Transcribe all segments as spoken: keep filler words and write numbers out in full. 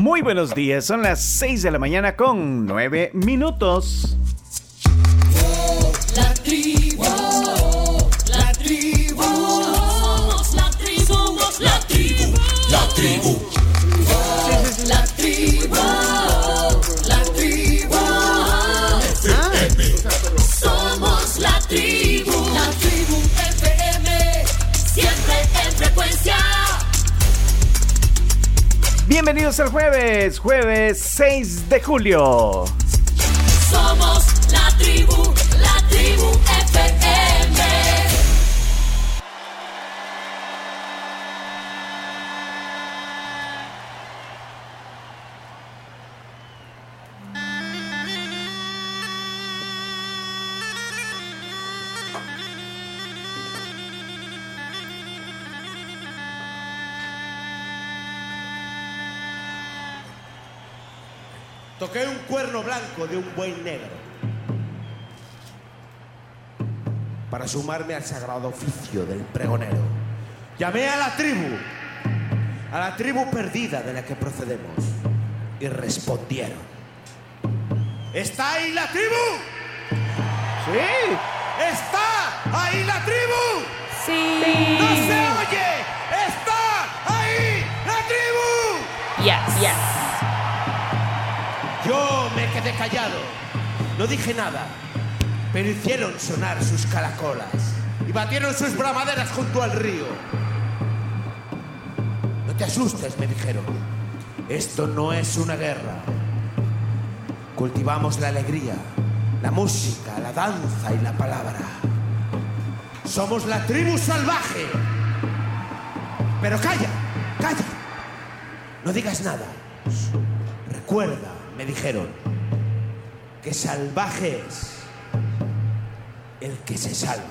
Muy buenos días, son las seis de la mañana con nueve minutos. La tribu, la tribu, somos la tribu, somos la tribu, la tribu, la tribu, la tribu, somos la tribu, la tribu F M, siempre en frecuencia. Bienvenidos al jueves, jueves seis de julio. Somos la tribu, la tribu F M. Toqué un cuerno blanco de un buey negro para sumarme al sagrado oficio del pregonero. Llamé a la tribu, a la tribu perdida de la que procedemos, y respondieron. ¿Está ahí la tribu? Sí. ¿Está ahí la tribu? Sí. ¡No se oye! ¡Está ahí la tribu! Yes, yes. Yo me quedé callado, no dije nada, pero hicieron sonar sus caracolas y batieron sus bramaderas junto al río. No te asustes, me dijeron, esto no es una guerra. Cultivamos la alegría, la música, la danza y la palabra. Somos la tribu salvaje. Pero calla, calla, no digas nada. Recuerda, me dijeron, que salvaje es el que se salva.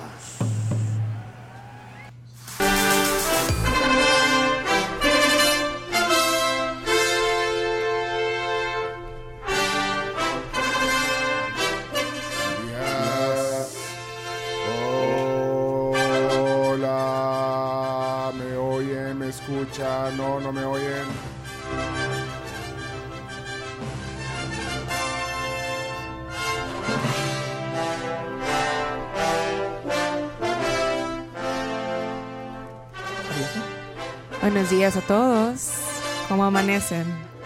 Hola, ¿me oyen? ¿Me escuchan? No, no me oyen. Buenos días a todos. ¿Cómo amanecen?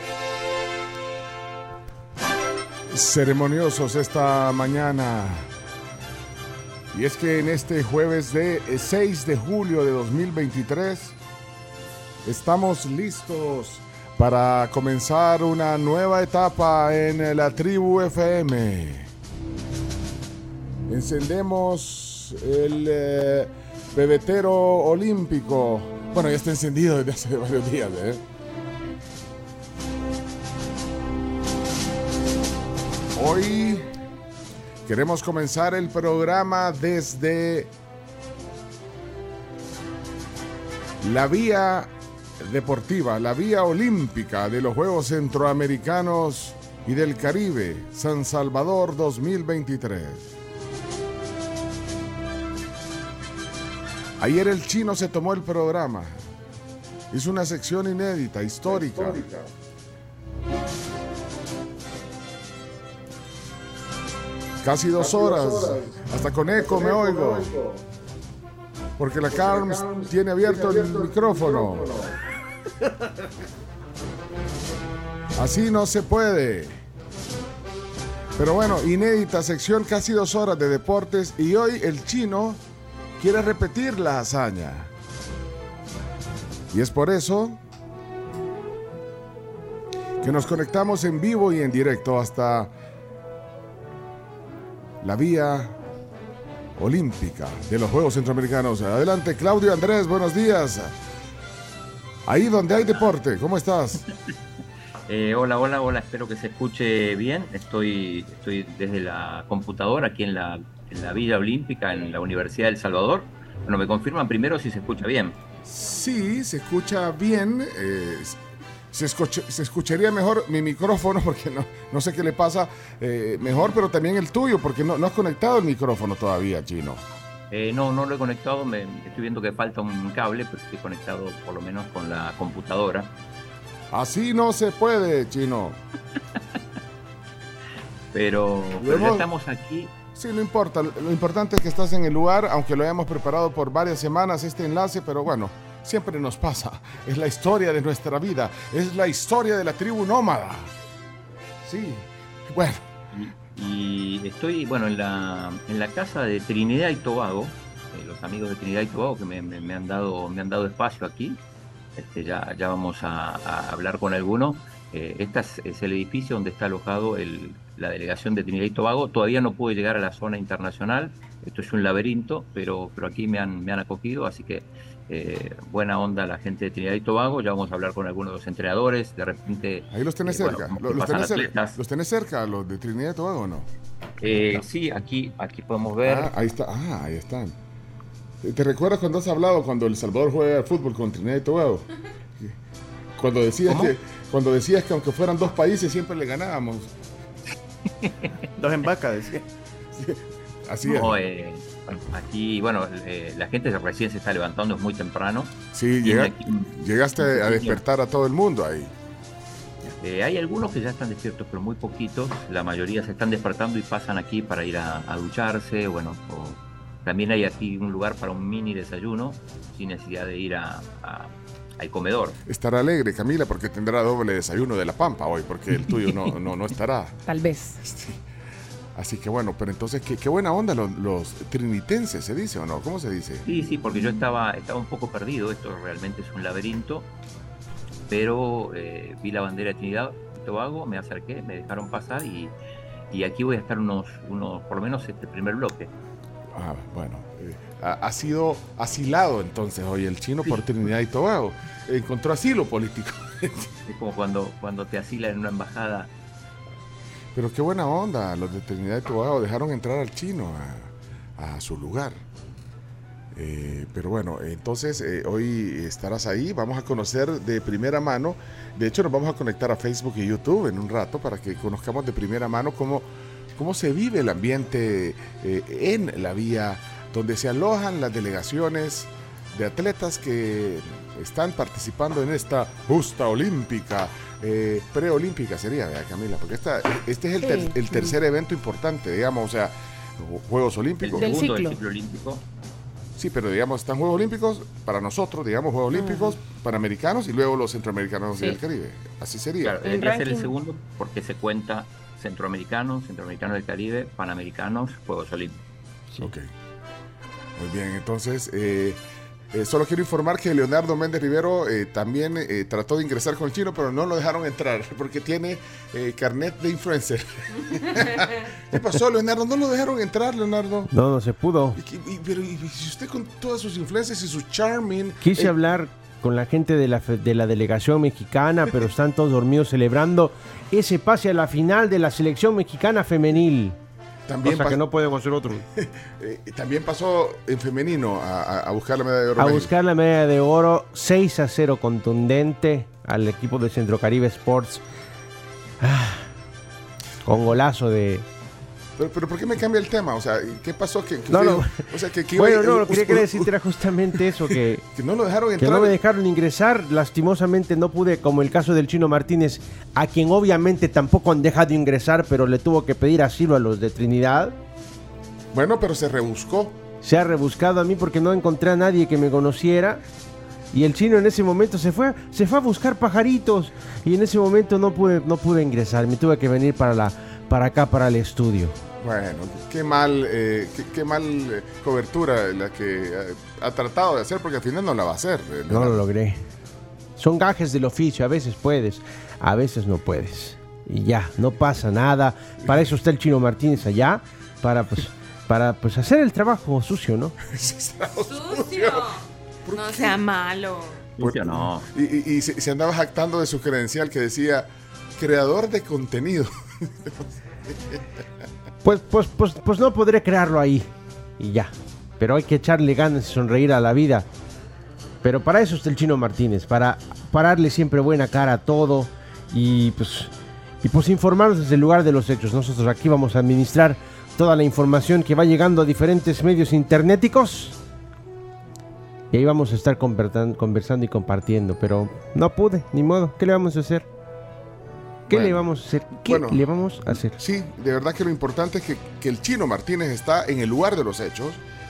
Ceremoniosos esta mañana. Y es que en este jueves de seis de julio de dos mil veintitrés estamos listos para comenzar una nueva etapa en la tribu F M. Encendemos el eh, bebetero olímpico. Bueno, ya está encendido desde hace varios días, ¿eh? Hoy queremos comenzar el programa desde la vía deportiva, la vía olímpica de los Juegos Centroamericanos y del Caribe, San Salvador dos mil veintitrés. Ayer el Chino se tomó el programa. Hizo una sección inédita, histórica. histórica. Casi dos Casi horas. dos horas. Hasta con eco me oigo. Porque la Carms tiene abierto el micrófono. Así no se puede. Pero bueno, inédita sección, casi dos horas de deportes. Y hoy el Chino quiere repetir la hazaña. Y es por eso que nos conectamos en vivo y en directo hasta la vía olímpica de los Juegos Centroamericanos. Adelante, Claudio Andrés, buenos días. Ahí donde hay deporte, ¿cómo estás? Eh, hola, hola, hola, espero que se escuche bien. Estoy, estoy desde la computadora aquí en la en la Villa Olímpica, en la Universidad de El Salvador. Bueno, me confirman primero si se escucha bien. Sí, se escucha bien. Eh, se, escucha, se escucharía mejor mi micrófono, porque no, no sé qué le pasa. Eh, mejor, pero también el tuyo, porque no, no has conectado el micrófono todavía, Chino. Eh, no, no lo he conectado. Me, estoy viendo que falta un cable, pero estoy conectado por lo menos con la computadora. Así no se puede, Chino. Pero, pero ya estamos aquí. Sí, no importa. Lo importante es que estás en el lugar, aunque lo hayamos preparado por varias semanas este enlace, pero bueno, siempre nos pasa. Es la historia de nuestra vida. Es la historia de la tribu nómada. Sí, bueno. Y, y estoy, bueno, en la, en la casa de Trinidad y Tobago, eh, los amigos de Trinidad y Tobago que me, me, me han dado me han dado espacio aquí. Este, ya, ya vamos a, a hablar con alguno. Eh, este es, es el edificio donde está alojado el, la delegación de Trinidad y Tobago. Todavía no pude llegar a la zona internacional. Esto es un laberinto, pero, pero aquí me han, me han acogido, así que eh, buena onda la gente de Trinidad y Tobago. Ya vamos a hablar con algunos de los entrenadores. De repente... Ahí los tenés eh, cerca. Bueno, los, los, tenés cerca ¿Los tenés cerca, los de Trinidad y Tobago o no? Eh, no? Sí, aquí, aquí podemos ver. Ah, ahí está. Ah, ahí están. ¿Te recuerdas cuando has hablado cuando El Salvador juega al fútbol con Trinidad y Tobago? Cuando decías que cuando decías que aunque fueran dos países siempre le ganábamos. Dos en vaca, decía. Sí, así no, es. Eh, aquí, bueno, eh, la gente recién se está levantando, es muy temprano. Sí, llega, aquí, llegaste a despertar a todo el mundo ahí. Eh, hay algunos que ya están despiertos, pero muy poquitos. La mayoría se están despertando y pasan aquí para ir a, a ducharse. Bueno, o, también hay aquí un lugar para un mini desayuno sin necesidad de ir a, a al comedor. Estará alegre, Camila, porque tendrá doble desayuno de la Pampa hoy, porque el tuyo no, no, no estará. Tal vez. Sí. Así que bueno, pero entonces, qué, qué buena onda los, los trinitenses, ¿se dice o no? ¿Cómo se dice? Sí, sí, porque yo estaba, estaba un poco perdido. Esto realmente es un laberinto, pero eh, vi la bandera de Trinidad y Tobago, me acerqué, me dejaron pasar y, y aquí voy a estar unos, unos, por lo menos este primer bloque. Ah, bueno, eh, ha, ha sido asilado entonces hoy el chino por Trinidad y Tobago. Encontró asilo político. Es como cuando, cuando te asilan en una embajada. Pero qué buena onda, los de Trinidad y Tobago dejaron entrar al chino a, a su lugar. Eh, pero bueno, entonces eh, hoy estarás ahí, vamos a conocer de primera mano. De hecho, nos vamos a conectar a Facebook y YouTube en un rato para que conozcamos de primera mano cómo cómo se vive el ambiente eh, en la vía donde se alojan las delegaciones de atletas que están participando en esta justa olímpica, eh, preolímpica sería, ¿verdad, Camila? Porque esta, este es el, ter, el tercer evento importante, digamos, o sea, Juegos Olímpicos. El segundo del ciclo olímpico. Sí, pero digamos, están Juegos Olímpicos para nosotros, digamos, Juegos Olímpicos uh-huh. panamericanos y luego los centroamericanos sí. y del Caribe. Así sería. Claro, debería ser el segundo porque se cuenta centroamericanos, centroamericanos del Caribe, panamericanos, Juegos Olímpicos. Sí. Ok. Muy bien, entonces, eh, eh, solo quiero informar que Leonardo Méndez Rivero eh, también eh, trató de ingresar con el chino, pero no lo dejaron entrar porque tiene eh, carnet de influencer. ¿Qué pasó, Leonardo? ¿No lo dejaron entrar, Leonardo? No, no se pudo. Y, y, pero y, si usted con todas sus influencias y su charming... Quise eh, hablar con la gente de la, de la delegación mexicana, pero están todos dormidos celebrando ese pase a la final de la selección mexicana femenil. También cosa pas- que no podemos hacer otro. eh, también pasó en femenino a, a buscar la medalla de oro. A México. buscar la medalla de oro, seis a cero contundente al equipo de Centro Caribe Sports. Ah, con golazo de... Pero, pero ¿por qué me cambia el tema? O sea, ¿qué pasó? Que, que no, usted, no. O sea, que, que bueno, iba, no, uh, lo que uh, quería uh, decirte era justamente eso, que, que no lo dejaron entrar. Que no me dejaron ingresar, lastimosamente no pude, como el caso del Chino Martínez, a quien obviamente tampoco han dejado ingresar, pero le tuvo que pedir asilo a los de Trinidad. Bueno, pero se rebuscó. Se ha rebuscado a mí porque no encontré a nadie que me conociera. Y el chino en ese momento se fue, se fue a buscar pajaritos. Y en ese momento no pude, no pude ingresar. Me tuve que venir para, la, para acá, para el estudio. Bueno, qué mal, eh, qué, qué mal eh, cobertura la que eh, ha tratado de hacer, porque al final no la va a hacer. Eh, no lo logré. Son gajes del oficio, a veces puedes, a veces no puedes. Y ya, no pasa nada. Para eso está el Chino Martínez allá, para pues, para pues hacer el trabajo sucio, ¿no? Sucio. No sea malo. Sucio no. Y, y, y se, se andaba jactando de su credencial que decía creador de contenido. Pues, pues, pues, pues no podré crearlo ahí. Y ya. Pero hay que echarle ganas y sonreír a la vida. Pero para eso está el Chino Martínez. Para pararle siempre buena cara a todo. Y pues, y pues informarnos desde el lugar de los hechos. Nosotros aquí vamos a administrar toda la información que va llegando a diferentes medios internéticos. Y ahí vamos a estar convertan- conversando y compartiendo, pero no pude, ni modo. ¿Qué le vamos a hacer? ¿Qué Bueno, le vamos a hacer? ¿Qué bueno. le vamos a hacer? Sí, de verdad que lo importante es que, que el Chino Martínez está en el lugar de los hechos.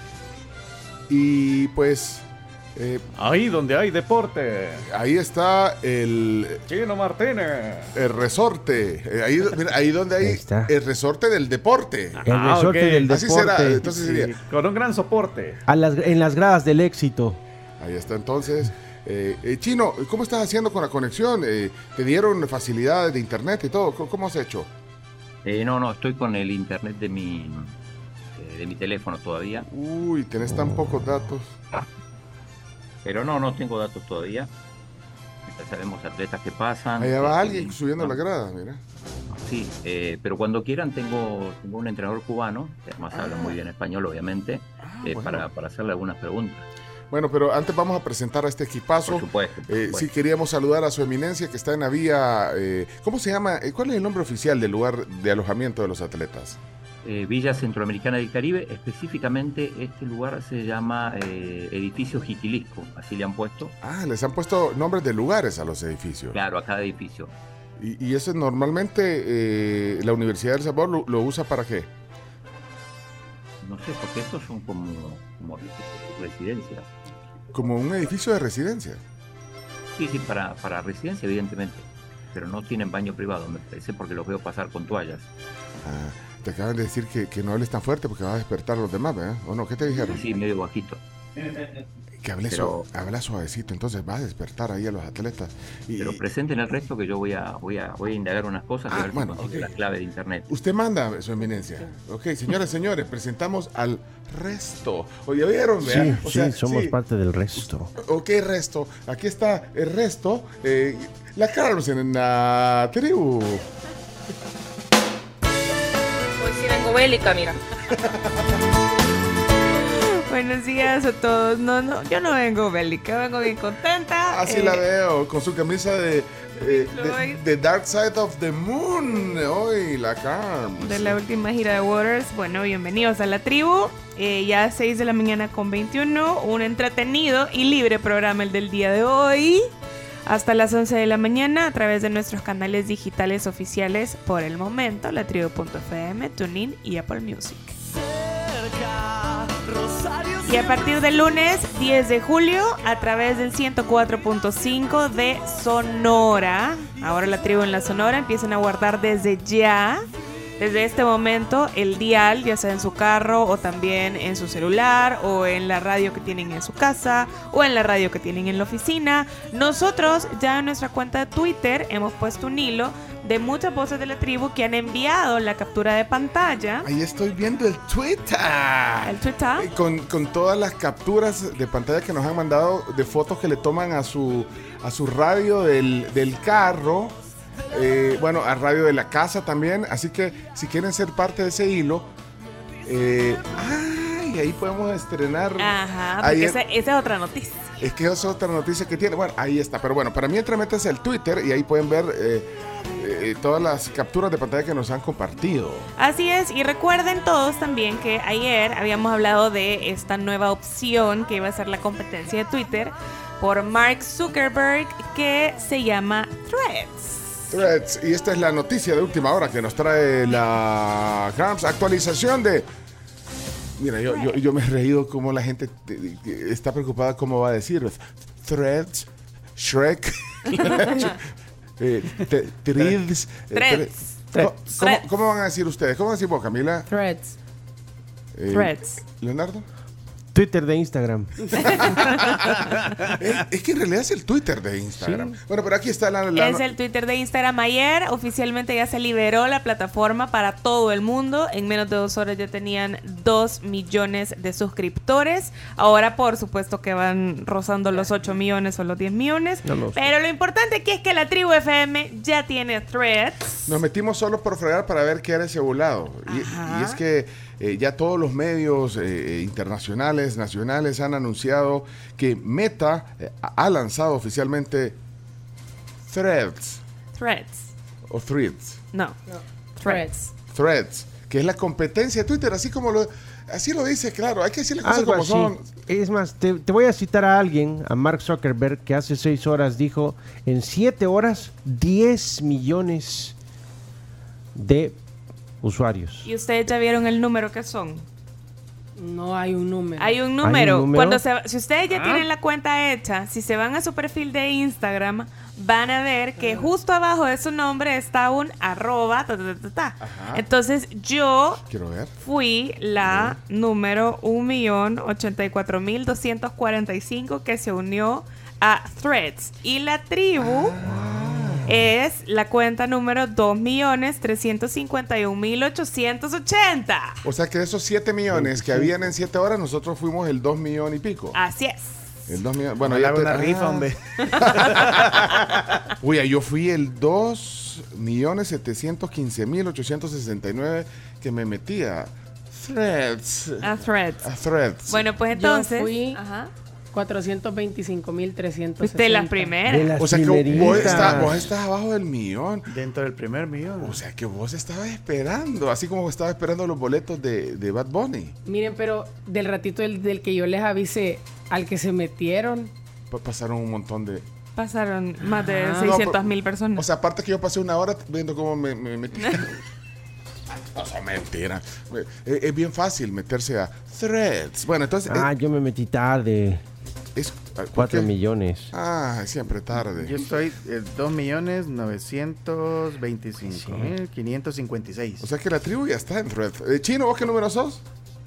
Y pues eh, Ahí donde hay deporte. ahí está el, Chino Martínez. el resorte. Eh, ahí, mira, ahí donde hay Ahí está. el resorte del deporte. El Ah, resorte ok. del Así deporte. será. Entonces Sí, sería. con un gran soporte. A las, en las gradas del éxito. Ahí está entonces. Eh, eh, Chino, ¿cómo estás haciendo con la conexión? Eh, ¿Te dieron facilidades de internet y todo? ¿Cómo, cómo has hecho? Eh, no, no, estoy con el internet de mi, eh, de mi teléfono todavía. Uy, tenés tan pocos datos. Pero no, no tengo datos todavía. Ya sabemos atletas que pasan. Allá va eh, alguien eh, subiendo no, la grada, mira. Sí, eh, pero cuando quieran tengo, tengo un entrenador cubano, que además habla muy bien español, obviamente, eh, bueno. para, para hacerle algunas preguntas. Bueno, pero antes vamos a presentar a este equipazo. Por supuesto. por Eh, supuesto. sí, queríamos saludar a su eminencia que está en la vía. Eh, ¿Cómo se llama? Eh, ¿Cuál es el nombre oficial del lugar de alojamiento de los atletas? Eh, Villa Centroamericana del Caribe, específicamente este lugar se llama eh, Edificio Jiquilisco, así le han puesto, Ah, les han puesto nombres de lugares a los edificios. claro, a cada edificio. Y, y eso normalmente eh, la Universidad del Salvador lo, lo usa para qué? No sé, porque estos son como, como residencias. Como un edificio de residencia. Sí, sí, para, para residencia, evidentemente, pero no tienen baño privado, me parece, porque los veo pasar con toallas. Ah, te acaban de decir que, que no hables tan fuerte porque va a despertar a los demás, ¿verdad? ¿O no? ¿Qué te dijeron? Sí, medio bajito. Que hable Pero- suave, habla suavecito, entonces va a despertar ahí a los atletas. Y, Pero presenten el resto que yo voy a, voy a, voy a indagar unas cosas y Ah, a ver si bueno, consigo ok. la clave de internet. Usted manda, su eminencia. Ok, señoras y señores, presentamos al resto. Oye, ¿vieron? Sí, vea? O sí, sea, somos sí. parte del resto. Ok, resto. Aquí está el resto. Eh, la Carlos en la tribu. Hoy sí vengo bélica, mira. Buenos días a todos. No, no, yo no vengo bélica, vengo bien contenta. Así Eh, la veo, con su camisa de, eh, Floyd. de, de Dark Side of the Moon. Hoy, la Carms. De la última gira de Waters. Bueno, bienvenidos a la tribu. Eh, ya seis de la mañana con veintiuno. Un entretenido y libre programa el del día de hoy. Hasta las once de la mañana a través de nuestros canales digitales oficiales por el momento. La tribu punto f m, TuneIn y Apple Music. Y a partir del lunes diez de julio a través del ciento cuatro punto cinco de Sonora. Ahora la tribu en la Sonora empiezan a guardar desde ya, desde este momento, el dial, ya sea en su carro o también en su celular o en la radio que tienen en su casa o en la radio que tienen en la oficina. Nosotros ya en nuestra cuenta de Twitter hemos puesto un hilo de muchas voces de la tribu que han enviado la captura de pantalla. Ahí estoy viendo el Twitter. El Twitter. Eh, Con, con todas las capturas de pantalla que nos han mandado de fotos que le toman a su, a su radio del, del carro. Eh, bueno, a radio de la casa también. Así que si quieren ser parte de ese hilo, eh, ay, ahí podemos estrenar. Ajá, porque Ayer- esa, esa es otra noticia. Es que esa es otra noticia que tiene. Bueno, ahí está. Pero bueno, para mientras métanse al Twitter y ahí pueden ver eh, eh, todas las capturas de pantalla que nos han compartido. Así es, y recuerden todos también que ayer habíamos hablado de esta nueva opción que iba a ser la competencia de Twitter por Mark Zuckerberg, que se llama Threads. Threads, y esta es la noticia de última hora que nos trae la Grams, actualización de... Mira, yo, yo, yo me he reído como la gente te- te- está preocupada cómo va a decir Threads, Shrek, eh, te- Threads, eh, Threads. tre- ¿Cómo, Threads. cómo- cómo van a decir ustedes? ¿Cómo van a decir vos, Camila? Threads. Eh, Threads. ¿Leonardo? Twitter de Instagram. Eh, es que en realidad es el Twitter de Instagram. Bueno, pero aquí está la... la- Es el Twitter de Instagram. Ayer oficialmente ya se liberó la plataforma para todo el mundo. En menos de dos horas ya tenían dos millones de suscriptores. Ahora por supuesto que van rozando los ocho millones o los diez millones. No lo sé. Pero lo importante aquí es que la tribu F M ya tiene Threads. Nos metimos solo por fregar para ver qué era ese volado. Y, Ajá. y es que eh, ya todos los medios eh, internacionales, nacionales han anunciado que Meta eh, ha lanzado oficialmente Threads Threads. o Threads, No. Threads. Threads, que es la competencia de Twitter, así como lo, Así lo dice, claro. Hay que decirle cosas Algo como así. son. Es más, te, te voy a citar a alguien, a Mark Zuckerberg, que hace seis horas dijo, en siete horas, diez millones de usuarios. ¿Y ustedes ya vieron el número que son? No hay un número. Hay un número. ¿Hay un número? Cuando se, si ustedes ya Ah. tienen la cuenta hecha, si se van a su perfil de Instagram, van a ver que justo abajo de su nombre está un arroba, ta, ta, ta, ta. Ajá. Entonces yo Quiero ver. fui la número un millón ochenta y cuatro mil doscientos cuarenta y cinco que se unió a Threads. Y la tribu es la cuenta número dos millones trescientos cincuenta y un mil ochocientos ochenta. O sea que de esos siete millones que habían en siete horas, nosotros fuimos el dos millón y pico. Así es. El dos millones. Bueno, Bueno, ya te- una ah. rifa, hombre. Uy, yo fui el dos millones setecientos quince mil ochocientos sesenta y nueve que me metía. Threads. A Threads. A Threads. Bueno, pues Yo entonces. fui- Ajá. cuatrocientos veinticinco mil trescientos Fuiste la sesenta. primera. De las o sea que vos primeritas. estás, vos estás abajo del millón. Dentro del primer millón. O sea que vos estabas esperando, así como estaba esperando los boletos de, de Bad Bunny. Miren, pero del ratito del, del que yo les avisé, al que se metieron, Pa- Pasaron un montón de... Pasaron más de Ah. seiscientas No, mil pero- personas. O sea, aparte que yo pasé una hora viendo cómo me, me metí. O sea, mentira. Es, es bien fácil meterse a Threads. Bueno, entonces... Ah, yo me metí tarde. es, ¿por Cuatro qué? millones. Ah, siempre tarde. Yo estoy en dos millones novecientos veinticinco mil quinientos cincuenta y seis. O sea que la tribu ya está en Threads. Eh, Chino, ¿vos qué número sos?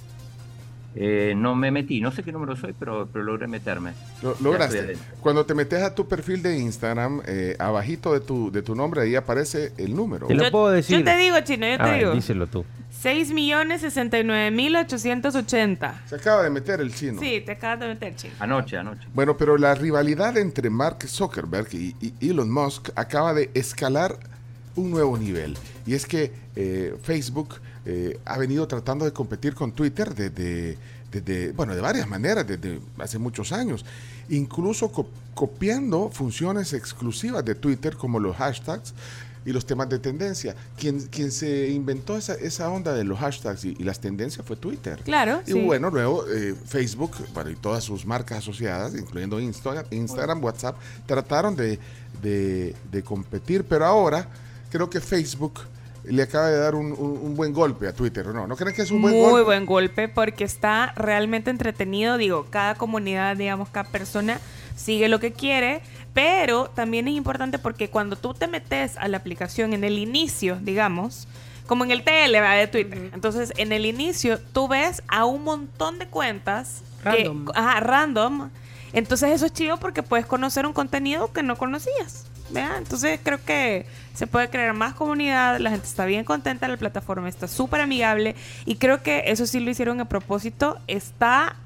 Eh, no me metí, no sé qué número soy, pero, pero logré meterme. Lo, Ya lograste. estoy adentro. Cuando te metes a tu perfil de Instagram, eh, abajito de tu, de tu nombre, ahí aparece el número. Te lo Yo- puedo decir. Yo te digo, Chino, yo te A ver, digo. díselo tú. seis millones sesenta y nueve mil ochocientos ochenta. Se acaba de meter el chino. Sí, te acabas de meter, Chino. Anoche, anoche. Bueno, pero la rivalidad entre Mark Zuckerberg y, y Elon Musk acaba de escalar un nuevo nivel. Y es que eh, Facebook eh, ha venido tratando de competir con Twitter desde, desde, bueno, de varias maneras, desde hace muchos años. Incluso co- copiando funciones exclusivas de Twitter como los hashtags y los temas de tendencia. Quien, quien se inventó esa, esa onda de los hashtags y, y las tendencias fue Twitter. Claro, Y sí. bueno, luego eh, Facebook, bueno, y todas sus marcas asociadas, incluyendo Instagram, Instagram WhatsApp, trataron de, de- de competir, pero ahora creo que Facebook le acaba de dar un, un- un buen golpe a Twitter, ¿o no? ¿No creen que es un buen Muy golpe? buen golpe porque está realmente entretenido. Digo, cada comunidad, digamos, cada persona sigue lo que quiere, pero también es importante porque cuando tú te metes a la aplicación en el inicio, digamos, como en el T L ¿verdad? De Twitter, entonces en el inicio tú ves a un montón de cuentas que- Random. ajá, random. Entonces eso es chido porque puedes conocer un contenido que no conocías. ¿Verdad? Entonces creo que se puede crear más comunidad, la gente está bien contenta, la plataforma está súper amigable y creo que eso sí lo hicieron a propósito. Está,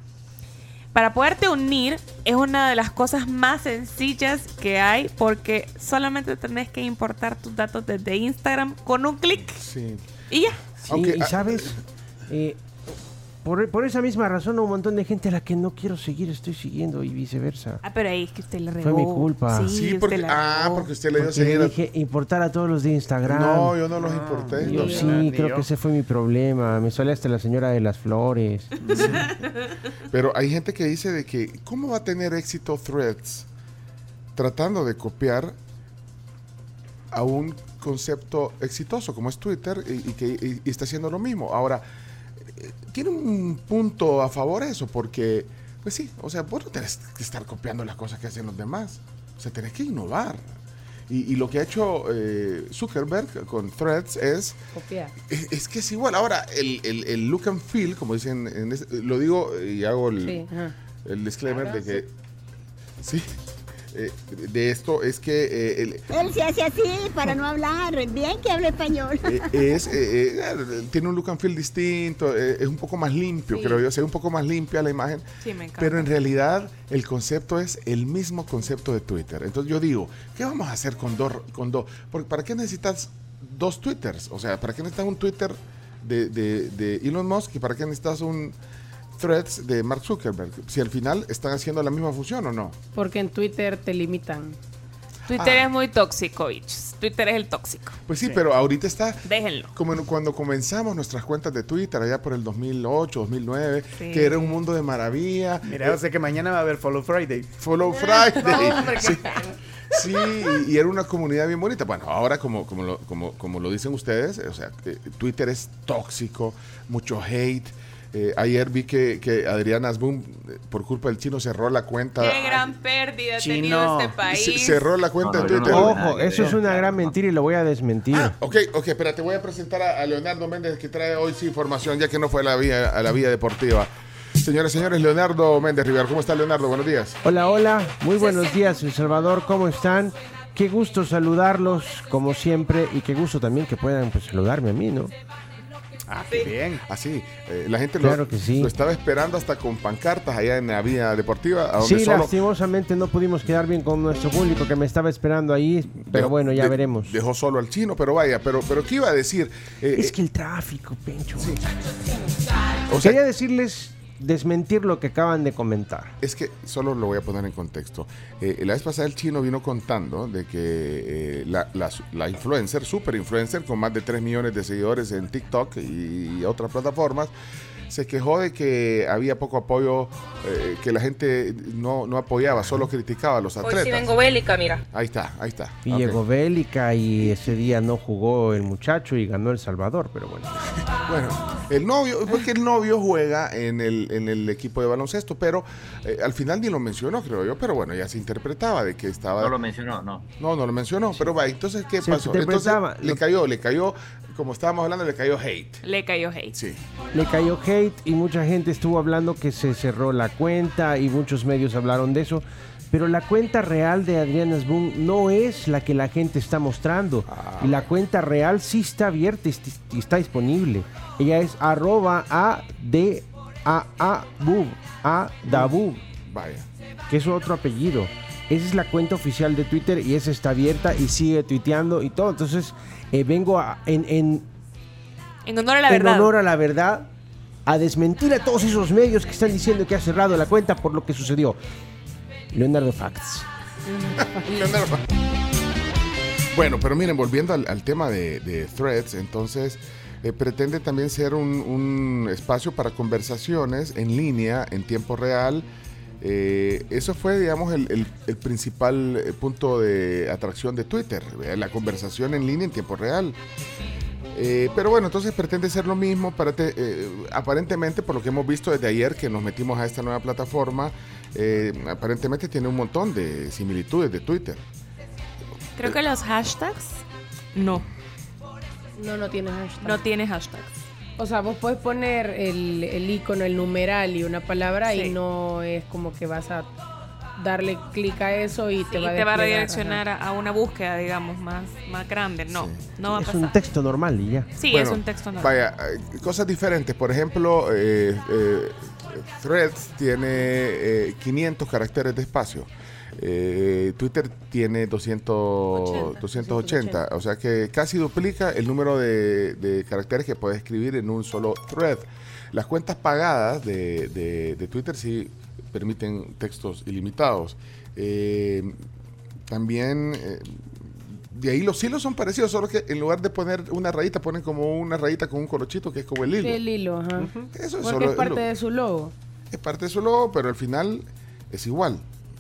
para poderte unir, es una de las cosas más sencillas que hay porque solamente tenés que importar tus datos desde Instagram con un clic Sí. y ya. Sí, Aunque, y ah, sabes, eh, por, por esa misma razón a un montón de gente a la que no quiero seguir estoy siguiendo y viceversa. Ah, pero ahí es que usted le regó. Fue mi culpa. Sí, Sí, usted porque, la ah, regó. porque usted le dio Porque le seguir a- dije importar a todos los de Instagram. No, yo no los importé. Yo Ni sí, yo, ni creo yo. que ese fue mi problema. Me sale hasta la señora de las flores. Pero hay gente que dice de que, ¿cómo va a tener éxito Threads tratando de copiar a un concepto exitoso como es Twitter y, y que y- y está haciendo lo mismo? Ahora, eh, tiene un punto a favor eso, porque, pues sí, o sea, vos no tenés que estar copiando las cosas que hacen los demás. O sea, tenés que innovar. Y, y lo que ha hecho eh, Zuckerberg con Threads es copiar. es, es que es igual. Ahora, el, el- el look and feel, como dicen, en ese- lo digo y hago el, Sí, ajá. el disclaimer de que, sí, eh, de esto es que eh, el- Él se hace así para no hablar, bien que hable español. eh, es, eh, eh, tiene un look and feel distinto, eh, es un poco más limpio, Sí. creo yo, se ve un poco más limpia la imagen. Sí, me encanta. Pero en realidad el concepto es el mismo concepto de Twitter. Entonces yo digo, ¿qué vamos a hacer con dos? Con dos? Porque ¿para qué necesitas dos Twitters? O sea, ¿para qué necesitas un Twitter de, de, de Elon Musk y para qué necesitas un Threads de Mark Zuckerberg? Si al final están haciendo la misma función o no. Porque en Twitter te limitan. Twitter Ah. es muy tóxico, bichos. Twitter es el tóxico. Pues sí, sí, pero ahorita está... Déjenlo. Como cuando comenzamos nuestras cuentas de Twitter, allá por el dos mil ocho, dos mil nueve, sí. que era un mundo de maravilla. Mira, yo sé que mañana va a haber Follow Friday. Follow Friday. No, hombre, sí. Sí, y, y era una comunidad bien bonita. Bueno, ahora como, como, lo, como, como lo dicen ustedes, o sea, eh, Twitter es tóxico, mucho hate. Eh, ayer vi que, que Adrián Asbun, eh, por culpa del chino, cerró la cuenta. Qué gran pérdida ha Chino. tenido este país. C- cerró la cuenta No, de no, Twitter. no, Ojo, eso es una gran mentira y lo voy a desmentir. Ah, ok, ok, espérate, voy a presentar a, a Leonardo Méndez, que trae hoy sí información, ya que no fue a la vía, a la vía deportiva. Señoras y señores, Leonardo Méndez Rivera. ¿Cómo está, Leonardo? Buenos días. Hola, hola, muy buenos días, El Salvador, ¿cómo están? Qué gusto saludarlos, como siempre, y qué gusto también que puedan pues, saludarme a mí, ¿no? Ah, qué bien. Así, eh, la gente Claro lo, que sí. lo estaba esperando hasta con pancartas allá en la vía deportiva. A donde Sí, solo lastimosamente no pudimos quedar bien con nuestro público que me estaba esperando ahí, pero dejó- bueno, ya de- veremos. Dejó solo al chino, pero vaya, pero, pero ¿qué iba a decir? Eh, Es eh, que el tráfico, Pencho. o sea, Quería decirles, desmentir lo que acaban de comentar. es que solo lo voy a poner en contexto. Eh, la vez pasada el chino vino contando de que eh, la, la, la influencer, super influencer, con más de tres millones de seguidores en TikTok y, y otras plataformas, se quejó de que había poco apoyo, eh, que la gente no, no apoyaba, solo criticaba a los Hoy atletas. sí vengo bélica, mira. Ahí está, ahí está. Y Ok. llegó bélica y ese día no jugó el muchacho y ganó El Salvador, pero bueno. Bueno, el novio, porque el novio juega en el, en el equipo de baloncesto, pero eh, al final ni lo mencionó, creo yo, pero bueno, ya se interpretaba de que estaba... No lo mencionó, no. No, no lo mencionó, pero va, entonces, ¿qué Se pasó? Entonces, interpretaba. le cayó, le cayó, como estábamos hablando, le cayó hate. Le cayó hate. Sí. Le cayó hate y mucha gente estuvo hablando que se cerró la cuenta y muchos medios hablaron de eso. Pero la cuenta real de Adrián Asbun no es la que la gente está mostrando. Ah. Y la cuenta real sí está abierta y st- y está disponible. Ella es arroba a d a a bub a dabu, Vaya. que es otro apellido. Esa es la cuenta oficial de Twitter y esa está abierta y sigue tuiteando y todo. Entonces eh, vengo a, en, en, En honor a la en verdad. honor a la verdad, a desmentir a todos esos medios que están diciendo que ha cerrado la cuenta por lo que sucedió. Leonardo Facts. Leonardo. Bueno, pero miren, volviendo al, al tema de, de Threads, entonces eh, pretende también ser un, un espacio para conversaciones en línea, en tiempo real. Eh, eso fue, digamos, el, el- el principal eh, punto de atracción de Twitter, ¿verdad? La conversación en línea en tiempo real. Eh, pero bueno, entonces pretende ser lo mismo, parate- eh, aparentemente por lo que hemos visto desde ayer que nos metimos a esta nueva plataforma, eh, aparentemente tiene un montón de similitudes de Twitter. Creo que los hashtags, no. No, no tiene hashtag. No tiene hashtags. O sea, vos puedes poner el, el icono, el numeral y una palabra Sí. y no es como que vas a darle clic a eso y te Sí, va a te va a desplegar, redireccionar ajá. a, a una búsqueda, digamos, más, más grande. No, Sí. no va a Es pasar. un texto normal y ya. Sí, Bueno, es un texto normal. Vaya, eh, cosas diferentes. Por ejemplo, eh, eh, Threads tiene eh, quinientos caracteres de espacio. Eh, Twitter tiene doscientos, ochenta, doscientos ochenta, o sea que casi duplica el número de, de caracteres que puedes escribir en un solo thread. Las cuentas pagadas de, de- de Twitter sí permiten textos ilimitados. Eh, también, eh, de ahí los hilos son parecidos, solo que en lugar de poner una rayita, ponen como una rayita con un colochito que es como el hilo. El hilo, ajá. Eso es Porque solo es parte lo- de su logo. es parte de su logo, pero al final es igual.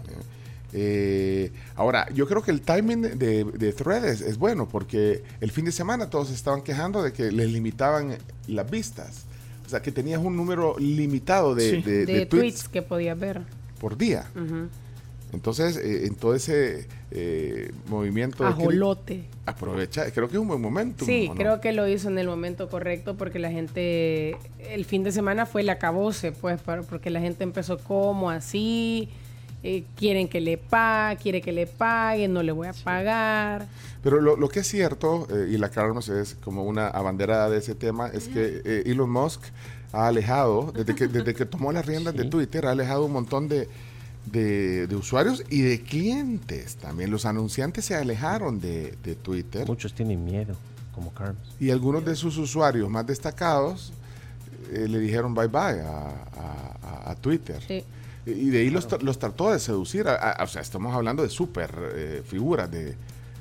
Eh, ahora, yo creo que el timing de, de Threads es, es bueno, porque el fin de semana todos se estaban quejando de que les limitaban las vistas. O sea, que tenías un número limitado de, Sí. de- De, de tweets. tweets que podías ver. por día. Ujú. Entonces, eh, en todo ese eh, movimiento de cri- Ajolote. aprovecha, creo que es un buen momento. Sí, ¿o no? creo que lo hizo en el momento correcto porque la gente, el fin de semana fue el acabose, pues, para- porque la gente empezó como así, eh, quieren que le pague, quiere que le pague, no le voy a pagar. Pero lo, lo que es cierto, eh, y la Carlos es como una abanderada de ese tema, es que eh, Elon Musk ha alejado, desde que, desde que tomó las riendas de Twitter, ha alejado un montón de, de, de usuarios y de clientes también. Los anunciantes se alejaron de, de Twitter Muchos tienen miedo, como Carlos. y algunos de sus usuarios más destacados eh, le dijeron bye bye a, a- a- a Twitter. Sí. Y de ahí los, tra- los trató de seducir. a- a- o sea, estamos hablando de súper eh, figuras de,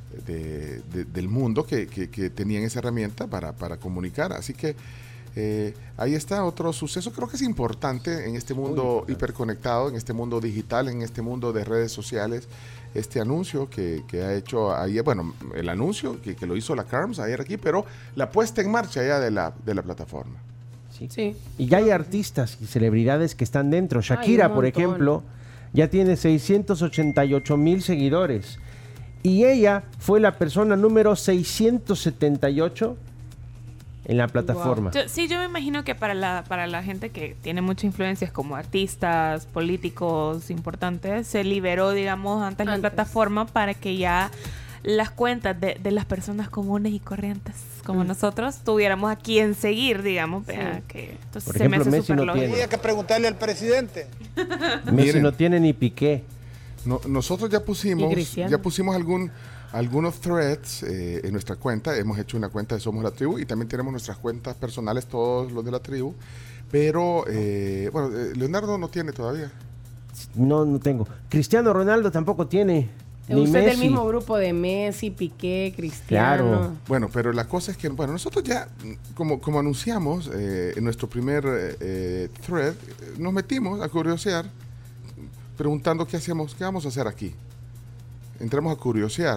de, de, del mundo que, que, que tenían esa herramienta para, para comunicar. Así que eh, ahí está otro suceso. Creo que es importante en este mundo hiperconectado, en este mundo digital, en este mundo de redes sociales, este anuncio que, que ha hecho ayer, bueno, el anuncio que, que lo hizo la Carms ayer aquí, pero la puesta en marcha ya de la, de la plataforma. Sí. Sí. Y ya hay artistas y celebridades que están dentro. Shakira, Ay, un por montón. ejemplo, ya tiene seiscientos ochenta y ocho mil seguidores. Y ella fue la persona número seiscientos setenta y ocho en la plataforma. Yo- sí, yo me imagino que para la, para la gente que tiene muchas influencias como artistas, políticos importantes, se liberó, digamos, antes, la Antes. plataforma para que ya las cuentas de, de las personas comunes y corrientes como Mm. nosotros tuviéramos a quien seguir, digamos. Sí. vea, que, entonces Por se me ejemplo, hace Messi súper no lógico. tiene. Hay que preguntarle al presidente. Messi Miren. no tiene ni Piqué. No, nosotros ya Y pusimos, Cristiano. ya pusimos algún, algunos threads eh, en nuestra cuenta. Hemos hecho una cuenta de Somos la Tribu y también tenemos nuestras cuentas personales, todos los de la tribu. Pero, eh, bueno, eh, Leonardo no tiene todavía. No, no tengo. Cristiano Ronaldo tampoco tiene. Ni Usted es del Messi. mismo grupo de Messi, Piqué, Cristiano. Claro. Bueno, pero la cosa es que, bueno, nosotros ya, como, como anunciamos eh, en nuestro primer eh, eh, thread, eh, nos metimos a curiosear, preguntando qué hacemos, qué vamos a hacer aquí. Entramos a curiosear.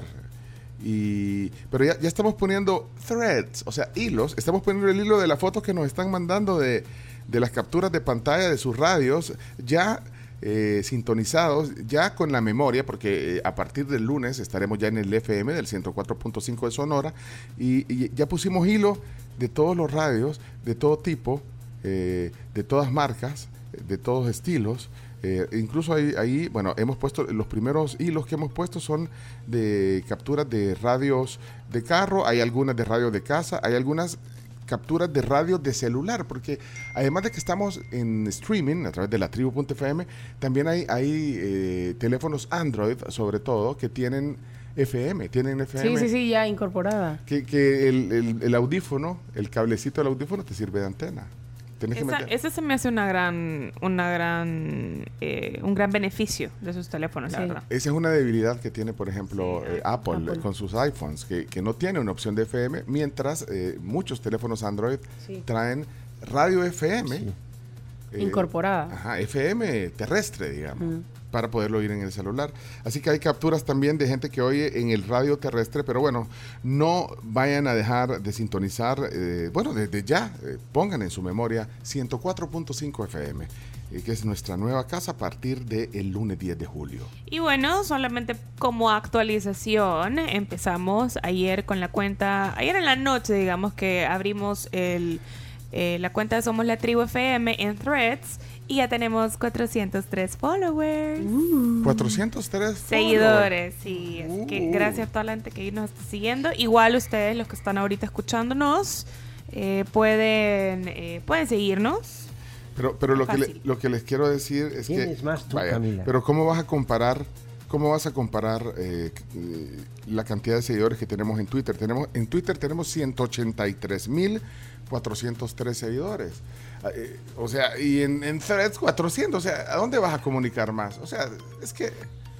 Y, pero ya, ya estamos poniendo threads, o sea, hilos. Estamos poniendo el hilo de las fotos que nos están mandando de, de las capturas de pantalla de sus radios, ya eh, sintonizados, ya con la memoria, porque eh, a partir del lunes estaremos ya en el F M del ciento cuatro punto cinco de Sonora, y, y ya pusimos hilo de todos los radios, de todo tipo, eh, de todas marcas, de todos estilos. Eh, incluso ahí, ahí, bueno, hemos puesto, los primeros hilos que hemos puesto son de capturas de radios de carro, hay algunas de radio de casa, hay algunas capturas de radio de celular, porque además de que estamos en streaming a través de la tribu punto f m, también hay, hay eh, teléfonos Android, sobre todo, que tienen F M, tienen F M. Sí, sí, sí, ya incorporada. Que, que el, el, el audífono, el cablecito del audífono te sirve de antena. Tienes que Esa, meter- ese se me hace una gran, una gran, eh, un gran beneficio de sus teléfonos, la Sí. verdad. Esa es una debilidad que tiene, por ejemplo, Sí, eh, Apple, Apple. con sus iPhones, que, que no tiene una opción de F M, mientras eh, muchos teléfonos Android Sí. traen radio F M. Sí. eh, Incorporada. Ajá, F M terrestre, digamos, Mm. para poderlo oír en el celular. Así que hay capturas también de gente que oye en el radio terrestre, pero bueno, no vayan a dejar de sintonizar, eh, bueno, desde ya, eh, pongan en su memoria ciento cuatro punto cinco F M, eh, que es nuestra nueva casa a partir del lunes diez de julio. Y bueno, solamente como actualización, empezamos ayer con la cuenta, ayer en la noche, digamos que abrimos el, eh, la cuenta de Somos la Tribu F M en Threads y ya tenemos cuatrocientos tres followers. cuatrocientos tres Seguidores, sí. Así que Uh. gracias a toda la gente que ahí nos está siguiendo. Igual ustedes, los que están ahorita escuchándonos, eh, pueden, eh, pueden seguirnos. Pero, pero lo, que le- Fácil. lo que les quiero decir es que... Tienes más tú, vaya, Camila. pero ¿cómo vas a comparar, cómo vas a comparar eh, eh, la cantidad de seguidores que tenemos en Twitter? Tenemos, en Twitter tenemos ciento ochenta y tres mil cuatrocientos tres seguidores. Ah, eh, o sea, y en, en Threads cuatrocientos. O sea, ¿a dónde vas a comunicar más? O sea, es que...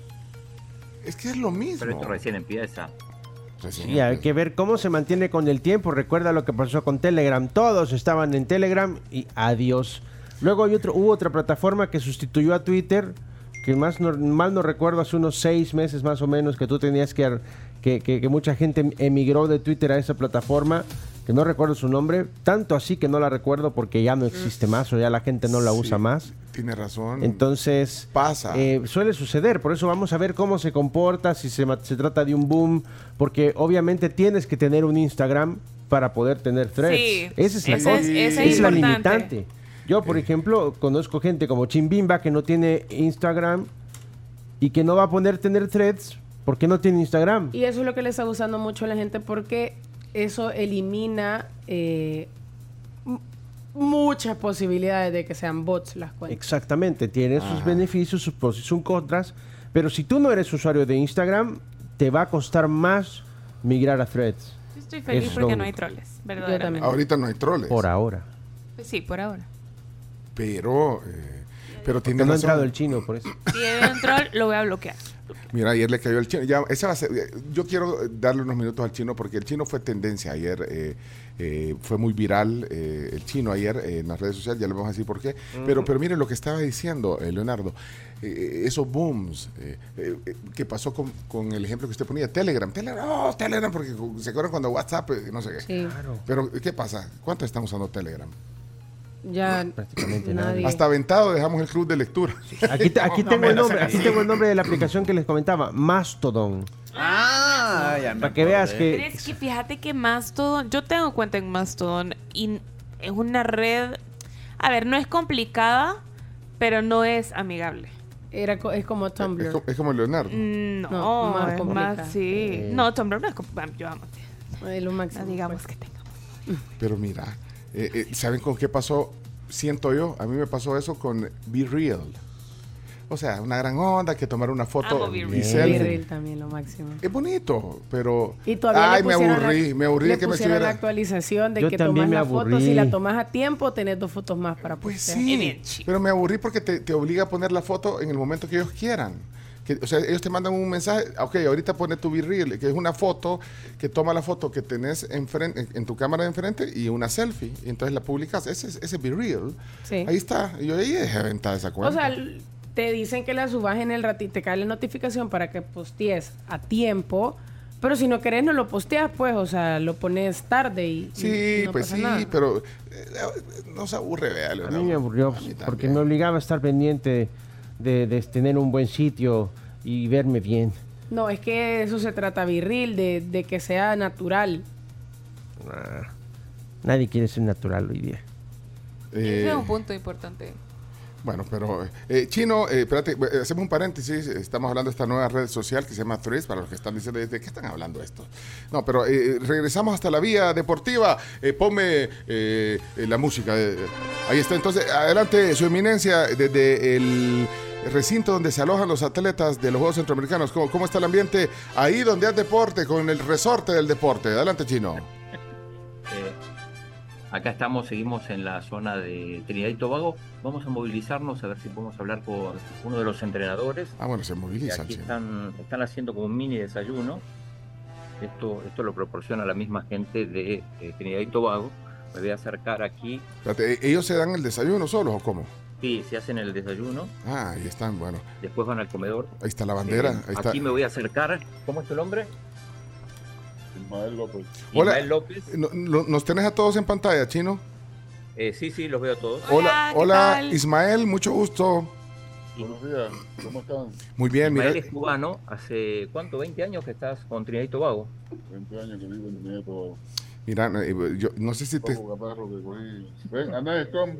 Es que es lo mismo. Pero esto recién empieza. Recién Y hay empieza. que ver cómo se mantiene con el tiempo. Recuerda lo que pasó con Telegram. Todos estaban en Telegram y adiós. Luego hay otro, hubo otra plataforma que sustituyó a Twitter, que más no- mal no recuerdo, hace unos seis meses más o menos, que tú tenías que, ar- que, que, que mucha gente emigró de Twitter a esa plataforma, que no recuerdo su nombre, tanto así que no la recuerdo porque ya no existe más o ya la gente no la Sí, usa más. Tiene razón. Entonces, Pasa. eh, suele suceder, por eso vamos a ver cómo se comporta, si se, ma- se trata de un boom, porque obviamente tienes que tener un Instagram para poder tener threads. Sí, esa es la ese cosa, es- ese esa es es la importante. limitante. Yo, por ejemplo, conozco gente como Chimbimba que no tiene Instagram y que no va a poder tener threads porque no tiene Instagram. Y eso es lo que le está gustando mucho a la gente porque eso elimina eh, m- muchas posibilidades de que sean bots las cuentas. Exactamente, tiene sus beneficios, sus pros y sus contras, pero si tú no eres usuario de Instagram, te va a costar más migrar a threads. Yo estoy feliz Eso es lo porque no hay único. troles, verdaderamente. Ahorita no hay troles. Por ahora. Sí, por ahora. Pero... eh, Pero tiene no ha razón. entrado el chino, por eso. Si entró, lo voy a bloquear. Mira, ayer le cayó el chino. Ya, ese va a ser, yo quiero darle unos minutos al chino porque el chino fue tendencia ayer. Eh, eh, fue muy viral eh, el chino ayer eh, en las redes sociales. Ya le vamos a decir por qué. Uh-huh. Pero, pero miren lo que estaba diciendo eh, Leonardo. Eh, esos booms eh, eh, que pasó con, con el ejemplo que usted ponía. Telegram. Telegram, oh, Telegram, porque se acuerdan cuando WhatsApp, eh, no sé qué. Sí. Claro. Pero, ¿qué pasa? ¿Cuántos están usando Telegram? Ya prácticamente nadie. Hasta aventado dejamos el club de lectura. Aquí, te, aquí tengo el nombre, aquí tengo el nombre de la aplicación que les comentaba, Mastodon. Ah, ya me Para que acordé. veas que Pero es que fíjate que Mastodon, yo tengo cuenta en Mastodon y es una red, a ver, no es complicada, pero no es amigable. Era, co- es como Tumblr. Es, co- es como Leonardo. No, No, más es complicada. más, sí. Eh. No, Tumblr no es complicada, yo amo. Es lo máximo. No digamos que tengamos. Pero mira, eh, eh, ¿saben con qué pasó? Siento yo, a mí me pasó eso con Be Real. O sea, una gran onda que tomar una foto Amo Be y Real. selfie. Be Real también, lo máximo. Es bonito, pero... Y todavía Ay, le me pusieron aburrí, la, me aburrí le de que me pusieron la estuviera... actualización de Yo que también tomas me la foto, aburrí. si la tomas a tiempo, tenés dos fotos más para Pues postear. Es sí, bien chido. pero me aburrí porque te, te obliga a poner la foto en el momento que ellos quieran. Que, o sea, ellos te mandan un mensaje, ok, ahorita pone tu Be Real, que es una foto que toma la foto que tenés enfrente, en, en tu cámara de enfrente y una selfie, y entonces la publicas. Ese es ese Be Real. Sí. Ahí está. Y yo ahí dejé aventar esa cuenta. O sea, l- te dicen que la subas en el ratito, te cae la notificación para que postees a tiempo, pero si no querés no lo posteas, pues, o sea, lo pones tarde y, sí, y no pues pasa sí, nada. pero eh, no se aburre, véale. a mí me aburrió A mí porque también. me obligaba a estar pendiente de, de tener un buen sitio y verme bien. No, es que eso se trata viril, de, de que sea natural. Ah, nadie quiere ser natural hoy día. Eh, Ese es un punto importante. Bueno, pero eh, Chino, eh, espérate, eh, hacemos un paréntesis. Estamos hablando de esta nueva red social que se llama Threads, para los que están diciendo, ¿de qué están hablando esto? No, pero eh, regresamos hasta la vía deportiva. Eh, ponme eh, eh, la música. eh, ahí está. Entonces, adelante, su eminencia, desde el recinto donde se alojan los atletas de los Juegos Centroamericanos. ¿Cómo, cómo está el ambiente ahí donde hay deporte, con el resorte del deporte? Adelante, Chino. Eh, acá estamos, seguimos en la zona de Trinidad y Tobago. Vamos a movilizarnos a ver si podemos hablar con uno de los entrenadores. Ah, bueno, se que moviliza, aquí Chino. están, están haciendo como un mini desayuno. Esto, esto lo proporciona la misma gente de eh, Trinidad y Tobago. Me voy a acercar aquí. Espérate, ¿ellos se dan el desayuno solos o cómo? Sí, se hacen el desayuno. Ah, ahí están, bueno. Después van al comedor. Ahí está la bandera. Eh, Ahí está. Aquí me voy a acercar. ¿Cómo es tu nombre? Ismael López. Hola. Ismael López. No- no- ¿Nos tenés a todos en pantalla, Chino? Eh, sí, sí, los veo todos. Hola, ¿qué hola, tal? Ismael, mucho gusto. Buenos días, ¿cómo están? Muy bien, mira. Ismael es cubano. ¿Hace cuánto? ¿veinte años que estás con Trinidad y Tobago? veinte años que vivo en Trinidad y Tobago. Mira, eh, yo no sé si te... Poco catarro que cogí. Ven, Anés, come.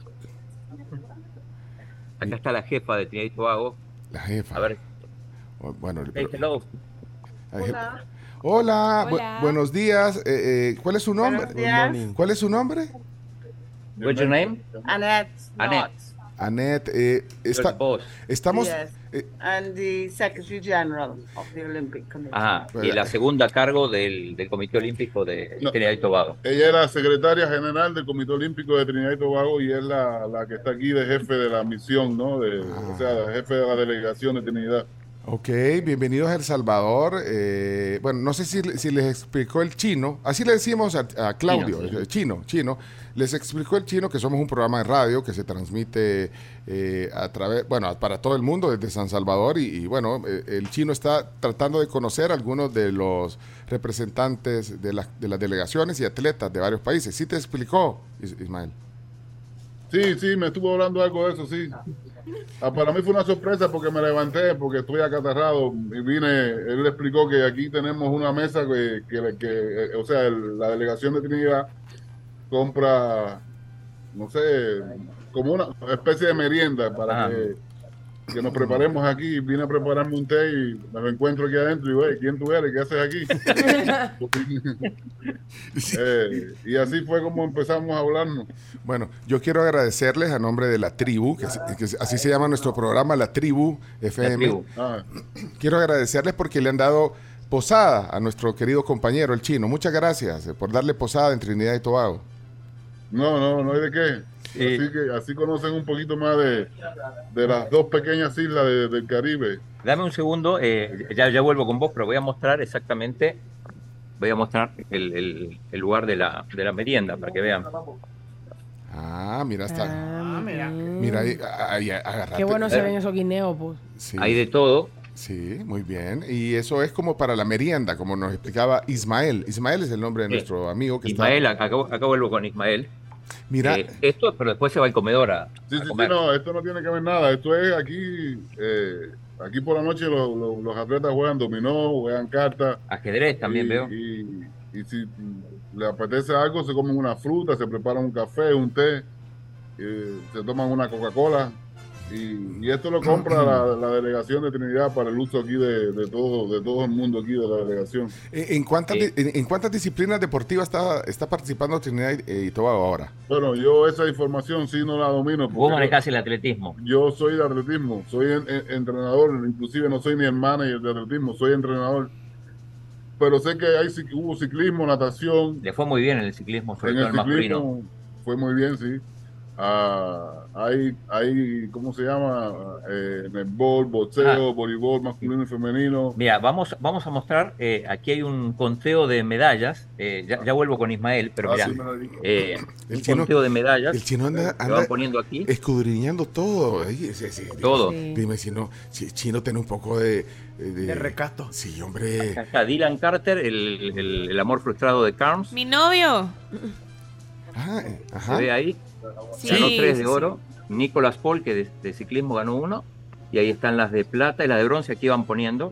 Acá está la jefa de Trinidad y Tobago. La jefa. A ver. Oh, Bueno, Hey, pero- hello. la jefa. Hola, bu- Hola. buenos días. Eh, eh, ¿Cuál es su nombre? Buenos días. ¿Cuál es su nombre? What's your name? Annette. Annette. Annette. Eh, está- Your boss. estamos... Yes. eh, And the Secretary General of the Olympic Committee. Ajá. Y la segunda a cargo del, del Comité Olímpico de No. Trinidad y Tobago. Ella es la secretaria general del Comité Olímpico de Trinidad y Tobago y es la, la que está aquí de jefe de la misión, ¿no? De, Ah. O sea, la jefe de la delegación de Trinidad. ok, bienvenidos a El Salvador. Eh, bueno, no sé si, si les explicó el chino. Así le decimos a, a Claudio, Chino, sí. eh, chino, chino. Les explicó el chino que somos un programa de radio que se transmite eh, a través, bueno, para todo el mundo desde San Salvador y, y, bueno, eh, el chino está tratando de conocer a algunos de los representantes de, las- de las delegaciones y atletas de varios países. ¿Sí te explicó, Is- Ismael? Sí, sí, me estuvo hablando algo de eso, sí. Ah, para mí fue una sorpresa porque me levanté, porque estoy acatarrado y vine, él le explicó que aquí tenemos una mesa que, que, que, eh, o sea, el- la delegación de Trinidad compra, no sé, como una especie de merienda para Ajá. que, que nos preparemos aquí. Vine a prepararme un té y me lo encuentro aquí adentro y digo, "Hey, ¿quién tú eres? ¿Qué haces aquí?" Eh, y así fue como empezamos a hablarnos. Bueno, yo quiero agradecerles a nombre de La Tribu, que, se- que se- así se llama nuestro programa, La Tribu F M. La tribu. Ah, Quiero agradecerles porque le han dado posada a nuestro querido compañero, el chino. Muchas gracias eh, por darle posada en Trinidad y Tobago. no, no, no hay de qué. Así que así conocen un poquito más de, de las dos pequeñas islas de, del Caribe. Dame un segundo, eh, ya, ya vuelvo con vos, pero voy a mostrar exactamente, voy a mostrar el, el, el lugar de la, de la merienda para que vean. Ah, mira, está. Ah, mira. Mira, ahí, ahí, agárrate. Qué bueno se ven esos guineos, pues. Sí. Hay de todo. Sí, muy bien. Y eso es como para la merienda, como nos explicaba Ismael. Ismael es el nombre de Sí. nuestro amigo que Ismael, está... acá, acá vuelvo con Ismael. Mira, Eh, esto, pero después se va al comedor a, Sí, a sí, sí, comer. no, esto no tiene que ver nada. Esto es aquí, eh, aquí por la noche los, los, los atletas juegan dominó, juegan cartas. Ajedrez también y, veo. Y, y si le apetece algo, se comen una fruta, se preparan un café, un té, eh, se toman una Coca-Cola. Y, y esto lo compra la, la delegación de Trinidad para el uso aquí de, de todo de todo el mundo aquí de la delegación. ¿en, en cuántas, Sí. di- en, en cuántas disciplinas deportivas está, está participando Trinidad y, y Tobago ahora? Bueno, yo esa información sí no la domino. Vos porque manejás el atletismo. Yo soy de atletismo, soy en- en- entrenador, inclusive no soy ni el manager de atletismo, soy entrenador. Pero sé que hay, cic- hubo ciclismo, natación. Le fue muy bien en el ciclismo, sobre En todo el el masculino. ciclismo fue muy bien, sí. Ah, hay, hay, ¿cómo se llama? Eh, netball, boxeo, Ah. voleibol masculino y femenino. Mira, vamos, vamos a mostrar, eh, aquí hay un conteo de medallas, eh, ya, ya vuelvo con Ismael, pero Ah, mira, sí, me lo dijo. eh, El un chino- conteo de medallas El chino anda, que anda van poniendo aquí, escudriñando todo. Ay, sí, sí, todo. Sí. Dime si no, si chino tiene un poco de... De, De recato. Sí, hombre. Acá está Dylan Carter, el, el- el amor frustrado de Carnes, Mi novio. Ah, eh, se ajá. ve ahí, Sí, ganó tres sí, de sí. oro, Nicolas Paul, que de, de ciclismo ganó uno, y ahí están las de plata y las de bronce, aquí van poniendo.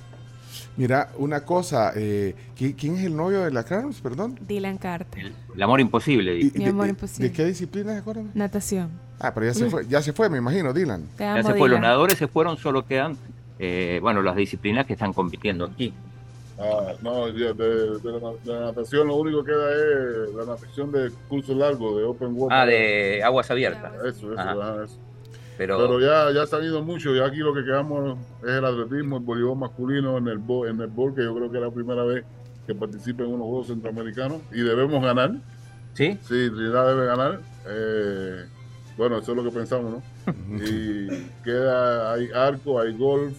Mira, una cosa, eh, ¿qui- ¿quién es el novio de la Carms, perdón? Dylan Carter. El, el amor imposible, Y- dice. Mi de- amor de- imposible. ¿De qué disciplina, acuérdame? Natación. Ah, pero ya se fue, ya se fue, me imagino, Dylan. Te Ya amo, se fue, los Dylan. nadadores se fueron, solo quedan, eh, bueno, las disciplinas que están compitiendo aquí. Ah, no, de, de- de la, de la natación lo único que queda es la natación de curso largo, de open water. Ah, de aguas abiertas. Eso, eso, Ajá. ajá, eso. Pero, Pero ya, ya se han ido mucho, ya aquí lo que quedamos es el atletismo, el voleibol masculino, en el bo- en el bol, que yo creo que es la primera vez que participa en unos Juegos Centroamericanos y debemos ganar. ¿sí? Sí, Trinidad debe ganar. Eh, bueno, eso es lo que pensamos, ¿no? Y queda, hay arco, hay golf.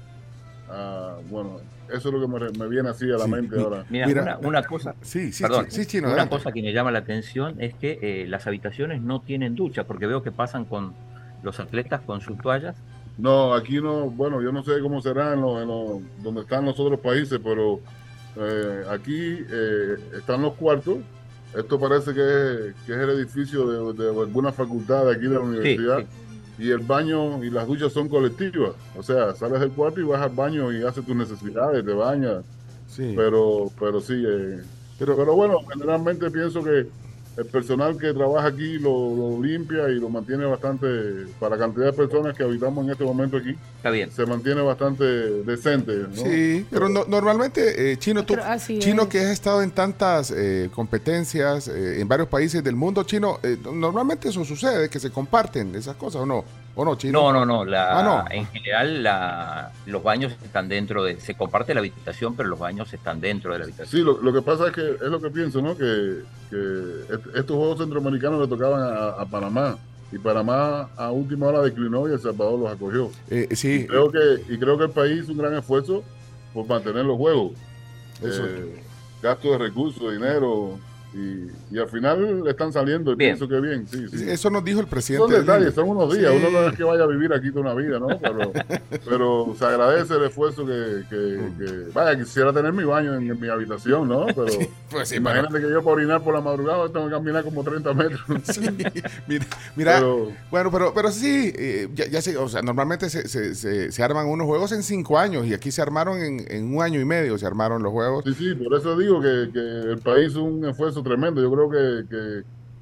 Ah, bueno, eso es lo que me, me viene así a la Sí, mente mi- ahora. Mira, Mira, una, una cosa, Sí, sí, perdón, sí, sí, chino, una adelante. cosa que me llama la atención es que eh, las habitaciones no tienen ducha, porque veo que pasan con los atletas con sus toallas. No, aquí no, bueno, yo no sé cómo será en los, en los- donde están los otros países, pero eh, aquí eh, están los cuartos. Esto parece que es, que es el edificio de, de alguna facultad de aquí de la universidad. sí. Y el baño y las duchas son colectivas. O sea, sales del cuarto y vas al baño y haces tus necesidades, te bañas. Sí. Pero, pero sí, eh, Pero- pero, bueno, generalmente pienso que el personal que trabaja aquí lo, lo limpia y lo mantiene bastante, para la cantidad de personas que habitamos en este momento aquí, Está bien. se mantiene bastante decente, ¿no? Sí, pero no- normalmente, eh, Chino, tú, Pero así Chino es. que has estado en tantas eh, competencias eh, en varios países del mundo, Chino, eh, normalmente eso sucede, que se comparten esas cosas, ¿o no? ¿O no, Chino? No, no, no. La, Ah, no. En general, la, los baños están dentro de. Se comparte la habitación, pero los baños están dentro de la habitación. Sí, lo, lo que pasa es que es lo que pienso, ¿no? Que, que est- estos Juegos Centroamericanos le tocaban a, a Panamá. Y Panamá a última hora declinó y El Salvador los acogió. Eh, sí, Y creo que, y creo que el país hizo un gran esfuerzo por mantener los juegos. Eso. Eh, gasto de recursos, dinero. Y, y al final le están saliendo. Y Bien. pienso que bien, sí, sí. eso nos dijo el presidente. Son del detalles, mundo. son unos días. Sí. Uno no es que vaya a vivir aquí toda una vida, ¿no? Pero, pero se agradece el esfuerzo que, que, que- vaya, quisiera tener mi baño en, en mi habitación, ¿no? Pero Pues sí, imagínate que yo para orinar por la madrugada tengo que caminar como treinta metros. Sí, mira, mira, Pero- bueno, pero, pero sí, eh, ya, ya sé, o sea, normalmente se, se, se, se arman unos juegos en cinco años y aquí se armaron en, en un año y medio, se armaron los juegos. Sí, sí, por eso digo que, que el país hizo un esfuerzo tremendo. Yo creo que, que,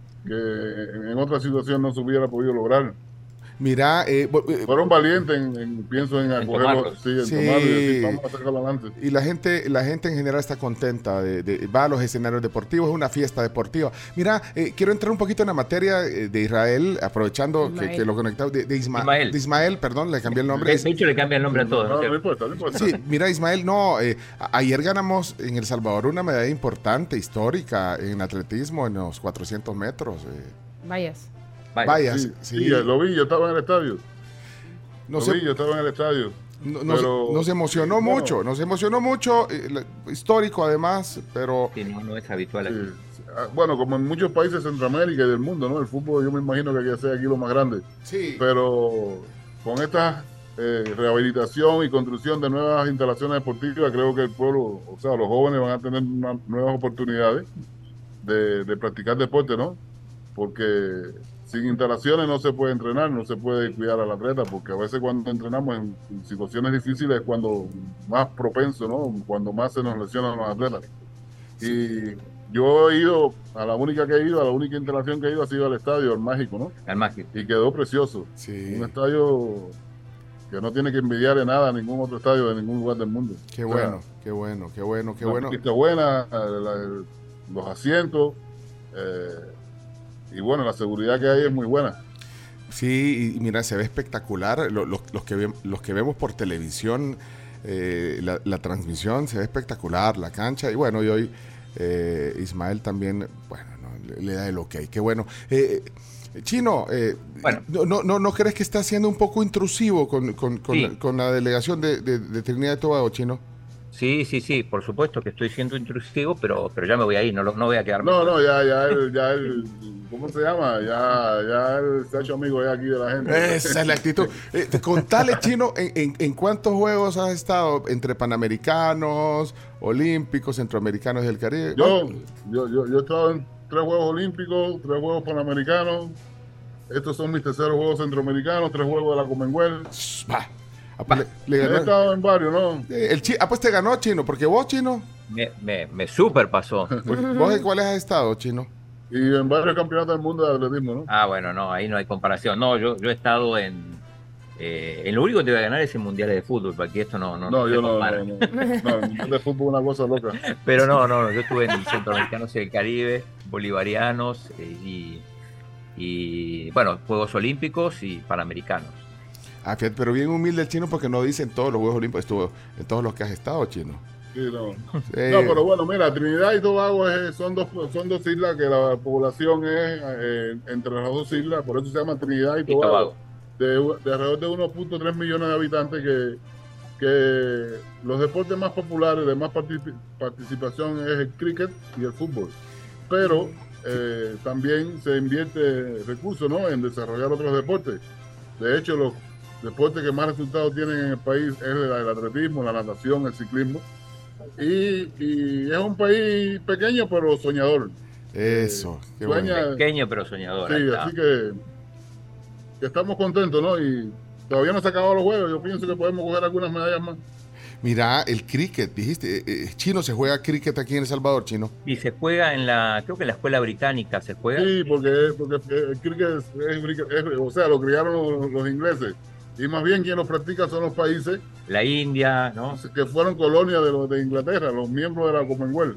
que en otra situación no se hubiera podido lograr. Mira, eh, bo- eh, Fueron valientes, en, en- pienso en acogerlo, tomarlos. sí, en Sí. tomarlo y decir, vamos a sacarlo adelante. y la gente, la gente en general está contenta, de, de- va a los escenarios deportivos, es una fiesta deportiva. Mira, eh, quiero entrar un poquito en la materia eh, de Israel, aprovechando que, Ismael. que lo conectado, de, de Isma- Ismael. de Ismael, perdón, le cambié el nombre. De de hecho, le cambia el nombre a todos. ¿no No, es no cierto? importa, no importa. Sí, mira Ismael, no, eh, a- ayer ganamos en El Salvador una medalla importante, histórica, en atletismo, en los cuatrocientos metros. eh. Vayas. Vaya, Vaya, Sí, sí. sí, lo vi, yo estaba en el estadio. No lo se- vi, yo estaba en el estadio. No- nos, Pero- nos emocionó bueno, mucho, nos emocionó mucho, eh, la- histórico además, pero Sí, no, no es habitual aquí. Sí, ah, bueno, como en muchos países de Centroamérica y del mundo, ¿no? El fútbol yo me imagino que hay que ser aquí lo más grande. sí, Pero con esta eh, rehabilitación y construcción de nuevas instalaciones deportivas, creo que el pueblo, o sea, los jóvenes van a tener una- nuevas oportunidades de, de practicar deporte, ¿no? Porque sin instalaciones no se puede entrenar, no se puede cuidar al atleta, porque a veces cuando entrenamos en, en situaciones difíciles es cuando más propenso, ¿no? Cuando más se nos lesionan los atletas. Y yo he ido, a la única que he ido, a la única instalación que he ido ha sido al estadio, al Mágico, ¿no? Al mágico. Y quedó precioso. sí. Un estadio que no tiene que envidiarle nada a ningún otro estadio de ningún lugar del mundo. Qué O sea, bueno, qué bueno, qué bueno, qué la bueno. pista buena, la- el- los asientos, eh, y bueno, la seguridad que hay es muy buena. Sí, y mira, se ve espectacular. Lo- lo- los, que ve- los que vemos por televisión, eh, la, la transmisión se ve espectacular, la cancha. Y bueno, y hoy eh, Ismael también, bueno, no, le, le da el ok. Qué bueno. Eh, Chino, eh, Bueno. no, no, no, ¿no crees que está siendo un poco intrusivo con, con, con, Sí. la, con la delegación de, de, de Trinidad y Tobago, Chino? Sí, sí, sí, por supuesto que estoy siendo intrusivo, pero, pero ya me voy a ir, no, lo- no voy a quedarme. No, no, ya, ya él, ya él, ¿cómo se llama? Ya, ya él se ha hecho amigo ya aquí de la gente. Esa es la actitud. Eh, contale, Chino, ¿en, en, en cuántos juegos has estado entre Panamericanos, Olímpicos, Centroamericanos y del Caribe? Yo, yo, yo, yo he estado en tres Juegos Olímpicos, tres Juegos Panamericanos. Estos son mis terceros Juegos Centroamericanos, tres Juegos de la Commonwealth. Va. Ah, pues le- le He ganó- estado en varios, ¿no? Eh, el chi- ah, pues te ganó, Chino, porque vos, Chino, Me, me, me super pasó. pues, vos en cuáles has estado, Chino. Y en varios campeonatos del mundo de atletismo, ¿no? Ah, bueno, no, ahí no hay comparación. No, yo, yo he estado en... Eh, en lo único que te voy a ganar es en mundiales de fútbol, porque esto no, no, No, no se yo no, compara. no, no. No, el de fútbol es una cosa loca. Pero no, no, no, yo estuve en el Centroamericanos y el Caribe, Bolivarianos eh, y, y, bueno, Juegos Olímpicos y Panamericanos. Ah, fíjate, pero bien humilde el Chino porque no dicen todos los Juegos Olímpicos, estuvo en todos los que has estado, Chino. Sí, no. Eh, No, pero bueno, mira, Trinidad y Tobago es- son, dos, son dos islas que la población es eh, entre las dos islas, por eso se llama Trinidad y Y Tobago. Tobago. De, de alrededor de uno punto tres millones de habitantes, que, que los deportes más populares, de más partici- participación es el cricket y el fútbol. Pero eh, también se invierte recursos, ¿no?, en desarrollar otros deportes. De hecho, los deportes que más resultados tienen en el país es el, el atletismo, la natación, el ciclismo. Y, y es un país pequeño pero soñador. Eso, qué Sueña- bueno. Pequeño pero soñador. ahí Sí, está. así que, que estamos contentos, ¿no? Y todavía no se han acabado los juegos. Yo pienso que podemos coger algunas medallas más. Mira, el cricket, dijiste, eh, eh, Chino, se juega cricket aquí en El Salvador, Chino. Y se juega en la, creo que en la escuela británica se juega. Sí, porque, porque el cricket es, es- es- o sea, lo criaron los, los ingleses. Y más bien quien lo practica son los países La India, ¿no? que fueron colonia de, los de Inglaterra, los miembros de la Commonwealth.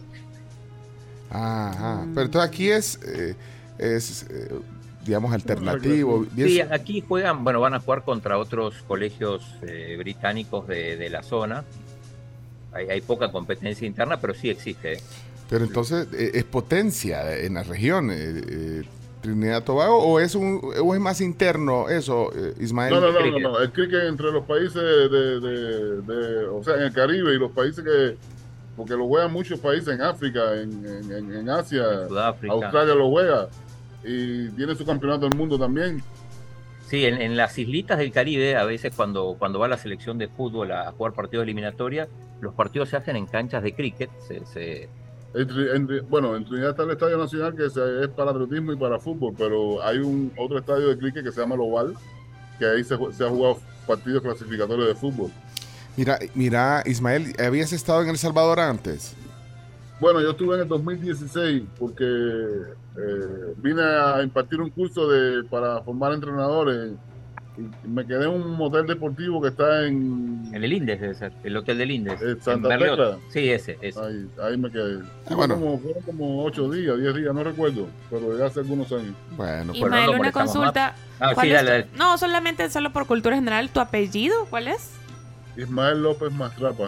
Ajá. Pero entonces aquí es, eh, es eh, digamos, alternativo. bien- Sí, aquí juegan, bueno, van a jugar contra otros colegios eh, británicos de, de la zona. Hay, hay poca competencia interna, pero sí existe. ¿eh? Pero entonces, eh, ¿es potencia en la región, eh, eh, Trinidad y Tobago, o es, un, o es más interno eso, eh, Ismael? No, no, no, no, no. El cricket entre los países de, de- de- o sea, en el Caribe y los países que, porque lo juegan muchos países en África, en, en, en- en Asia, Sudáfrica. Australia lo juega y tiene su campeonato del mundo también. Sí, en, en las islitas del Caribe, a veces cuando, cuando va la selección de fútbol a, a jugar partidos eliminatorios, los partidos se hacen en canchas de cricket. Se, se- Entre- entre- bueno, en Trinidad está el Estadio Nacional, que se- es para atletismo y para fútbol, pero hay un otro estadio de cricket que se llama el Oval, que ahí se, ju- se ha jugado partidos clasificatorios de fútbol. Mira, mira, Ismael, ¿habías estado en El Salvador antes? Bueno, yo estuve en el dos mil dieciséis porque eh, vine a impartir un curso de para formar entrenadores y me quedé en un motel deportivo que está en, en el Indes debe ser, el hotel del Indes. en en Santa Berlioz. Tecla. Sí, ese, ese. Ahí, ahí me quedé. Ah, bueno. como, fueron como ocho días, diez días, no recuerdo, pero ya hace algunos años. Bueno, Bueno, Ismael, no una molestamos consulta. Ah, ¿Cuál sí, es dale, tu- dale. No, solamente solo por cultura general, ¿tu apellido cuál es? Ismael López Mastrapa.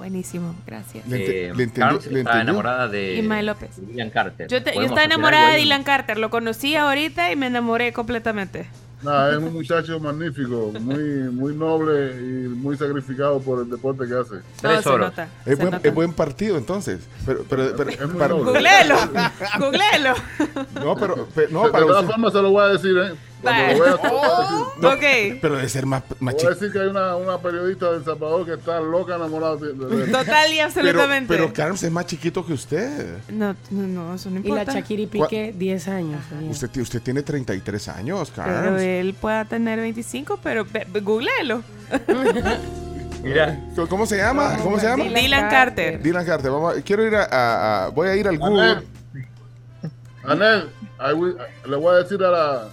Buenísimo, gracias. Le ente- Eh, le entendi- Carms le está entendió. enamorada de Ismael López. Dylan Carter. Yo, te- yo ¿Podemos estaba hacer enamorada algo de ahí? Dylan Carter, lo conocí ahorita y me enamoré completamente. Nah, es un muchacho magnífico, muy, muy noble y muy sacrificado por el deporte que hace. No, se nota. Es se buen, nota. es buen partido entonces. Pero, pero, pero- Es muy para- noble. Googleelo, googleelo. No, pero, pero- no, de, para de todas usted- formas se lo voy a decir, ¿eh? Cuando lo vea, se lo voy a decir. no, Ok. pero debe ser más, más Voy a chico. decir que hay una, una periodista de El Salvador que está loca enamorada de de él. Total y Pero, absolutamente. pero Carms es más chiquito que usted. No, no, no, eso no Y la importa. Shakira y Piqué, diez años. oye. Usted, ti- usted tiene treinta y tres años, Pero Carms. él pueda tener veinticinco, pero ve- ve- googleelo. Mira, ¿Cómo se llama? ¿Cómo se llama? Dylan Carter. Dylan Carter. Vamos a- quiero ir a, a- a- voy a ir al Google. Anel, Anel, I will- le voy a decir a la...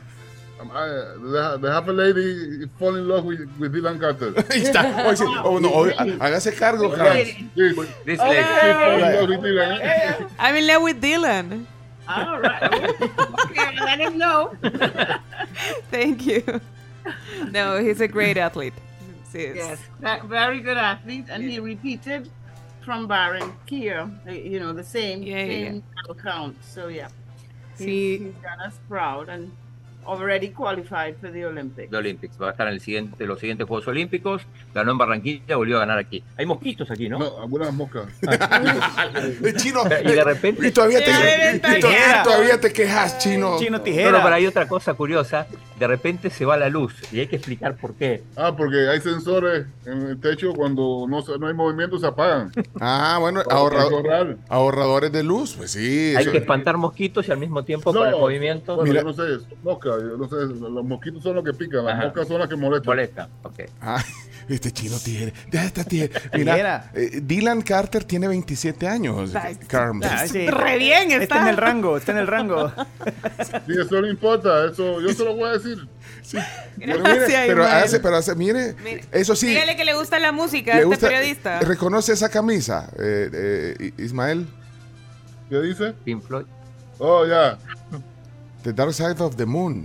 I- the, the half a lady fall in love with, with Dylan Carter. Ahí está. Oye, sí. Oh, no, oye, há- hágase cargo, Carms. Yes, this she lady. fall in love with Dylan. I'm in love with Dylan. All right. Okay, let him know. Thank you. No, he's a great athlete. Sí, es- Yes, that very good athlete, and he repeated from Barranquilla. uh, You know, the same Yeah, yeah, same count. So yeah, he's, Sí. he's done us proud and already qualified for the Olympics. De Olympics. Va a estar en el siguiente, los siguientes Juegos Olímpicos. Ganó en Barranquilla, volvió a ganar aquí. Hay mosquitos aquí, ¿no? No, algunas moscas. Eh, Chino. Y de repente. Y todavía te, Tijera. y todavía, todavía te quejas, Chino. Chino No, tijera. no, pero hay otra cosa curiosa. De repente se va la luz y hay que explicar por qué. Ah, porque hay sensores en el techo cuando no, se- no hay movimiento se apagan. Ah, bueno, Para ahorrado- ahorrar. ahorradores de luz, pues sí. Hay eso- que espantar mosquitos y al mismo tiempo con el movimiento Bueno, Mira. yo no sé, es mosca, yo no sé, los mosquitos son los que pican, las Ajá. moscas son las que molestan. molesta. Okay. Ah, este chino tijera. Deja esta tijera. Mira, Tijera. eh, Dylan Carter tiene veintisiete años. Ay, Carms. Ah, sí. Re bien Está está. en el rango, está en el rango. Sí, eso no importa, eso yo se lo voy a decir. Pero mire, Gracias, pero Ismael. hace, pero hace, mire, Mire, eso sí. Dígale que le gusta la música a le este gusta- periodista. ¿Reconoce esa camisa, eh, eh, Ismael? ¿Qué dice? Pink Floyd. Oh, ya. The Dark Side of the Moon.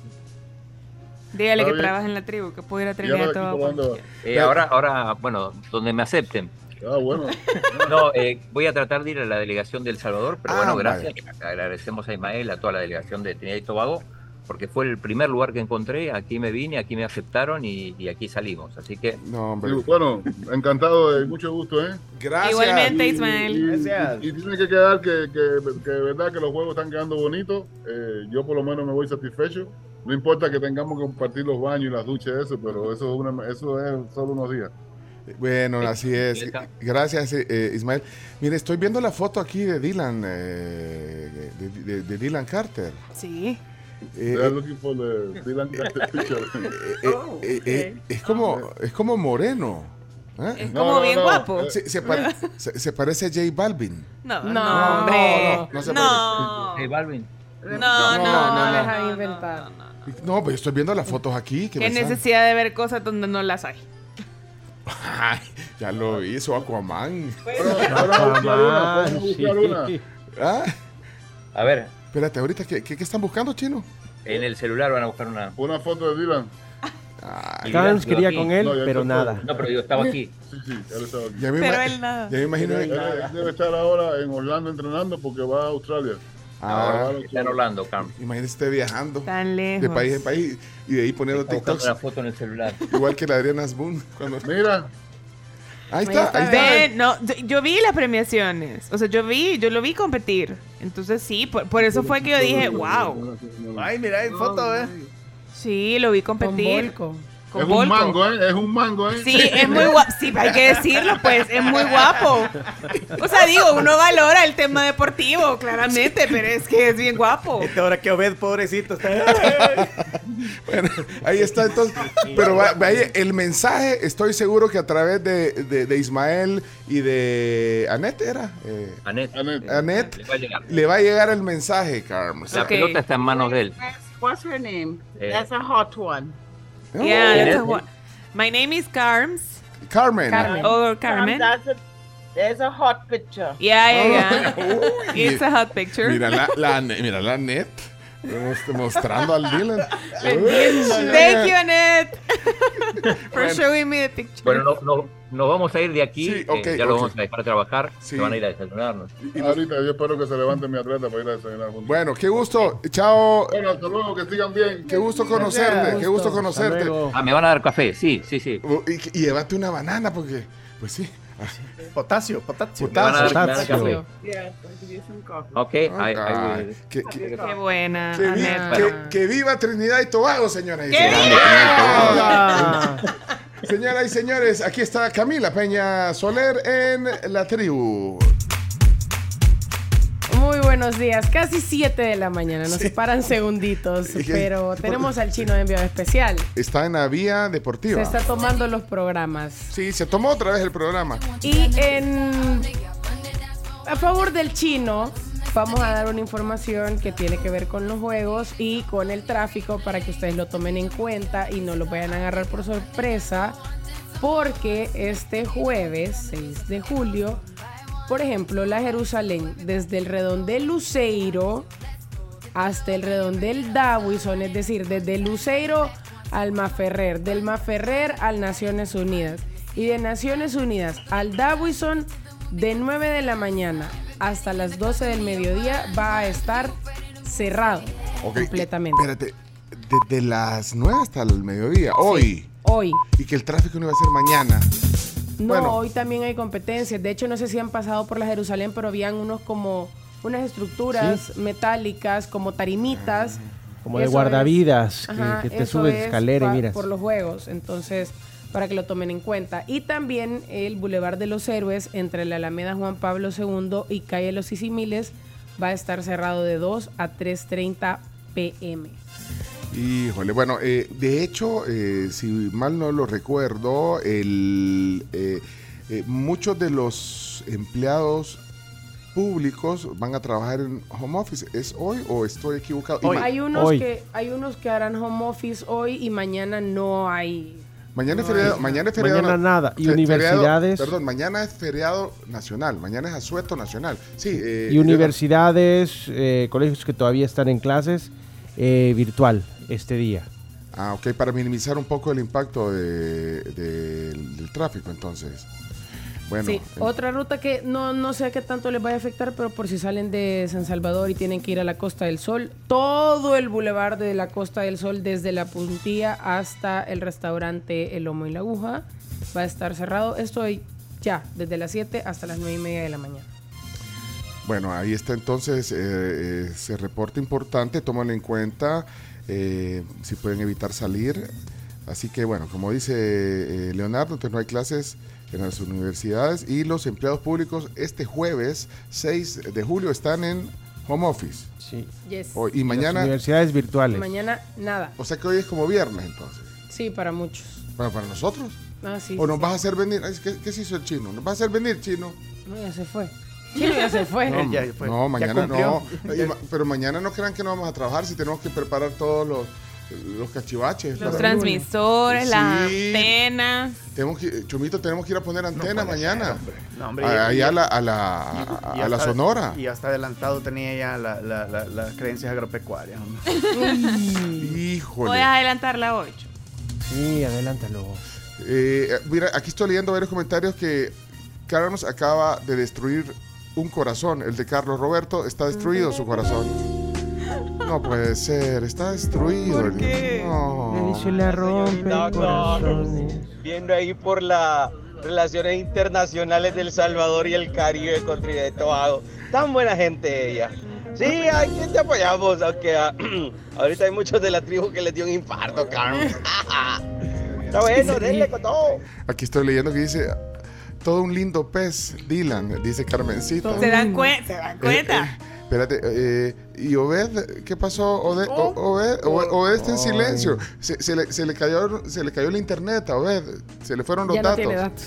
Dígale Está que bien. trabaja en la tribu, que pudiera Ya Trinidad no y Tobago. probando. Eh, ahora, ahora, bueno, donde me acepten. Ah, bueno. No, eh, voy a tratar de ir a la delegación de El Salvador, pero Ah, bueno, gracias. Agradecemos a Ismael, a toda la delegación de Trinidad y Tobago, porque fue el primer lugar que encontré. Aquí me vine, aquí me aceptaron y, y aquí salimos. Así que No, hombre. Sí, bueno, encantado, de mucho gusto, ¿eh? Gracias. Igualmente, Y, Ismael. Gracias. y tiene que quedar que, que, que de verdad que los juegos están quedando bonitos. Eh, yo por lo menos me voy satisfecho. No importa que tengamos que compartir los baños y las duchas, eso, pero eso es, una, eso es solo unos días. Bueno, así es. Gracias, eh, eh, Ismael. Mire, estoy viendo la foto aquí de Dylan, eh, de, de- de Dylan Carter. Sí. Eh, They are looking for the Dylan Carter picture. eh, eh, eh, es como, es como moreno. ¿eh? Es No, como no, bien no. guapo. Se, se pare- se- se parece a J Balvin. No, No, no, hombre. no, no se No. Hey, Balvin. No, no, no, no, no, deja no, de no, inventar. no, no. No, pero estoy viendo las fotos aquí. Que Qué me salen. necesidad de ver cosas donde no las hay. Ay, ya lo hizo Aquaman. Ahora, ahora vamos a buscar una, vamos a buscar una. Ah, A ver, espérate, ahorita, ¿qué, qué, qué están buscando, Chino? en el celular van a buscar una. Una foto de Dylan. Ay, Y Carms digo quería aquí. con él, No, ya pero encontró. nada. No, pero yo estaba aquí. Sí, sí, él estaba aquí. ya me Pero ima- él nada. Ya me imagino. Él, él debe estar ahora en Orlando entrenando porque va a Australia. Ah, Está en Orlando, Carmen. imagínese usted viajando Tan lejos. de país en país y de ahí poniendo Está buscando TikToks. una foto en el celular. Igual que la Adriana Asbun. Cuando... Mira, Ahí está, ahí está. Ve, no, yo- yo vi las premiaciones. O sea, yo vi, yo lo vi competir. Entonces sí, por, por eso fue que yo dije, wow. Ay, mira, hay foto, ¿eh? Sí, lo vi Con competir. Volco. Con es Volco. un mango, ¿eh? Es un mango, ¿eh? Sí, es muy guapo. Sí, hay que decirlo, pues, es muy guapo. O sea, digo, uno valora el tema deportivo, claramente, pero es que es bien guapo. Este ahora que Obed, pobrecito, está... Bueno, ahí está entonces. Pero va- vaya, el mensaje, estoy seguro que a través de, de, de Ismael y de Anet era. Eh, Anet. Anet. Anet, Le va a llegar. le va a llegar el mensaje, Carms. La Ok. pelota está en manos de él. What's her name? Eh. That's a hot one. Oh, Yeah, ¿Quién that's es? a what- My name is Carms. Carmen. Carmen. Or Carmen. That's a, there's a hot picture. Yeah, yeah, yeah. Uy, It's a hot picture. Mira la, la, mira la Anet. Mostrando al Dylan. Thank you, Annette, for Bueno. showing me the picture. Bueno, no, no, nos vamos a ir de aquí. Sí, eh, ok, ya lo ok. vamos a dejar trabajar. Sí. Se van a ir a desayunarnos. Ahorita yo espero que se levante mi atleta para ir a desayunar juntos. Bueno, qué gusto. Chao. Bueno, hasta luego, que sigan bien. Qué gusto conocerte. Qué gusto conocerte. Ah, me van a dar café. Sí, sí, sí. Y, y llévate una banana porque, pues sí. Potasio, potasio. Me van a dar, me van a dar Potasio. café. Yes, I'll give you some coffee. Ok, I- I Ay, will. que, que- Qué buena, que vi- Annette. que- que viva Trinidad y Tobago, señoras y ¡Qué señores. viva! Señoras y señores, aquí está Camila Peña Soler en La Tribu. Muy buenos días, casi siete de la mañana, nos separan segunditos, ¿Y qué? pero tenemos al chino de enviado especial. Está en la vía deportiva. Se está tomando los programas. Sí, se tomó otra vez el programa. Y en a favor del chino, vamos a dar una información que tiene que ver con los juegos y con el tráfico para que ustedes lo tomen en cuenta y no lo vayan a agarrar por sorpresa, porque este jueves seis de julio, por ejemplo, la Jerusalén, desde el redondel Luceiro hasta el redondel Dawison, es decir, desde Luceiro al Maferrer, del Maferrer al Naciones Unidas y de Naciones Unidas al Dawison, de nueve de la mañana hasta las doce del mediodía va a estar cerrado Ok, completamente. Espérate, desde las nueve hasta el mediodía, hoy. Hoy. Y que el tráfico no iba a ser mañana. No, Bueno. hoy también hay competencias. De hecho, no sé si han pasado por la Jerusalén, pero habían unos como unas estructuras metálicas, como tarimitas. Como de Eso guardavidas, es- que- ajá, que te eso subes es escalera y pa- miras. por los juegos. Entonces, para que lo tomen en cuenta. Y también el Boulevard de los Héroes entre la Alameda Juan Pablo segundo y Calle Los Sisimiles va a estar cerrado de dos a tres treinta pm. Híjole, bueno, eh, de hecho, eh, si mal no lo recuerdo, el, eh, eh, muchos de los empleados públicos van a trabajar en home office. ¿Es hoy o estoy equivocado? Y ma- Hay unos Hoy. que hay unos que harán home office hoy y mañana no hay. Mañana es no feriado. hay. Mañana es feriado. Mañana nada. Y fe- universidades. feriado- perdón, mañana es feriado nacional. Mañana es asueto nacional. Sí. eh, Y universidades, eh, colegios que todavía están en clases, eh, virtual este día. Ah, ok, para minimizar un poco el impacto de- de- del tráfico, entonces. Bueno, Sí, eh, otra ruta que no, no sé qué tanto les vaya a afectar, pero por si salen de San Salvador y tienen que ir a la Costa del Sol, todo el bulevar de la Costa del Sol, desde la Puntilla hasta el restaurante El Lomo y la Aguja, va a estar cerrado. Esto ya, desde las siete hasta las nueve y media de la mañana. bueno, ahí está entonces eh, eh, ese reporte importante, tómalo en cuenta, eh, si pueden evitar salir. Así que bueno, como dice eh, Leonardo, entonces no hay clases en las universidades y los empleados públicos este jueves seis de julio están en home office. Sí. Yes. Hoy- y Las mañana, universidades virtuales. Mañana nada. o sea que hoy es como viernes entonces. Sí, para muchos. Bueno, para nosotros. Ah, sí. ¿O nos sí. vas a hacer venir? Ay, ¿Qué, qué se hizo el chino? ¿Nos vas a hacer venir, chino? No, ya se fue. Chino ya se fue. No, Ya fue. no, Ya mañana cumplió. no. Y ma- Pero mañana no crean que no vamos a trabajar si tenemos que preparar todos los, los cachivaches. Los para- transmisores, Sí. las antenas. Tenemos que, Chumito, tenemos que ir a poner antena mañana. No, hombre, A- y- Ahí a y- la, a la, a, y a la hasta- Sonora. Y hasta adelantado tenía ya la- la- la- las creencias agropecuarias. hombre. Híjole. Voy a adelantar la ocho. Sí, adelántalo. Eh, mira, aquí estoy leyendo varios comentarios que Carlos acaba de destruir un corazón. El de Carlos Roberto está destruido su corazón. No puede ser, está destruido. ¿Por qué? No. Se le rompe el corazón. Viendo ahí por las relaciones internacionales del Salvador y el Caribe con Trinidad y Tobago. Tan buena gente ella. Sí, aquí te apoyamos, aunque ah, ahorita hay muchos de la tribu que les dio un infarto, Carlos. Está bueno, denle con todo. Aquí estoy leyendo que dice, todo un lindo pez, Dylan, dice Carmencita. ¿Se dan, cuen- ¿Se dan cuenta? Eh, eh, espérate, eh, ¿y Obed? ¿Qué pasó? Obed, o- Obed, Obed, Obed está en silencio. Se, se le, se, le cayó, se le cayó el internet a Obed. Se le fueron los Ya no datos. tiene datos.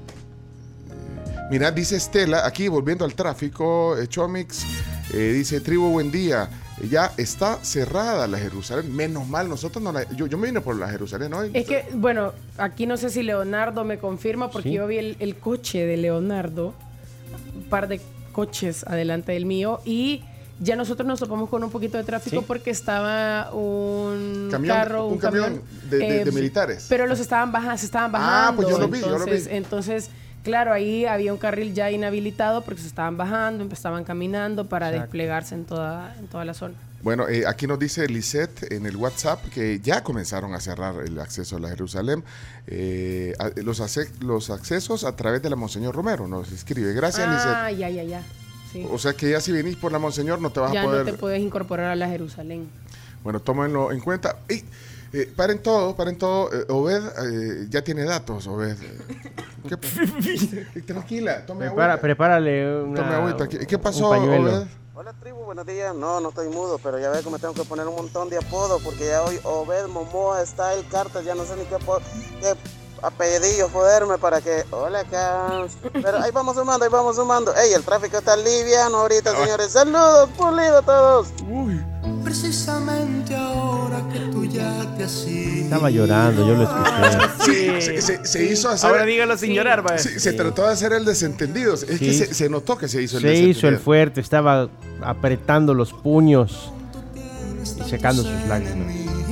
Mira, dice Estela, aquí volviendo al tráfico, eh, Chomix, eh, dice, tribu, buen día. Eh, Ya está cerrada la Jerusalén. Menos mal, nosotros no la... Yo, yo me vine por la Jerusalén hoy. Es que, bueno, aquí no sé si Leonardo me confirma porque Sí. yo vi el, el coche de Leonardo, un par de coches adelante del mío y Ya nosotros nos topamos con un poquito de tráfico ¿Sí? porque estaba un Camión, carro, un, un camión, camión de, de- eh, de militares. Pero los estaban bajando, se estaban Ah, bajando. pues yo lo vi, yo lo entonces, vi. entonces, claro, ahí había un carril ya inhabilitado porque se estaban bajando, estaban caminando para Exacto. desplegarse en toda, en toda la zona. Bueno, eh, aquí nos dice Lisette en el WhatsApp que ya comenzaron a cerrar el acceso a la Jerusalén. Eh, a- los, ace- los accesos a través de la Monseñor Romero, nos escribe. Gracias, Ah, Lisette. ya, ya, ya. Sí. O sea que ya si venís por la Monseñor no te vas Ya a poder... no te puedes incorporar a la Jerusalén. Bueno, tómenlo en cuenta. Ey, eh, paren todo, paren todo. Eh, Obed eh, ya tiene datos, Obed. ¿Qué- Eh, Tranquila, tome Prepara, agüita. prepárale una, Tome agüita. ¿Qué, qué un pasó, pañuelo. Obed? Hola tribu, buenos días. No, no estoy mudo, pero ya veo que me tengo que poner un montón de apodos porque ya hoy Obed, Momoa, Style, Cartas, ya no sé ni qué, apodo, qué apellidillo joderme para que... Hola, acá. Pero ahí vamos sumando, ahí vamos sumando. Ey, el tráfico está liviano ahorita, señores. Saludos, pulido a todos. Uy. Precisamente ahora que tú ya te has ido. Estaba llorando, yo lo escuché. Sí, se, se- se hizo hacer... Ahora dígalo sin llorar, vaya. Sí, se Sí. trató de hacer el desentendido. Es Sí. que se, se notó que se hizo el Se desentendido. hizo el fuerte, estaba apretando los puños y secando sus lágrimas.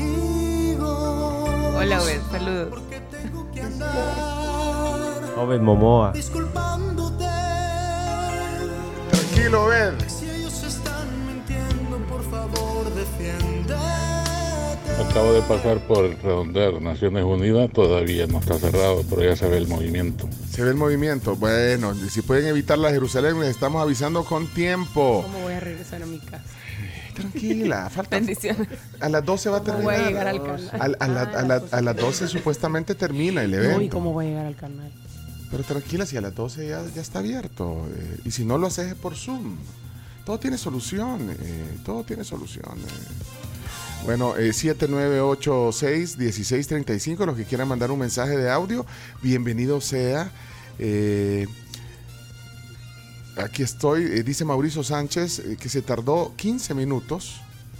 Hola, Obed, saludos. Obed Momoa. Tranquilo, Obed. Si ellos están mintiendo, por favor, defiéndete. Acabo de pasar por el redondel Naciones Unidas, todavía no está cerrado, pero ya se ve el movimiento. Se ve el movimiento. Bueno, si pueden evitar la Jerusalén, les estamos avisando con tiempo. ¿Cómo voy a regresar a mi casa? Tranquila, falta. Bendiciones. A las doce va a ¿Cómo terminar. voy a llegar al canal? A, a la- a la- a las doce supuestamente termina el evento. No, ¿y cómo voy a llegar al canal? Pero tranquila, si a las doce ya, ya está abierto. eh, y si no lo haces es por Zoom. Todo tiene solución. eh, todo tiene solución. eh. Bueno, eh, siete nueve ocho seis, uno seis tres cinco, los que quieran mandar un mensaje de audio, bienvenido sea. Eh, aquí estoy, eh, dice Mauricio Sánchez, eh, que se tardó quince minutos,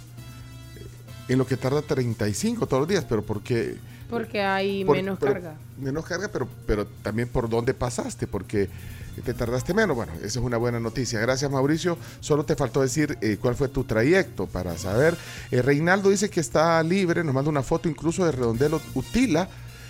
eh, en lo que tarda treinta y cinco todos los días, pero porque... Porque hay por- menos pero- carga. Menos carga, pero, pero también por dónde pasaste, porque te tardaste menos. Bueno, esa es una buena noticia. Gracias, Mauricio. Solo te faltó decir eh, cuál fue tu trayecto para saber. Eh, Reinaldo dice que está libre, nos manda una foto incluso de Redondelo Utila.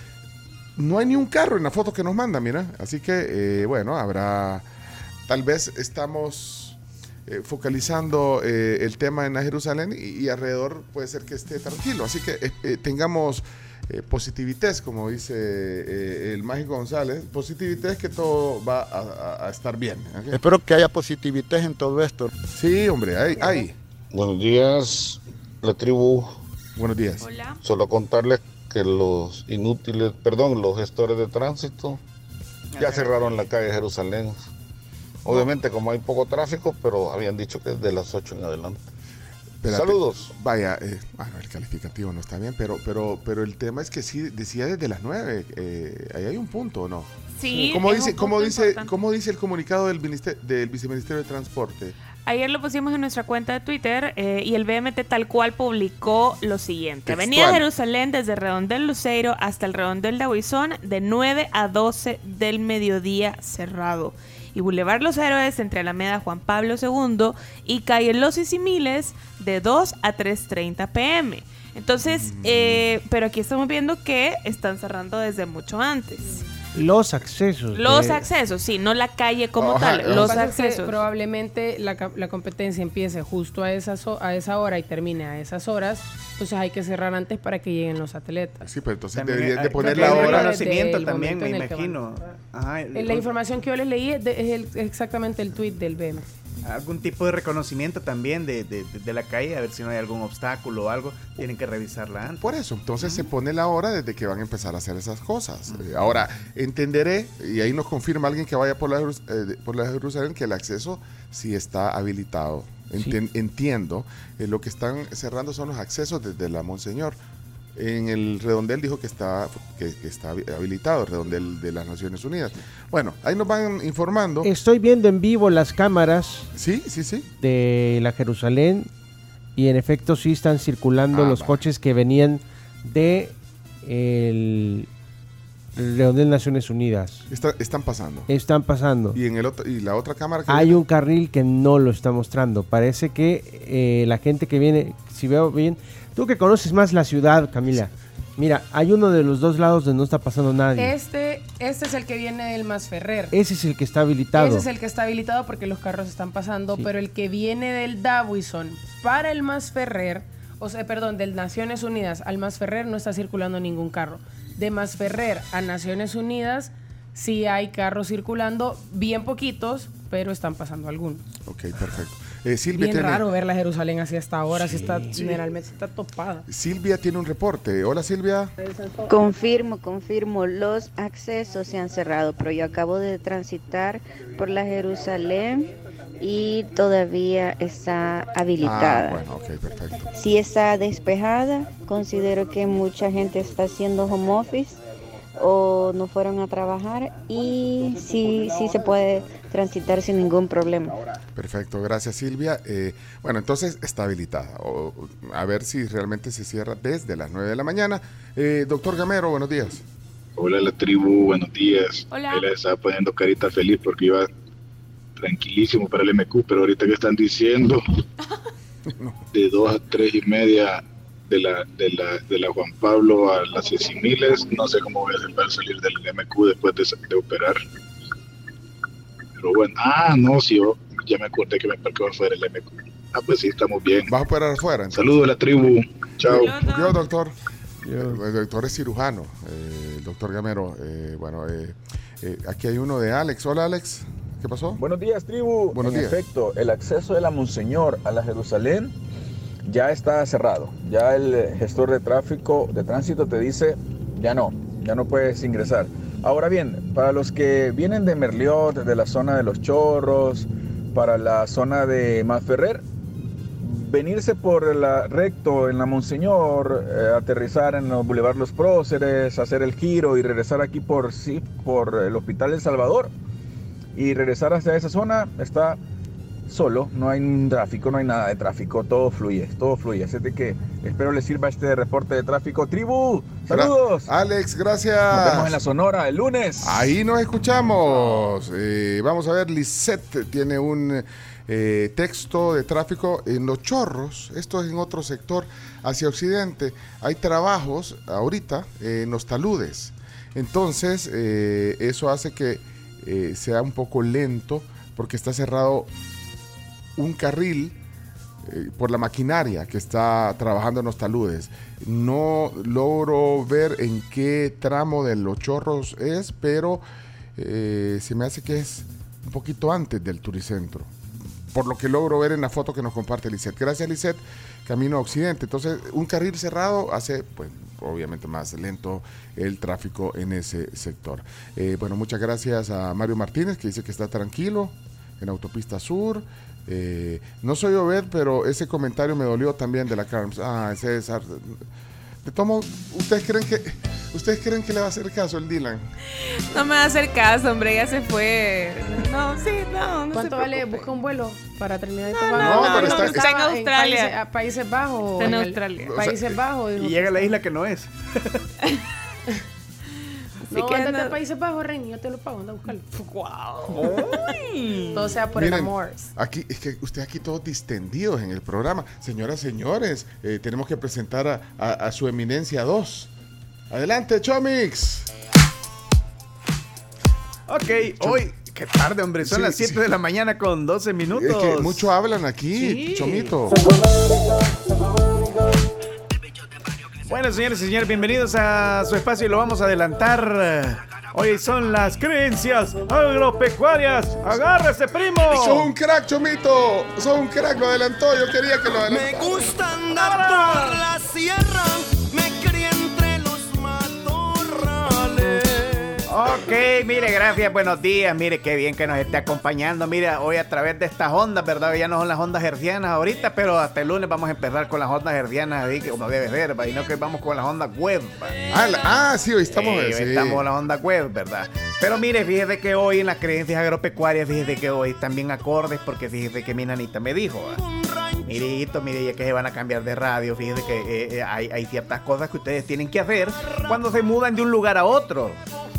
No hay ni un carro en la foto que nos manda, mira. Así que, eh, bueno, habrá... Tal vez estamos eh, focalizando eh, el tema en la Jerusalén y, y alrededor puede ser que esté tranquilo. Así que eh, eh, tengamos... Eh, positivités, como dice eh, el Mágico González, positivités que todo va a, a- a estar bien. ¿Ok? Espero que haya positivités en todo esto. Sí, hombre, hay, hay. Buenos días, la tribu. Buenos días. Hola. Solo contarles que los inútiles, perdón, los gestores de tránsito ya cerraron la calle Jerusalén. Obviamente como hay poco tráfico, pero habían dicho que es de las ocho en adelante. Espérate. Saludos. Vaya, eh, bueno, el calificativo no está bien, pero, pero, pero el tema es que sí, decía desde las nueve, eh, ahí hay un punto, ¿o no? Sí, ¿Cómo es dice, un cómo punto dice, importante. cómo dice el comunicado del, minister- del Viceministerio de Transporte? Ayer lo pusimos en nuestra cuenta de Twitter eh, y el B M T tal cual publicó lo siguiente. Textual. Avenida Jerusalén desde Redondel Luceiro hasta el Redondel de Aguizón de nueve a doce del mediodía cerrado. Y Boulevard Los Héroes entre Alameda Juan Pablo segundo y Calle Los Isimiles de dos a tres treinta pm. Entonces, eh, pero aquí estamos viendo que están cerrando desde mucho antes. Los accesos. Los de- accesos, sí, no la calle como Ajá, tal, ajá. los Lo que pasa es que accesos. probablemente la, ca- la competencia empiece justo a esa, so- a esa hora y termine a esas horas. Entonces hay que cerrar antes para que lleguen los atletas. Sí, pero entonces También deberían hay- de poner creo que la hay hora. hora. reconocimiento Desde el también, me momento en el que van. imagino. Ajá, el- Eh, La información que yo les leí es, de- es el- es exactamente el tweet del B M. algún tipo de reconocimiento también de, de, de- de la calle, a ver si no hay algún obstáculo o algo, tienen que revisarla antes. Por eso, entonces se pone la hora desde que van a empezar a hacer esas cosas. Eh, ahora, entenderé, y ahí nos confirma alguien que vaya por la, Jerus- eh, por la Jerusalén, que el acceso sí está habilitado. Enten- Entiendo, eh, lo que están cerrando son los accesos desde la Monseñor. En el redondel dijo que está, que, que está habilitado, el redondel de las Naciones Unidas. Bueno, ahí nos van informando. Estoy viendo en vivo las cámaras Sí, sí, sí. de la Jerusalén y en efecto sí están circulando Ah, los va. coches que venían de el Redondel Naciones Unidas. Está, están pasando. Están pasando. Y en el otro, y la otra cámara que hay viene? un carril que no lo está mostrando. Parece que eh, la gente que viene, si veo bien, tú que conoces más la ciudad, Camila. Mira, hay uno de los dos lados donde no está pasando nadie. Este, este es el que viene del Masferrer. Ese es el que está habilitado. Ese es el que está habilitado porque los carros están pasando, Sí. pero el que viene del Davison para el Masferrer, o sea, perdón, del Naciones Unidas al Masferrer no está circulando ningún carro. De Masferrer a Naciones Unidas sí hay carros circulando, bien poquitos, pero están pasando algunos. Ok, perfecto. Eh, Silvia Bien tiene, raro ver la Jerusalén así hasta ahora, si está, sí. generalmente está topada. Silvia tiene un reporte. Hola, Silvia. Confirmo, confirmo, los accesos se han cerrado, pero yo acabo de transitar por la Jerusalén y todavía está habilitada. Ah, bueno, ok, perfecto. Si está despejada, considero que mucha gente está haciendo home office o no fueron a trabajar y sí, sí se puede transitar sin ningún problema. Perfecto, gracias Silvia. Eh, bueno, entonces está habilitada. O, a ver si realmente se cierra desde las nueve de la mañana. Eh, doctor Gamero, buenos días. Hola la tribu, buenos días. Hola. Él le estaba poniendo carita feliz porque iba tranquilísimo para el M Q, pero ahorita que están diciendo de dos a tres y media de la, de la, de la Juan Pablo a las seis y miles, no sé cómo voy a hacer para salir del M Q después de, de operar. Pero bueno, ah, no, sí, yo ya me acordé que me parqué afuera del M Q. Ah, pues sí, estamos bien. ¿Vas a operar afuera? Entonces? Saludos a la tribu. Chao. Yo, doctor. El, el doctor es cirujano, eh, el doctor Gamero. Eh, bueno, eh, eh, aquí hay uno de Alex. Hola, Alex. ¿Qué pasó? Buenos días, tribu. Buenos en días. efecto, el acceso de la Monseñor a la Jerusalén ya está cerrado. Ya el gestor de tráfico, de tránsito te dice, ya no, ya no puedes ingresar. Ahora bien, para los que vienen de Merliot, de la zona de Los Chorros, para la zona de Masferrer, venirse por la recto en la Monseñor, eh, aterrizar en el Boulevard Los Próceres, hacer el giro y regresar aquí por, sí, por el Hospital El Salvador y regresar hacia esa zona, está solo, no hay tráfico, no hay nada de tráfico, todo fluye, todo fluye. Así de que espero les sirva este reporte de tráfico. Tribu, saludos. Gra- Alex, gracias. Nos vemos en la Sonora el lunes. Ahí nos escuchamos. Eh, vamos a ver, Lisette tiene un eh, texto de tráfico en Los Chorros. Esto es en otro sector, hacia occidente. Hay trabajos ahorita en los taludes. Entonces, eh, eso hace que eh, sea un poco lento porque está cerrado un carril eh, por la maquinaria que está trabajando en los taludes. No logro ver en qué tramo de Los Chorros es, pero eh, se me hace que es un poquito antes del Turicentro, por lo que logro ver en la foto que nos comparte Lisette. Gracias, Lisette. Camino a occidente. Entonces, un carril cerrado hace, pues, obviamente más lento el tráfico en ese sector. Eh, bueno, muchas gracias a Mario Martínez, que dice que está tranquilo en Autopista Sur. Eh, no soy Obed, pero ese comentario me dolió también de la Carms. Ah, César. De tomo, ¿ustedes creen que ustedes creen que le va a hacer caso el Dylan? No me va a hacer caso, hombre, ya se fue. No, sí, no, no. ¿Cuánto se vale? preocupe. Busca un vuelo para terminar de No, tomar. no, no, pero no, está- está en en Australia. Países, a Países Bajos. Está en el- Australia. O sea, Países Bajos. dijo Y que llega a la está. isla que no es. No, que ándate no- a Países Bajos, Reni, yo te lo pago, anda a buscarlo. Todo sea por Miren, el amor. aquí, es que ustedes aquí todos distendidos en el programa. Señoras, señores, eh, tenemos que presentar a, a, a su eminencia dos. Adelante, Chomix. Ok, hoy, qué tarde, hombre. Son Sí, las siete sí. de la mañana con doce minutos. Es que mucho hablan aquí, Sí. Chomito. Bueno, señores y señores, bienvenidos a su espacio y lo vamos a adelantar. Hoy son las creencias agropecuarias. ¡Agárrese, primo! Sos un crack, Chomito. Sos un crack, lo adelantó. Yo quería que lo adelantara. Me gusta andar por la sierra, me crié entre los matorrales. Ok, mire, gracias, buenos días. Mire, qué bien que nos esté acompañando. Mire, hoy a través de estas ondas, ¿verdad? Ya no son las ondas hertzianas ahorita, pero hasta el lunes vamos a empezar con las ondas hertzianas, ahí, como debe ser, ¿va? Y no que vamos con las ondas web, ¿va? Ah, la- ah, sí, hoy estamos. Sí, sí. estamos en la onda web, ¿verdad? Pero mire, fíjese que hoy en las creencias agropecuarias, fíjese que hoy están bien acordes, porque fíjese que mi nanita me dijo, ¿va? Mirito, mire, ya que se van a cambiar de radio, fíjese que eh, eh, hay, hay ciertas cosas que ustedes tienen que hacer cuando se mudan de un lugar a otro.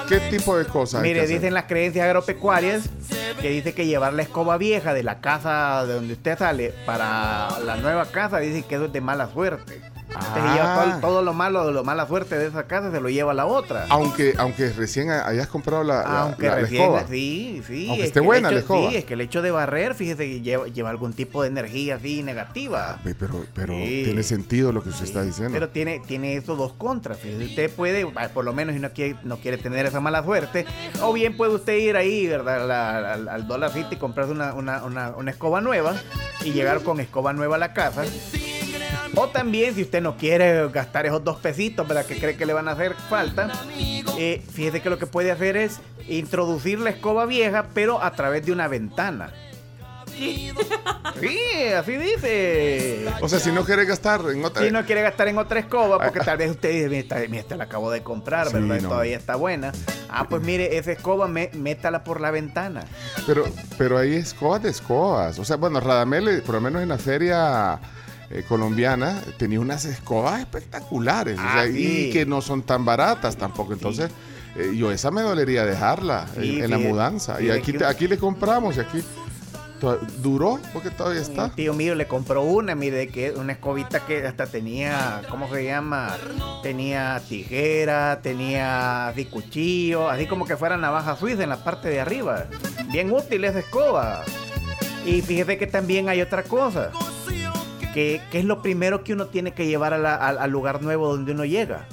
¿Qué tipo de cosas? hay Mire, que hacer? dicen las creencias agropecuarias que dice que llevar la escoba vieja de la casa de donde usted sale para la nueva casa, dicen que eso es de mala suerte. Usted Ah. lleva todo, todo lo malo, de lo mala suerte de esa casa, se lo lleva a la otra. Aunque, aunque recién hayas comprado la, la- Aunque la- la recién, escoba. sí, sí. Aunque es esté que el buena hecho- la escoba. Sí, es que el hecho de barrer, fíjese que lleva, lleva algún tipo de energía así negativa. Ve, Pero, pero Sí. tiene sentido lo que usted está diciendo. Pero tiene, tiene esos dos contras. Fíjese, usted puede, ah, por lo menos si no quiere, no quiere tener esa mala suerte, o bien puede usted ir ahí, ¿verdad? La- al, al Dollar City y comprarse una, una, una, una escoba nueva y llegar con escoba nueva a la casa. O también, si usted no quiere gastar esos dos pesitos, ¿verdad? Que cree que le van a hacer falta, eh, fíjese que lo que puede hacer es introducir la escoba vieja, pero a través de una ventana. Sí, así dice. O sea, si no quiere gastar en otra. Si no quiere gastar en otra escoba, porque tal vez usted dice, mira, esta, mira, esta la acabo de comprar, Sí, ¿verdad? Y no. todavía está buena. Ah, pues mire, esa escoba, me- métala por la ventana. Pero, pero hay escobas de escobas. O sea, bueno, Radamel, eh, por lo menos en la feria eh, colombiana, tenía unas escobas espectaculares. o Ah, sea, sí. Y que no son tan baratas tampoco. Entonces, eh, yo esa me dolería dejarla Sí, en, en la fíjate, mudanza. Y fíjate aquí, que- te- aquí le compramos y aquí to- duró porque todavía está. Un tío mío le compró una, mire, que una escobita que hasta tenía, ¿cómo se llama? Tenía tijera, tenía así cuchillo, así como que fuera navaja suiza en la parte de arriba. Bien útil esa escoba. Y fíjese que también hay otra cosa, que, que es lo primero que uno tiene que llevar a la- al, al lugar nuevo donde uno llega.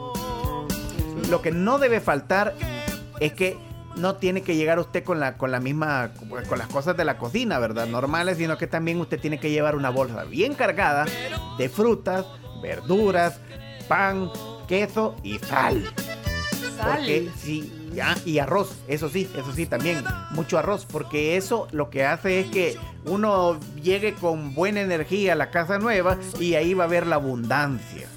Lo que no debe faltar es que no tiene que llegar usted con la con la misma con las cosas de la cocina, ¿verdad? Normales, sino que también usted tiene que llevar una bolsa bien cargada de frutas, verduras, pan, queso y sal. Porque sí, ya, y arroz, eso sí, eso sí también, mucho arroz, porque eso lo que hace es que uno llegue con buena energía a la casa nueva y ahí va a haber la abundancia.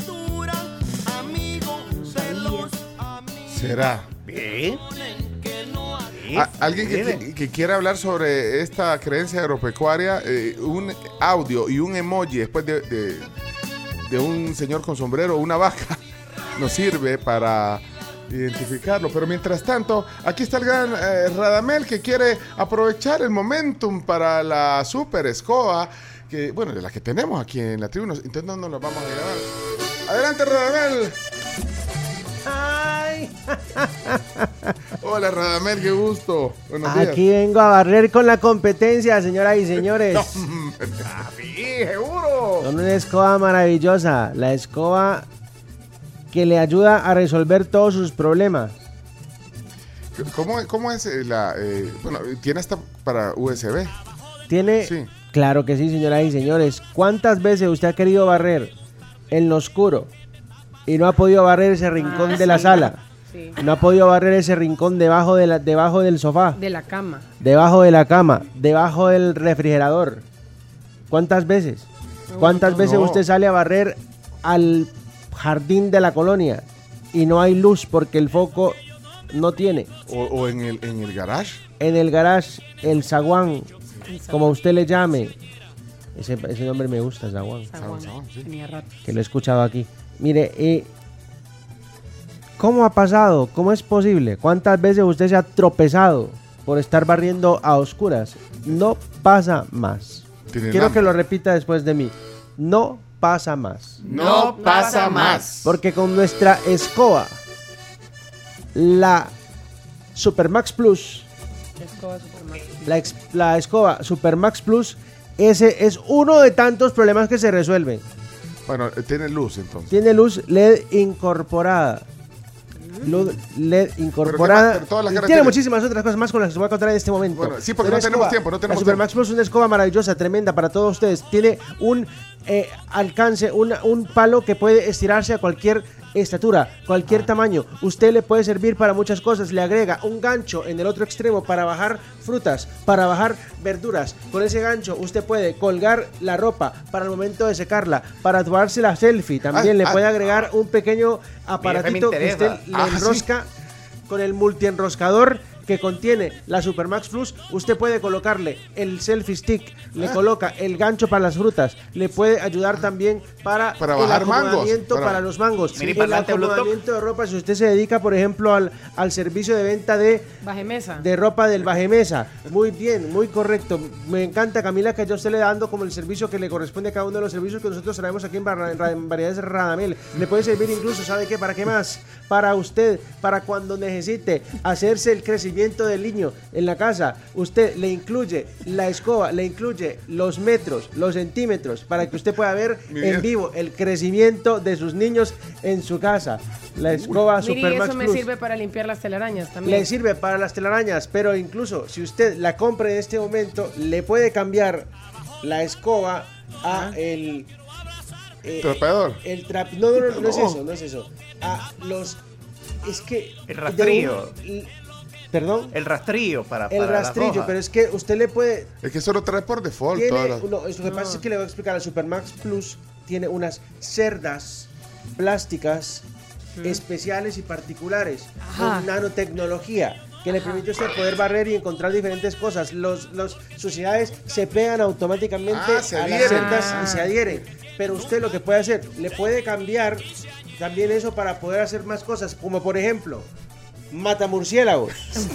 ¿Será? ¿Bien? A- Alguien que, que- que quiera hablar sobre esta creencia agropecuaria, eh, un audio y un emoji después de, de- de un señor con sombrero o una vaca nos sirve para identificarlo. Pero mientras tanto, aquí está el gran eh, Radamel que quiere aprovechar el momentum para la super escoba, que, bueno, de la que tenemos aquí en la tribuna. Entonces no nos la vamos a grabar. Adelante, Radamel. Ay. Hola, Radamel, qué gusto. Buenos días. Aquí vengo a barrer con la competencia, señoras y señores. Sí, seguro. Con una escoba maravillosa, la escoba que le ayuda a resolver todos sus problemas. ¿Cómo, cómo es eh, la...? eh, bueno, tiene hasta para U S B. Tiene, Sí. claro que sí, señoras y señores. ¿Cuántas veces usted ha querido barrer en lo oscuro y no ha podido barrer ese rincón Ah, de la sí. sala? Sí. No ha podido barrer ese rincón debajo, de la, debajo del sofá, De la cama. debajo de la cama, debajo del refrigerador. ¿Cuántas veces? ¿Cuántas veces No. usted sale a barrer al jardín de la colonia y no hay luz porque el foco no tiene? O, o en, el, en el garage. En el garage, el zaguán, como usted le llame. Ese, ese nombre me gusta, zaguán. Zaguán. Tenía rato. Que lo he escuchado aquí. Mire, eh, ¿cómo ha pasado? ¿Cómo es posible? ¿Cuántas veces usted se ha tropezado por estar barriendo a oscuras? No pasa más. Tiene Quiero lámpara. que lo repita después de mí. No pasa más. No pasa más. Porque con nuestra escoba, la Supermax Plus, Escoba Supermax. la, ex- la escoba Supermax Plus, ese es uno de tantos problemas que se resuelven. Bueno, eh, tiene luz entonces. Tiene luz L E D incorporada. Luz L E D incorporada. Pero, pero todas las Y tiene características- muchísimas otras cosas más con las que os voy a contar en este momento. Bueno, sí, porque Una no tenemos escoba, tiempo, no tenemos La Supermax Plus es una escoba maravillosa, tremenda para todos ustedes. Tiene un eh, alcance, una- un palo que puede estirarse a cualquier estatura, cualquier tamaño. Usted le puede servir para muchas cosas. Le agrega un gancho en el otro extremo para bajar frutas, para bajar verduras. Con ese gancho usted puede colgar la ropa para el momento de secarla, para tomarse la selfie. También Ah, le ah, puede agregar un pequeño aparatito que interesa. usted le Ah, sí. enrosca con el multienroscador que contiene la Supermax Plus, usted puede colocarle el selfie stick, le coloca el gancho para las frutas, le puede ayudar también para, Para el bajar mangos, acomodamiento para- para los mangos, Mini el parlante acomodamiento de ropa, si usted se dedica, por ejemplo, al, al servicio de venta de Baje mesa. de ropa del bajemesa. Muy bien, muy correcto. Me encanta, Camila, que yo esté le dando como el servicio que le corresponde a cada uno de los servicios que nosotros traemos aquí en, Bar- en Variedades Radamel. Le puede servir incluso, ¿sabe qué? ¿Para qué más? Para usted, para cuando necesite hacerse el crecimiento del niño en la casa. Usted le incluye la escoba, le incluye los metros, los centímetros, para que usted pueda ver Mi bien. en vivo el crecimiento de sus niños en su casa. La escoba Mire, y Supermax eso me Plus. sirve para limpiar las telarañas también. Le sirve para las telarañas, pero incluso si usted la compra en este momento, le puede cambiar la escoba a el... eh, ¿Trapeador? El trap... No, no, no, no es No. eso, no es eso. A los... Es que... El rastrillo. de un- Perdón. El rastrillo para, El para la rastrillo, roja. pero es que usted le puede... Es que eso lo trae por default. Tiene, todas las- no, eso lo que pasa es que le voy a explicar. La Supermax Plus tiene unas cerdas plásticas especiales y particulares Ajá. con nanotecnología que le permite a usted poder barrer y encontrar diferentes cosas. Los, los suciedades se pegan automáticamente Ah, se a las adhieren. cerdas y se adhieren. Pero usted lo que puede hacer, le puede cambiar también eso para poder hacer más cosas, como por ejemplo, matamurciélagos.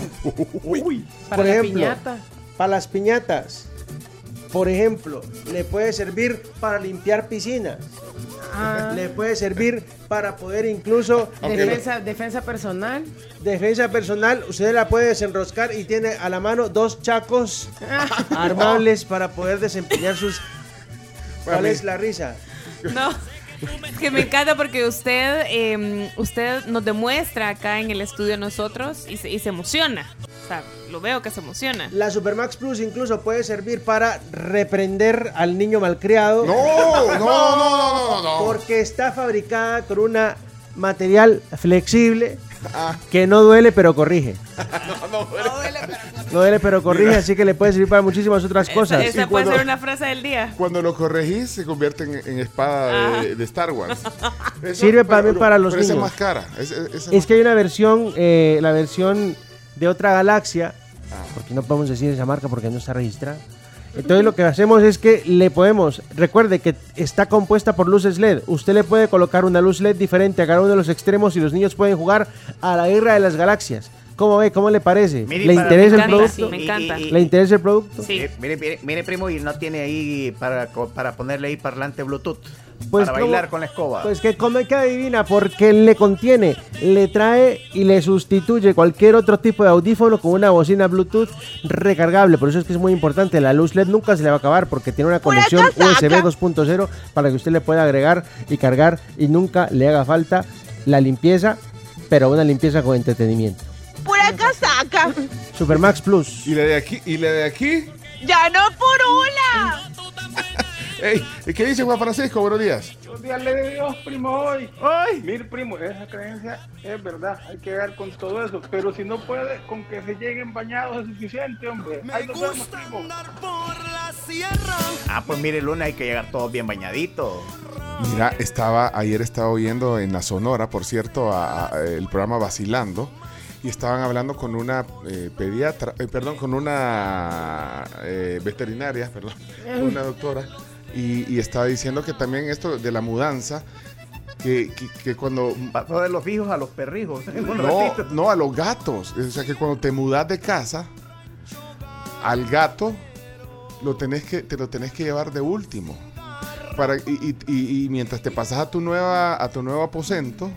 Para por la ejemplo, piñata. para las piñatas. Por ejemplo, le puede servir para limpiar piscinas. Ah. Le puede servir para poder incluso Defensa, defensa personal. defensa personal. Usted la puede desenroscar y tiene a la mano dos chacos armables para poder desempeñar sus... ¿Cuál Mami. es la risa? No, es que me encanta porque usted, eh, usted nos demuestra acá en el estudio a nosotros y se, y se emociona. O sea, lo veo que se emociona. La Supermax Plus incluso puede servir para reprender al niño malcriado. No, no, no, no, no, no. Porque está fabricada con una material flexible Ah. que no duele pero corrige. No, no, No duele pero corrige, así que le puede servir para muchísimas otras cosas. Esa, esa Y puede cuando- ser una frase del día. Cuando lo corregís se convierte en, en espada de, de Star Wars. Eso- Sirve pero- también para los pero esa es niños. más cara. Es, es- esa Es que hay una versión, eh, la versión de otra galaxia, porque no podemos decir esa marca porque no está registrada. Entonces lo que hacemos es que le podemos, recuerde que está compuesta por luces L E D. Usted le puede colocar una luz L E D diferente a cada uno de los extremos y los niños pueden jugar a la guerra de las galaxias. ¿Cómo ve? ¿Cómo le parece? Mire, ¿Le para- interesa me el encanta, producto? me encanta. Y- y- ¿Le interesa el producto? Sí. Eh, Mire, mire, mire, primo, y no tiene ahí para, co- para ponerle ahí parlante Bluetooth. Pues para como- bailar con la escoba. Pues que come que adivina, porque le contiene, le trae y le sustituye cualquier otro tipo de audífono con una bocina Bluetooth recargable. Por eso es que es muy importante. La luz L E D nunca se le va a acabar porque tiene una conexión U S B dos punto cero para que usted le pueda agregar y cargar y nunca le haga falta la limpieza, pero una limpieza con entretenimiento. Pura casaca. Supermax Plus. ¿Y la de aquí? ¿Y la de aquí? Ya no por una. Ey, ¿qué dice Juan Francisco? Buenos días. Buenos días, le de Dios, primo, hoy. ¡Ay! Mire, primo, esa creencia es verdad. Hay que ver con todo eso. Pero si no puede, con que se lleguen bañados es suficiente, hombre. Ahí nos vemos, primo. Ah, pues mire, lunes hay que llegar todos bien bañaditos. Mira, estaba, ayer estaba oyendo en la Sonora, por cierto, a- a- el programa Vacilando, y estaban hablando con una eh, pediatra, eh, perdón, con una eh, veterinaria, perdón, con una doctora, y, y estaba diciendo que también esto de la mudanza, que, que, que cuando... Pasó de los hijos a los perrijos. en un No, ratito. no, a los gatos. O sea, que cuando te mudas de casa, al gato lo tenés que, te lo tenés que llevar de último. Para, y, y- y- y mientras te pasas a tu nueva, a tu nuevo aposento,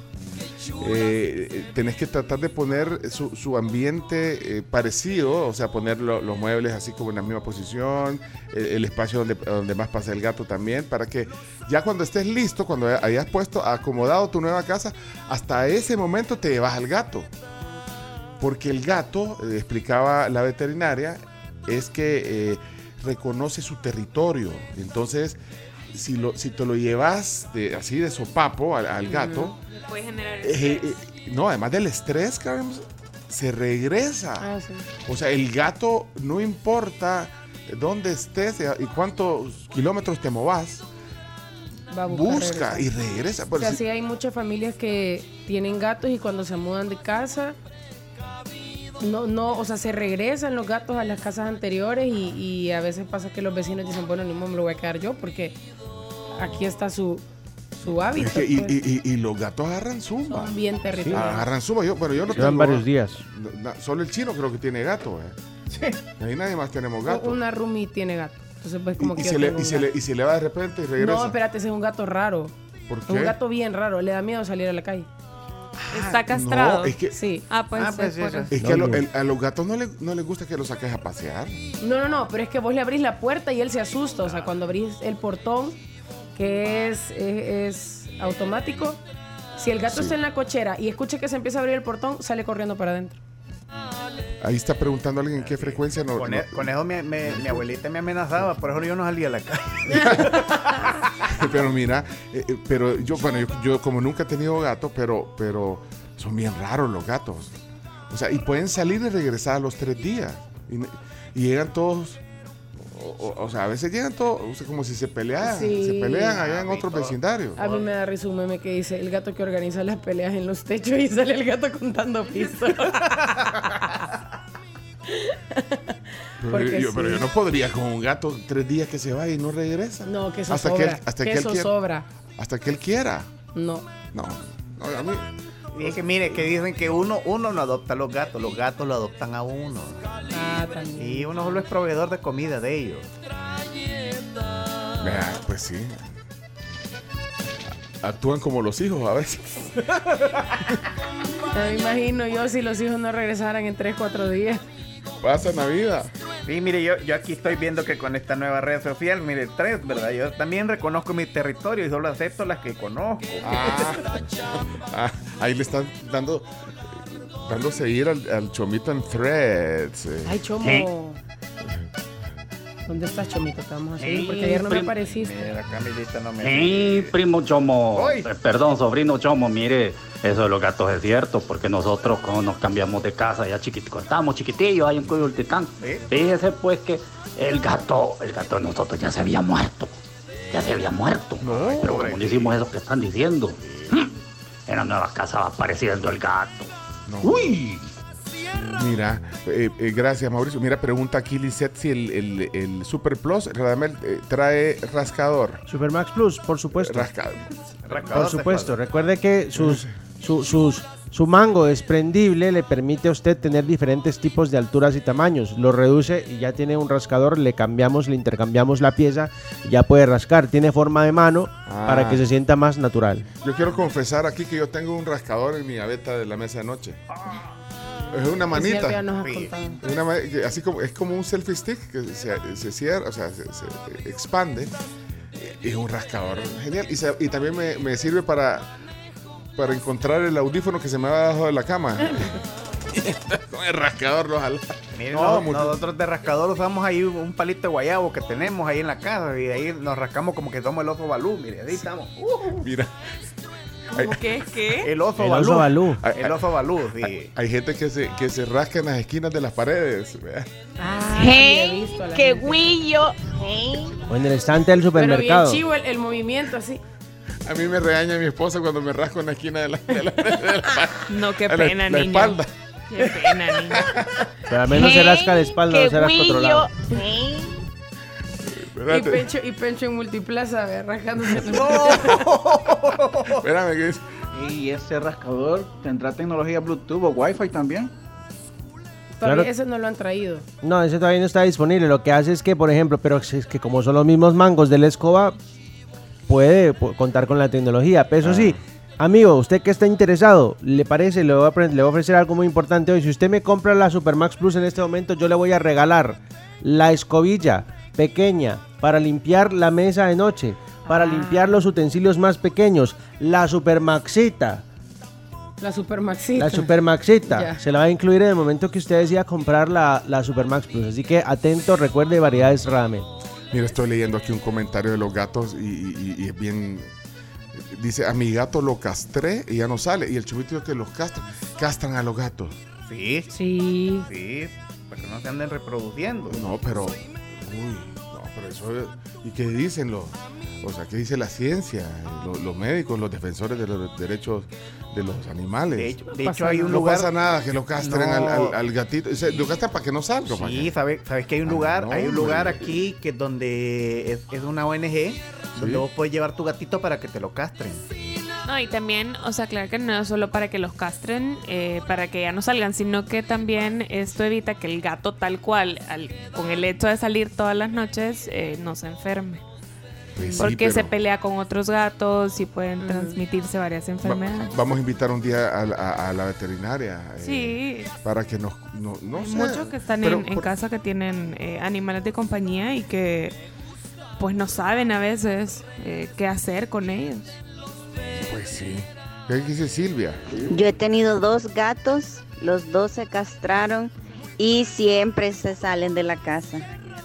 eh, tenés que tratar de poner su, su ambiente eh, parecido, o sea, poner lo- los muebles así como en la misma posición, el, el espacio donde, donde más pasa el gato también, para que ya cuando estés listo, cuando hayas puesto, acomodado tu nueva casa, hasta ese momento te llevas al gato. Porque el gato, eh, explicaba la veterinaria, es que eh, reconoce su territorio. Entonces, si, lo, si te lo llevas de, así de sopapo al, al gato, Puede generar eh, estrés. eh, no, además del estrés, Carmen, se regresa. Ah, sí. O sea, el gato, no importa dónde estés y cuántos kilómetros te movas, Va a buscar busca regresar. y regresa. O Por sea, si- sí hay muchas familias que tienen gatos y cuando se mudan de casa No, no, o sea, se regresan los gatos a las casas anteriores y, y a veces pasa que los vecinos dicen, bueno, ni modo me lo voy a quedar yo porque aquí está su, su hábitat. Es que, y, pues. y, y, y los gatos agarran zumba. Son bien territoriales. Sí, agarran zumba, yo, pero yo no Llevan tengo. varios días. na- Solo el chino creo que tiene gato. Eh. Sí. Ahí nadie más tenemos gato. Una roomie tiene gato. Entonces, pues, como y, que y yo se le, tengo y, un se le, gato. y se le va de repente y regresa. No, espérate, ese es un gato raro. ¿Por Es qué? un gato bien raro. Le da miedo salir a la calle. Está castrado. No, es que, Sí. Ah, pues, Ah, es pues, por eso. eso. es que a, lo- el- a los gatos no, le, no les gusta que los saques a pasear. No, no, no, pero es que vos le abrís la puerta y él se asusta. O sea, cuando abrís el portón, que es, es, es automático, si el gato Sí. está en la cochera y escucha que se empieza a abrir el portón, sale corriendo para adentro. Ahí está preguntando alguien en qué frecuencia no. Con, no- e- con eso mi, me- mi abuelita me amenazaba, por eso yo no salía a la calle. Pero mira, eh, eh, pero yo, bueno, yo, yo como nunca he tenido gato, pero, pero son bien raros los gatos. O sea, y pueden salir y regresar a los tres días. Y, ne- y llegan todos, o, o- o sea, a veces llegan todos, o sea, como si se pelearan, Sí. se pelean allá en otros vecindarios. A mí me da risa un meme que dice el gato que organiza las peleas en los techos y sale el gato contando pisos. Pero Porque yo, pero sí. yo no podría con un gato tres días que se vaya y no regresa. No, que eso hasta sobra. Que él, hasta que que, eso él quiera, sobra. hasta que él quiera. No. No, no, a mí. Y es que mire, que dicen que uno, uno no adopta a los gatos, los gatos lo adoptan a uno. Ah, también. Y uno solo es proveedor de comida de ellos. Vea, pues sí. Actúan como los hijos a veces. Me imagino yo si los hijos no regresaran en tres, cuatro días. Pasa Navidad. Sí, mire, yo, yo aquí estoy viendo que con esta nueva red social, mire, tres, ¿verdad? Yo también reconozco mi territorio y solo acepto las que conozco. Ah, ah, ahí le están dando dando seguir al, al Chomito en Threads. eh. Ay, Chomo. ¿Dónde estás, Chomito? Te vamos a seguir porque ayer no me apareciste. Mira, Camilita no me... Sí, primo Chomo, Hoy. eh, perdón, sobrino Chomo, mire, eso de los gatos es cierto, porque nosotros cuando nos cambiamos de casa ya chiquiticos, estábamos chiquitillos ahí en Cuyulticán. ¿Sí? Fíjese pues que el gato, el gato de nosotros ya se había muerto, ya se había muerto. No. Pero como no hicimos eso que están diciendo, en la nueva casa va apareciendo el gato. No. Uy. Mira, eh, eh, gracias Mauricio. Mira, pregunta aquí Lisette si el, el, el Super Plus Radamel, eh, trae rascador. Supermax Plus, por supuesto. Rascador. Por supuesto. Recuerde que sus, su, sus, su mango desprendible le permite a usted tener diferentes tipos de alturas y tamaños. Lo reduce y ya tiene un rascador. Le cambiamos, le intercambiamos la pieza y ya puede rascar. Tiene forma de mano Ah. para que se sienta más natural. Yo quiero confesar aquí que yo tengo un rascador en mi gaveta de la mesa de noche. Es una manita. Siempre nos has contado. Es una ma- que así como, es como un selfie stick que se, se cierra, o sea, se, se expande. Y es un rascador genial. Y, se- y también me, me sirve para, para encontrar el audífono que se me va debajo de la cama. Con el rascador lo jala. Mire, No, no, mucho- nosotros de rascador usamos ahí un palito de guayabo que tenemos ahí en la casa y de ahí nos rascamos como que somos el oso balú, mire, ahí estamos. Uh, Mira, ¿Cómo qué? ¿Qué? el oso El balú. oso balú. El oso balú, sí. hay, hay gente que se, que se rasca en las esquinas de las paredes. ¿verdad? Ah, sí, he visto a la ¡Qué gente. guillo! ¿Eh? O en el estante del Pero bien supermercado. chivo el, el movimiento así. A mí me regaña mi esposa cuando me rasco en la esquina de la, de la, de la- No, qué de la- pena, la niño. espalda. Qué pena, niño. Pero al menos se rasca la espalda, no ¡Qué se rasca otro lado. guillo! ¿Eh? Y Espérate, Pencho, y Pencho en multiplaza, ve, rascándose. espérame, que es- Y ese rascador tendrá tecnología Bluetooth o Wi-Fi también. Todavía Claro. ese no lo han traído. No, ese todavía no está disponible. Lo que hace es que, por ejemplo, pero es que como son los mismos mangos de la escoba, puede pu- contar con la tecnología. Pero eso sí, amigo, usted que está interesado, ¿le parece? Le voy, a, pre- le voy a ofrecer algo muy importante hoy. Si usted me compra la Supermax Plus en este momento, yo le voy a regalar la escobilla pequeña para limpiar la mesa de noche, para limpiar los utensilios más pequeños, la Supermaxita. La Supermaxita. La Supermaxita Ya. se la va a incluir en el momento que usted decida comprar la, la Supermax Plus. Así que atento, recuerde variedades Radamel. Mira, estoy leyendo aquí un comentario de los gatos y, y- y es bien. Dice: a mi gato lo castré y ya no sale. Y el chubito dice que los castran. Castran a los gatos. Sí, Sí. sí, para que no se anden reproduciendo. No, pero. Uy, no, Por eso, ¿y qué dicen los, o sea, qué dice la ciencia, los, los médicos, los defensores de los derechos de los animales? De hecho, de hecho hay un no lugar... pasa nada que lo castren No. al, al, al gatito. O sea, lo castran para que no salga. ¿para Sí, qué? sabes, sabes que hay un Ah, lugar, no, hay un lugar hombre. aquí que es donde es, es una O N G donde Sí. vos puedes llevar tu gatito para que te lo castren. No, y también, o sea, claro que no es solo para que los castren, eh, para que ya no salgan, sino que también esto evita que el gato tal cual, al, con el hecho de salir todas las noches, eh, no se enferme. Pues sí, Porque pero se pelea con otros gatos y pueden transmitirse varias enfermedades. va- vamos a invitar un día a, la- a- a la veterinaria. eh, Sí. Para que nos, no, no Hay sé. muchos que están pero en, en por- casa que tienen eh, animales de compañía y que pues no saben a veces eh, qué hacer con ellos. Pues sí. ¿Qué dice Silvia? Yo he tenido dos gatos, los dos se castraron y siempre se salen de la casa.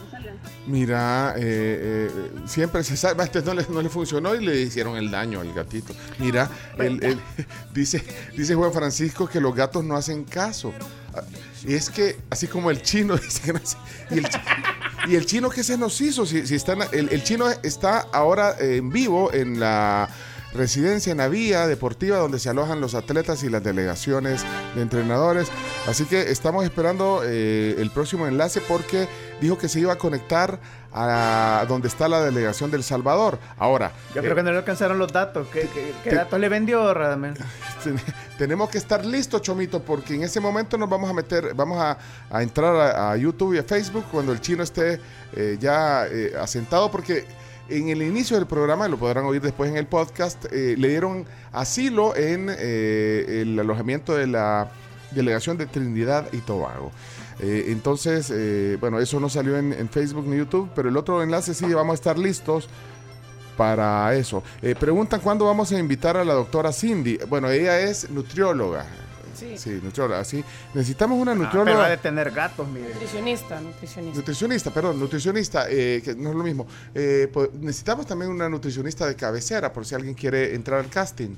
Mira, eh, eh, siempre se sabe, este no le, no le funcionó y le hicieron el daño al gatito. Mira, el- el- dice, dice Juan Francisco que los gatos no hacen caso. Ah, Y es que, así como el chino dice que no hace- y, el, chi- y el chino que se nos hizo, si, si están, el, el chino está ahora eh, en vivo en la residencia Navía Deportiva donde se alojan los atletas y las delegaciones de entrenadores. Así que estamos esperando eh, el próximo enlace porque dijo que se iba a conectar a donde está la delegación del Salvador. Ahora, Yo eh, creo que no le alcanzaron los datos. ¿Qué, qué- qué te- datos le vendió Radamel? tenemos que estar listos, Chomito, porque en ese momento nos vamos a meter, vamos a, a entrar a, a YouTube y a Facebook cuando el chino esté eh, ya eh, asentado, porque en el inicio del programa, lo podrán oír después en el podcast, eh, le dieron asilo en eh, el alojamiento de la delegación de Trinidad y Tobago. Eh, entonces, eh, bueno, eso no salió en, en Facebook ni YouTube, pero el otro enlace sí, vamos a estar listos para eso. Eh, preguntan cuándo vamos a invitar a la doctora Cindy. Bueno, ella es nutrióloga. Sí. Sí, nutrióloga, sí. Necesitamos una Ah, pero nutrióloga. ha de tener gatos, mire. Nutricionista, nutricionista. Nutricionista, perdón, nutricionista, eh, que no es lo mismo. Eh, pues, necesitamos también una nutricionista de cabecera, por si alguien quiere entrar al casting.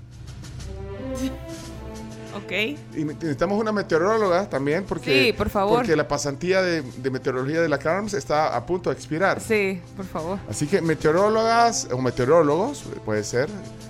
Ok. Y necesitamos una meteoróloga también, porque, Sí, por favor. porque la pasantía de, de meteorología de la CARMS está a punto de expirar. Sí, por favor. Así que meteorólogas o meteorólogos, puede ser,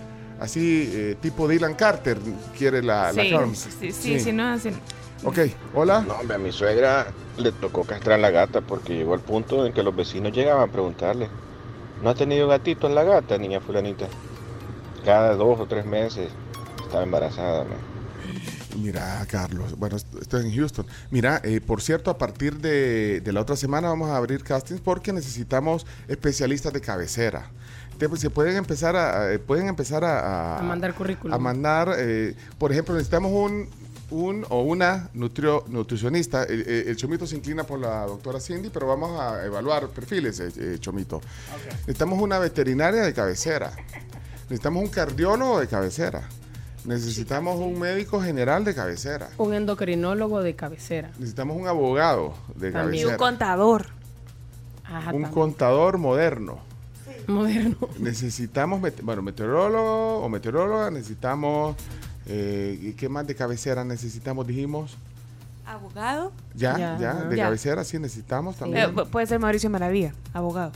así eh, tipo Dylan Carter quiere la, la Sí, CARMS. sí, sí, sí, no, sí. Ok, hola. No, hombre, a mi suegra le tocó castrar la gata porque llegó al punto en que los vecinos llegaban a preguntarle: ¿no ha tenido gatito en la gata, niña fulanita? Cada dos o tres meses estaba embarazada, man. Mira, Carlos, bueno, est- estoy en Houston. Mira, eh, por cierto, a partir de, de la otra semana vamos a abrir castings porque necesitamos especialistas de cabecera. Entonces, se pueden empezar a, a- pueden empezar a, a, A mandar currículum. a mandar, eh, por ejemplo, necesitamos un, un o una nutrio, nutricionista. El, el- el Chomito se inclina por la doctora Cindy, pero vamos a evaluar perfiles, eh, eh, Chomito. Necesitamos una veterinaria de cabecera. Necesitamos un cardiólogo de cabecera. Necesitamos un médico general de cabecera. Un endocrinólogo de cabecera. Necesitamos un abogado de Y cabecera. un contador. Ajá, un también. contador moderno. Moderno. Necesitamos, met- bueno, meteorólogo o meteoróloga. Necesitamos, eh, ¿y qué más de cabecera necesitamos? Dijimos, Abogado. ya, Ya. ya, de Ya. cabecera sí necesitamos Eh, también. pu- puede ser Mauricio Maravilla, abogado.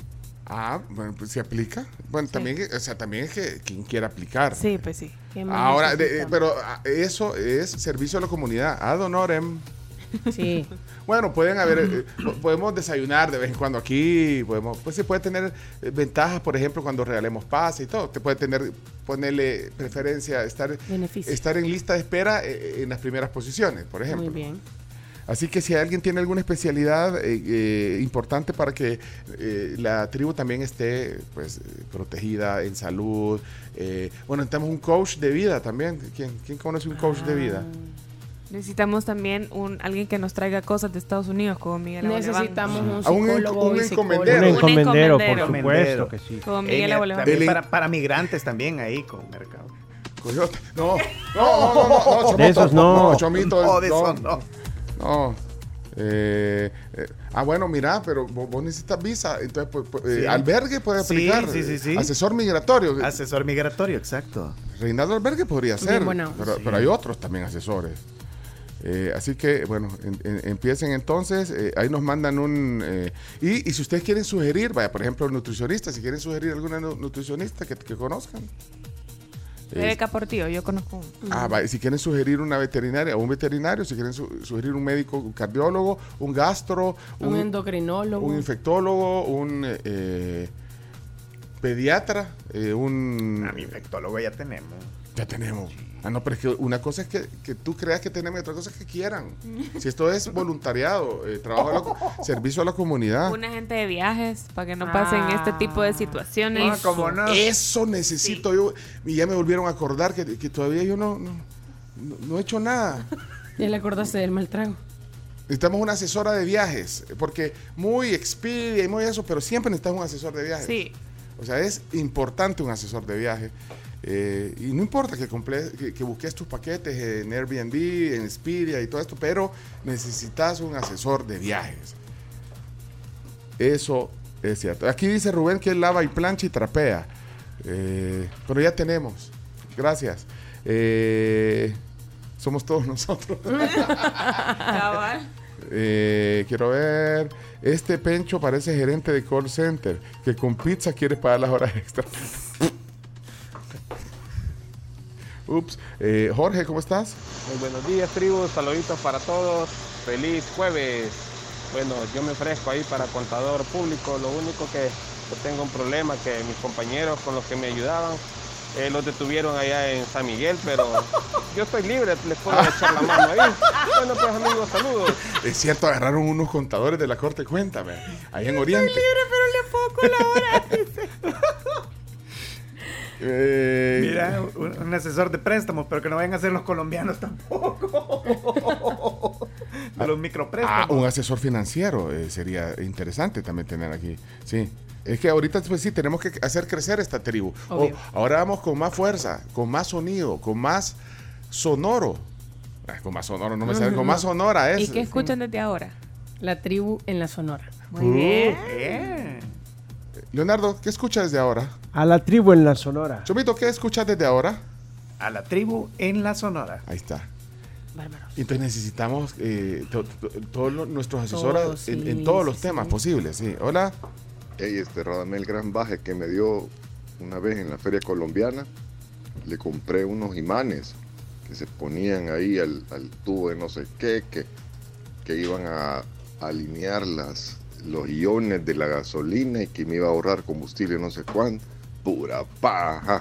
Ah, bueno, pues se aplica. Bueno, también, o sea, también es que quien quiera aplicar. Sí, pues sí. ¿Qué más Ahora, de- necesitamos? pero ah, eso es servicio a la comunidad, ad honorem. Sí. Bueno, pueden haber, eh, po- podemos desayunar de vez en cuando aquí, podemos, pues se puede tener eh, ventajas, por ejemplo, cuando regalemos pase y todo. Te puede tener, ponerle preferencia, estar, Beneficio. estar en lista de espera eh, en las primeras posiciones, por ejemplo. Muy bien. Así que si alguien tiene alguna especialidad eh, eh, importante para que eh, la tribu también esté pues eh, protegida en salud. eh, bueno, necesitamos un coach de vida también. ¿Quién, quién conoce un coach de vida? Necesitamos también un alguien que nos traiga cosas de Estados Unidos, como Miguel Aboleván. Necesitamos un Ah, un en- psicólogo un y psicólogo. encomendero. Un encomendero, por Encomendero. supuesto que sí. Como Miguel En- Aboleván. también Del- para, para migrantes también ahí con mercado. Coyote. No, no, no, no, no, Chomito, De esos no. Chomito, No, de no, esos no. no. Eh, eh, ah, bueno, mira, pero vos, vos necesitas visa, entonces pues, pues, eh, Sí. albergue puede Sí, aplicar. sí, sí, eh, sí. Asesor migratorio. Asesor migratorio, exacto. Reinaldo Albergue podría Bien ser, buena onda. pero, Sí. pero hay otros también asesores. Eh, así que, bueno, en, en, empiecen entonces. Eh, ahí nos mandan un... Eh, y, y si ustedes quieren sugerir, vaya, por ejemplo, nutricionistas, si quieren sugerir alguna nu- nutricionista que, que conozcan. Rebeca Portillo, yo conozco un. Ah, vaya, si quieren sugerir una veterinaria o un veterinario, si quieren su- sugerir un médico, un cardiólogo, un gastro, Un endocrinólogo. un infectólogo, un eh, pediatra, eh, un... A mi infectólogo ya tenemos. Ya tenemos. Ah, no, pero es que una cosa es que, que tú creas que tenemos y otra cosa es que quieran. Si esto es voluntariado, eh, trabajo, a la co- servicio a la comunidad. Un agente de viajes para que no pasen este tipo de situaciones. Ah, ¿cómo no? Eso necesito yo. Y ya me volvieron a acordar que, que todavía yo no, no, no, no he hecho nada. Ya le acordaste del mal trago. Necesitamos una asesora de viajes, porque muy Expedia y muy eso, pero siempre necesitamos un asesor de viajes. Sí. O sea, es importante un asesor de viaje. Eh, y no importa que, comple- que, que busques tus paquetes en Airbnb, en Expedia y todo esto, pero necesitas un asesor de viajes. Eso es cierto. Aquí dice Rubén que él lava y plancha y trapea. Eh, pero ya tenemos. Gracias. Eh, somos todos nosotros. Cabal. Eh, quiero ver. Este Pencho parece gerente de call center que con pizza quiere pagar las horas extras. Ups. Eh, Jorge, ¿cómo estás? Muy buenos días, tribu. Saluditos para todos. Feliz jueves. Bueno, yo me ofrezco ahí para contador público. Lo único que yo tengo un problema que mis compañeros con los que me ayudaban eh, los detuvieron allá en San Miguel, pero yo estoy libre, les puedo echar la mano ahí. Bueno, pues amigos, saludos. Es cierto, agarraron unos contadores de la Corte Cuéntame, ahí en Oriente. Estoy libre, pero le puedo colaborar. Eh, Mira, un, un asesor de préstamos, pero que no vayan a ser los colombianos tampoco. De los micropréstamos. Ah, un asesor financiero eh, sería interesante también tener aquí. Sí. Es que ahorita pues sí tenemos que hacer crecer esta tribu. O, ahora vamos con más fuerza, con más sonido, con más sonoro. Ah, con más sonoro, no me sale, con más sonora es. ¿Y qué escuchan desde ahora? La tribu en la Sonora. Muy Uh, bien. bien. Leonardo, ¿qué escuchas desde ahora? A la tribu en la Sonora. Chomito, ¿qué escuchas desde ahora? A la tribu en la Sonora. Ahí está. Entonces necesitamos eh, to- to- todos lo- nuestros asesoras Todos, sí, en, en todos los sí, temas sí. posibles. Sí. Hola. Ey, este Radamel Gran Baje que me dio una vez en la feria colombiana, le compré unos imanes que se ponían ahí al, al tubo de no sé qué, que, que iban a alinear las, los iones de la gasolina y que me iba a ahorrar combustible no sé cuánto. Pura paja.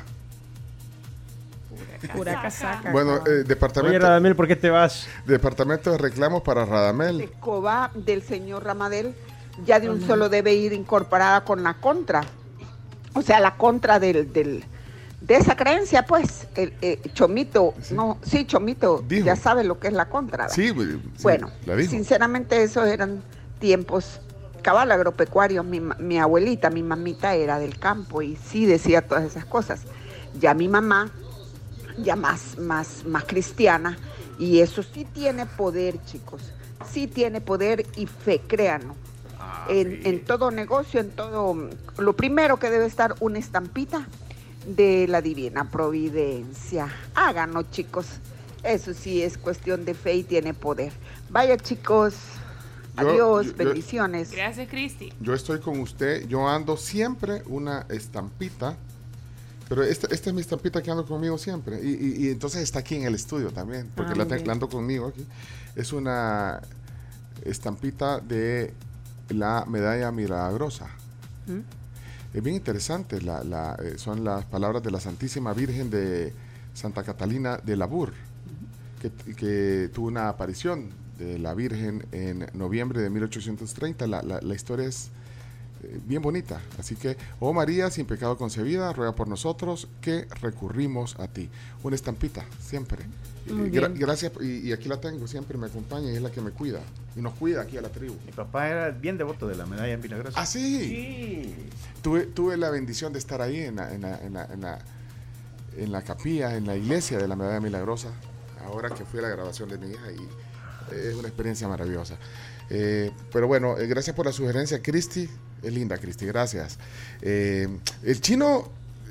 Pura casaca. Bueno, eh, departamento. Oye, Radamel, ¿por qué te vas? Departamento de reclamos para Radamel. escoba del señor Ramadel ya de un solo debe ir incorporada con la contra. O sea, la contra del, del de esa creencia, pues. El, eh, Chomito, no, sí, Chomito, Dijo. ya sabe lo que es la contra. Sí, güey, sí, Bueno, la dijo. sinceramente esos eran tiempos cabal agropecuarios. Mi, ma- mi abuelita, mi mamita era del campo y sí decía todas esas cosas. Ya mi mamá, ya más, más, más cristiana, y eso sí tiene poder, chicos. Sí tiene poder y fe, créanlo. En, en todo negocio, en todo, lo primero que debe estar una estampita de la divina providencia. Háganlo, chicos. Eso sí es cuestión de fe y tiene poder. Vaya, chicos. Yo- Adiós, yo- yo- bendiciones. Gracias, Cristi. Yo estoy con usted. Yo ando siempre una estampita. Pero esta, esta es mi estampita que ando conmigo siempre. Y, y- y entonces está aquí en el estudio también. Porque Ah, la, muy te- bien. la ando conmigo aquí. Es una estampita de la medalla milagrosa. ¿Mm? Es bien interesante. La, la, eh, son las palabras de la Santísima Virgen de Santa Catalina de Labur, que, que tuvo una aparición de la Virgen en noviembre de mil ochocientos treinta. La, la, la historia es eh, bien bonita. Así que, oh María, sin pecado concebida, ruega por nosotros que recurrimos a ti. Una estampita, siempre. Muy Eh, gra- bien. gracias, y, y aquí la tengo, siempre me acompaña y es la que me cuida. Y nos cuida aquí a la tribu. Mi papá era bien devoto de la medalla milagrosa. ¿Ah, sí? Tuve, tuve la bendición de estar ahí en la, en, la, en, la, en, la, en la capilla, en la iglesia de la Medalla Milagrosa, ahora que fui a la grabación de mi hija, y eh, es una experiencia maravillosa. Eh, pero bueno, eh, gracias por la sugerencia, Cristi. Es linda, Cristi, gracias. Eh, el chino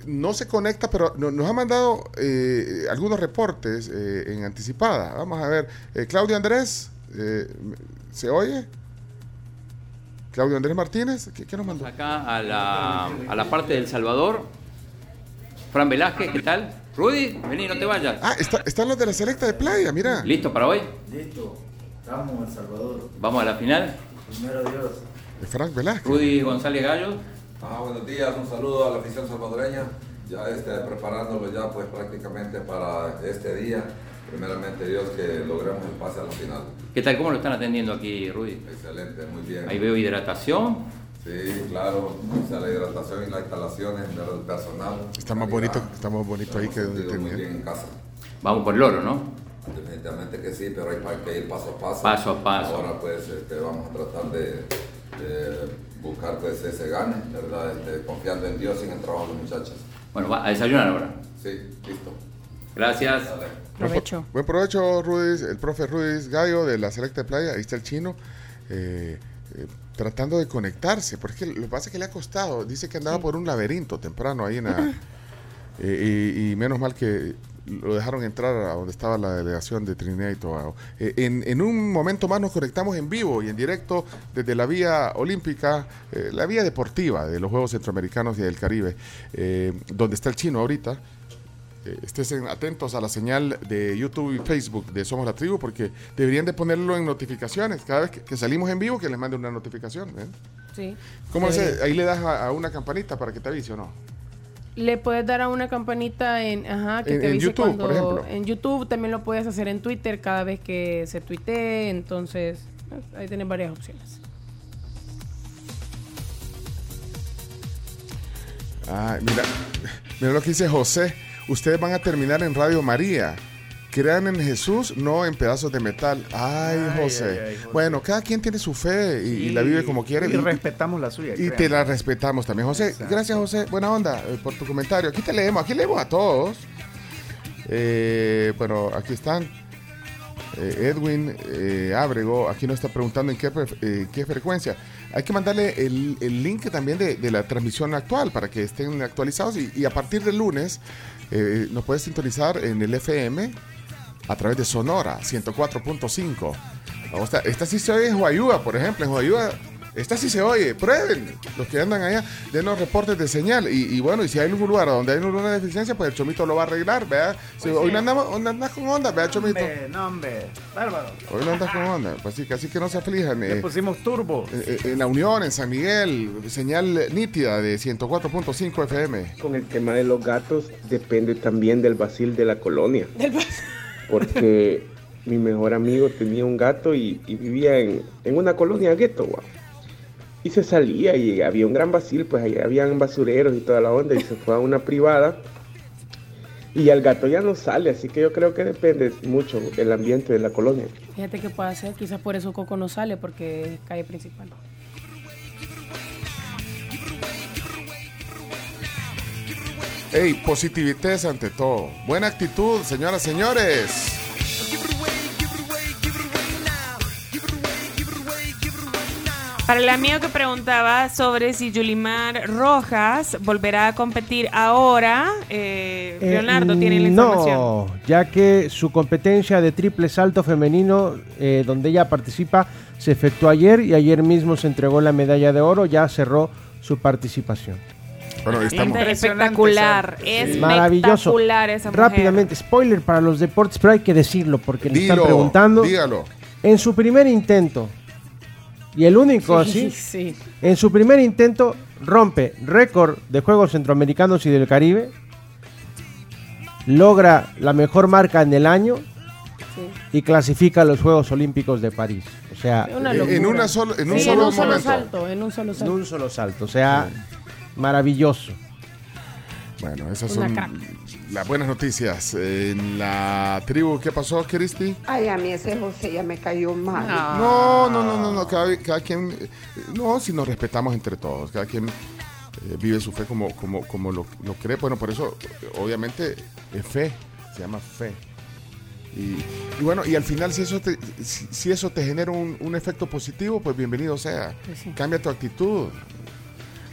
no se conecta, pero no, nos ha mandado eh, algunos reportes eh, en anticipada. Vamos a ver. Eh, Claudio Andrés, eh, ¿se oye? Claudio Andrés Martínez, ¿qué, qué nos mandó? Acá a la, a la parte del Salvador. Fran Velázquez, ¿qué tal? Rudy, vení, no te vayas. Ah, está, están los de la selecta de playa, mira. ¿Listo para hoy? Listo. Vamos, El Salvador. ¿Vamos a la final? Primero Dios. De Frank Velázquez. Rudy González Gallo. Ah, buenos días, un saludo a la afición salvadoreña. Ya este, preparándolo ya pues prácticamente para este día. Primeramente Dios que logremos el pase a la final. ¿Qué tal? ¿Cómo lo están atendiendo aquí, Rudy? Excelente, muy bien. Ahí veo hidratación. Sí, claro, o sea, la hidratación y las instalaciones del personal. Está más bonito, está más bonito ahí que donde muy bien en casa. Vamos por el oro, ¿no? Definitivamente que sí, pero hay que ir paso a paso. Paso a paso. Ahora pues este, vamos a tratar de, de buscar pues ese gane, ¿verdad? Este, confiando en Dios y en el trabajo de los muchachos. Bueno, va a desayunar ahora. Sí, listo. Gracias. Provecho. Buen provecho, Ruiz, el profe Ruiz Gallo de la Selecta de Playa. Ahí está el chino. Eh, eh, tratando de conectarse, porque lo que pasa es que le ha costado. Dice que andaba sí. por un laberinto temprano ahí en la, eh, y, y menos mal que lo dejaron entrar a donde estaba la delegación de Trinidad y Tobago. Eh, en, en un momento más nos conectamos en vivo y en directo desde la vía olímpica, eh, la vía deportiva de los Juegos Centroamericanos y del Caribe, eh, donde está el chino ahorita. Estén atentos a la señal de YouTube y Facebook de Somos la Tribu, porque deberían de ponerlo en notificaciones cada vez que, que salimos en vivo, que les mande una notificación, ¿eh? Sí. ¿Cómo sí. hace? Ahí le das a, a una campanita para que te avise, ¿o no? Le puedes dar a una campanita en, ajá, que en, te en avise YouTube, cuando, por ejemplo. En YouTube también lo puedes hacer en Twitter cada vez que se tuitee, entonces ahí tienes varias opciones. Ah, mira, mira lo que dice José. Ustedes van a terminar en Radio María. Crean en Jesús, no en pedazos de metal. Ay, ay, José. Ay, ay, José. Bueno, cada quien tiene su fe y, sí, y la vive como quiere. Y, y respetamos la suya. Y créanme. te la respetamos también, José. Exacto. Gracias, José. Buena onda eh, por tu comentario. Aquí te leemos, aquí leemos a todos. Eh, bueno, aquí están. Eh, Edwin eh, Ábrego, aquí nos está preguntando en qué, eh, qué frecuencia. Hay que mandarle el, el link también de, de la transmisión actual para que estén actualizados y, y a partir del lunes eh, nos puedes sintonizar en el F M a través de Sonora ciento cuatro punto cinco. Esta, esta sí se oye en Huayúa, por ejemplo. En Huayúa, esta sí se oye. Prueben los que andan allá, denos reportes de señal. Y, y bueno, y si hay algún lugar donde hay una deficiencia, pues el Chomito lo va a arreglar, ¿verdad? Si pues hoy sí. no andamos, no andas con onda, ¿verdad, Chomito? Hombre, no, hombre, bárbaro. Hoy no andas con onda, pues sí, así que no se aflijan. Le eh, pusimos turbo. Eh, en La Unión, en San Miguel, señal nítida de ciento cuatro punto cinco F M. Con el tema de los gatos, depende también del bacil de la colonia. Del bacil. Porque mi mejor amigo tenía un gato y, y vivía en, en una colonia gueto, guau. Y se salía y había un gran bacil, pues ahí habían basureros y toda la onda, y se fue a una privada y ya el gato ya no sale, así que yo creo que depende mucho del ambiente de la colonia. Fíjate qué puede hacer, quizás por eso Coco no sale, porque es calle principal. Ey, positividad ante todo. Buena actitud, señoras, señores. Para el amigo que preguntaba sobre si Yulimar Rojas volverá a competir ahora, eh, eh, Leonardo tiene la información. No, ya que su competencia de triple salto femenino, eh, donde ella participa, se efectuó ayer y ayer mismo se entregó la medalla de oro, ya cerró su participación. Bueno, estamos. Espectacular, es maravilloso. Espectacular esa mujer. Rápidamente, spoiler para los deportes, pero hay que decirlo porque le Dilo, están preguntando. Dígalo. En su primer intento, y el único sí, así, sí. en su primer intento rompe récord de Juegos Centroamericanos y del Caribe, logra la mejor marca en el año sí. y clasifica a los Juegos Olímpicos de París. O sea, una en, una solo, en un sí, solo en un momento. Solo salto, en un solo salto. En un solo salto, o sea, sí. maravilloso. Bueno, esas son crack. Las buenas noticias. En la tribu, ¿qué pasó, Cristi? Ay, a mí ese José ya me cayó mal. No, no, no, no, no. Cada, cada quien, no, si nos respetamos entre todos, cada quien eh, vive su fe como, como, como lo, lo cree. Bueno, por eso, obviamente, es fe, se llama fe. Y, y bueno, y al final, si eso te, si, si eso te genera un, un efecto positivo, pues bienvenido sea. Pues sí. Cambia tu actitud.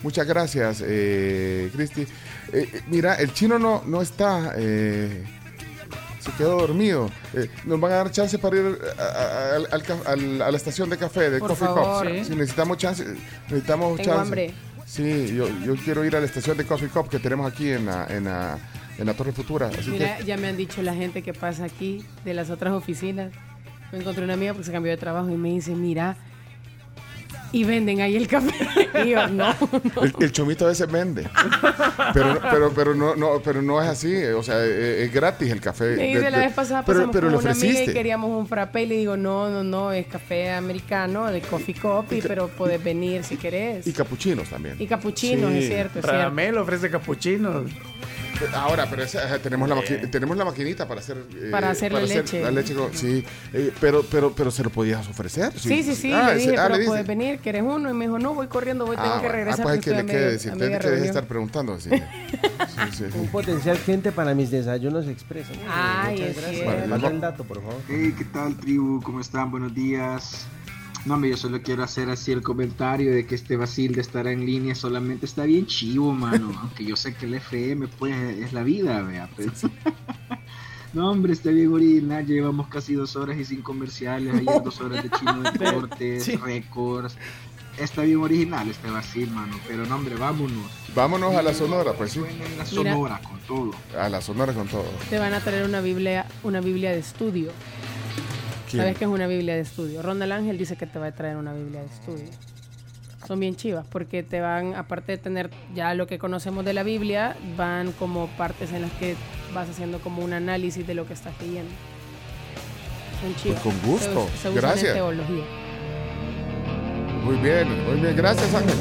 Muchas gracias, eh, Cristi. Eh, eh, mira, el chino no, no está... Eh, se quedó dormido. Eh, nos van a dar chance para ir a, a, al, al, a la estación de café, de Por Coffee favor. Cup. Sí. Si necesitamos chance, necesitamos Tengo chance. hambre. Sí, yo, yo quiero ir a la estación de Coffee Cup que tenemos aquí en la, en la, en la Torre Futura. Así Mira, que, ya me han dicho la gente que pasa aquí de las otras oficinas. Me encontré una amiga porque se cambió de trabajo y me dice, mira, y venden ahí el café. Y yo, no, no. El, el chomito a veces vende. Pero, pero, pero, no, no, pero no es así. O sea, es, es gratis el café. Me dice De- la de- vez pasada pero, pasamos pero con lo una amiga y ofreciste. queríamos un frappé y le digo, no, no, no, es café americano de Coffee Cup, y- pero puedes venir si querés. Y capuchinos también. Y capuchinos, Sí. es cierto, es cierto. Radamel ofrece capuchinos. Ahora, pero esa- ajá, tenemos, la maqui- tenemos la maquinita para hacer... eh, Para hacerle leche. La leche con- sí, eh, pero, pero, pero se lo podías ofrecer. Sí, sí, sí, Ah, le ese- dije, ah, pero le puedes dice. venir, ¿quieres uno? Y me dijo, no, voy corriendo, voy, tengo Ah, que bueno. regresar. Ah, pues hay porque que, le estoy a quede medio- decir, a te media que dejes de reunión. estar preguntando. Sí. Sí, sí. Un potencial cliente para mis desayunos expresos. Ay, Muchas es gracias. cierto. Manda el dato, por favor. Hey, ¿qué tal, tribu? ¿Cómo están? Buenos días. No, hombre, yo solo quiero hacer así el comentario de que este vacil de estar en línea solamente está bien chivo, mano. Aunque yo sé que el F M, pues, es la vida, vea. Pero... No, hombre, está bien original. Ya llevamos casi dos horas y sin comerciales. Ayer dos horas de Chino Deportes, Sí. récords. Está bien original este vacil, mano. Pero no, hombre, vámonos. Vámonos a la Sonora, pues sí. En la Sonora, con todo. A la Sonora con todo. Te van a traer una Biblia, una Biblia de estudio. ¿Quién? ¿Sabes qué es una Biblia de estudio? Ronald Ángel dice que te va a traer una Biblia de estudio. Son bien chivas porque te van, aparte de tener ya lo que conocemos de la Biblia, van como partes en las que vas haciendo como un análisis de lo que estás leyendo. Son chivas. Pues con gusto. Se, us- se usan Gracias. en teología. Muy bien, muy bien. Gracias, Ángel.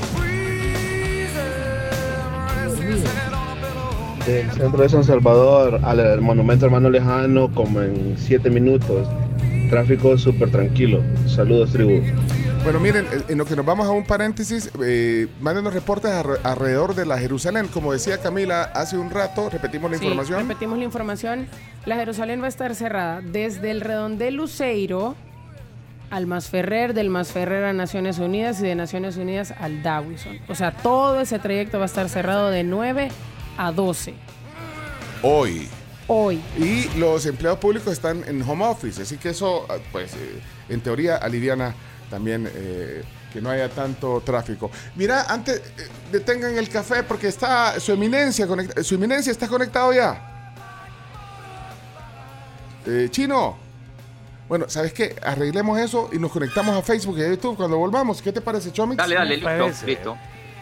Del centro de San Salvador al monumento hermano lejano como en siete minutos. Tráfico súper tranquilo. Saludos, tribu. Bueno, miren, en lo que nos vamos a un paréntesis, eh, mándenos reportes arre- alrededor de la Jerusalén. Como decía Camila hace un rato, repetimos la Sí, información. repetimos la información. La Jerusalén va a estar cerrada desde el redondel Luceiro al Masferrer, del Masferrer a Naciones Unidas y de Naciones Unidas al Dawison. O sea, todo ese trayecto va a estar cerrado de nueve a doce. Hoy. Hoy. Y los empleados públicos están en home office, así que eso, ah, pues, eh, en teoría aliviana también eh, que no haya tanto tráfico. Mira, antes, eh, detengan el café porque está su eminencia, conect- su eminencia está conectado ya. Eh, Chino. Bueno, ¿sabes qué? Arreglemos eso y nos conectamos a Facebook y a YouTube cuando volvamos. ¿Qué te parece, Chomix? Dale, dale, listo, Parece. listo.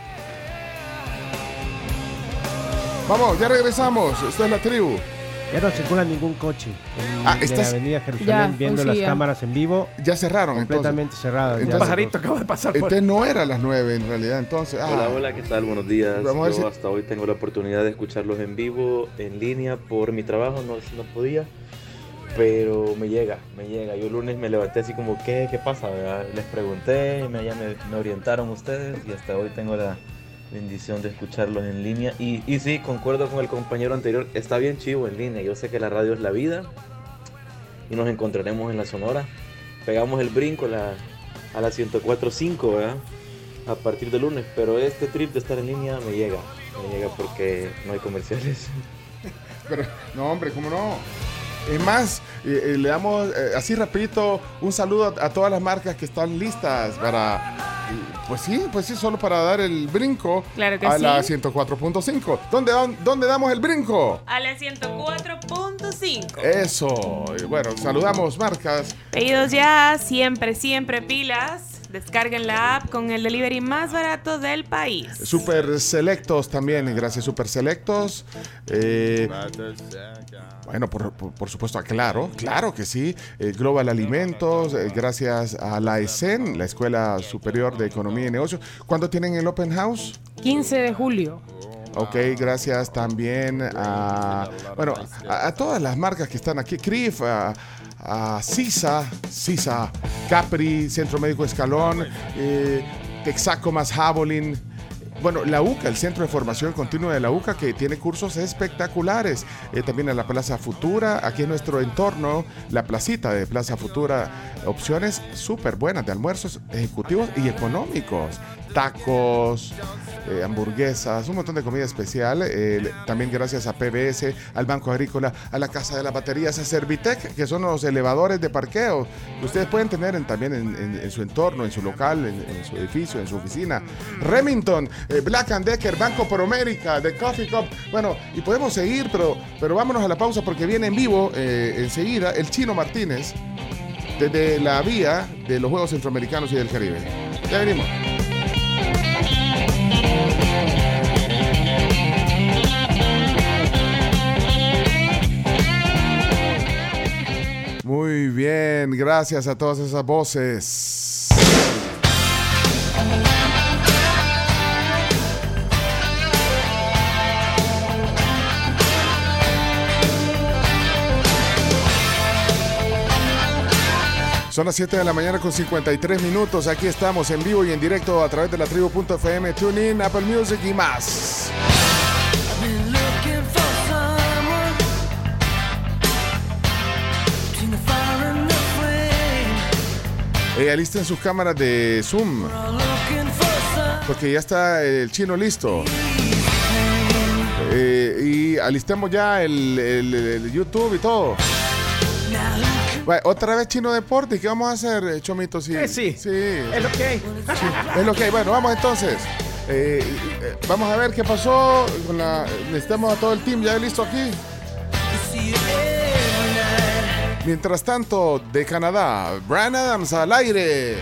Vamos, ya regresamos. Esto es La Tribu. Ya no circula ningún coche en, Ah, en estás- la avenida Jerusalén Ya, viendo hoy sí, las ya. cámaras en vivo. Ya cerraron, Completamente cerradas. ya. Entonces- Un pajarito acaba de pasar por Entonces no era a las nueve en realidad, entonces. ah. Hola, hola, ¿qué tal? Buenos días. Vamos a ver Yo si- hasta hoy tengo la oportunidad de escucharlos en vivo, en línea, por mi trabajo, no, no podía, pero me llega, me llega. Yo el lunes me levanté así como, ¿qué, qué pasa? ¿verdad? Les pregunté, me, ya me, me orientaron ustedes y hasta hoy tengo la bendición de escucharlos en línea. Y, y sí, concuerdo con el compañero anterior, está bien chivo en línea. Yo sé que la radio es la vida y nos encontraremos en la Sonora. Pegamos el brinco a la, a la ciento cuatro punto cinco, ¿verdad? A partir de lunes, pero este trip de estar en línea me llega, me llega porque no hay comerciales. Pero, no, hombre, ¿cómo no? Es más, eh, eh, le damos eh, así rapidito un saludo a, a todas las marcas que están listas para, eh, pues sí, pues sí, solo para dar el brinco Claro que a sí. la ciento cuatro punto cinco. ¿Dónde, dan- ¿Dónde damos el brinco? A la ciento cuatro punto cinco. Eso. Y bueno, saludamos marcas. Pedidos ya, siempre, siempre pilas. Descarguen la app con el delivery más barato del país. Super Selectos también, gracias Super Selectos. Eh, bueno, por, por, por supuesto, claro, claro que sí. Eh, Global Alimentos, eh, gracias a la E S E N, la Escuela Superior de Economía y Negocios. ¿Cuándo tienen el Open House? quince de julio. Ok, gracias también a, bueno, a, a todas las marcas que están aquí. C R I F, a, a CISA, CISA, Capri, Centro Médico Escalón, eh, Texaco más Javelin. Bueno, la U C A, el Centro de Formación Continua de la U C A, que tiene cursos espectaculares. Eh, también en la Plaza Futura, aquí en nuestro entorno, la placita de Plaza Futura, opciones súper buenas de almuerzos ejecutivos y económicos. tacos, eh, hamburguesas, un montón de comida especial. Eh, también gracias a P B S, al Banco Agrícola, a la Casa de las Baterías, a Servitec, que son los elevadores de parqueo que ustedes pueden tener en, también en, en, en su entorno, en su local, en, en su edificio, en su oficina. Remington, eh, Black and Decker, Banco Promérica, The Coffee Cup. Bueno, y podemos seguir, pero, pero vámonos a la pausa porque viene en vivo eh, enseguida el Chino Martínez desde la vía de los Juegos Centroamericanos y del Caribe. Ya venimos. Muy bien, gracias a todas esas voces. Son las siete de la mañana con cincuenta y tres minutos. Aquí estamos en vivo y en directo a través de la tribu punto f m, TuneIn, Apple Music y más. Eh, alisten sus cámaras de Zoom, porque ya está el chino listo. Eh, y alistemos ya el, el, el YouTube y todo. Bueno, otra vez Chino Deportes. ¿Qué vamos a hacer, Chomito? Sí, eh, sí. sí. Es lo que hay. Sí, es lo que hay. Bueno, vamos entonces. Eh, eh, vamos a ver qué pasó. Con la, necesitamos a todo el team ya listo aquí. Mientras tanto, de Canadá, Bryan Adams al aire.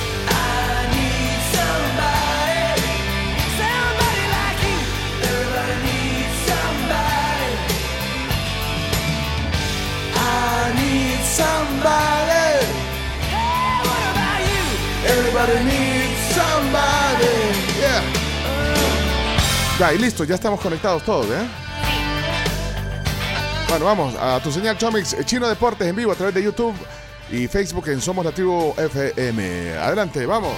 Somebody. Hey, what about you? Everybody needs somebody. Yeah. Ya, y listo, ya estamos conectados todos, ¿eh? Bueno, vamos a tu señal Chomix, Chino Deportes en vivo a través de YouTube y Facebook en Somos la Tribu F M. Adelante, vamos.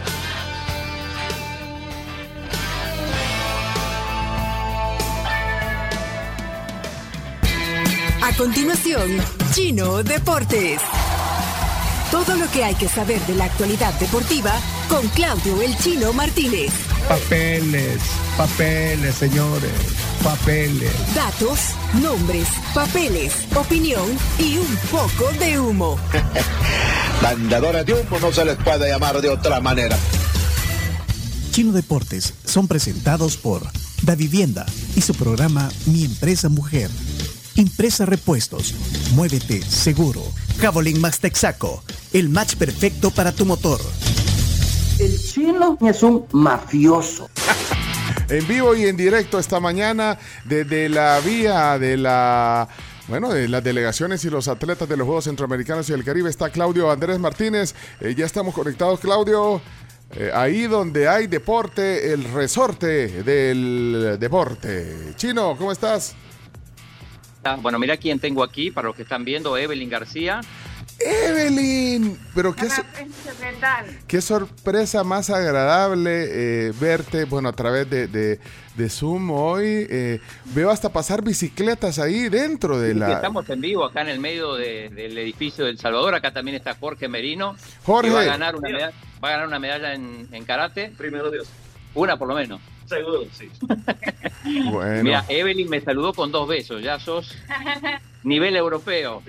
A continuación, Chino Deportes. Todo lo que hay que saber de la actualidad deportiva con Claudio El Chino Martínez. Papeles, papeles, señores, papeles. Datos, nombres, papeles, opinión y un poco de humo. Vendedores de humo no se les puede llamar de otra manera. Chino Deportes son presentados por Da Vivienda y su programa Mi Empresa Mujer. Impresa Repuestos, Muévete Seguro. Javelin Max Texaco, el match perfecto para tu motor. El chino es un mafioso. En vivo y en directo esta mañana desde la vía de la... Bueno, de las delegaciones y los atletas de los Juegos Centroamericanos y del Caribe está Claudio Andrés Martínez. Eh, ya estamos conectados, Claudio. Eh, ahí donde hay deporte, el resorte del deporte. Chino, ¿cómo estás? Bueno, mira quién tengo aquí, para los que están viendo, Evelyn García. Evelyn, pero qué, so- qué sorpresa más agradable eh, verte, bueno, a través de, de, de Zoom hoy. Eh, veo hasta pasar bicicletas ahí dentro de Sí, la... Estamos en vivo acá en el medio de, del edificio del Salvador. Acá también está Jorge Merino. Jorge. Que va a ganar una medalla, va a ganar una medalla en, en karate. Primero Dios. Una por lo menos. Seguro, sí. Bueno. Mira, Evelyn me saludó con dos besos. Ya sos nivel europeo.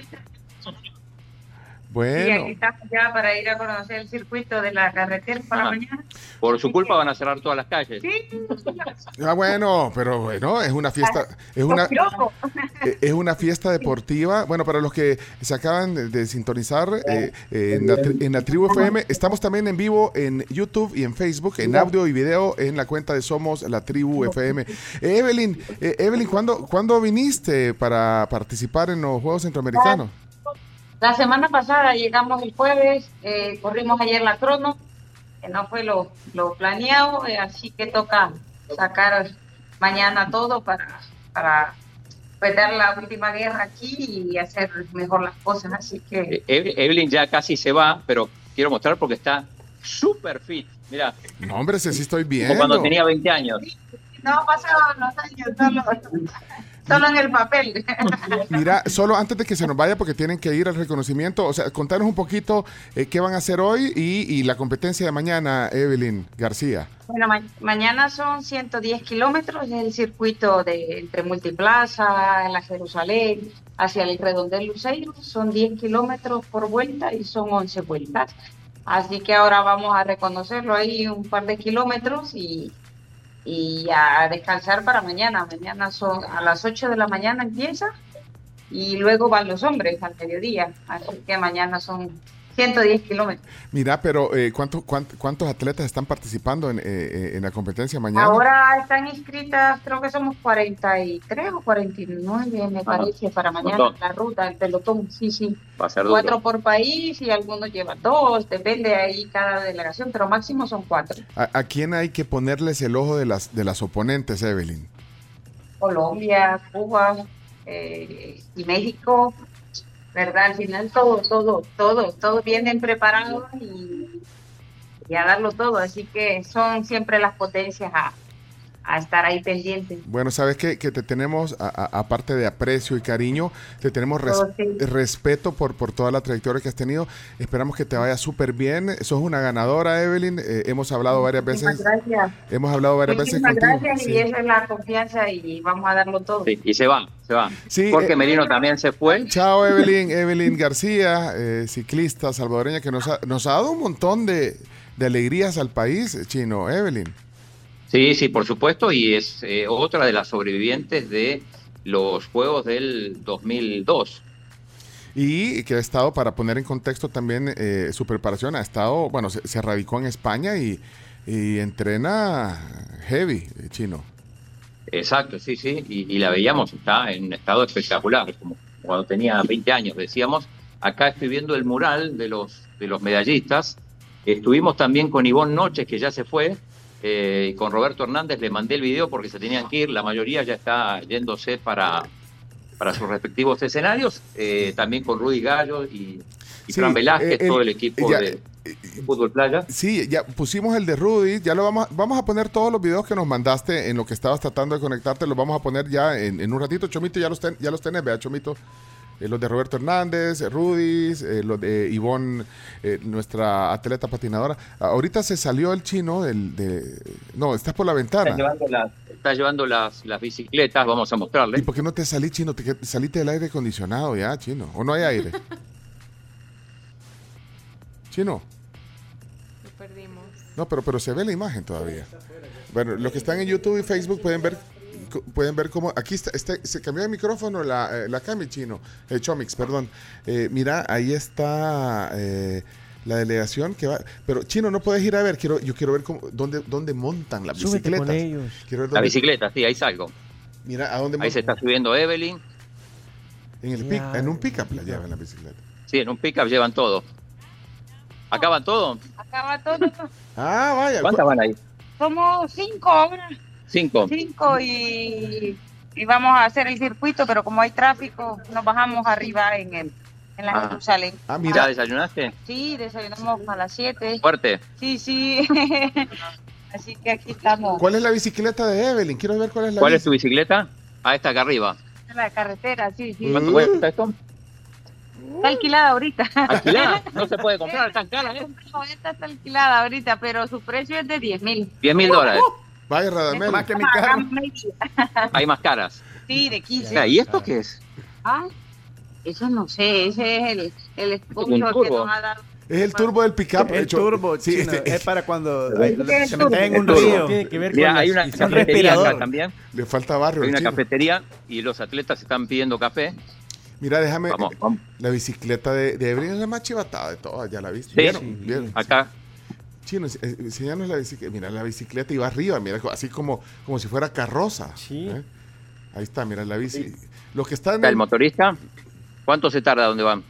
Bueno. Y aquí estamos ya para ir a conocer el circuito de la carretera para Ah. mañana. Por su culpa van a cerrar todas las calles. Sí. Ah, bueno, pero bueno, es una fiesta, es una, es una fiesta deportiva. Bueno, para los que se acaban de, de sintonizar eh, eh, en, la, tri- en la Tribu F M, estamos también en vivo en YouTube y en Facebook, en audio y video en la cuenta de Somos la Tribu F M. Eh, Evelyn, eh, Evelyn, ¿cuándo, ¿cuándo viniste para participar en los Juegos Centroamericanos? La semana pasada llegamos el jueves, eh, corrimos ayer la crono, que no fue lo, lo planeado, eh, así que toca sacar mañana todo para, para pues, dar la última guerra aquí y hacer mejor las cosas, así que... E- Evelyn ya casi se va, pero quiero mostrar porque está súper fit. Mira, No, hombre, ese sí estoy como viendo. cuando tenía veinte años. No pasaban los años, no lo... Solo en el papel. Mira, solo antes de que se nos vaya, porque tienen que ir al reconocimiento, o sea, contanos un poquito eh, qué van a hacer hoy y, y la competencia de mañana, Evelyn García. Bueno, ma mañana son ciento diez kilómetros, es el circuito de entre Multiplaza, en la Jerusalén, hacia el Redondel Luceiro, son diez kilómetros por vuelta y son once vueltas. Así que ahora vamos a reconocerlo ahí un par de kilómetros y, y a descansar para mañana. Mañana son a las ocho de la mañana empieza y luego van los hombres al mediodía. Así que mañana son ciento diez kilómetros. Mira, pero eh, ¿cuánto, cuánto, ¿cuántos atletas están participando en, eh, en la competencia mañana? Ahora están inscritas, creo que somos cuarenta y tres o cuarenta y nueve, me parece, para mañana Montón. la ruta, el pelotón, sí, sí. Va a ser Cuatro duro. por país y algunos llevan dos, depende ahí cada delegación, pero máximo son cuatro. ¿A, a quién hay que ponerles el ojo de las, de las oponentes, Evelyn? Colombia, Cuba eh, y México, ¿verdad? Al final todo, todo, todo, todos vienen preparados y, y a darlo todo, así que son siempre las potencias a, a estar ahí pendientes. Bueno, sabes qué? Que te tenemos, a- a- aparte de aprecio y cariño, te tenemos res- Oh, sí. respeto por, por toda la trayectoria que has tenido. Esperamos que te vaya súper bien. Sos una ganadora, Evelyn. Eh, hemos hablado varias Muchísimas veces. gracias. Hemos hablado varias Muchísimas veces contigo. gracias Sí. y esa es la confianza y vamos a darlo todo. Sí, y se van, se van. Sí, Porque eh, Merino también se fue. Chao, Evelyn. Evelyn García, eh, ciclista salvadoreña que nos ha, nos ha dado un montón de, de alegrías al país, Chino. Evelyn. Sí, sí, por supuesto, y es eh, otra de las sobrevivientes de los Juegos del dos mil dos. Y que ha estado, para poner en contexto también eh, su preparación, ha estado, bueno, se, se radicó en España y, y entrena heavy, eh, Chino. Exacto, sí, sí, y, y la veíamos, está en un estado espectacular, como cuando tenía veinte años, decíamos. Acá estoy viendo el mural de los, de los medallistas. Estuvimos también con Ivonne Noches, que ya se fue, eh, y con Roberto Hernández le mandé el video porque se tenían que ir, la mayoría ya está yéndose para, para sus respectivos escenarios, eh, también con Rudy Gallo y, y Sí, Fran Velázquez, eh, el- todo el equipo ya, de, de fútbol playa. Sí, ya pusimos el de Rudy, ya lo vamos, a- vamos a poner todos los videos que nos mandaste en lo que estabas tratando de conectarte, los vamos a poner ya en, en un ratito. Chomito, ya los, ten- ya los tenés, vea, Chomito. Eh, los de Roberto Hernández, eh, Rudy, eh, los de Ivonne, eh, nuestra atleta patinadora. Ahorita se salió el Chino del... De, no, estás por la Está ventana. llevando, las, está llevando las, las bicicletas, vamos a mostrarle. ¿Y por qué no te salí, Chino? Te, qued- saliste del aire acondicionado ya, Chino. ¿O no hay aire? Chino. Lo perdimos. No, pero, pero se ve la imagen todavía. Bueno, los que están en YouTube y Facebook pueden ver pueden ver cómo aquí está, está se cambió de micrófono la, eh, la Cami, Chino, el Chomix, perdón. Eh, mira, ahí está eh, la delegación que va, pero Chino, no puedes ir a ver, quiero yo quiero ver cómo dónde dónde montan las Súbete bicicletas. con ellos. Quiero ver La dónde- bicicleta, sí, ahí salgo. Mira, a dónde Ahí se está subiendo Evelyn. En el pick, en un pickup la llevan la bicicleta. Sí, en un pickup llevan todo. ¿Acaban todo? Acaba todo. Ah, vaya. ¿Cuántas van ahí? Somos cinco ahora. Cinco. Cinco y, y vamos a hacer el circuito, pero como hay tráfico, nos bajamos arriba en el en la Ah. Jerusalén. Ah, ¿Ya desayunaste? Sí, desayunamos a las siete. Fuerte. Sí, sí. Así que aquí estamos. ¿Cuál es la bicicleta de Evelyn? Quiero ver cuál es la ¿Cuál es bici. tu bicicleta? Ah, esta acá arriba. En la carretera, sí, sí. ¿Cuánto cuesta esto? Está alquilada ahorita. ¿Alquilada? No se puede comprar, tan cara, ¿eh? No, esta está alquilada ahorita, pero su precio es de diez mil. diez mil dólares. Vaya, Radamel. Más que mi carro. Hay más caras. Sí, de quince. O sea, ¿y esto qué es? Ah, eso no sé, ese es el, el sponsor que turbo. nos ha dado. Es el turbo del pickup. El hecho- turbo, sí, Chino, este- es para cuando ¿Qué es se turbo? meten en un El turbo. río. Tiene que ver Mira, con hay las- una y son cafetería respirador. acá también. Le falta barrio. Hay al una Chino. cafetería y los atletas están pidiendo café. Mira, déjame. Vamos, vamos. La bicicleta de, de Evelyn es la más chivatada de todas, ya la viste. Sí. ¿Vieron? Sí. ¿Vieron? Acá. Chino, eh, enséñanos la bicicleta. Mira la bicicleta y va arriba, mira, así como, como si fuera carroza. Sí. ¿eh? Ahí está, mira la bici. Los que están en Está el el, motorista. ¿Cuánto se tarda? ¿Dónde van?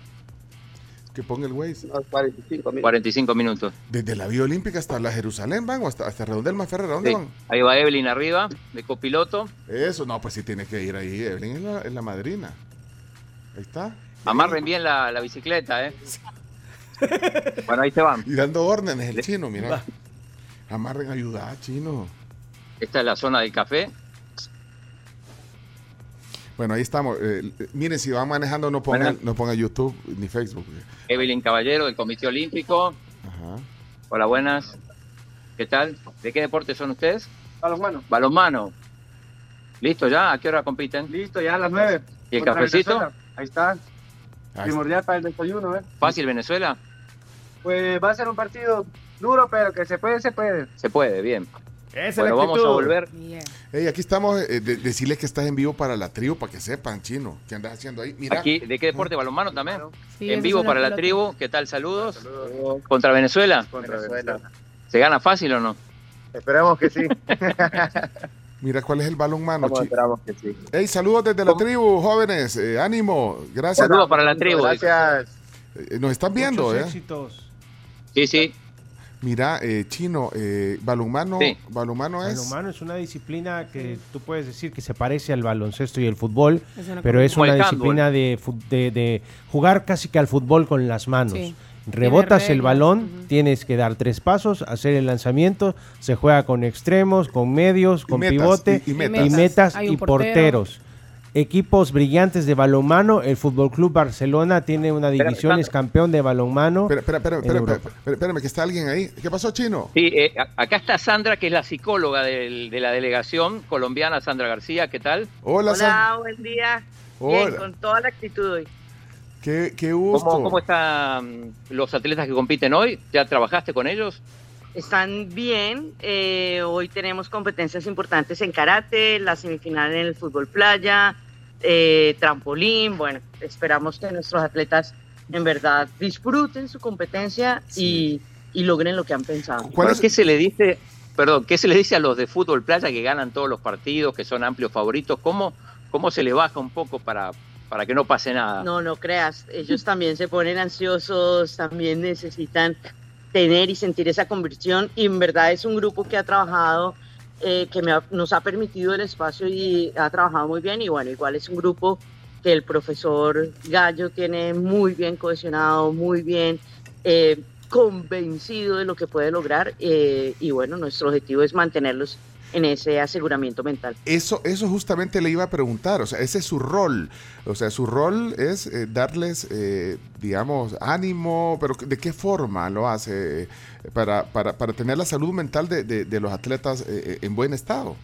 que ponga el Waze. cuarenta y cinco minutos. Desde la Vía Olímpica hasta la Jerusalén van o hasta, hasta Redondel Maferrer, ¿a dónde Sí. van? Ahí va Evelyn arriba, de copiloto. Eso, no, pues sí tiene que ir ahí. Evelyn es la, es la madrina. Ahí está. Amarren bien la, la bicicleta, ¿eh? Bueno, ahí se van. Y dando órdenes el Le- chino, mira. Amarren, ayuda, chino. Esta es la zona del café. Bueno, ahí estamos. Eh, miren, si van manejando, no pongan, no pongan YouTube ni Facebook. Evelyn Caballero, del Comité Olímpico. Ajá. Hola, buenas. ¿Qué tal? ¿De qué deporte son ustedes? Balonmano. Balonmano. ¿Listo ya? ¿A qué hora compiten? Listo, ya a las nueve. ¿Y el Contra cafecito? Venezuela. Ahí está. Ahí Primordial para el desayuno, ¿eh? ¿Fácil Venezuela? Pues va a ser un partido duro, pero que se puede, se puede. Se puede, bien. Esa bueno, es la vamos a actitud. volver. Hey, aquí estamos, eh, de, decirles que estás en vivo para la tribu, para que sepan, Chino. ¿Qué andas haciendo ahí? Mira. Aquí, ¿de qué deporte? ¿Balonmano también? Sí, en esas vivo son para las la pelotas. tribu. ¿Qué tal? Saludos. Saludos. ¿Contra Venezuela? Contra Venezuela. ¿Se gana fácil o no? Esperamos que sí. Mira cuál es el balonmano. Vamos, chi- esperamos que sí. Hey, saludos desde la tribu, jóvenes. eh, ánimo. Gracias. Saludos para la tribu. Gracias. Eh, nos están viendo, Muchos ¿eh? éxitos. Sí, sí. Mira, eh, Chino, eh, balonmano, Sí. balonmano es... Balonmano es una disciplina que tú puedes decir que se parece al baloncesto y el fútbol, Es una pero es como una el disciplina de, fu- de, de jugar casi que al fútbol con las manos. Sí. Rebotas Tiene el balón, tienes que dar tres pasos, hacer el lanzamiento, se juega con extremos, con medios, con metas, pivote y- y y metas. metas, Hay y un portero. porteros. Equipos brillantes de balonmano, el Fútbol Club Barcelona tiene una Espera, división, es campeón de balonmano. Espera, espera, espera, en espera, Europa. espera, espérame, que está alguien ahí. ¿Qué pasó, Chino? Sí, eh, a- acá está Sandra, que es la psicóloga del- de la delegación colombiana, Sandra García. ¿Qué tal? Hola, Sandra. Hola, buen día. Bien, Hola. con toda la actitud hoy. Qué, qué gusto. ¿Cómo, cómo están los atletas que compiten hoy? ¿Ya trabajaste con ellos? Están bien. eh, hoy tenemos competencias importantes en karate, la semifinal en el fútbol playa, eh, trampolín. Bueno, esperamos que nuestros atletas en verdad disfruten su competencia y, y logren lo que han pensado. Bueno, ¿qué se le dice, perdón, qué se le dice a los de fútbol playa que ganan todos los partidos, que son amplios favoritos? ¿Cómo, cómo se le baja un poco para, para que no pase nada? No, no creas, ellos también se ponen ansiosos, también necesitan tener y sentir esa conversión y en verdad es un grupo que ha trabajado, eh, que me ha- nos ha permitido el espacio y ha trabajado muy bien y bueno, igual es un grupo que el profesor Gallo tiene muy bien cohesionado, muy bien eh, convencido de lo que puede lograr eh, y bueno, nuestro objetivo es mantenerlos en ese aseguramiento mental. Eso, eso justamente le iba a preguntar, o sea, ese es su rol, o sea, su rol es eh, darles, eh, digamos, ánimo, pero ¿de qué forma lo hace eh, para, para, para tener la salud mental de, de, de los atletas eh, en buen estado?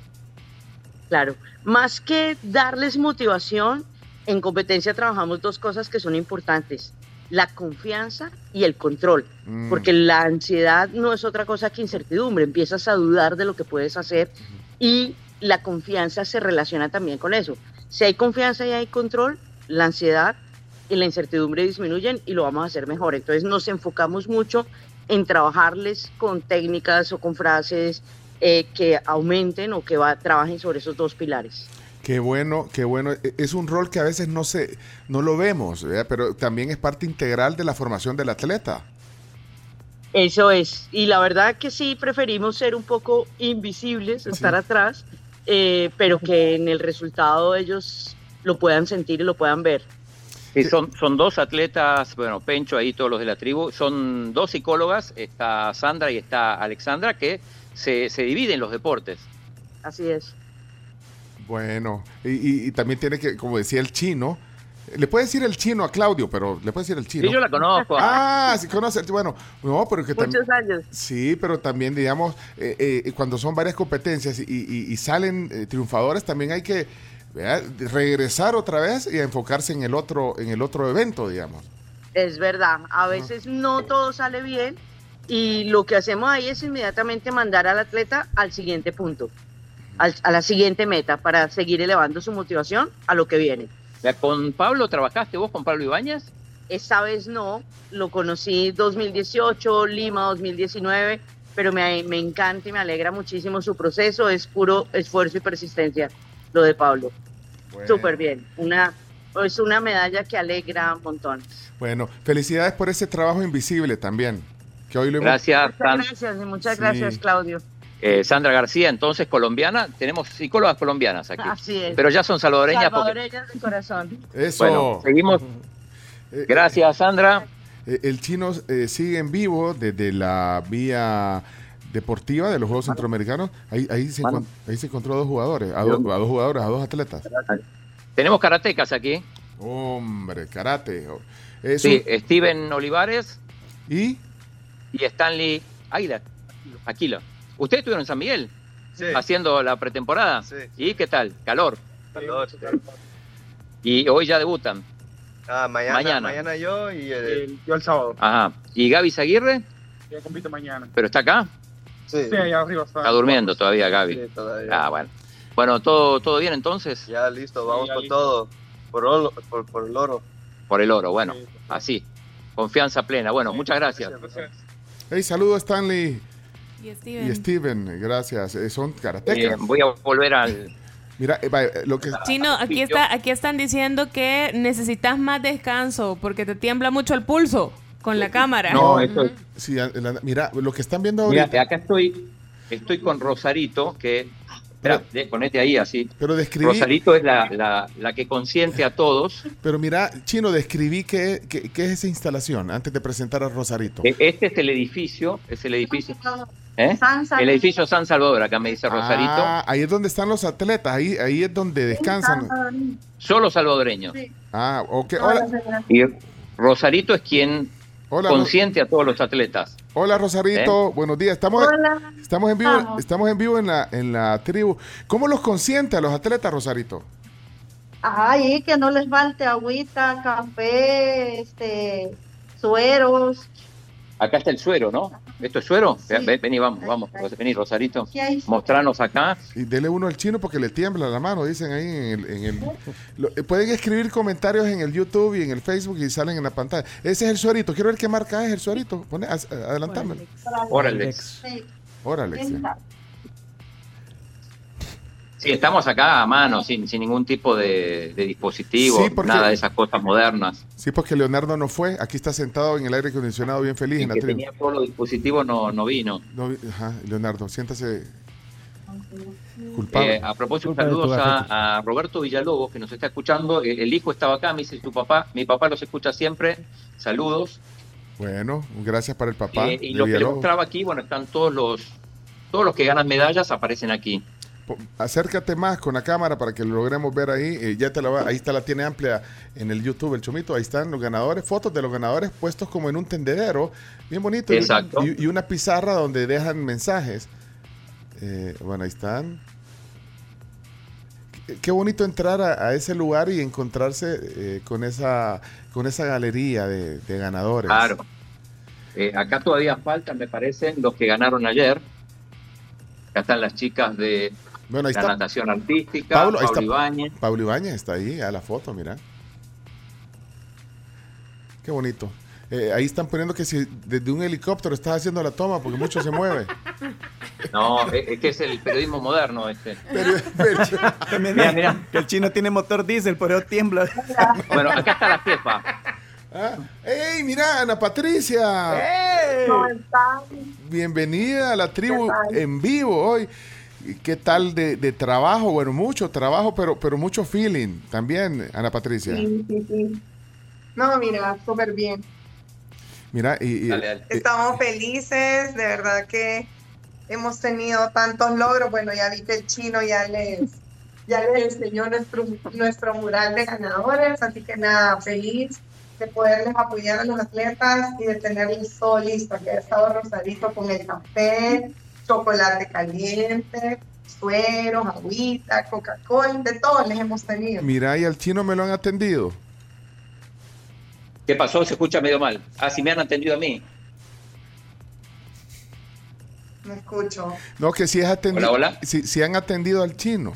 Claro, más que darles motivación, en competencia trabajamos dos cosas que son importantes, la confianza y el control, Mm. porque la ansiedad no es otra cosa que incertidumbre, empiezas a dudar de lo que puedes hacer y la confianza se relaciona también con eso. Si hay confianza y hay control, la ansiedad y la incertidumbre disminuyen y lo vamos a hacer mejor. Entonces nos enfocamos mucho en trabajarles con técnicas o con frases eh, que aumenten o que va, trabajen sobre esos dos pilares. Qué bueno, qué bueno. E- Es un rol que a veces no se, no lo vemos, ¿verdad? Pero también es parte integral de la formación del atleta. Eso es, y la verdad que sí preferimos ser un poco invisibles, estar atrás, eh, pero que en el resultado ellos lo puedan sentir y lo puedan ver. Sí, son, son dos atletas, bueno, Pencho ahí, todos los de la tribu, son dos psicólogas, está Sandra y está Alexandra, que se, se dividen los deportes. Así es. Bueno, y, y- y también tiene que, como decía el Chino, le puede decir el Chino a Claudio, pero le puede decir el Chino. Sí, yo la conozco. Ah, sí conoce. Bueno, no, pero que también. Muchos años. Sí, pero también, digamos, eh, eh, cuando son varias competencias y, y- y salen eh, triunfadores, también hay que ¿verdad? regresar otra vez y enfocarse en el otro, en el otro evento, digamos. Es verdad, a veces no todo sale bien y lo que hacemos ahí es inmediatamente mandar al atleta al siguiente punto, al- a la siguiente meta para seguir elevando su motivación a lo que viene. Ya, ¿con Pablo trabajaste vos, con Pablo Ibáñez? Esta vez no, lo conocí dos mil dieciocho, Lima dos mil diecinueve, pero me, me encanta y me alegra muchísimo su proceso, es puro esfuerzo y persistencia lo de Pablo. Bueno. Súper bien, una, es una medalla que alegra un montón. Bueno, felicidades por ese trabajo invisible también. Que hoy lo hemos- Gracias, Muchas San- gracias y muchas Sí. gracias, Claudio. eh, Sandra García, entonces colombiana. Tenemos psicólogas colombianas aquí. Así es. Pero ya son salvadoreñas porque... Salvadoreñas de corazón. Eso. Bueno, seguimos. Gracias, Sandra. Eh, El Chino eh, sigue en vivo desde la vía deportiva de los Juegos Centroamericanos. Ahí, ahí, se, Mano. encon- ahí se encontró a dos jugadores, a, do- a dos jugadores, a dos atletas. Tenemos karatecas aquí. Hombre, karate. Es Sí, un- Steven Olivares. ¿Y? Y Stanley Águila. Aquila. ¿Ustedes estuvieron en San Miguel? Sí. Haciendo la pretemporada. Sí. ¿Y qué tal? Calor. Calor. Y hoy ya debutan. Ah, mañana, Mañana. mañana. yo y el, yo el sábado. Ajá. ¿Y Gaby Zaguirre? Ya compito mañana. ¿Pero está acá? Sí. Sí, allá arriba está. Está durmiendo todavía Gaby. Sí, todavía. Ah, bueno. Bueno, ¿todo, todo bien entonces? Ya listo, vamos ya con listo. todo. Por, oro, por, por el oro. Por el oro, bueno. Así. Confianza plena. Bueno, muchas gracias. Hey, saludos Stanley Y Steven. y Steven, gracias. Eh, son karatecas. Eh, voy a volver al... Mira, eh, va, eh, lo que... Chino, aquí está, aquí están diciendo que necesitas más descanso porque te tiembla mucho el pulso con la cámara. No, esto es- Sí, a- la- mira, lo que están viendo Mira, ahorita... acá estoy, estoy con Rosarito, que... Espera, de- ponete ahí así. Pero describí... Rosarito es la, la, la que consiente a todos. Pero mira, Chino, describí qué, qué, qué es esa instalación antes de presentar a Rosarito. E- Este es el edificio, es el edificio... ¿Eh? San Salvador. El edificio San Salvador, acá me dice Rosarito. Ah, ahí es donde están los atletas, ahí, ahí es donde descansan. Solo salvadoreños. Ah, ok. Hola, Y Rosarito es quien Hola, consiente a todos los atletas. hola Rosarito, ¿Eh? buenos días. Estamos, Hola. estamos en vivo, Vamos. estamos en vivo en la, en la tribu. ¿Cómo los consiente a los atletas, Rosarito? Ay, que no les falte agüita, café, este, sueros. Acá está el suero, ¿no? ¿Esto es suero? Ven, ven, vení, vamos, vamos. Vení, Rosarito. hay? Mostranos acá. Y dele uno al Chino porque le tiembla la mano, dicen ahí en el... en el- lo- eh, pueden escribir comentarios en el YouTube y en el Facebook y salen en la pantalla. Ese es el suerito. Quiero ver qué marca es el suerito. Pone, as- adelantámelo. Oralex. Sí. Órale. sí. Sí, estamos acá a mano, sin, sin ningún tipo de, de dispositivo, Sí, porque- nada de esas cosas modernas. Sí, porque Leonardo no fue. Aquí está sentado en el aire acondicionado bien feliz en El la que tribu. tenía todos los dispositivos no, no vino. No, ajá, Leonardo, siéntase culpable. Eh, a propósito, Culpa de tu saludos gafete. a, a Roberto Villalobos, que nos está escuchando. El, el hijo estaba acá, me dice su papá. Mi papá los escucha siempre. Saludos. Bueno, gracias para el papá. Eh, y de lo que le Villalobos. mostraba aquí, bueno, están todos los todos los que ganan medallas aparecen aquí. Po- Acércate más con la cámara para que lo logremos ver ahí. Eh, ya te la va, ahí está, la tiene amplia en el YouTube, el Chomito. Ahí están los ganadores, fotos de los ganadores puestos como en un tendedero, bien bonito. Y- Exacto. Y, y una pizarra donde dejan mensajes. Eh, bueno, ahí están. Qué, qué bonito entrar a, a ese lugar y encontrarse eh, con esa con esa galería de, de ganadores. Claro. Eh, acá todavía faltan, me parecen, los que ganaron ayer. Acá están las chicas de Bueno, ahí la está. natación artística, Pablo, ahí Pablo está. Ibáñez. Pablo Ibáñez está ahí, a la foto, mira. Qué bonito. Eh, ahí están poniendo que si desde un helicóptero estás haciendo la toma porque mucho se mueve. No, es, es que es el periodismo moderno este. También Mira, mira. que el chino tiene motor diésel, por eso tiembla. Bueno, acá está la jefa. Ah, ¡Ey, mira, Ana Patricia! ¿Cómo están? Bienvenida a la tribu en vivo hoy. ¿Qué tal de, de trabajo? Bueno, mucho trabajo, pero, pero mucho feeling también, Ana Patricia. Sí, sí, sí. No, mira, súper bien. Mira, y, y- eh, Estamos felices, de verdad que hemos tenido tantos logros. Bueno, ya vi que el chino ya les, ya les enseñó nuestro, nuestro mural de ganadores, así que nada, feliz de poderles apoyar a los atletas y de tenerles todo listo. Que ha estado Rosarito con el café, chocolate caliente, sueros, agüita, Coca-Cola, de todo les hemos tenido. mira, y al chino me lo han atendido. ¿Qué pasó? Se escucha medio mal. Ah, si me han atendido a mí. Me escucho. No, que si es atendido. Hola, hola. Si, si han atendido al chino.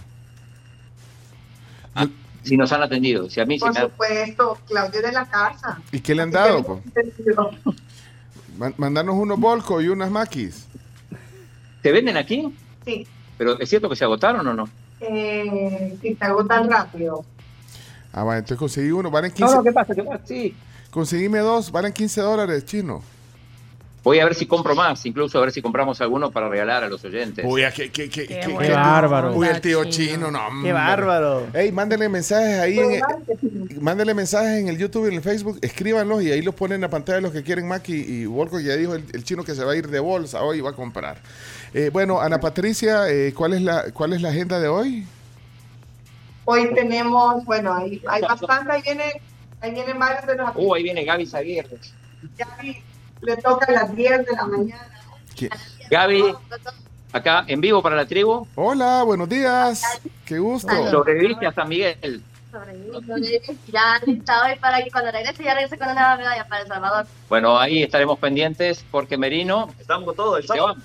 Si nos han atendido. Si a mí sí Por me han... supuesto, Claudio de la casa. ¿Y qué le han dado? po? Man- Mandarnos unos bolcos y unas maquis. ¿Te venden aquí? Sí, ¿Pero es cierto que se agotaron o no? eh, si te hago tan rápido. Ah, bueno, entonces conseguí uno, valen No, quince. no, ¿qué pasa? ¿Qué pasa? Sí. Conseguime dos, valen quince dólares, chino. Voy a ver si compro más, incluso a ver si compramos alguno para regalar a los oyentes. Uy, qué, qué, qué, qué, Qué bárbaro. Uy, el tío chino, no. Qué hombre. bárbaro. Ey, mándenle mensajes ahí, en el, mándenle mensajes en el YouTube y en el Facebook, escríbanlos y ahí los ponen en la pantalla los que quieren Maki y Volco. Ya dijo el, el chino que se va a ir de bolsa hoy y va a comprar. Eh, bueno, Ana Patricia, eh, ¿cuál es la cuál es la agenda de hoy? Hoy tenemos, bueno, ahí hay bastante, ahí viene, ahí vienen varios de los Uh, ahí viene Gaby Zaguirre. Gaby le toca a las diez de la mañana. Gaby, acá en vivo para la tribu. Hola, buenos días. Qué gusto. Sobreviviste a San Miguel. Ya estaba hoy para que cuando regrese ya regrese con una nueva medalla para El Salvador. Bueno, ahí estaremos pendientes porque Merino. Estamos con todo, ahí se va.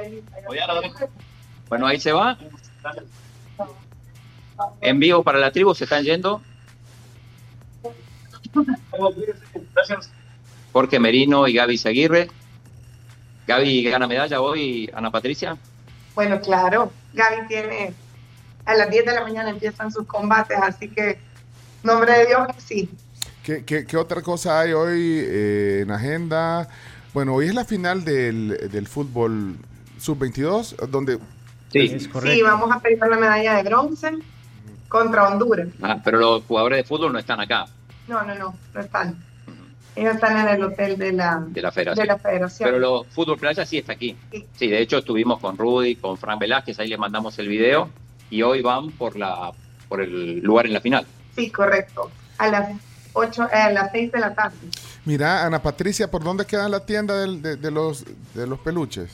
Bueno, ahí se va. En vivo para la tribu se están yendo. Gracias. Jorge Merino y Gaby Zaguirre. Gaby gana medalla hoy, Ana Patricia. Bueno, claro, Gaby tiene, a las diez de la mañana empiezan sus combates, así que, nombre de Dios, sí. ¿Qué, qué, qué otra cosa hay hoy eh, en agenda? Bueno, hoy es la final del, del fútbol sub veintidós, donde... Sí, es sí, vamos a pedir la medalla de bronce contra Honduras. Ah, pero los jugadores de fútbol no están acá. No, no, no, no están. Ellos están en el hotel de la, de la federación. De la federación. Pero los fútbol playa sí está aquí. Sí. sí, de hecho estuvimos con Rudy, con Fran Velázquez, ahí les mandamos el video y hoy van por la por el lugar en la final. Sí, correcto. A las ocho, eh, a las seis de la tarde. Mira, Ana Patricia, ¿por dónde queda la tienda del, de, de los de los peluches?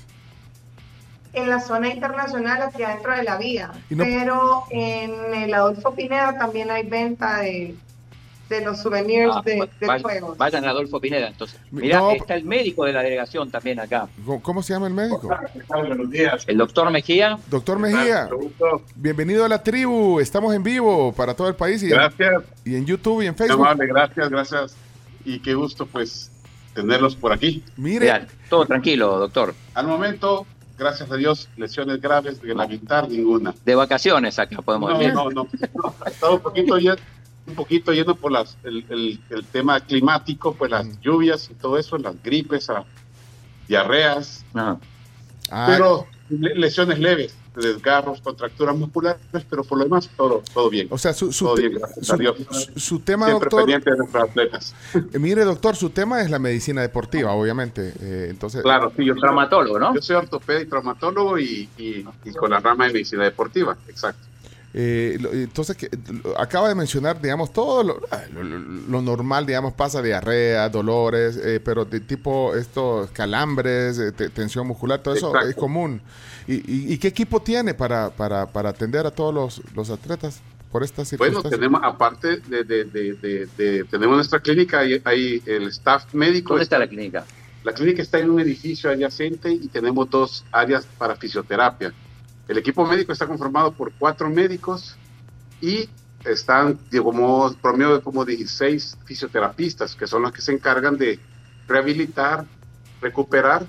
En la zona internacional, hacia adentro de la vía. No... Pero en el Adolfo Pineda también hay venta de de los souvenirs ah, de, de vayan, juegos. Vayan a Adolfo Pineda, entonces. Mirá, no, está el médico de la delegación también acá. ¿Cómo, cómo se llama el médico? Buenos días. El doctor Mejía. Doctor Mejía, bienvenido a la tribu. Estamos en vivo para todo el país. Y gracias. En, y en YouTube y en Facebook. Amable, gracias, gracias. Y qué gusto, pues, tenerlos por aquí. Mire. Mirá, todo tranquilo, doctor. Al momento, gracias a Dios, lesiones graves de lamentar ninguna. De vacaciones acá, podemos no, decir. No, no, no. Ha estado un poquito ya... un poquito yendo por las el, el, el tema climático, pues las lluvias y todo eso, las gripes, a diarreas, ah. pero lesiones leves, desgarros, contracturas musculares, pero por lo demás todo, todo bien. O sea, su, su, todo te, bien, su, su, su tema, siempre doctor, pendiente de nuestros atletas. Eh, mire, doctor, su tema es la medicina deportiva, obviamente. Eh, entonces, claro, sí, yo soy traumatólogo, ¿no? Yo soy ortopeda y traumatólogo y, y, y con la rama de medicina deportiva, exacto. Eh, lo, entonces, que, lo, acaba de mencionar, digamos, todo lo, lo, lo normal, digamos, pasa diarrea, dolores, eh, pero de tipo estos calambres, eh, te, tensión muscular, todo eso exacto. Es común. ¿Y, y, y qué equipo tiene para, para, para atender a todos los, los atletas por estas circunstancias? Bueno, tenemos, aparte de, de, de, de, de tenemos nuestra clínica, hay, hay el staff médico. ¿Dónde está la clínica? La clínica está en un edificio adyacente y tenemos dos áreas para fisioterapia. El equipo médico está conformado por cuatro médicos y están como promedio de como dieciséis fisioterapistas, que son los que se encargan de rehabilitar, recuperar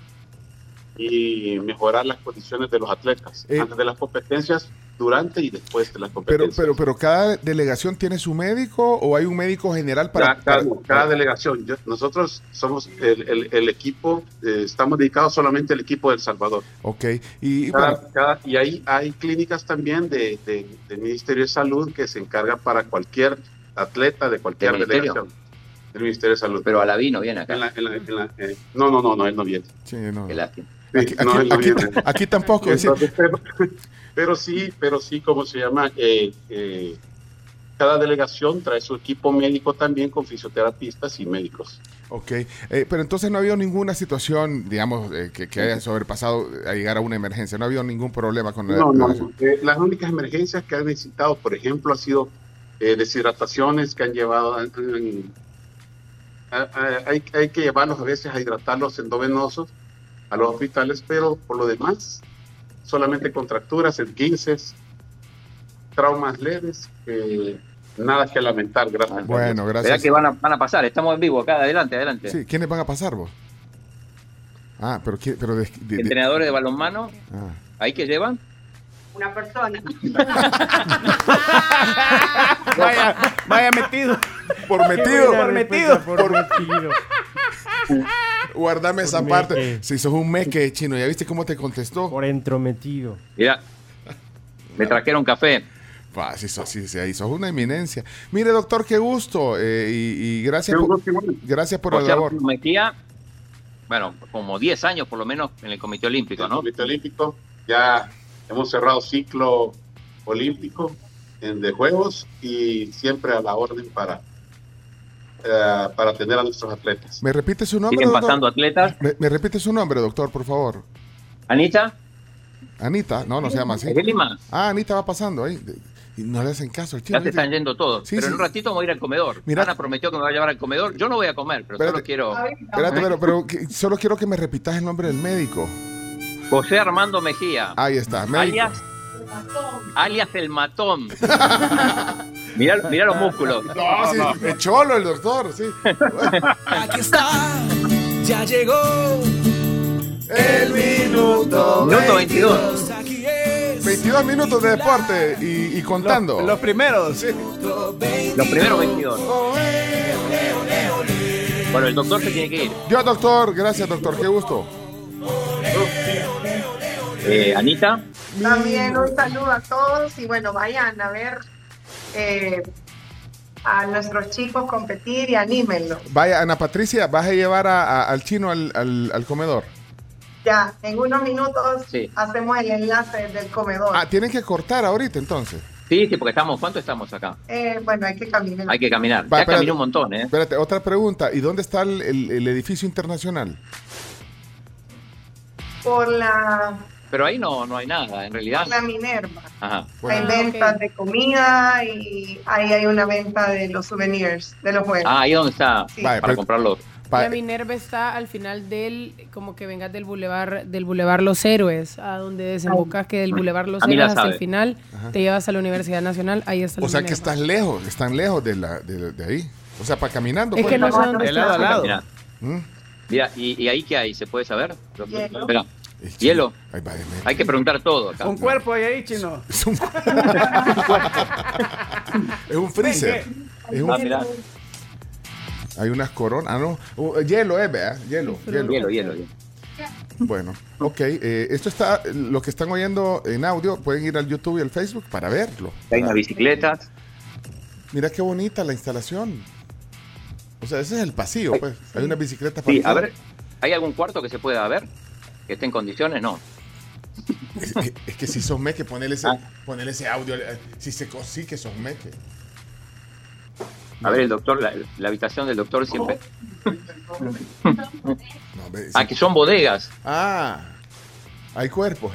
y mejorar las condiciones de los atletas eh, antes de las competencias, durante y después de las competencias. Pero, pero, pero cada delegación tiene su médico o hay un médico general para cada, cada, para, cada delegación. Yo, nosotros somos el, el, el equipo, eh, estamos dedicados solamente al equipo de El Salvador. Ok. Y, cada, bueno. cada, y ahí hay clínicas también de, de, del Ministerio de Salud que se encargan para cualquier atleta de cualquier ¿Del delegación. Del Ministerio de Salud. Pero Alaví no viene acá. En la, en la, en la, eh, no, no, no, no, él no viene. Sí, no. Qué lástima. Sí, aquí, no, aquí, no aquí, aquí tampoco. Entonces, pero, pero sí, pero sí, ¿cómo se llama? Eh, eh, cada delegación trae su equipo médico también con fisioterapistas y médicos. Ok, eh, pero entonces no ha habido ninguna situación, digamos, eh, que, que haya sobrepasado a llegar a una emergencia. No ha habido ningún problema con la... No, no, no. Eh, las únicas emergencias que han necesitado, por ejemplo, han sido eh, deshidrataciones que han llevado... A, a, a, hay, hay que llevarlos a veces a hidratarlos endovenosos a los hospitales, pero por lo demás, solamente contracturas, esguinces, traumas leves, eh, nada que lamentar, gracias. Bueno, gracias. ¿Verdad que van a, van a pasar? Estamos en vivo acá, adelante, adelante. Sí, ¿quiénes van a pasar vos? Ah, pero... pero de, de, ¿entrenadores de balonmano? Ah. ¿Ahí que llevan? Una persona. vaya, vaya metido. Por metido. Por metido. Por metido. Guardame esa parte. Si sos un meque, Chino, ¿ya viste cómo te contestó? Por entrometido. Mira, me trajeron café. Ah, sí, sos, sí, sí, ahí sos una eminencia. Mire, doctor, qué gusto. Eh, y, y gracias, por, gracias por la labor. Metía, bueno, como diez años por lo menos en el Comité Olímpico, ¿no? El Comité Olímpico, ya hemos cerrado ciclo olímpico en de juegos y siempre a la orden para, eh, para atender a nuestros atletas. ¿Me repite su nombre, ¿Siguen doctor? pasando atletas? ¿Me, me repite su nombre, doctor, por favor? ¿Anita? Anita, no, no se llama así. ¿Es de Lima? Ah, Anita va pasando ahí. Y no le hacen caso al chino. Ya se están yendo todos. Sí, pero sí. en un ratito vamos a ir al comedor. Mira- Ana prometió que me va a llevar al comedor. Yo no voy a comer, pero Espérate. solo quiero... Espérate, pero, pero que- solo quiero que me repitas el nombre del médico. José Armando Mejía. Ahí está, médico. Alias, alias el matón. Mirá, mirá los músculos. No, sí, es cholo el doctor, sí. Aquí está, ya llegó el minuto Minuto veintidós. Aquí es veintidós minutos de deporte y, y contando. Los, los primeros. Sí. Los primeros veintidós. Bueno, el doctor se tiene que ir. Yo, doctor, gracias, doctor, qué gusto. Eh, Anita. También un saludo a todos y bueno, vayan a ver eh, a nuestros chicos competir y anímenlos. Vaya, Ana Patricia, ¿vas a llevar a- a- al chino al, al- al comedor? Ya, en unos minutos Sí. hacemos el enlace del comedor. Ah, tienen que cortar ahorita entonces. Sí, sí, porque estamos... ¿Cuánto estamos acá? Eh, bueno, hay que caminar. Hay que caminar. Va, Ya espérate. caminé un montón, ¿eh? Espérate, otra pregunta. ¿Y dónde está el, el- el edificio internacional? Por la, Pero ahí no, no hay nada, en realidad. por la Minerva. Ajá. Hay ventas de comida y ahí hay una venta de los souvenirs, de los juegos. Ah, ahí donde está. Sí. Vale, Para pero- comprarlo. Pa- La Minerva está al final del, como que vengas del bulevar, del bulevar Los Héroes, a donde desembocas que del bulevar Los A mí la Héroes hasta sabe. el final, Ajá. te llevas a la Universidad Nacional, ahí está la O sea que Minerva. estás lejos, están lejos de, la, de, de ahí. O sea, para caminando. Es pues. que no sé dónde De lado a está. lado. Mira, ¿Mm? mira, ¿y, y ahí qué hay? ¿Se puede saber? Hielo. Espera. El chino- ¿Hielo? Ahí va de medio. Hay que preguntar todo acá. Un cuerpo ahí, ahí, chino. Es un, es un freezer. Es un- Ah, mira. hay unas coronas. Ah, no. Uh, hielo, eh, vea. Hielo, hielo. Hielo, hielo, hielo. Bueno, ok. eh, esto está, lo que están oyendo en audio, pueden ir al YouTube y al Facebook para verlo. Hay unas bicicletas. Mira qué bonita la instalación. O sea, ese es el pasillo, pues. Hay una bicicleta para Sí, a todo. ver, ¿hay algún cuarto que se pueda ver? ¿Que esté en condiciones? No. Es, es- es que si sos meque, ponele ese, Ah. ponele ese audio. eh, Si se co- sí que sos meque. A ver, el doctor, la, la habitación del doctor siempre. No, ve, sí. Ah, que son bodegas. Ah, hay cuerpos.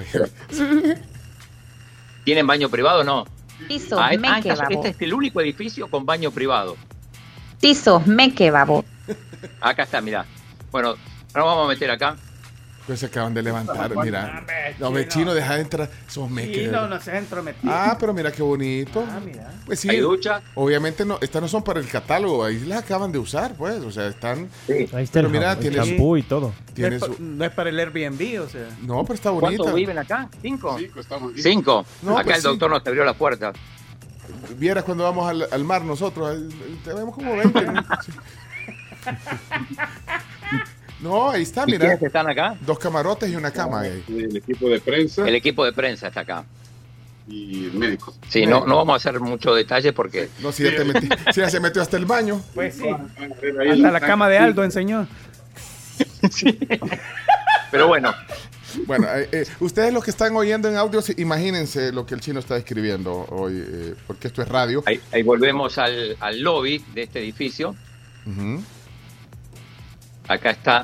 ¿Tienen baño privado o no? Sí sos Ah, ah, meque, esta- babo. este es el único edificio con baño privado. Sí sos meque, babo. Acá está, mirá. Bueno, ahora vamos a meter acá. Pues se acaban de levantar, mira. Hombre, No, ve, chino. chino, deja de entrar. Sos meque. Sí, no, no se entrometido. Ah, pero mira qué bonito. Ah, mira. Pues sí. Hay ducha. Obviamente no, estas no son para el catálogo, ahí las acaban de usar, pues, o sea, están... Sí. Ahí está Pero el, mira, jabón, el tiene- champú y todo. No Tiene es, pa- su... no es para el Airbnb, o sea. No, pero está bonita. ¿Cuántos viven acá? ¿Cinco? Cinco, estamos aquí. Cinco. No, Acá pues el sí. doctor nos abrió la puerta. Vieras cuando vamos al, al mar nosotros, ahí- te vemos como veinte. ¿no? Sí. No, ahí está, ¿Y mira. quiénes están acá? Dos camarotes y una cama ahí. El equipo de prensa El equipo de prensa está acá. y el médico. Sí, no, no vamos a hacer mucho detalle porque No, si ya, te metí, si ya se metió hasta el baño. Pues sí. Ahí Hasta la cama de Aldo enseñó. Pero bueno, Bueno, eh, eh, ustedes los que están oyendo en audio, sí, imagínense lo que el chino está escribiendo hoy, eh, porque esto es radio. ahí, ahí volvemos al, al lobby de este edificio. Ujú. Acá está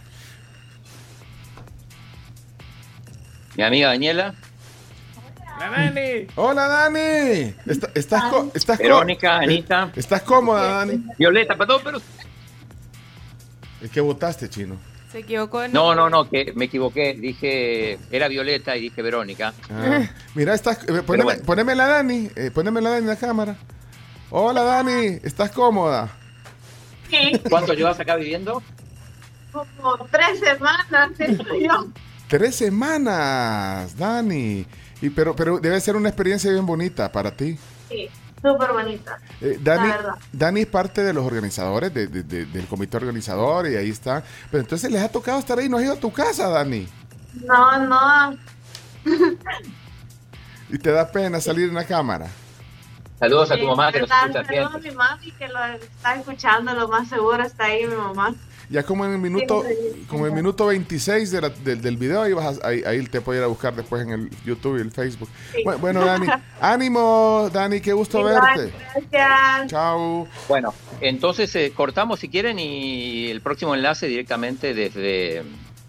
mi amiga Daniela, La Dani. Hola, Dani. Está- ¿Estás, co- estás, co- Verónica, Anita, ¿Estás cómoda, Dani? Violeta, perdón, pero... ¿Es que votaste, chino? Se equivocó en... No, no, no, que me equivoqué. Dije, era Violeta y dije Verónica. Ah, mira, estás, eh, poneme, bueno. poneme la Dani, eh, poneme la Dani en la cámara. Hola, Dani, ¿estás cómoda? Sí, ¿Cuánto llevas acá viviendo? como tres semanas estoy yo. Tres semanas, Dani. Y pero, pero debe ser una experiencia bien bonita para ti. Sí, súper bonita. Eh, Dani, La verdad. Dani es parte de los organizadores, de- de- de- del comité organizador, y ahí está. Pero entonces les ha tocado estar ahí, no has ido a tu casa, Dani. No, no. Y te da pena salir en la cámara. Saludos a tu Sí, mamá que nos ¿verdad? escucha Saludos a siempre. mi mami que lo está escuchando, lo más seguro está ahí mi mamá. Ya como en el minuto, Sí, como en el minuto veintiséis de la- del, del video, ahí, vas a- ahí, ahí te puedes ir a buscar después en el YouTube y el Facebook. Sí. Bu- Bueno, Dani, ánimo, Dani, qué gusto Igual, verte. Gracias. Chao. Bueno, entonces eh, cortamos si quieren y el próximo enlace directamente desde,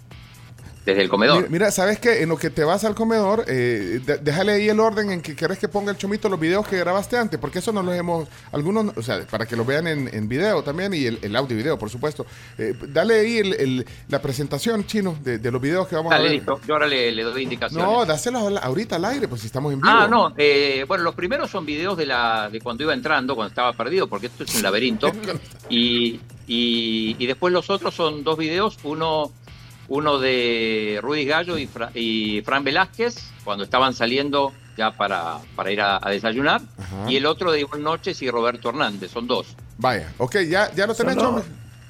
desde el comedor. Mira, mira, ¿sabes qué? En lo que te vas al comedor, eh, de- déjale ahí el orden en que querés que ponga el Chomito los videos que grabaste antes, porque eso no los hemos, algunos, o sea, para que los vean en, en video también y el, el audio y video, por supuesto. Eh, dale ahí el, el- la presentación, Chino, de, de los videos que vamos a Dale, ver. listo. Yo ahora le, le doy indicaciones. No, dáselos al- ahorita al aire, pues si estamos en vivo. Ah, no, eh, bueno, los primeros son videos de la de cuando iba entrando, cuando estaba perdido, porque esto es un laberinto. Y, y, y después los otros son dos videos, uno uno de Rudy Gallo y, Fra- y Fran Velázquez, cuando estaban saliendo ya para, para ir a, a desayunar, Ajá. y el otro de Iván Noches y Roberto Hernández, son dos. Vaya, ok, ya, ya lo tenés, Solo- Chomi.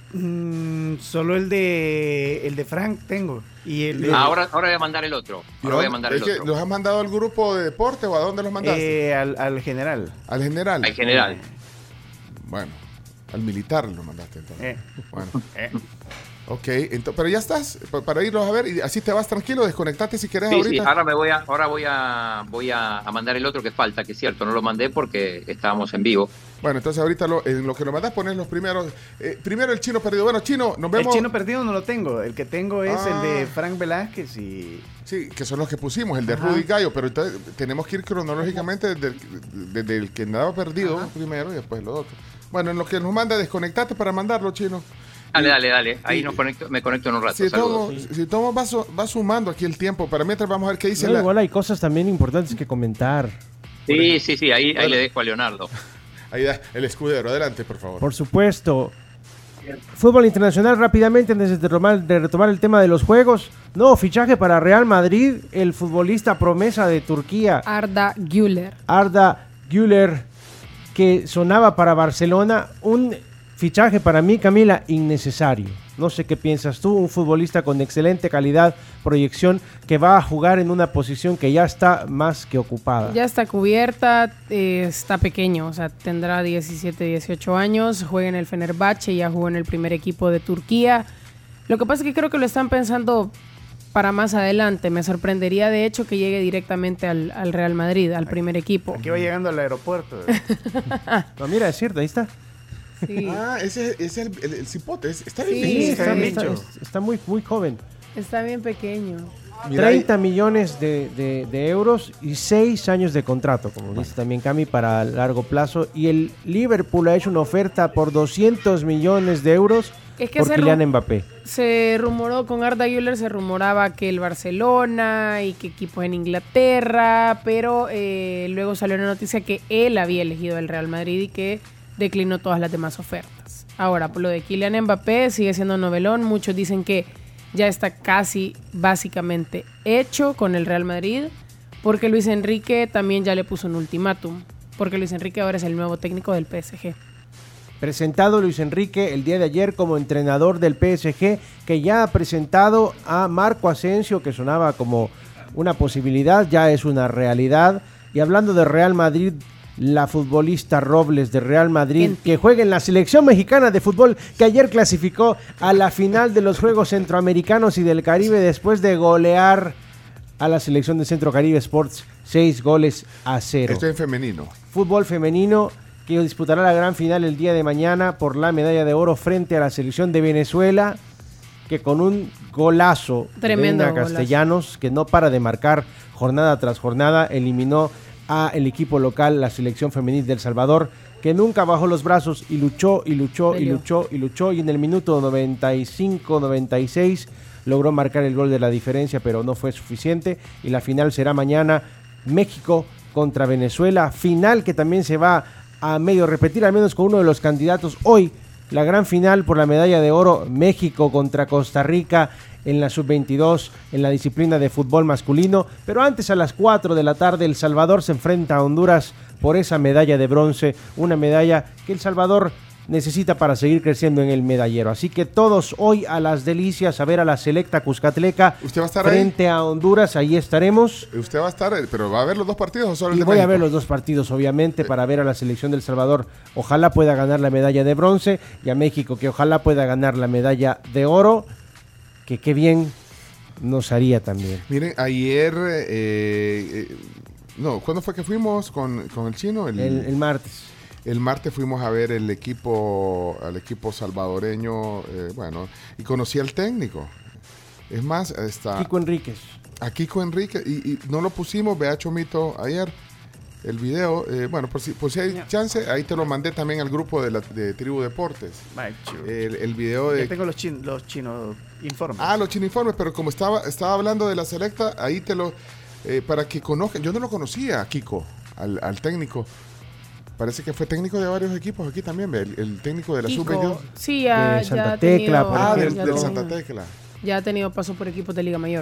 Mm, solo el de el de Frank tengo. Y el de, Ah, ahora, ahora voy a mandar el otro. Ahora voy a mandar Es el que otro. ¿los has mandado al grupo de deporte o a dónde los mandaste? eh, al, al general. Al general. Al general. Bueno, al militar lo mandaste entonces. Eh. Bueno. Eh. Ok, ento- pero ya estás, pa- para irlos a ver y así te vas tranquilo, desconectate si querés Sí, sí, ahorita. ahora me voy a, ahora voy a, voy a, a mandar el otro que falta, que es cierto, no lo mandé porque estábamos en vivo. Bueno, entonces ahorita lo- en lo que nos mandas pones los primeros. Eh, primero el Chino perdido. Bueno, Chino, nos vemos. El chino perdido no lo tengo. El que tengo es Ah. el de Frank Velázquez y. Sí, que son los que pusimos, el de Ajá. Rudy Gallo, pero entonces tenemos que ir cronológicamente desde el, desde el que andaba perdido primero y después los otros. Bueno, en lo que nos manda, desconectate para mandarlo, Chino. Dale, dale, dale. Ahí nos conecto, me conecto en un rato. Si Saludos. tomo, si tomo va, su- va sumando aquí el tiempo, para mientras vamos a ver qué dice No, la... igual hay cosas también importantes que comentar. Sí, sí, sí, ahí, ahí Bueno. le dejo a Leonardo. Ahí da el escudero, adelante, por favor. Por supuesto. Fútbol internacional rápidamente antes de retomar, de retomar el tema de los juegos. Nuevo fichaje para Real Madrid, el futbolista promesa de Turquía, Arda Güler. Arda Güler, que sonaba para Barcelona. Un fichaje para mí, Camila, innecesario. No sé qué piensas tú, un futbolista con excelente calidad, proyección, que va a jugar en una posición que ya está más que ocupada. Ya está cubierta, eh, está pequeño, o sea, tendrá diecisiete, dieciocho años, juega en el Fenerbahce, ya jugó en el primer equipo de Turquía. Lo que pasa es que creo que lo están pensando para más adelante. Me sorprendería, de hecho, que llegue directamente al, al Real Madrid, al primer equipo. Aquí va llegando al aeropuerto. No, mira, es cierto, ahí está. Sí. Ah, ese, ese es el, el, el cipote, es- está Sí, bien. Sí, está está, bien está- hecho. está muy, muy joven. Está bien pequeño. Mira, treinta millones de, de- de euros y seis años de contrato, como dice también Cami, para largo plazo. Y el Liverpool ha hecho una oferta por doscientos millones de euros Es que por se Kylian ru- Mbappé. Se rumoró con Arda Güler, se rumoraba que el Barcelona y que equipos en Inglaterra, pero eh, luego salió la noticia que él había elegido el Real Madrid y que declinó todas las demás ofertas. Ahora, por lo de Kylian Mbappé, sigue siendo novelón. Muchos dicen que ya está casi básicamente hecho con el Real Madrid, porque Luis Enrique también ya le puso un ultimátum, porque Luis Enrique ahora es el nuevo técnico del P S G. Presentado Luis Enrique el día de ayer como entrenador del P S G, que ya ha presentado a Marco Asensio, que sonaba como una posibilidad, ya es una realidad. Y hablando de Real Madrid, la futbolista Robles de Real Madrid, que juega en la selección mexicana de fútbol, que ayer clasificó a la final de los Juegos Centroamericanos y del Caribe después de golear a la selección de Centro Caribe Sports seis goles a cero. Esto es en femenino. Fútbol femenino que disputará la gran final el día de mañana por la medalla de oro frente a la selección de Venezuela, que con un golazo Tremendo de Brenda golazo. Castellanos, que no para de marcar jornada tras jornada, eliminó a el equipo local, la selección femenil de El Salvador, que nunca bajó los brazos y luchó y luchó y Peleó. luchó y luchó, y en el minuto noventa y cinco noventa y seis logró marcar el gol de la diferencia, pero no fue suficiente, y la final será mañana, México contra Venezuela, final que también se va a medio repetir, al menos con uno de los candidatos hoy, la gran final por la medalla de oro, México contra Costa Rica en la sub veintidós, en la disciplina de fútbol masculino. Pero antes, a las cuatro de la tarde, El Salvador se enfrenta a Honduras por esa medalla de bronce, una medalla que El Salvador necesita para seguir creciendo en el medallero. Así que todos hoy a las delicias, a ver a la selecta Cuscatleca ¿Usted va a estar frente ahí? a Honduras, ahí estaremos. Usted va a estar, pero ¿va a ver los dos partidos o solo el Y de voy México? a ver los dos partidos, obviamente, para ver a la selección del Salvador. Ojalá pueda ganar la medalla de bronce y a México que ojalá pueda ganar la medalla de oro, que qué bien nos haría también. Miren, ayer, eh, eh, no, ¿cuándo fue que fuimos con, con el chino? El, el martes. El martes fuimos a ver el equipo, al equipo salvadoreño, eh, bueno, y conocí al técnico. Es más, está... Kiko Enríquez. A Kiko Enríquez, y, y no lo pusimos, vea Chomito, ayer, el video, eh, bueno, por si, por si hay chance, ahí te lo mandé también al grupo de, la, de Tribu Deportes. El, el video de... Ya tengo los, chin, los chinos informes. Ah, los chinos informes, pero como estaba, estaba hablando de la selecta, ahí te lo... Eh, para que conozcan, yo no lo conocía a Kiko, al, al técnico. Parece que fue técnico de varios equipos aquí también, el, el técnico de la sub veintidós. Sí, ya, de Santa ya ha Tecla, tenido, por Ah, del, ya del ha Santa tenido- Tecla. Ya ha tenido paso por equipos de Liga Mayor.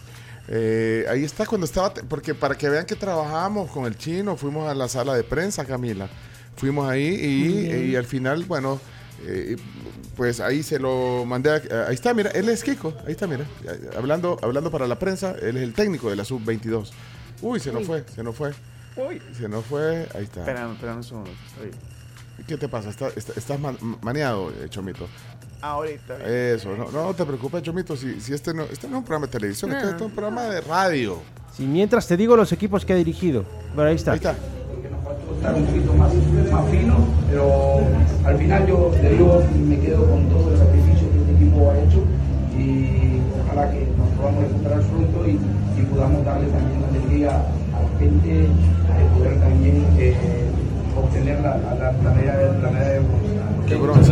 Eh, ahí está cuando estaba, porque para que vean que trabajamos con el chino, fuimos a la sala de prensa, Camila. Fuimos ahí y, y al final, bueno, eh, pues ahí se lo mandé. A, ahí está, mira, él es Kiko. Ahí está, mira. Hablando, hablando para la prensa, él es el técnico de la sub veintidós. Uy, se nos Uy. fue, se nos fue. Uy. Se nos fue, ahí está. Espera, espera un segundo. Estoy... ¿Qué te pasa? ¿Estás, está, estás man- maneado, eh, Chomito? Ahorita. Eso, no, no te preocupes, Chomito, si, si este, no, este no es un programa de televisión, No. este es un programa de radio. Si mientras te digo los equipos que ha dirigido. Bueno, ahí está. Ahí está. Estar un poquito más, más fino, pero al final yo, te digo, me quedo con todo el sacrificio que este equipo ha hecho y ojalá que nos podamos recuperar pronto y, y podamos darle también la alegría a la gente de poder también eh, obtener la, la, la, la medalla de, la medalla de bronce. De bronce.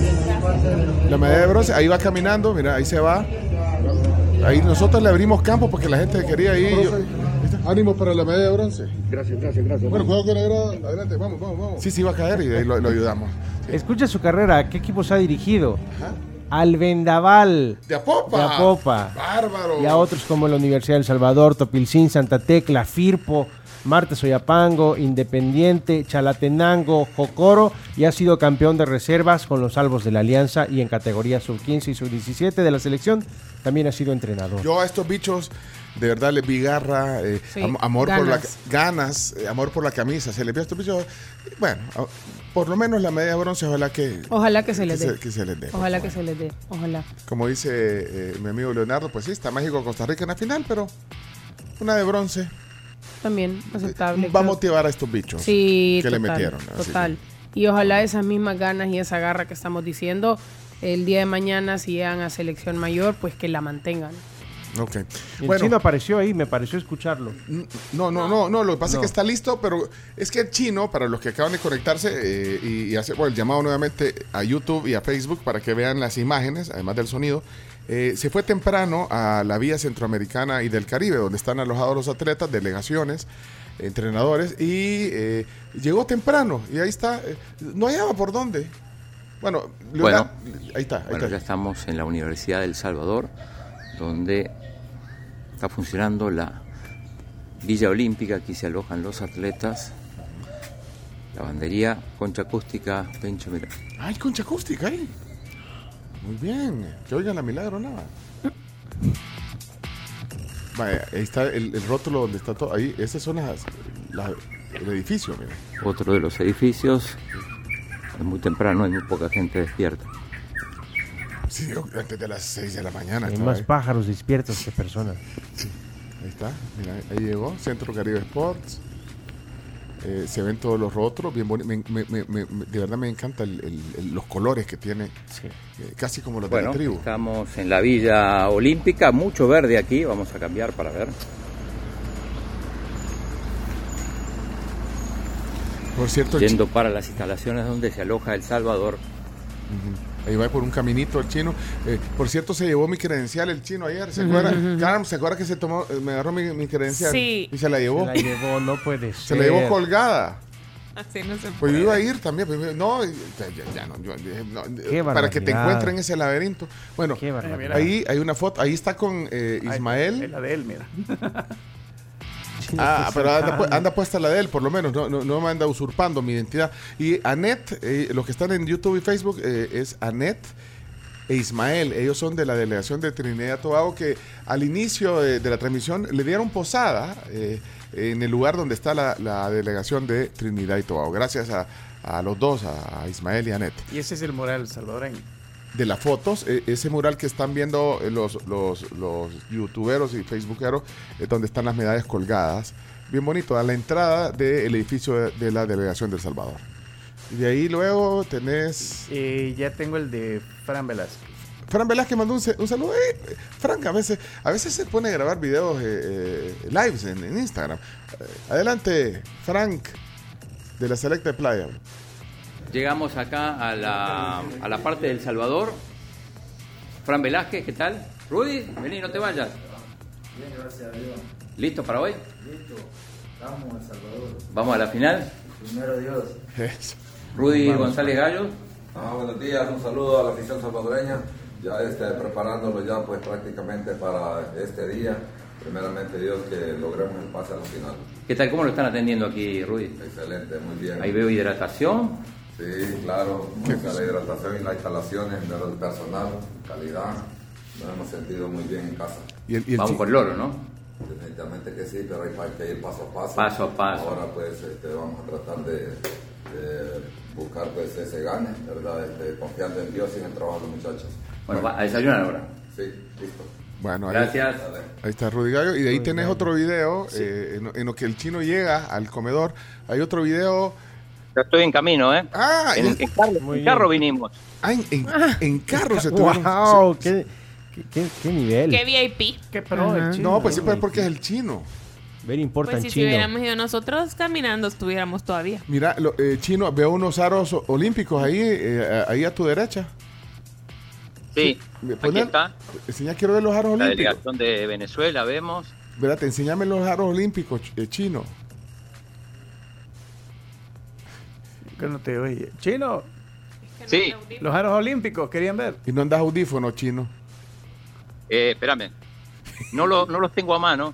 La medalla de bronce, ahí va caminando, mira, ahí se va. Ahí nosotros le abrimos campo porque la gente quería ir. Yo- Ánimo para la medalla de bronce. Gracias, gracias, gracias. Bueno, juego con la grada, adelante, vamos, vamos, vamos. Sí, sí, va a caer y de ahí lo, lo ayudamos. Escucha su carrera, ¿qué equipos ha dirigido? Al Vendaval. De Apopa. De Apopa. Bárbaro. Y a otros como la Universidad del Salvador, Topilcín, Santa Tecla, Firpo, Marte Soyapango, Independiente, Chalatenango, Jocoro, y ha sido campeón de reservas con los Salvos de la Alianza y en categoría sub quince y sub diecisiete de la selección también ha sido entrenador. Yo a estos bichos de verdad les vi garra, eh, Sí, am- amor por la ganas. ganas, eh, amor por la camisa. Se les vio a estos bichos, bueno, a- por lo menos la medalla de bronce, ojalá que Ojalá que se les dé. que se les dé. Ojalá que se les dé. Ojalá. Como dice eh, mi amigo Leonardo, pues sí, está México Costa Rica en la final, pero una de bronce También aceptable. va a creo. motivar a estos bichos Sí, que total, le metieron. así Total. Y ojalá esas mismas ganas y esa garra que estamos diciendo, el día de mañana, si llegan a selección mayor, pues que la mantengan. que- ok. El Bueno, chino apareció ahí, me pareció escucharlo. No, no, no, no, lo que pasa No. es que está listo, pero es que el chino, para los que acaban de conectarse eh, y, y hacer bueno, el llamado nuevamente a YouTube y a Facebook para que vean las imágenes, además del sonido, eh, se fue temprano a la vía centroamericana y del Caribe, donde están alojados los atletas, delegaciones, entrenadores, y eh, llegó temprano, y ahí está, eh, no hallaba por dónde. Bueno, Bueno, ahí está, ahí bueno, está. ya estamos en la Universidad del Salvador, donde está funcionando la Villa Olímpica. Aquí se alojan los atletas. Lavandería, concha acústica, Pencho, mira. Ay, concha acústica ahí. Muy bien. Que oigan la milagro nada. Vaya, ahí está el, el rótulo donde está todo. Ahí, esas son las, las- el edificio, mira. Otro de los edificios. Es muy temprano, hay muy poca gente despierta. Sí, yo, antes de las seis de la mañana. Hay estaba más ahí. pájaros despiertos que personas. Ahí está, mira, ahí llegó, Centro Caribe Sports. Eh, se ven todos los rótulos, bien bonitos. Me- me- me- me- me- de verdad me encanta el- el- el- los colores que tiene, eh, casi como los de Bueno, la tribu. estamos en la Villa Olímpica, mucho verde aquí, vamos a cambiar para ver. Por cierto, el Yendo para las instalaciones donde se aloja El Salvador. Ahí va por un caminito el chino. Eh, por cierto, se llevó mi credencial el chino ayer. ¿Se Ujú, acuerda? ujú. Carmen, ¿se acuerda que se tomó, eh, me agarró mi, mi credencial? Sí. Y se la llevó. Se la llevó, no puede Se ser. la llevó colgada. Así no se Pues puede. yo iba a ir también. Pues, no, ya, ya- ya no, yo- eh, no, Qué para que te barbaridad. encuentren en ese laberinto. Bueno, Qué barbaridad. ahí hay una foto. Ahí está con eh, Ismael. Es la de él, mira. Ah, pero anda, pu- anda puesta la de él, por lo menos. No, no, no me anda usurpando mi identidad. Y Anet, eh, los que están en YouTube y Facebook, eh, es Anet e Ismael. Ellos son de la delegación de Trinidad y Tobago, que al inicio de, de la transmisión le dieron posada eh, en el lugar donde está la, la delegación de Trinidad y Tobago. Gracias a, a los dos, a, a Ismael y Anet. Y ese es el mural salvadoreño. De las fotos, eh, ese mural que están viendo eh, los, los, los youtuberos y facebookeros, es donde están las medallas colgadas. Bien bonito, a la entrada del edificio de, de la delegación de El Salvador. Y de ahí luego tenés... Eh, ya tengo el de Fran Velázquez. Fran Velázquez mandó un, un saludo. Eh, Frank a veces, a veces se pone a grabar videos eh, eh, lives en, en Instagram. Eh, adelante, Frank, de la Selecta de Playa. Llegamos acá a la, a la parte del Salvador. Fran Velázquez, ¿qué tal? Rudy, vení, no te vayas. Bien, gracias a Dios. ¿Listo para hoy? Listo. Vamos a El Salvador. ¿Vamos a la final? Primero Dios. Eso. Rudy Vamos. González Gallo. Ah, buenos días, un saludo a la afición salvadoreña. Ya este, preparándolo ya pues prácticamente para este día. Primeramente Dios que logremos el pase a la final. ¿Qué tal? ¿Cómo lo están atendiendo aquí, Rudy? Excelente, muy bien. Ahí veo hidratación. Sí, claro, la hidratación y las instalaciones, el personal, calidad, nos hemos sentido muy bien en casa. ¿Y el, y el Vamos chi- por el oro, ¿no? Definitivamente que sí, pero hay que ir paso a paso. Paso a paso. Ahora pues este, vamos a tratar de, de buscar pues ese gane, ¿verdad? Este, confiando en Dios y en el trabajo de los muchachos. Bueno, va a desayunar ahora. Sí, listo. Bueno, ahí, Gracias. ahí está Rudy Gallo. Y de ahí Rudy tenés Gallo. otro video Sí. eh, en, en lo que el chino llega al comedor. Hay otro video. Ya estoy en camino, ¿eh? Ah, en, en- en carro, en carro vinimos. Ah, en, en, en carro se Wow, tuvieron. qué, qué, qué- qué nivel. Qué V I P. Qué pro el Ajá. chino. No, pues sí, pues porque es el chino. Ver importa Pues en si, si chino. hubiéramos ido nosotros caminando, estuviéramos todavía. Mira, lo, eh, chino, veo unos aros olímpicos ahí, eh, ahí a tu derecha. Sí, ¿Me aquí pones- está. Enseña, quiero ver los aros La olímpicos. delegación de Venezuela, vemos. Espérate, enséñame los aros olímpicos, ch- eh, chino. Que no te oye. Chino, Sí, los aros olímpicos, ¿querían ver? Y no andas audífono, chino. eh, espérame. No, lo, no los tengo a mano.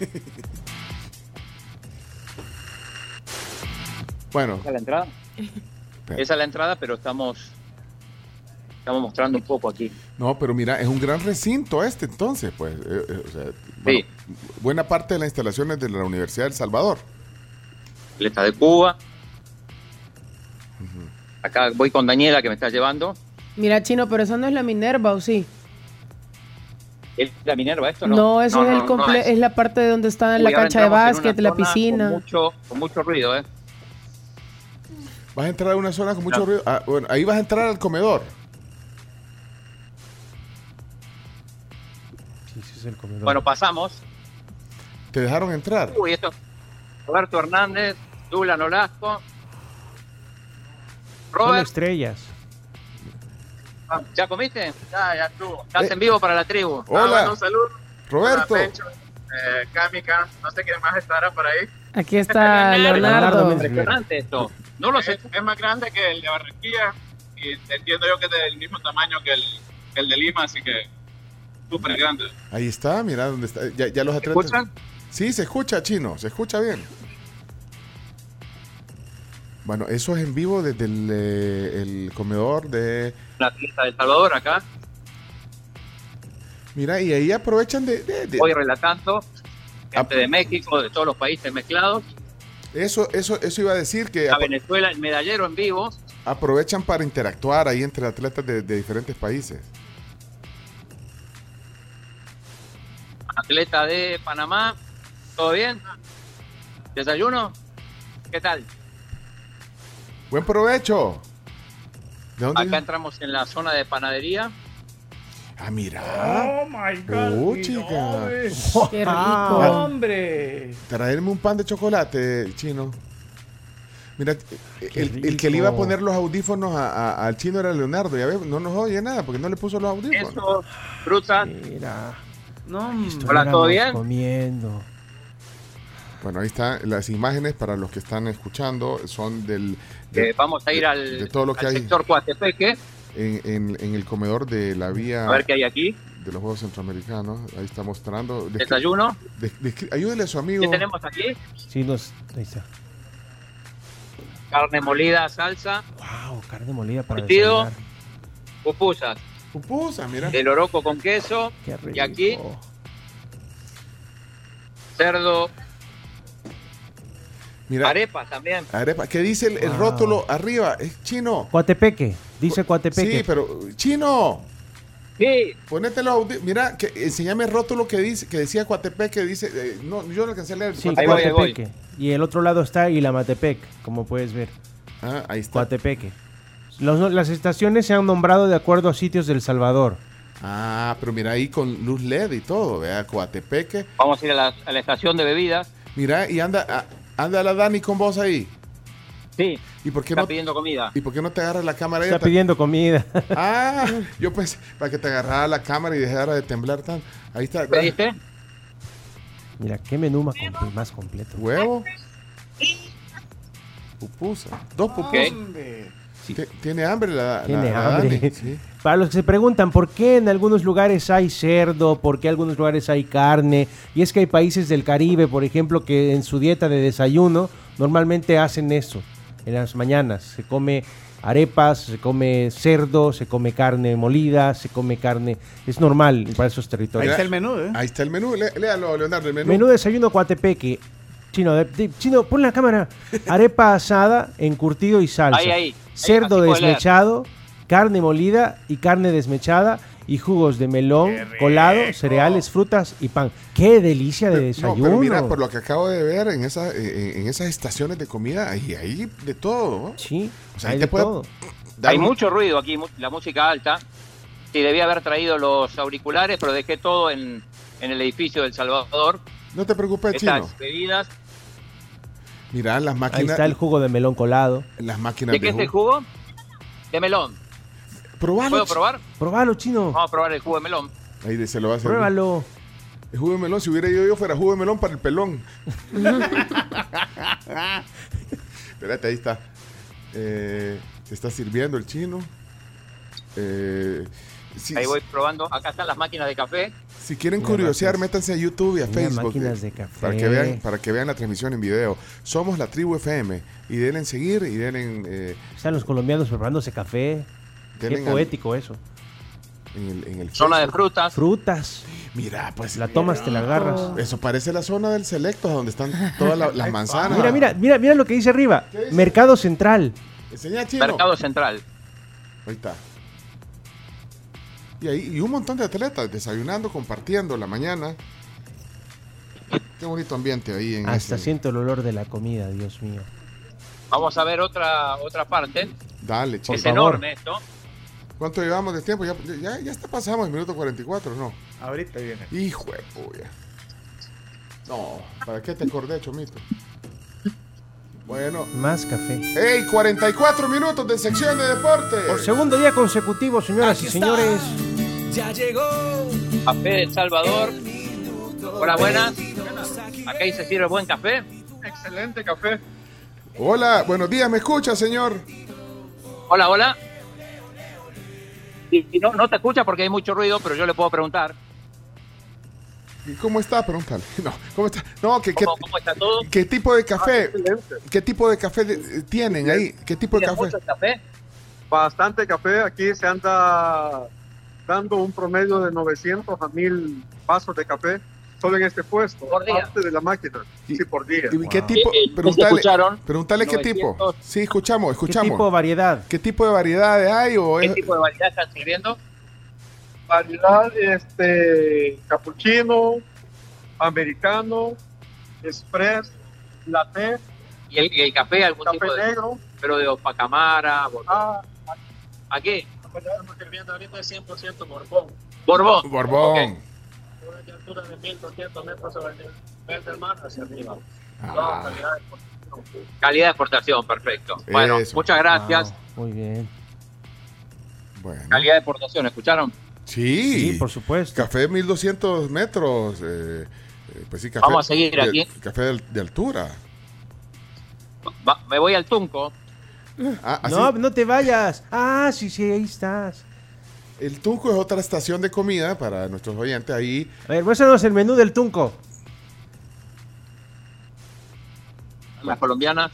Bueno, ¿Esa es la entrada? Esa es la entrada, pero estamos, estamos mostrando un poco aquí. no, pero mira, es un gran recinto este entonces, pues. eh, eh, o sea, bueno, buena parte de las instalaciones de la Universidad del Salvador. El está de Cuba. Acá voy con Daniela, que me está llevando. Mira, Chino, pero esa no es la Minerva, ¿o sí? ¿Es la Minerva esto? No, No, eso es, el no comple- es. es la parte de donde está Uy, la ahora cancha de entramos en básquet, una la zona piscina. Con mucho, con mucho ruido, ¿eh? Vas a entrar a una zona con mucho No. ruido. Ah, bueno, ahí vas a entrar al comedor. Sí, sí, es el comedor. Bueno, pasamos. Te dejaron entrar. Uy, esto. Roberto Hernández, Douglas Nolasco. Son Robert, estrellas. ah, ¿ya comiste? Ya, ya estuvo. Estás Eh. en vivo para la tribu. Hola. Ah, bueno, un saludo. Roberto. Hola, Pencho, eh, Kamika, no sé quién más estará por ahí. Aquí está Leonardo. Leonardo. Impresionante esto. No lo sé. Es, es más grande que el de Barranquilla y entiendo yo que es del mismo tamaño que el, que el de Lima, así que súper grande. Ahí está, mira dónde está. Ya, ya los atletas. ¿Escuchan? Sí, se escucha, chino, se escucha bien. Bueno, eso es en vivo desde el, eh, el comedor de... La fiesta de El Salvador acá. Mira, y ahí aprovechan de... de- de- Voy relatando. Gente de México, de todos los países mezclados. Eso, eso, eso iba a decir que A apro- Venezuela, el medallero en vivo. aprovechan para interactuar ahí entre atletas de, de diferentes países. Atleta de Panamá. ¿Todo bien? ¿Desayuno? ¿Qué tal? Buen provecho. ¿De dónde? Acá entramos en la zona de panadería. Ah, mira. Oh my God. Oh, mi chica. hombre. Qué rico. Ah. Hombre. Traerme un pan de chocolate, chino. Mira, Qué el, el que le iba a rico. poner los audífonos a- a- al chino era Leonardo. Ya ves, no nos oye nada porque no le puso los audífonos. Eso, fruta. Mira. No, Hola, ¿todo bien? Comiendo. Bueno, ahí están las imágenes para los que están escuchando. Son del. Eh, vamos a ir de- al, de todo lo que al hay sector Coatepeque. en, en- en el comedor de la vía A ver qué hay aquí. de los Juegos Centroamericanos. Ahí está mostrando. Descri- Desayuno. de- descri- ayúdele a su amigo. ¿Qué tenemos aquí? Sí, nos, ahí está. Carne molida, salsa, Wow, carne molida para curtido, desayunar. pupusas. Pupusas, mira. El oroco con queso. Qué rico. Y aquí, cerdo, Mira, arepas también. arepa. ¿Qué dice el, el Wow. rótulo arriba? Es chino. Coatepeque, dice Coatepeque. Sí, pero chino. Sí. Ponete los audi- Mira, que enséñame el rótulo que dice, que decía Coatepec, que dice, eh, no, yo no alcancé a leer. Sí, Ahí voy, ahí voy. Coatepeque. Y el otro lado está Ilamatepec, como puedes ver. Ah, ahí está. Coatepeque. Los- las estaciones se han nombrado de acuerdo a sitios del Salvador. Ah, pero mira ahí con luz L E D y todo, vea, Coatepeque. Vamos a ir a la, a la estación de bebidas. Mira, y anda, ah, anda la Dani con vos ahí. Sí. ¿Y por qué Está no? pidiendo comida. ¿Y por qué no te agarras la cámara? Está ella? pidiendo comida. Ah, yo pensé, para que te agarrara la cámara y dejara de temblar tan. Ahí está. ¿Pediste? Mira, qué menú más, comple- más completo. Huevo. Pupusa. Dos pupusas. T- Tiene hambre la, la- Tiene la hambre. Dani, sí. Para los que se preguntan por qué en algunos lugares hay cerdo, por qué en algunos lugares hay carne, y es que hay países del Caribe, por ejemplo, que en su dieta de desayuno normalmente hacen eso. En las mañanas se come arepas, se come cerdo, se come carne molida, se come carne. Es normal para esos territorios. Ahí está el menú, ¿eh? Ahí está el menú. Lé- léalo, Leonardo, el menú. Menú de desayuno Coatepeque. Chino, de- de- chino, pon la cámara. Arepa asada, encurtido y salsa. Ahí, ahí. Cerdo Ahí, así puede leer. desmechado, carne molida y carne desmechada y jugos de melón, colado, cereales, frutas y pan. ¡Qué delicia de No, desayuno! pero mira, por lo que acabo de ver en, esa, en, en esas estaciones de comida, ahí hay de todo, ¿no? Sí, O sea, hay ahí de te puede todo. dar Hay un- mucho ruido aquí, mu- la música alta. Sí, debía haber traído los auriculares, pero dejé todo en, en el edificio del Salvador. No te preocupes, chino. Estas bebidas. Mira, las Ahí máquinas. está el jugo de melón colado. Las máquinas ¿De qué es el jugo? De melón. Probalo, ¿Puedo ch- probar? Probalo, chino. Vamos a probar el jugo de melón. Ahí se lo va a hacer. Pruébalo. El jugo de melón, si hubiera ido yo, fuera jugo de melón para el pelón. Espérate, ahí está. Eh, se está sirviendo el chino. Eh, si, Ahí voy probando. Acá están las máquinas de café. si quieren Mira, curiosear, máquinas. métanse a YouTube y a Mira, Facebook. máquinas eh, de café. Para que, vean, para que vean la transmisión en video. Somos la Tribu F M. Y denle en seguir y denle en, eh, Están los colombianos preparándose café. Qué denle en al- poético eso. en el, en el Zona de Facebook. frutas. Frutas. Mira, pues. La tomas, te la agarras. Eso parece la zona del Selecto, donde están todas la- las manzanas. Mira, mira, mira, mira lo que dice arriba. ¿Qué dice? Mercado Central. Enseña, chino. Mercado Central. Ahí está. Y ahí y un montón de atletas desayunando, compartiendo la mañana. Qué bonito ambiente ahí en Hasta ese- siento el olor de la comida, Dios mío. Vamos a ver otra otra parte. Dale, Por Es chico. favor. enorme esto. ¿Cuánto llevamos de tiempo? Ya, ya, ya hasta pasamos el minuto cuarenta y cuatro, ¿no? Ahorita viene. Hijo de puya. No, ¿para qué te acordé, Chomito? Bueno. Más café. ¡Ey! cuarenta y cuatro minutos de sección de deporte. Por segundo día consecutivo, señoras y señores. Ya llegó. Café de El Salvador. Hola, buenas. Acá ahí se sirve buen café. Excelente café. Hola, buenos días, ¿me escucha, señor? Hola, hola. Y, y no, no te escucha porque hay mucho ruido, pero yo le puedo preguntar. ¿Y cómo está? Pregúntale. No, ¿cómo está? No, que, ¿qué, ¿Cómo, cómo está todo? ¿qué tipo de café? Excelente. ¿Qué tipo de café de- tienen ahí? ¿Qué tipo de ¿Tiene café? mucho café? Bastante café. Aquí se anda dando un promedio de novecientos a mil vasos de café solo en este puesto. Por día. Parte de la máquina. Y- Sí, por día. ¿Y qué Wow. tipo? Eh, eh, Preguntale, ¿escucharon? preguntale qué tipo. novecientos. Sí, escuchamos, ¿Qué escuchamos. tipo de variedad? ¿Qué tipo de variedades hay? O ¿Qué es- tipo de variedad están sirviendo? Variedad, este, capuchino, americano, express, latte, ¿Y el, y el café? ¿Algún café tipo de...? negro. Pero de Opacamara, Borbón. Ah, ¿Aquí? estamos sirviendo ahorita cien por ciento Borbón. Borbón. Borbón. Ok. Una altura de mil doscientos metros sobre el nivel del mar hacia arriba. Ah. Toda calidad de producción. Calidad de exportación, perfecto. Bueno, Eso. muchas gracias. Wow, muy bien. Bueno. Calidad de exportación, ¿escucharon? Sí. Sí, por supuesto. Café de mil doscientos metros. eh, eh, pues sí, café Vamos a seguir de- aquí. Café de, de altura. Va- me voy al Tunco. Ah, así. No, no te vayas. Ah, sí, sí, ahí estás. El Tunco es otra estación de comida para nuestros oyentes ahí. A ver, muéstranos el menú del Tunco. Las colombianas.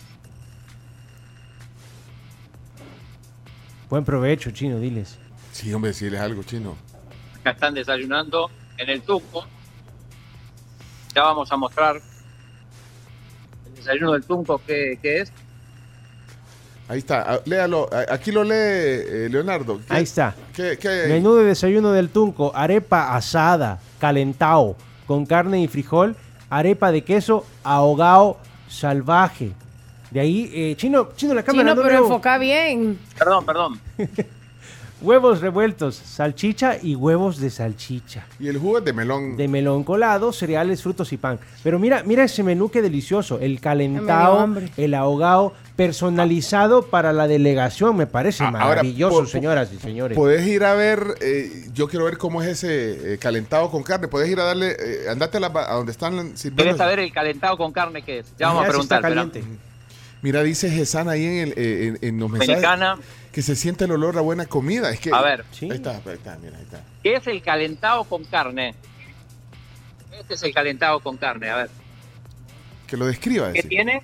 Buen provecho, Chino, diles. Sí, hombre, decirles algo, Chino. Acá están desayunando en el Tunco. Ya vamos a mostrar el desayuno del Tunco, ¿qué, qué es? Ahí está, ah, léalo. Ah, aquí lo lee eh, Leonardo. ¿Qué- Ahí está. ¿Qué, qué hay ahí? Menú de desayuno del Tunco, arepa asada, calentao, con carne y frijol, arepa de queso, ahogao salvaje. De ahí, eh, Chino, Chino, la cámara Chino, no pero veo. enfoca bien. Perdón, perdón. Huevos revueltos, salchicha y huevos de salchicha. Y el jugo es de melón. De melón colado, cereales, frutos y pan. Pero mira, mira ese menú qué delicioso. El Me dio calentao, hambre. el ahogao, personalizado para la delegación. Me parece Ah, ahora, maravilloso, po- po- señoras y señores. Podés ir a ver, eh, yo quiero ver cómo es ese eh, calentado con carne. Podés ir a darle, eh, andate a, la ba- a donde están sirviendo. ¿Querés saber el calentado con carne qué es? Ya vamos a Mira si está preguntar. espera. caliente. Mira, dice Gesana ahí en, el, eh, en, en los mensajes Dominicana. que se siente el olor a buena comida. Es que, A ver. Ahí está, ahí está, mira, ahí está. ¿Qué es el calentado con carne? Este es el calentado con carne, a ver. Que lo describa. ¿Qué decir. tiene?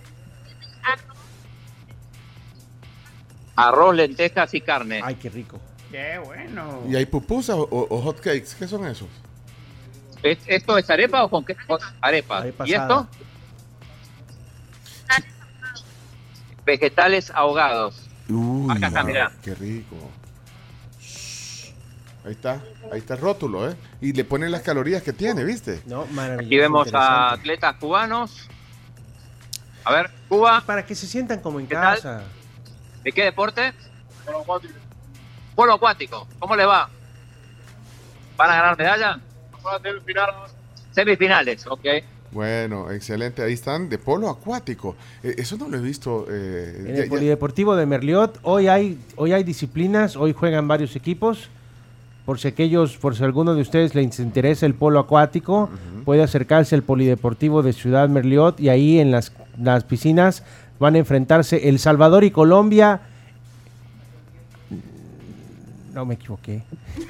Arroz, lentejas y carne. Ay, qué rico. Qué bueno. ¿Y hay pupusas o, o hot cakes? ¿Qué son esos? ¿Es- ¿Esto es arepa o con qué? O- Arepa. Arepa ¿Y asada. esto? Vegetales ahogados. Uy, Acá está, wow, mirá. qué rico. Shh. Ahí está, ahí está el rótulo, ¿eh? Y le ponen las calorías que tiene, ¿viste? No, maravilloso. Aquí vemos a interesante. atletas cubanos. A ver, Cuba, Para que se sientan como en ¿Qué tal? casa. ¿de qué deporte? Polo acuático. ¿Cómo le va? ¿Van a ganar medalla? Semifinales, ok. Bueno, excelente. Ahí están, de polo acuático. Eh, eso no lo he visto. eh, En ya- el ya- Polideportivo de Merliot, hoy hay, hoy hay disciplinas, hoy juegan varios equipos. Por si aquellos, por si alguno de ustedes les interesa el polo acuático, puede acercarse al Polideportivo de Ciudad Merliot y ahí en las, las piscinas van a enfrentarse El Salvador y Colombia. No me equivoqué.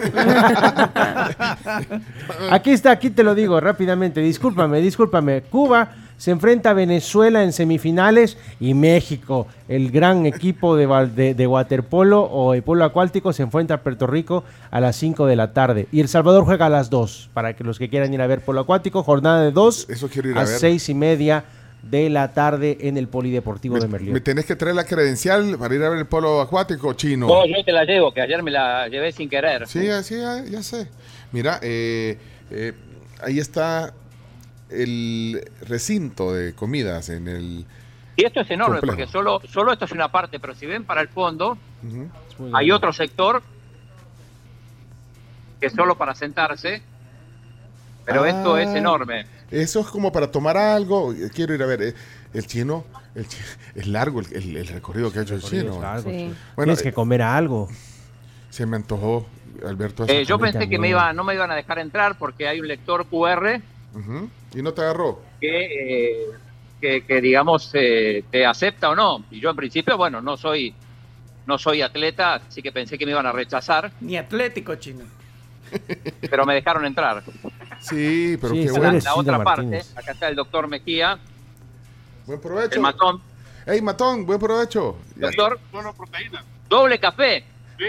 Aquí está, aquí te lo digo rápidamente. Discúlpame, discúlpame. Cuba se enfrenta a Venezuela en semifinales y México, el gran equipo de, val- de, de waterpolo o de polo acuático, se enfrenta a Puerto Rico a las cinco de la tarde. Y El Salvador juega a las dos, para que los que quieran ir a ver polo acuático, jornada de dos Eso quiero ir a a ver. seis y media de la tarde en el Polideportivo me, de Merliot. me tenés que traer la credencial para ir a ver el polo acuático chino. No, yo te la llevo, que ayer me la llevé sin querer. Sí, ya, sí, ya, ya sé. Mira, eh, eh, ahí está el recinto de comidas en el... Y esto es enorme, Complejo. porque solo, solo esto es una parte, pero si ven para el fondo, Ujú. Muy hay bien. otro sector que es solo para sentarse, pero Ah. esto es enorme. Eso es como para tomar algo. Quiero ir a ver. eh, El chino, el chi- es largo el, el- el recorrido que ha hecho el recorrido chino. es largo, Sí. sí. Bueno, Tienes que eh, comer algo. se me antojó, Alberto. eso. Eh, yo a mí pensé que también. me iba, no me iban a dejar entrar porque hay un lector Q R Ujú. ¿Y no te agarró? que, eh, que, que, digamos, eh, te acepta o no. Y yo en principio, bueno, no soy, no soy atleta, así que pensé que me iban a rechazar, Ni atlético, Chino. pero me dejaron entrar. Sí, pero Sí, qué sí, La, bueno. eres la Hilda otra parte, Martínez. acá está el doctor Mejía, Buen provecho. el matón. Ey, matón, buen provecho. Ya. Doctor, doble café.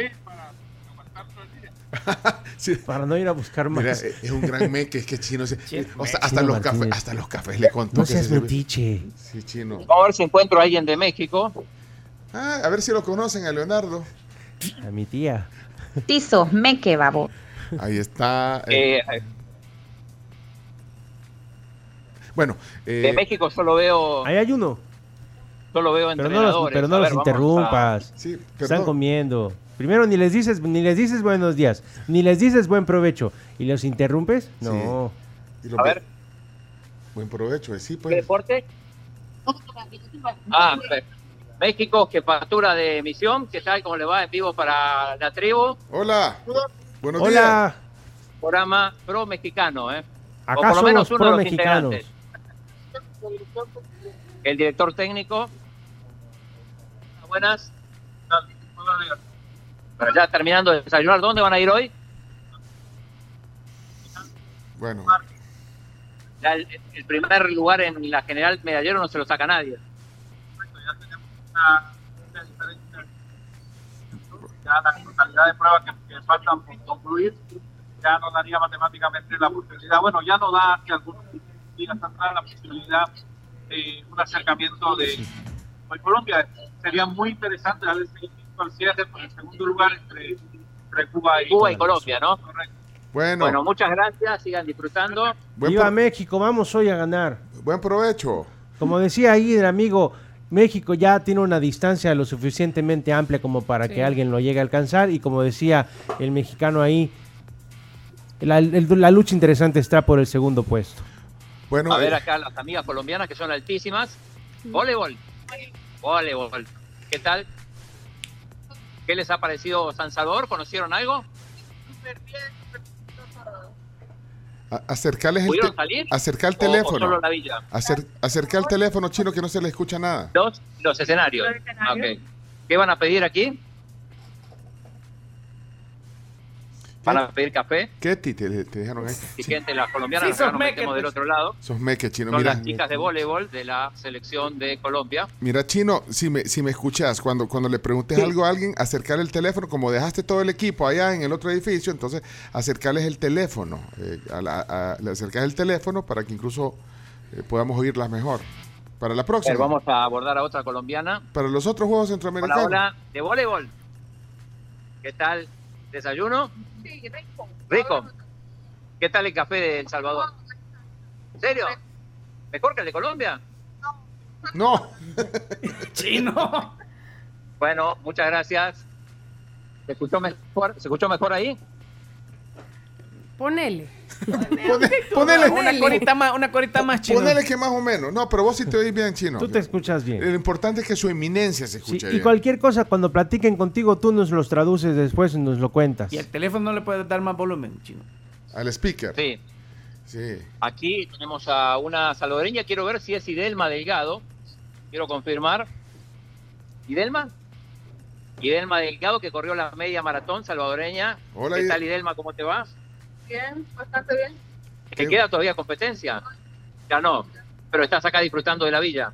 Sí. Para no ir a buscar más. Mira, eh, es un gran meque, es que chino. se- Sí, o sea, hasta, Chino los cafés, Martínez. hasta los cafés le contó No que seas se sirve. metiche. Sí, chino. Vamos a ver si encuentro a alguien de México. Ah, a ver si lo conocen a Leonardo. A mi tía. Tizo, meque, babo. Ahí está. eh, Eh, bueno, de eh, México solo veo, Ahí hay uno. solo veo Pero no los, entrenadores. pero no A los ver, vamos a- interrumpas. sí, Están perdón. comiendo. Primero ni les dices, ni les dices buenos días, ni les dices buen provecho. ¿Y los interrumpes? No. Y lo A ve- ver, Buen provecho, eh, sí, ¿qué pues. deporte? Ah, perfecto. México, jefatura de misión. ¿Qué tal? ¿Cómo le va? En vivo para la tribu. Hola. Buenos días. Hola. Programa pro mexicano, ¿eh? O Acá por lo somos menos uno de pro los mexicanos. integrantes. El director técnico. Buenas. Bueno, ya terminando de desayunar, ¿dónde van a ir hoy? Bueno. Ya el, el primer lugar en la general medallero no se lo saca nadie. Ya tenemos una, una diferencia. Ya la totalidad de pruebas que, que faltan por concluir ya nos daría matemáticamente la posibilidad, bueno, ya nos da hace algunos días atrás la posibilidad de un acercamiento de hoy Colombia. Sería muy interesante darle seguimiento al cierre por el segundo lugar entre, entre Cuba y Cuba y Colombia, ¿no? Correcto. Bueno, Bueno, muchas gracias, sigan disfrutando. buen, Viva pro- México, vamos hoy a ganar. buen provecho. Como decía ahí el amigo, México ya tiene una distancia lo suficientemente amplia como para Sí. que alguien lo llegue a alcanzar. Y como decía el mexicano ahí, la, el- la lucha interesante está por el segundo puesto. Bueno, A ver eh, acá las amigas colombianas que son altísimas. Voleibol. Voleibol. ¿Qué tal? ¿Qué les ha parecido San Salvador? ¿Conocieron algo? a- acercarles el, ¿Pudieron te- salir? acercar el ¿O- o teléfono. solo la villa? Acer- acercar el teléfono, Chino, que no se le escucha nada. Los, los escenarios. Los escenarios. Ok. ¿Qué van a pedir aquí? ¿Van a pedir café? ¿Qué ti te, te dijeron ahí? Y gente, las colombianas, Sí, acá sos nos meque, metemos del pues. otro lado. Sos meque, Chino. Son Mira, las chicas de voleibol de la selección de Colombia. mira, Chino, si me, si me escuchas, cuando, cuando le preguntes Sí. algo a alguien, acercar el teléfono, como dejaste todo el equipo allá en el otro edificio, entonces acercarles el teléfono. Eh, a la- a- le acercas el teléfono para que incluso eh, podamos oírlas mejor. Para la A ver, próxima. vamos a abordar a otra colombiana. Para los otros Juegos Hola, Centroamericanos. hola, de voleibol. ¿Qué tal? ¿Desayuno? Sí, rico. Rico. ¿Qué tal el café de El Salvador? ¿En serio? ¿Mejor que el de Colombia? No. Chino. Bueno, muchas gracias. ¿Se escuchó mejor, ¿Se escuchó mejor ahí? Ponele. Pone- ponele, Una corita más, una corita más, Chino. ponele que más o menos. No, pero vos sí te oís bien, Chino. Tú te escuchas bien. Lo importante es que su eminencia se Sí, escuche y bien. cualquier cosa, cuando platiquen contigo, tú nos los traduces después y nos lo cuentas. Y el teléfono no le puedes dar más volumen, Chino. Al speaker. Sí. Sí. Aquí tenemos a una salvadoreña. Quiero ver si es Idelma Delgado. Quiero confirmar. ¿Idelma? Idelma Delgado, que corrió la media maratón salvadoreña. Hola, ¿Qué Ide- tal, Idelma? ¿Cómo te va? Bien, bastante bien. ¿Te queda todavía competencia? Ya no. Pero estás acá disfrutando de la villa.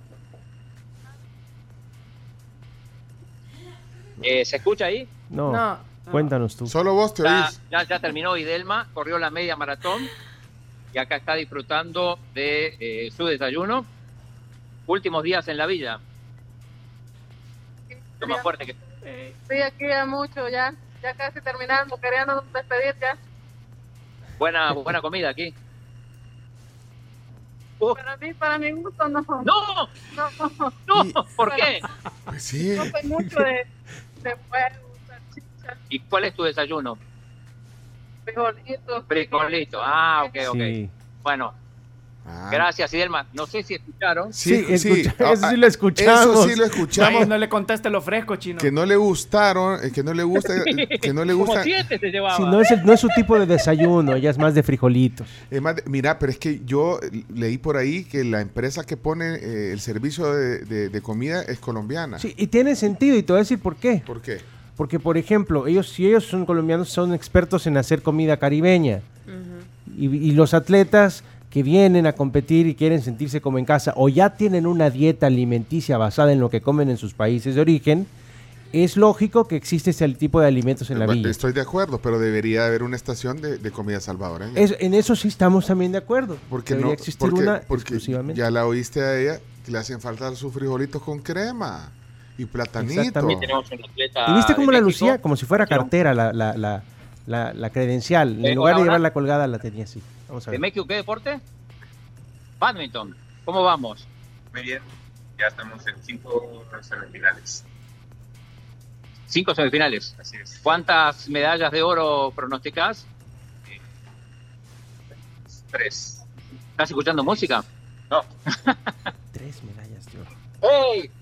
Eh, ¿Se escucha ahí? No, No. cuéntanos tú. Solo vos te Ya, oís. ya, ya terminó Idelma, corrió la media maratón y acá está disfrutando de eh, su desayuno. Últimos días en la villa. Lo más fuerte que... Sí, aquí ya mucho, ya, ya casi terminando, queriendo despedir ya. Buena, buena comida aquí. Uh, Para mí, para mi gusto, no. ¡No! No, ¡No! ¿Por qué? Pues sí. no soy mucho de, de huevos, salchichas, ¿Y cuál es tu desayuno? frijolitos. Frijolito. Ah, ok, ok. Sí. Bueno, Ah. gracias, Idelma. No sé si escucharon. Sí, Sí, sí. escucha- eso Ah, sí lo ah, escuchamos. Eso sí lo escuchamos. Ay, no le contaste lo fresco, Chino. Que no le gustaron, eh, que no le gusta, que no le Como gusta. siete se llevaba. Sí, no, es el- no es su tipo de desayuno, ella es más de frijolitos. Es más de- mira, pero es que yo leí por ahí que la empresa que pone eh, el servicio de, de- de comida es colombiana. Sí, y tiene sentido, y te voy a decir por qué. ¿Por qué? Porque, por ejemplo, ellos, si ellos son colombianos, son expertos en hacer comida caribeña. y, y los atletas que vienen a competir y quieren sentirse como en casa, o ya tienen una dieta alimenticia basada en lo que comen en sus países de origen, es lógico que existe ese tipo de alimentos en la Bueno, villa. Estoy de acuerdo, pero debería haber una estación de, de comida salvadoreña. Es- en eso sí estamos también de acuerdo. Porque Debería no, existir porque, una porque exclusivamente. ya la oíste a ella que le hacen falta sus frijolitos con crema y platanito. Exactamente. Tenemos un atleta ¿Y viste cómo de la México. lucía? Como si fuera Quiero- cartera la, la, la, la, la credencial. En Eh, lugar de hola, hola. llevarla colgada, la tenía así. Vamos a ¿De ver. México qué deporte? Badminton. ¿Cómo vamos? Muy bien, ya estamos en cinco semifinales. Cinco semifinales. Así es. ¿Cuántas medallas de oro pronosticás? Tres. ¿Estás escuchando música? No. Tres medallas de oro. ¡Ey!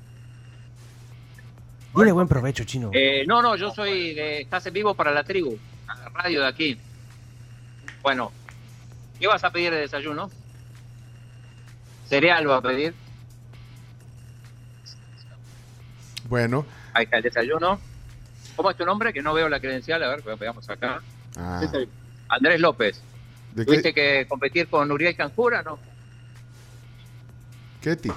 Dile buen provecho, Chino. Eh, no, no, yo soy... de- estás en vivo para la tribu, la radio de aquí. Bueno, ¿qué vas a pedir de desayuno? Cereal va a pedir. Bueno, Ahí está el desayuno. ¿Cómo es tu nombre? Que no veo la credencial. A ver, veamos acá. Ah. Andrés López. ¿De qué? ¿Tuviste que competir con Uriel Canjura, no? Ketty.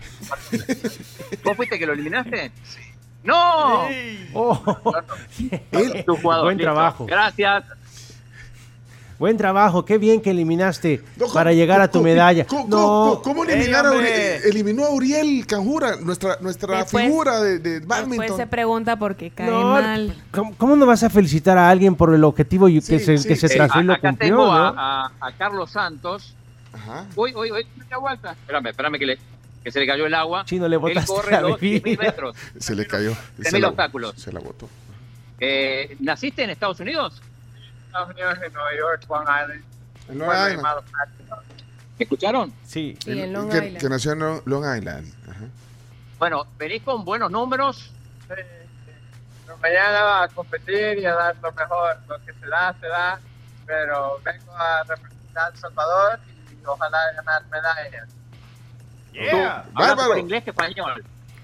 ¿Vos fuiste que lo eliminaste? Sí. ¡No! Oh. Él, tu jugador. Buen Listo. trabajo. Gracias. Buen trabajo, qué bien que eliminaste No, ¿cómo- para llegar a tu cómo- medalla. ¿Cómo, No, cómo- cómo eliminar ¡Ey, a hombre! Uriel? Eliminó a Uriel Canjura, nuestra, nuestra Después- figura de, de Después badminton. se pregunta por qué cae no, mal. ¿cómo, cómo no vas a felicitar a alguien por el objetivo y que Sí, se, sí. que se Eh, trazó y lo acá cumplió, tengo ¿no? a, a- a Carlos Santos. Ajá. Uy, uy, uy, media vuelta. Espérame, espérame que, le, que se le cayó el agua. Chino, le Él botaste corre la los diez mil bebida. metros. Se le cayó. Tres Se mil la- obstáculos. Se la botó. Eh, ¿Naciste en Estados Unidos? Estados Unidos, en Nueva York, Long Island. En Long Pueblo Island. llamado Patterson. ¿Me escucharon? Sí. Sí, en Long que, Island. que nació en Long- Long Island. Ajá. Bueno, venís con buenos números. Sí, sí. Pero mañana a competir y a dar lo mejor. Lo que se da, se da. Pero vengo a representar a El Salvador y ojalá ganar medallas. Yeah. Hablas Bárbaro. mejor inglés que español.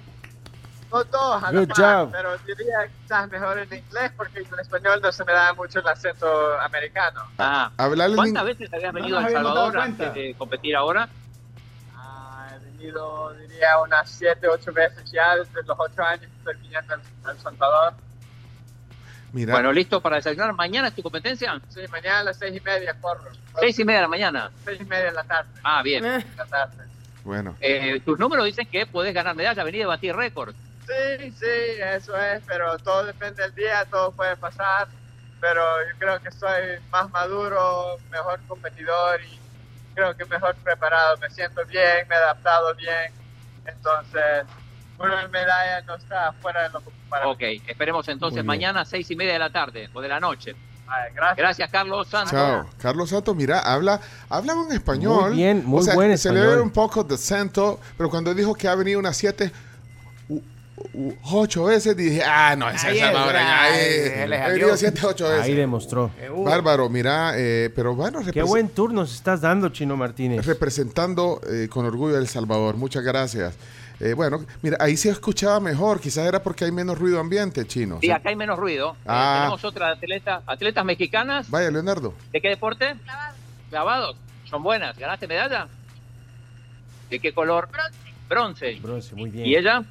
No todos a la Good par, job. pero diría quizás mejor en inglés porque en español no se me da mucho el acento americano. Ah, Hablarle en ¿cuántas ing- veces habías venido nos a El habíamos dado Salvador cuenta. antes de competir ahora? Ah, he venido, diría, unas siete, ocho veces ya desde los ocho años que estoy viniendo a El Salvador. Mira, Bueno, ¿listo para desayunar? ¿Mañana es tu competencia? Sí, mañana a las seis y media corro. Seis y media de la mañana. Seis y media de la tarde. Ah, bien. Eh, De la tarde. bueno. Eh, tus números dicen que puedes ganar medalla, venir a batir récord. Sí, sí, eso es, pero todo depende del día, todo puede pasar. Pero yo creo que soy más maduro, mejor competidor y creo que mejor preparado. Me siento bien, me he adaptado bien. Entonces, una medalla no está fuera de lo que para Ok, esperemos entonces Muy bien. mañana seis y media de la tarde o de la noche. Ay, gracias. Gracias, Carlos Santos. Chao. Carlos Santos, mira, habla, habla en español. Muy bien, muy o sea, buen se le español. ve un poco de acento, pero cuando dijo que ha venido unas siete, u- u- ocho veces, dije, ah, no, ese Ahí es es, salvadoreño. ahí, Ahí, él le ha salió. venido siete, ocho veces. Ahí demostró. Bárbaro, mira, eh, pero bueno, Qué represe- buen tour nos estás dando, Chino Martínez. representando eh, con orgullo a El Salvador. Muchas gracias. Eh, bueno, mira, ahí se escuchaba mejor, quizás era porque hay menos ruido ambiente, Chino. Sí, acá hay menos ruido. Eh, Ah. tenemos otra atleta, atletas mexicanas. Vaya, Leonardo. ¿De qué deporte? Clavados. Clavados. Son buenas. ¿Ganaste medalla? ¿De qué color? Bronce. Bronce. Bronce, muy bien. ¿Y ella?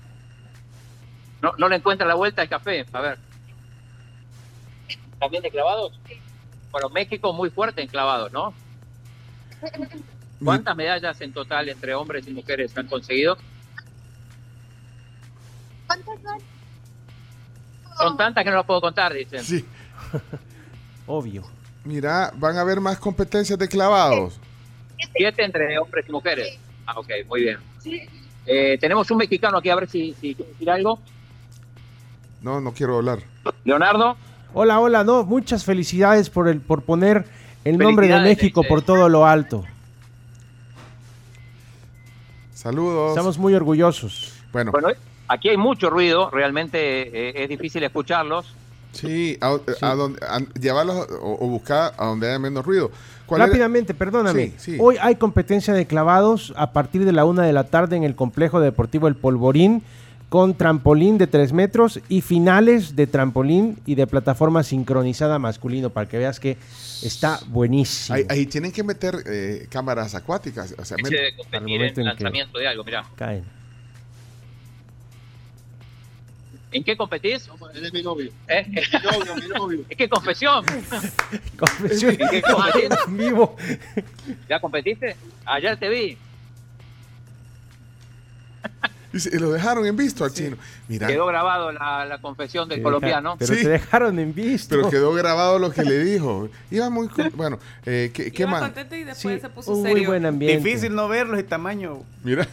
No, no le encuentra la vuelta al café. A ver. ¿También de clavados? Bueno, México muy fuerte en clavados, ¿no? ¿Cuántas medallas en total entre hombres y mujeres han conseguido? ¿Cuántas son? Son tantas que no las puedo contar, dicen. Sí. Obvio. Mira, van a haber más competencias de clavados. Siete entre hombres y mujeres. Ah, ok, muy bien. Eh, tenemos un mexicano aquí, a ver si, si quiere decir algo. No, no quiero hablar. Leonardo. Hola, hola, no, muchas felicidades por el por poner el nombre de Felicidades, México dice. por todo lo alto. Saludos. Estamos muy orgullosos. Bueno, Bueno, aquí hay mucho ruido, realmente eh, es difícil escucharlos. sí, a, a donde, a- llevarlos o, o buscar a donde haya menos ruido. ¿Cuál era? Rápidamente, perdóname. Sí, sí. Hoy hay competencia de clavados a partir de la una de la tarde en el complejo deportivo El Polvorín, con trampolín de tres metros y finales de trampolín y de plataforma sincronizada masculino, para que veas que está buenísimo. Ahí, ahí tienen que meter eh, cámaras acuáticas. O sea, Se met- debe al competir momento en en que- lanzamiento de algo, mirá. Caen. ¿En qué competís? Él es mi novio. ¿Eh? Mi novio, mi novio. ¿Es que confesión? Confesión ¿En qué competís? en vivo. ¿Ya competiste? Ayer te vi. y se- y lo dejaron en visto al chino. Mira, Quedó grabado la, la confesión del Te colombiano. deja- Pero Sí. te dejaron en visto. pero quedó grabado lo que le dijo. Iba muy... con- Bueno, eh, ¿qué, qué Iba más? contento y después Sí, se puso un serio. muy buen ambiente. Difícil no verlos y tamaño. Mira.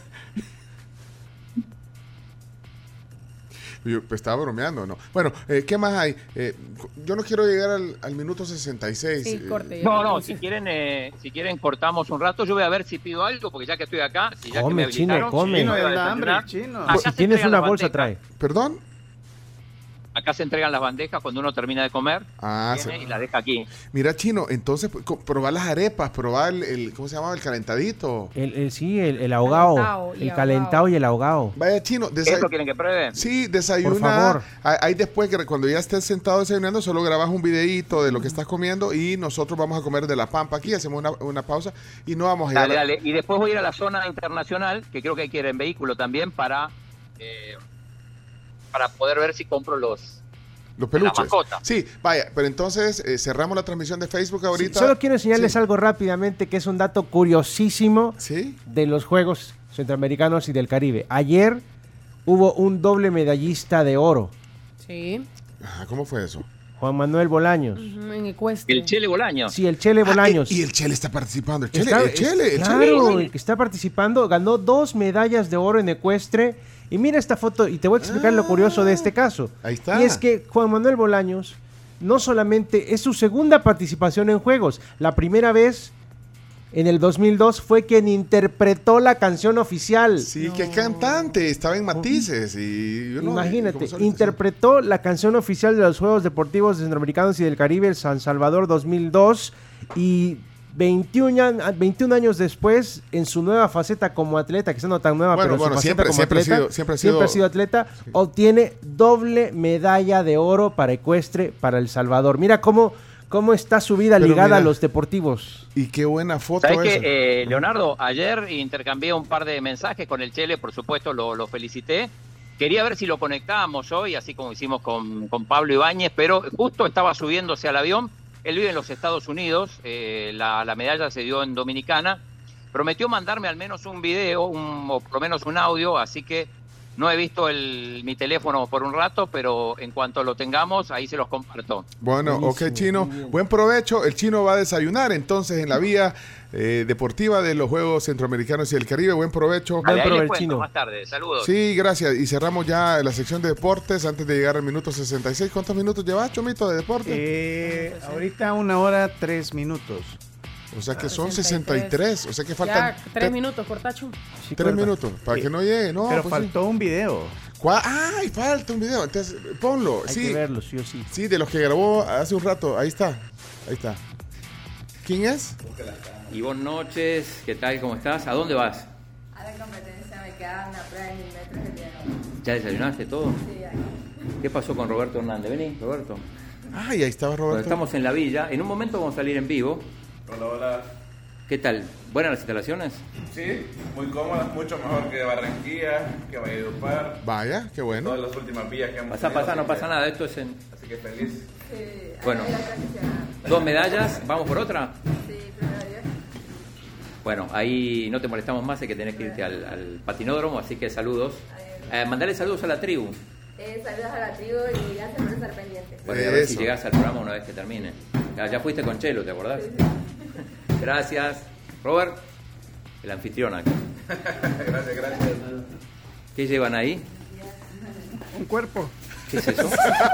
Yo pues, estaba bromeando, ¿no? Bueno, eh, ¿qué más hay? Eh, yo no quiero llegar al, al minuto sesenta y seis. Sí, eh, corte. No, no, si quieren, eh, si quieren cortamos un rato. Yo voy a ver si pido algo, porque ya que estoy acá, si ya Come, que me chino, habilitaron, come. si Chino, voy a da hambre, desayunar. chino. Acá Si se tienes entrega una la bolsa, bandeja. trae. ¿Perdón? Acá se entregan las bandejas cuando uno termina de comer, Ah, viene sí. y las deja aquí. Mira, Chino, entonces co- probar las arepas, probar el, el- ¿cómo se llamaba? El calentadito. El, el- sí, el, el ahogado. Calentado y El calentado y el ahogado. Vaya, Chino, desa- ¿Eso quieren que pruebe? Sí, desayuna. Por favor. Ahí ahí después, que cuando ya estés sentado desayunando, solo grabas un videíto de lo que estás comiendo y nosotros vamos a comer de la pampa aquí, hacemos una, una pausa y no vamos a Dale, llegar. dale. Y después voy a ir a la zona internacional, que creo que hay que ir en vehículo también para, eh, para poder ver si compro los... Los la peluches. mascota. Sí, vaya, pero entonces eh, cerramos la transmisión de Facebook ahorita. Solo quiero enseñarles algo rápidamente que es un dato curiosísimo de los Juegos Centroamericanos y del Caribe. Ayer hubo un doble medallista de oro, Sí. Ajá, ¿cómo fue eso? Juan Manuel Bolaños. Ujú, en ecuestre. El Chele Bolaños. Sí, el Chele Bolaños. Ah, y el Chele está participando. El Chele, Está- el Chele, el claro, Chele. el que está participando ganó dos medallas de oro en ecuestre. Y mira esta foto y te voy a explicar lo curioso de este caso. Ahí está. Y es que Juan Manuel Bolaños no solamente es su segunda participación en juegos, la primera vez en el dos mil dos fue quien interpretó la canción oficial. Sí, qué cantante, estaba en Matices y yo no- Imagínate, como solista, interpretó la canción oficial de los Juegos Deportivos Centroamericanos y del Caribe, el San Salvador dos mil dos, y veintiún, a- veintiún años después, en su nueva faceta como atleta, que no tan nueva, Bueno, pero en bueno, su faceta siempre- como siempre ha atleta, sido- siempre ha sido- sido atleta, obtiene doble medalla de oro para ecuestre para El Salvador. Mira cómo, cómo está su vida Pero ligada mira, a los deportivos. Y qué buena foto ¿Sabes esa. qué, eh, Leonardo? Ayer intercambié un par de mensajes con el Chele, por supuesto, lo, lo felicité. Quería ver si lo conectábamos hoy, así como hicimos con, con Pablo Ibáñez, pero justo estaba subiéndose al avión. Él vive en los Estados Unidos, eh, la, la medalla se dio en Dominicana. Prometió mandarme al menos un video, un, o por lo menos un audio, así que no he visto el, mi teléfono por un rato, pero en cuanto lo tengamos, ahí se los comparto. Bueno, ok, Chino. Buen provecho. El Chino va a desayunar entonces en la vía eh, deportiva de los Juegos Centroamericanos y del Caribe. Buen provecho. Vale, ahí les cuento más tarde. Saludos. Sí, gracias. Y cerramos ya la sección de deportes antes de llegar al minuto sesenta y seis. ¿Cuántos minutos llevas, Chomito, de deporte? Eh, ahorita una hora, tres minutos. O sea que son sesenta y tres. O sea que faltan Ya, tres minutos, cortacho. tres minutos. Para que no llegue, ¿no? Pero pues faltó un video. ¿Cuál? ¡Ay, falta un video! Entonces, ponlo. Hay sí. que verlo, sí o sí. Sí, de los que grabó hace un rato. Ahí está. Ahí está. ¿Quién es? Ivonne Noches, ¿qué tal? ¿Cómo estás? ¿A dónde vas? A la competencia me queda una prueba de mil metros el día de hoy. ¿Ya desayunaste todo? Sí, aquí. ¿Qué pasó con Roberto Hernández? Vení, Roberto. Ay, ahí estaba Bueno, Roberto. estamos en la villa. En un momento vamos a salir en vivo. Hola, hola. ¿Qué tal? ¿Buenas las instalaciones? Sí, muy cómodas, mucho mejor que Barranquilla, que Valledupar. Vaya, qué bueno. Todas las últimas vías que hemos Pasa, tenido, pasa, no así pasa que- nada. Esto es en... Así que feliz. Sí, Bueno. ahí la tradicional. Dos medallas. ¿Vamos por otra? Sí, primero Dios. Bueno, ahí no te molestamos más, hay que tenés que irte al, al patinódromo, así que saludos. Eh, mandale saludos a la tribu. Eh, saludos a la tribu y gracias por estar pendientes. Bueno, y a ver si Eso. llegás al programa una vez que termine. Ya, ya fuiste con Chelo, ¿te acordás? Gracias. Robert, el anfitrión acá. Gracias, gracias. ¿Qué llevan ahí? Un cuerpo. ¿Qué es eso?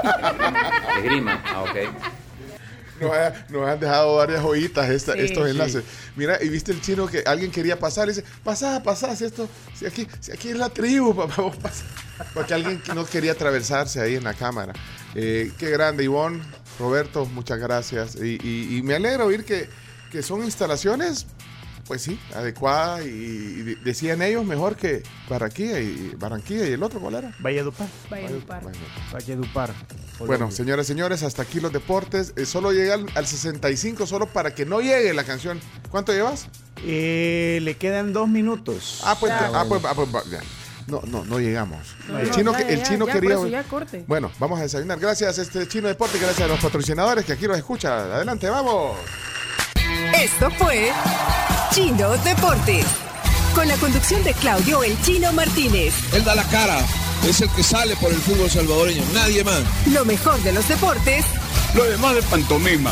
Esgrima. Ah, ok. Nos, ha- nos han dejado varias joyitas esta- Sí. estos Sí. enlaces. Mira, y viste el chino que alguien quería pasar y dice, pasá, pasá, si esto, si aquí, si aquí es la tribu, papá, vos pasá. Porque alguien que no quería atravesarse ahí en la cámara. Eh, qué grande, Ivonne, Roberto, muchas gracias. Y, y- y me alegra oír que, que son instalaciones, pues sí, adecuadas y, y de- decían ellos mejor que Barranquilla y Barranquilla y el otro, ¿cuál era? Valledupar. Valledupar. Valledupar. Bueno, señoras y señores, hasta aquí los deportes. Eh, solo llega al, al sesenta y cinco, solo para que no llegue la canción. ¿Cuánto llevas? Eh, le quedan dos minutos. Ah, pues, ah, pues, ah, pues, va, ya. No, no, no llegamos. No, el no, chino, ya, que- el ya, chino ya, quería. por eso ya corte. Bueno, vamos a desayunar. Gracias, este Chino Deporte, gracias a los patrocinadores que aquí los escuchan. Adelante, vamos. Esto fue Chino Deportes, con la conducción de Claudio El Chino Martínez. Él da la cara, es el que sale por el fútbol salvadoreño, nadie más. Lo mejor de los deportes Lo demás de pantomima.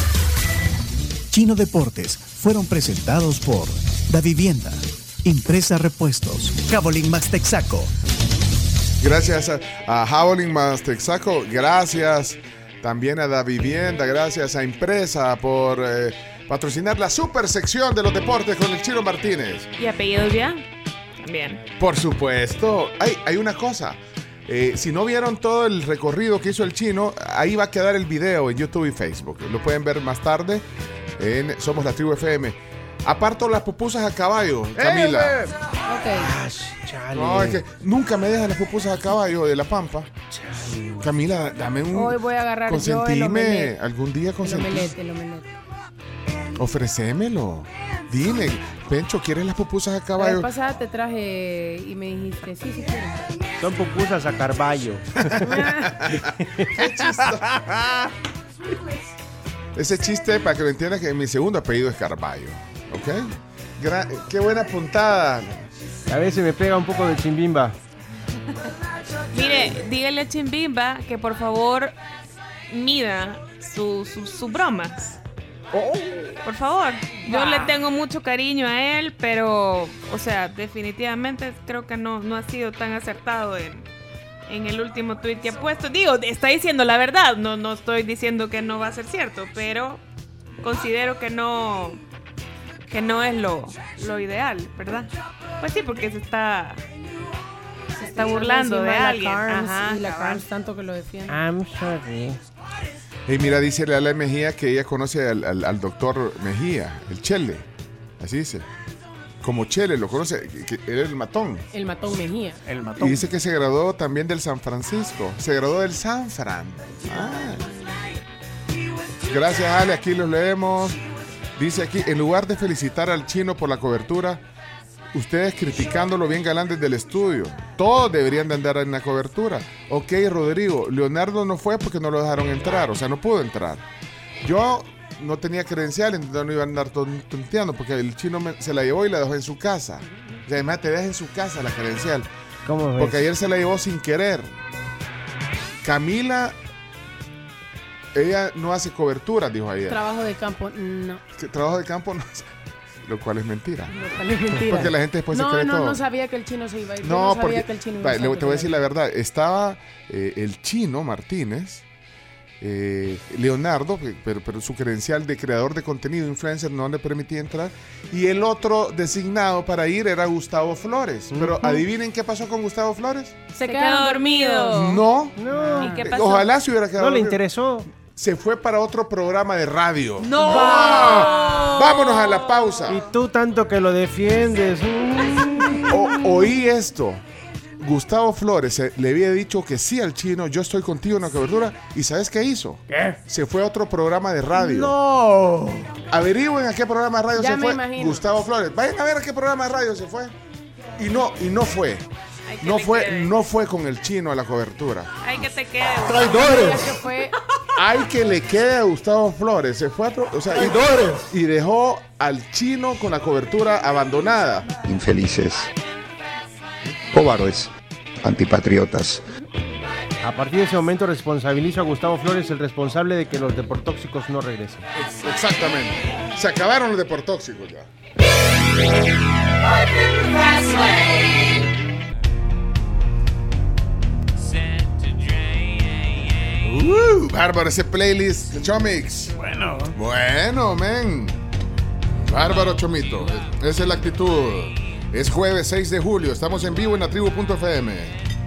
Chino Deportes fueron presentados por Da Vivienda, Impresa Repuestos, Cabolín Max Texaco. Gracias a, a Howling más Texaco, gracias también a Da Vivienda, gracias a Impresa por eh, patrocinar la super sección de los deportes con el Chino Martínez. ¿Y apellidos ya? También. Por supuesto. Hay, hay una cosa. Eh, si no vieron todo el recorrido que hizo el chino, ahí va a quedar el video en YouTube y Facebook. Lo pueden ver más tarde en Somos la Tribu F M. Aparto las pupusas a caballo, Camila. Ok. No, es que nunca me dejan las pupusas a caballo de La Pampa. Camila, dame un... Hoy voy a agarrar yo el consentime, omelette. algún día El consentime. omelette, el omelette. Ofrecémelo. Dime, Pencho, ¿quieres las pupusas a La caballo? vez pasada te traje y me dijiste, sí, sí quiero. Son pupusas a Carballo. Qué chistoso. Ese chiste, para que lo entiendas, que mi segundo apellido es Carballo. ¿Ok? Gra- qué buena puntada. A veces me pega un poco de chimbimba. Mire, dígale a Chimbimba que por favor mida sus su, su bromas. Por favor. Yo le tengo mucho cariño a él, pero, o sea, definitivamente creo que no, no ha sido tan acertado en, en el último tweet que ha puesto. Digo, está diciendo la verdad. No, no estoy diciendo que no va a ser cierto, pero considero que no, que no es lo, lo ideal, ¿verdad? Pues sí, porque se está... Se está burlando de alguien. Ajá, y la cabal. Carms tanto que lo defiende. I'm sorry. Hey, mira, dice Leala Mejía que ella conoce al, al, al doctor Mejía, el Chele. Así dice. Como Chele, lo conoce, que, que era el matón. El matón Mejía. El Y dice que se graduó también del San Francisco. Se graduó del San Fran. Ah. Gracias, Ale. Aquí los leemos. Dice aquí, en lugar de felicitar al chino por la cobertura, ustedes criticándolo bien galán desde el estudio. Todos deberían de andar en la cobertura. Ok, Rodrigo, Leonardo no fue porque no lo dejaron entrar, o sea, no pudo entrar. Yo no tenía credenciales, entonces no iba a andar tonteando porque el chino me, se la llevó y la dejó en su casa. Y además te dejas en su casa la credencial. ¿Cómo ves? Porque ayer se la llevó sin querer. Camila, ella no hace cobertura, dijo ayer. Trabajo de campo, no. Que trabajo de campo no hace. Lo cual es mentira. Lo cual es mentira. Porque la gente después no, se cree no, todo. No, no sabía que el chino se iba a ir. Yo No, no sabía porque que el chino iba va, a le, salir. te voy a decir la verdad. Estaba eh, el chino Martínez, eh, Leonardo, que- pero, pero su credencial de creador de contenido, influencer, no le permitía entrar. Y el otro designado para ir era Gustavo Flores. Pero adivinen qué pasó con Gustavo Flores. Se quedó dormido. No. No. ¿Y qué pasó? Ojalá se hubiera quedado No le dormido. interesó. Se fue para otro programa de radio. ¡No! ¡Ah! Vámonos a la pausa. Y tú tanto que lo defiendes. Mm. O- oí esto. Gustavo Flores eh, le había dicho que sí al chino, yo estoy contigo en la cobertura. ¿Y sabes qué hizo? ¿Qué? Se fue a otro programa de radio. No. Averigüen a qué programa de radio Ya se me fue imagino. Gustavo Flores. Vayan a ver a qué programa de radio se fue. Y no, y no fue. Ay, que No le fue, quede. no fue con el chino a la cobertura. Ay, que te quede. ¡Traidores! Ya que fue Hay que le quede a Gustavo Flores. Se fue a otro, o sea, y, y dejó al chino con la cobertura abandonada. Infelices, cobardes, antipatriotas. A partir de ese momento responsabilizo a Gustavo Flores, el responsable de que los deportóxicos no regresen. Exactamente. Se acabaron los deportóxicos ya. Uh, bárbaro ese playlist de Chomix. Bueno. Bueno, men. Bárbaro, Chomito. Esa es la actitud. Es jueves seis de julio. Estamos en vivo en la tribu punto f m.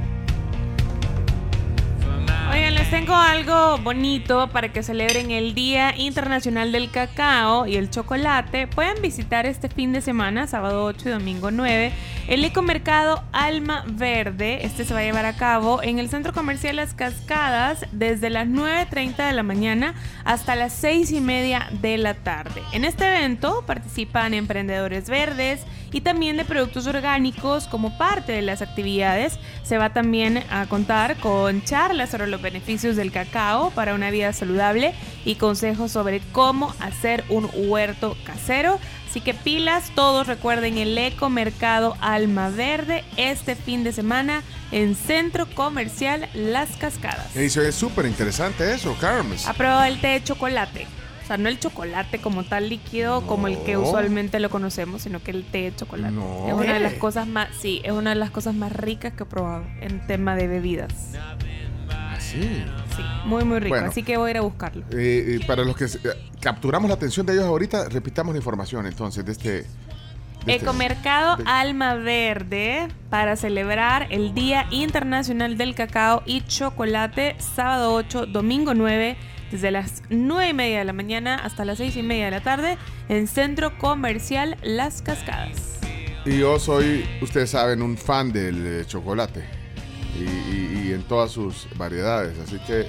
Oigan, les tengo algo bonito para que celebren el Día Internacional del Cacao y el Chocolate. Pueden visitar este fin de semana, sábado ocho y domingo nueve, el ecomercado Alma Verde. Este se va a llevar a cabo en el Centro Comercial Las Cascadas desde las nueve treinta de la mañana hasta las seis y media de la tarde. En este evento participan emprendedores verdes y también de productos orgánicos. Como parte de las actividades se va también a contar con charlas sobre los beneficios del cacao para una vida saludable y consejos sobre cómo hacer un huerto casero. Así que pilas, todos recuerden el ecomercado Alma Verde este fin de semana en Centro Comercial Las Cascadas. Y eso es súper interesante eso, Carms. ¿Ha probado el té de chocolate? O sea, no el chocolate como tal líquido, como el que No. usualmente lo conocemos, sino que el té de chocolate. No. Es una de las ¿Qué? cosas más, sí, es una de las cosas más ricas que he probado en tema de bebidas. Sí. Sí, muy muy rico, Bueno. así que voy a ir a buscarlo. Eh, eh, para los que eh, capturamos la atención de ellos ahorita, repitamos la información entonces de este de este Ecomercado año. Alma Verde para celebrar el Día Internacional del Cacao y Chocolate, sábado ocho, domingo nueve, desde las nueve y media de la mañana hasta las seis y media de la tarde en Centro Comercial Las Cascadas. Y yo soy, ustedes saben, un fan del eh, chocolate y, y- y en todas sus variedades, así que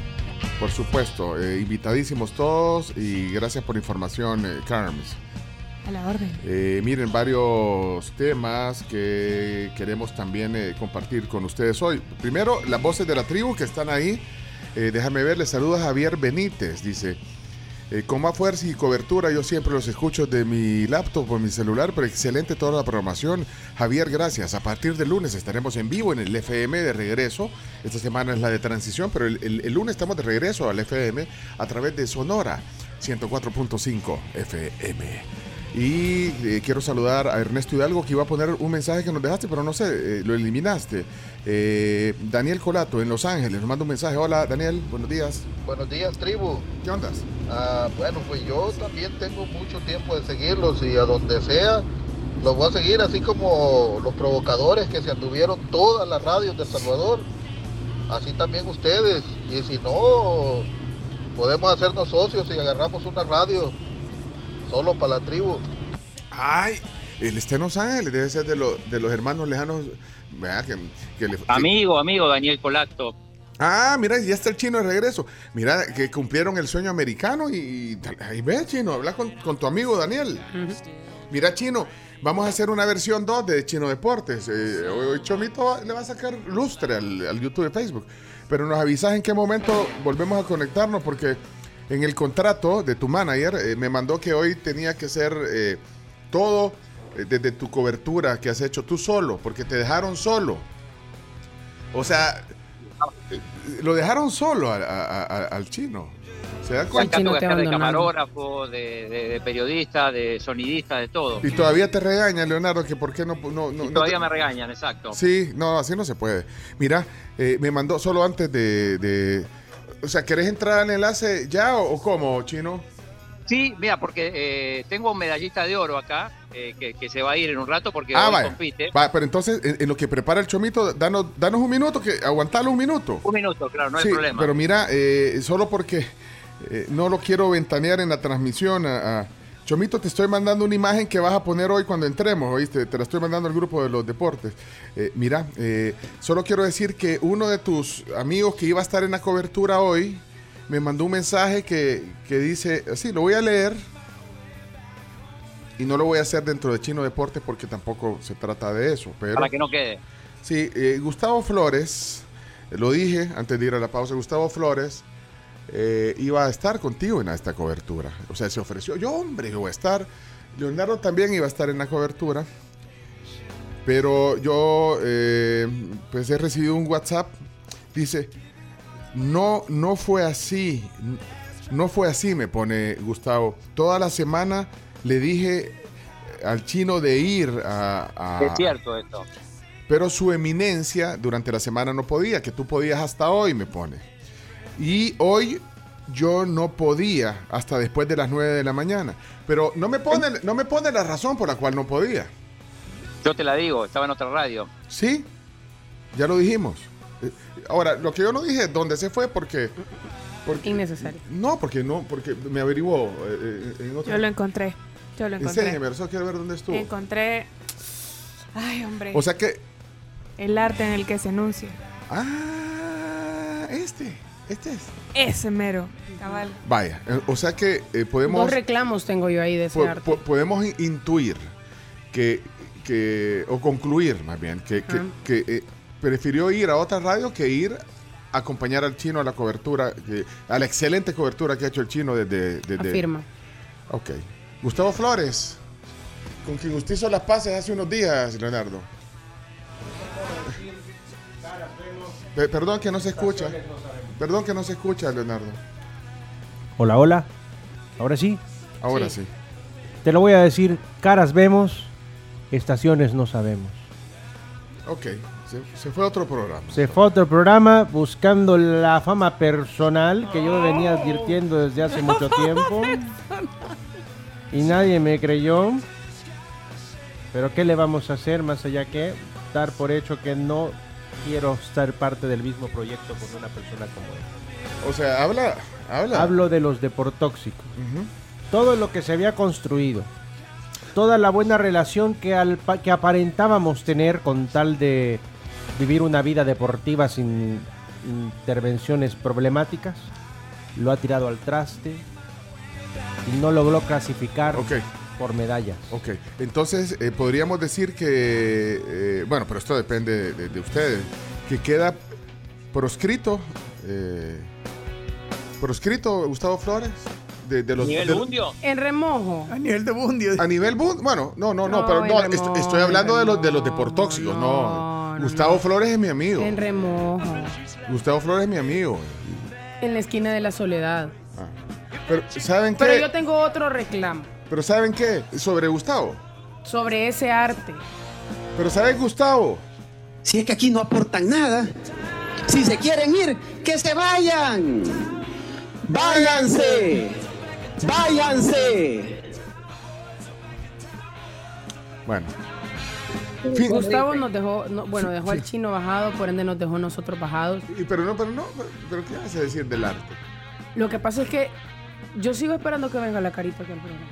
por supuesto, eh, invitadísimos todos y gracias por la información, eh, Carms. A la orden. Eh, miren, varios temas que queremos también eh, compartir con ustedes hoy. Primero, las voces de la tribu que están ahí. Eh, déjame ver, les saluda Javier Benítez, dice, eh, con más fuerza y cobertura, yo siempre los escucho de mi laptop o mi celular, pero excelente toda la programación. Javier, gracias. A partir del lunes estaremos en vivo en el F M de regreso. Esta semana es la de transición, pero el, el- el lunes estamos de regreso al F M a través de Sonora ciento cuatro punto cinco F M. Y eh, quiero saludar a Ernesto Hidalgo, que iba a poner un mensaje que nos dejaste, pero no sé, eh, lo eliminaste. Eh, Daniel Colato, en Los Ángeles, nos manda un mensaje. Hola, Daniel, buenos días. Buenos días, tribu. ¿Qué onda? Ah, bueno, pues yo también tengo mucho tiempo de seguirlos y a donde sea los voy a seguir, así como los provocadores que se anduvieron todas las radios de El Salvador. Así también ustedes. Y si no, podemos hacernos socios y agarramos una radio solo para la tribu. Ay, él está en Los Ángeles, debe ser de, lo- de los hermanos lejanos. Vea, que, que le- Amigo, amigo Daniel Colato. Ah, mira, ya está el chino de regreso. Mira, que cumplieron el sueño americano y, y ahí ve, chino, habla con, con tu amigo Daniel. Mira, chino, vamos a hacer una versión dos de Chino Deportes. Eh, hoy Chomito va- le va a sacar lustre al, al YouTube de Facebook. Pero nos avisas en qué momento volvemos a conectarnos, porque en el contrato de tu manager eh, me mandó que hoy tenía que ser eh, todo eh, desde tu cobertura que has hecho tú solo, porque te dejaron solo. O sea, eh, lo dejaron solo a- a- a- al chino. ¿Se dan Acá cuenta? tuve que hacer de camarógrafo, de, de- de periodista, de sonidista, de todo. Y todavía te regaña, Leonardo, que por qué no... no, no Y no todavía te- me regañan, exacto. Sí, no, así no se puede. Mira, eh, me mandó solo antes de, de- O sea, ¿querés entrar al enlace ya o, o cómo, chino? Sí, mira, porque eh, tengo un medallista de oro acá, eh, que, que se va a ir en un rato porque Ah, hoy vaya. compite. Va, pero entonces, en, en lo que prepara el chomito, danos, danos un minuto, que aguantalo un minuto. Un minuto, claro, no Sí, hay problema. pero mira, eh, solo porque eh, no lo quiero ventanear en la transmisión. A, a- Chomito, te estoy mandando una imagen que vas a poner hoy cuando entremos, ¿oíste? Te la estoy mandando al grupo de los deportes. Eh, mira, eh, solo quiero decir que uno de tus amigos que iba a estar en la cobertura hoy me mandó un mensaje que, que dice, así, lo voy a leer y no lo voy a hacer dentro de Chino Deportes porque tampoco se trata de eso. Pero, Para que no quede. sí, eh, Gustavo Flores, eh, lo dije antes de ir a la pausa, Gustavo Flores eh, iba a estar contigo en esta cobertura. O sea, se ofreció, yo hombre, yo voy a estar. Leonardo también iba a estar en la cobertura. Pero yo eh, pues he recibido un WhatsApp, dice, no, no fue así, no fue así, me pone Gustavo. Toda la semana le dije al chino de ir a... a- Es cierto esto. pero su eminencia durante la semana no podía, que tú podías hasta hoy, me pone. Y hoy yo no podía hasta después de las nueve de la mañana. Pero no me pone, no me pone la razón por la cual no podía. Yo te la digo, estaba en otra radio. Sí, ya lo dijimos. Eh, Ahora, lo que yo no dije es dónde se fue porque... porque Innecesario. No, porque no, porque me averiguó eh, eh, en otro... Yo lo encontré. Yo lo encontré. Enséñame, solo quiero ver dónde estuvo. Encontré. Ay, hombre. O sea que... El arte en el que se enuncia. Ah, este, este es. Ese mero. Cabal. Vaya, eh, o sea que eh, podemos... Dos reclamos tengo yo ahí de ese po- arte. po- podemos in- intuir que, que, o concluir más bien, que, que, Ah. que, eh, prefirió ir a otra radio que ir a acompañar al chino a la cobertura, que- a la excelente cobertura que ha hecho el chino desde... desde Afirma. Ok. Gustavo Flores, con quien usted hizo las paces hace unos días, Leonardo. Pe- Perdón que no se escucha. Perdón que no se escucha, Leonardo. Hola, hola. Ahora sí. Ahora sí. Te lo voy a decir, caras vemos, estaciones no sabemos. Ok, se, se fue a otro programa. Se fue a otro programa buscando la fama personal que yo venía advirtiendo desde hace mucho tiempo y nadie me creyó. Pero ¿qué le vamos a hacer más allá que dar por hecho que no quiero ser parte del mismo proyecto con una persona como él? O sea, habla, habla. Hablo de los deportóxicos. Uh-huh. Todo lo que se había construido, toda la buena relación que, al, que aparentábamos tener con tal de vivir una vida deportiva sin intervenciones problemáticas, lo ha tirado al traste y no logró clasificar okay. por medallas. Ok, entonces eh, podríamos decir que, eh, bueno, pero esto depende de, de ustedes, que queda proscrito, eh, proscrito Gustavo Flores. De, de los, ¿A nivel de, bundio? En remojo. A nivel de bundio. A nivel bundio, bueno, no, no, no, no pero no, remojo, estoy hablando de los, de los deportóxicos, no. no. no Gustavo no. Flores es mi amigo. En remojo. Gustavo Flores es mi amigo. En la esquina de la soledad. Ah. Pero, ¿saben qué? Pero yo tengo otro reclamo. Pero ¿saben qué? Sobre Gustavo. Sobre ese arte. Pero ¿saben, Gustavo? Si es que aquí no aportan nada. Si se quieren ir, que se vayan. ¡Váyanse! ¡Váyanse! Bueno. Fin. Gustavo nos dejó, no, bueno, dejó al chino bajado, por ende nos dejó nosotros bajados. Y, pero no, pero no, pero, pero ¿qué vas a decir del arte? Lo que pasa es que yo sigo esperando que venga la carita aquí al programa.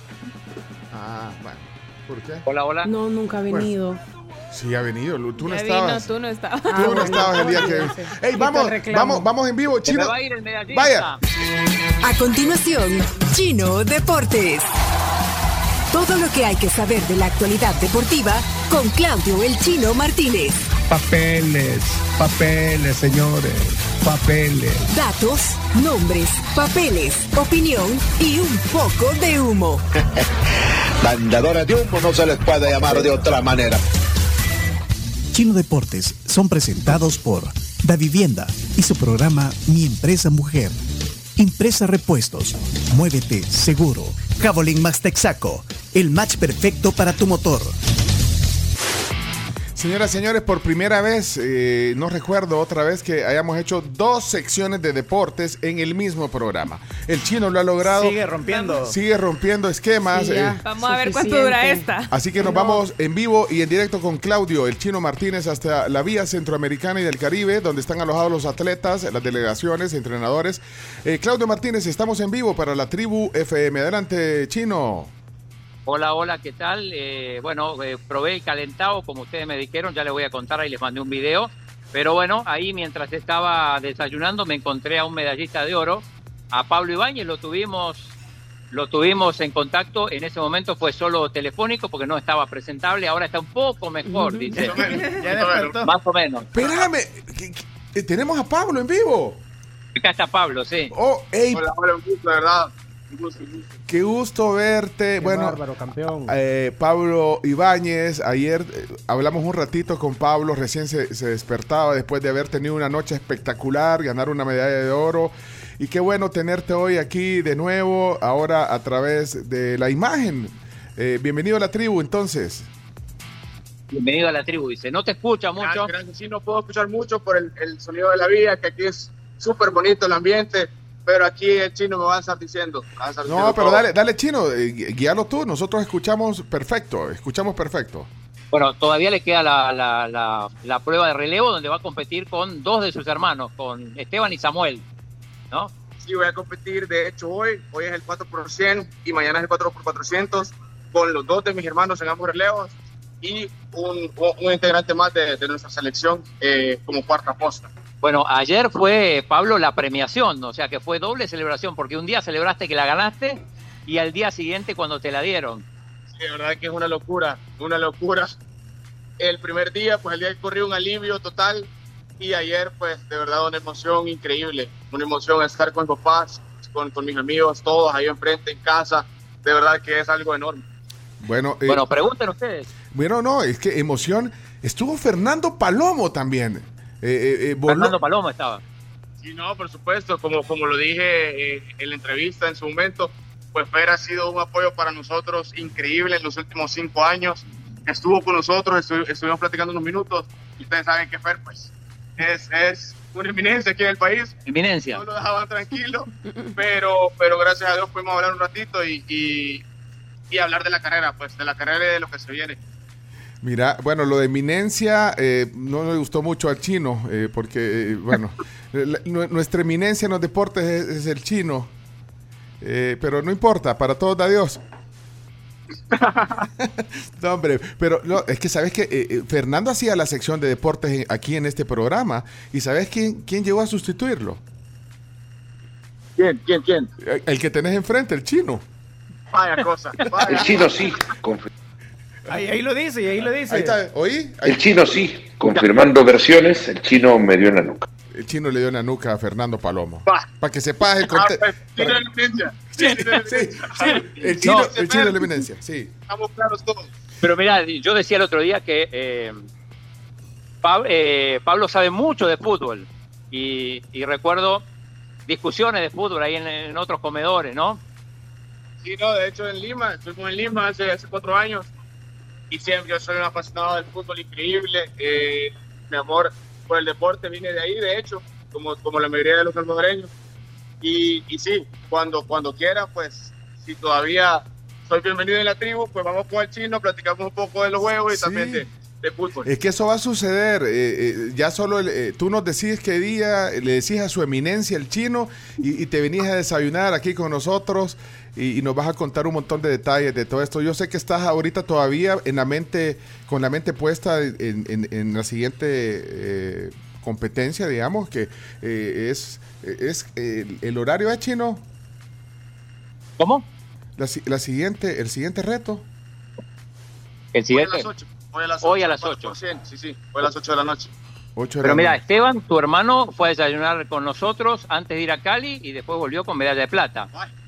Ah, bueno. ¿Por qué? Hola, hola. No, nunca ha venido. Bueno. Sí, ha venido. Tú no ya estabas. Vino, tú no estabas. Tú ah, no bueno, estabas el día que. ¡Ey, vamos! Vamos, vamos en vivo, Chino. Me va a ir el medallista. Vaya. A continuación, Chino Deportes. Todo lo que hay que saber de la actualidad deportiva con Claudio El Chino Martínez. Papeles, papeles, señores, papeles. Datos, nombres, papeles, opinión y un poco de humo. Vendedores de humo no se les puede llamar de otra manera. Chino Deportes son presentados por Da Vivienda y su programa Mi Empresa Mujer. Impresa Repuestos. Muévete seguro. Javelin Max Texaco. El match perfecto para tu motor. Señoras y señores, por primera vez, eh, no recuerdo otra vez que hayamos hecho dos secciones de deportes en el mismo programa. El Chino lo ha logrado. Sigue rompiendo. Sigue rompiendo esquemas. Sí, eh, vamos a ver cuánto dura esta. Así que nos no. vamos en vivo y en directo con Claudio, el Chino Martínez, hasta la vía centroamericana y del Caribe, donde están alojados los atletas, las delegaciones, entrenadores. Eh, Claudio Martínez, estamos en vivo para la Tribu F M. Adelante, Chino. Hola, hola, ¿qué tal? Eh, bueno, eh, probé el calentado, como ustedes me dijeron, ya les voy a contar, ahí les mandé un video. Pero bueno, ahí mientras estaba desayunando me encontré a un medallista de oro, a Pablo Ibáñez, lo tuvimos, lo tuvimos en contacto, en ese momento fue solo telefónico porque no estaba presentable, ahora está un poco mejor, dice. Ya despertó. Más o menos. Espérame, ¿qué, qué, tenemos a Pablo en vivo. Acá está Pablo, sí. Oh, hey. Hola, hola, un gusto, de verdad. Qué gusto verte. Qué bueno, bárbaro, campeón. Eh, Pablo Ibáñez, ayer eh, hablamos un ratito con Pablo, recién se, se despertaba después de haber tenido una noche espectacular, ganar una medalla de oro. Y qué bueno tenerte hoy aquí de nuevo, ahora a través de la imagen. Eh, bienvenido a la tribu, entonces. Bienvenido a la tribu, dice. No te escucha mucho. Gracias, gracias. Sí, no puedo escuchar mucho por el, el sonido de la vía, que aquí es súper bonito el ambiente. Pero aquí el Chino me va a estar diciendo. Va a estar no, diciendo pero todo. dale, dale Chino, eh, guíalo tú. Nosotros escuchamos perfecto, escuchamos perfecto. Bueno, todavía le queda la, la, la, la prueba de relevo donde va a competir con dos de sus hermanos, con Esteban y Samuel, ¿no? Sí, voy a competir, de hecho hoy, hoy es el cuatro por cien y mañana es el cuatro por cuatrocientos con los dos de mis hermanos en ambos relevos y un, un integrante más de, de nuestra selección eh, como cuarta posta. Bueno, ayer fue, Pablo, la premiación, o sea que fue doble celebración, porque un día celebraste que la ganaste y al día siguiente cuando te la dieron. Sí, de verdad que es una locura, una locura. El primer día, pues el día que corrí un alivio total y ayer, pues de verdad una emoción increíble, una emoción estar con mis papás, con, con mis amigos, todos ahí enfrente, en casa, de verdad que es algo enorme. Bueno, eh, bueno pregunten ustedes. Bueno, no, es que emoción, estuvo Fernando Palomo también. Eh, eh, Fernando Palomo estaba. Sí, no, por supuesto, como, como lo dije eh, en la entrevista en su momento, pues Fer ha sido un apoyo para nosotros increíble en los últimos cinco años. Estuvo con nosotros, estu- estuvimos platicando unos minutos y ustedes saben que Fer pues es, es una eminencia aquí en el país. Eminencia. No lo dejaban tranquilo, pero, pero gracias a Dios pudimos hablar un ratito y, y, y hablar de la carrera, pues de la carrera y de lo que se viene. Mira, bueno, lo de eminencia eh, no le gustó mucho al chino, eh, porque, eh, bueno, la, nuestra eminencia en los deportes es, es el chino, eh, pero no importa, para todos da Dios. No, hombre, pero no, es que sabes que eh, Fernando hacía la sección de deportes aquí en este programa, y ¿sabes quién, quién llegó a sustituirlo? ¿Quién, quién, quién? El, el que tenés enfrente, el chino. Vaya cosa. Vaya. El chino sí. Ahí, ahí lo dice, ahí lo dice. Ahí está, ¿oí? Ahí. El chino sí. Confirmando versiones, el chino me dio en la nuca. El chino le dio en la nuca a Fernando Palomo. Para que sepas el contexto. Ah, pues, tiene la eminencia. Sí, sí, sí. El chino, No, el chino de la eminencia, sí. Estamos claros todos. Pero mira, yo decía el otro día que eh, Pab- eh, Pablo sabe mucho de fútbol y, y recuerdo discusiones de fútbol ahí en, en otros comedores, ¿no? Sí, no, de hecho en Lima, estuvimos en Lima hace, hace cuatro años y siempre yo soy un apasionado del fútbol increíble. Eh, mi amor por el deporte viene de ahí, de hecho, como, como la mayoría de los salvadoreños. Y, y sí, cuando, cuando quiera, pues, si todavía soy bienvenido en la tribu, pues vamos con el chino, platicamos un poco de los juegos y Sí. también de, de fútbol. Es que eso va a suceder. eh, eh, ya solo el, eh, tú nos decís qué día, le decís a su eminencia el chino y, y te venís a desayunar aquí con nosotros y, y nos vas a contar un montón de detalles de todo esto. Yo sé que estás ahorita todavía en la mente, con la mente puesta en, en- en la siguiente eh, competencia, digamos, que eh, es, es el, el horario de chino. ¿Cómo? La, si- la siguiente, el siguiente reto. El Hoy a siguiente. las ocho. Hoy a las Hoy ocho. a las ocho. Sí, sí, hoy a las ocho de la noche. ocho de Pero la mira, noche. Esteban, tu hermano, fue a desayunar con nosotros antes de ir a Cali y después volvió con medalla de plata.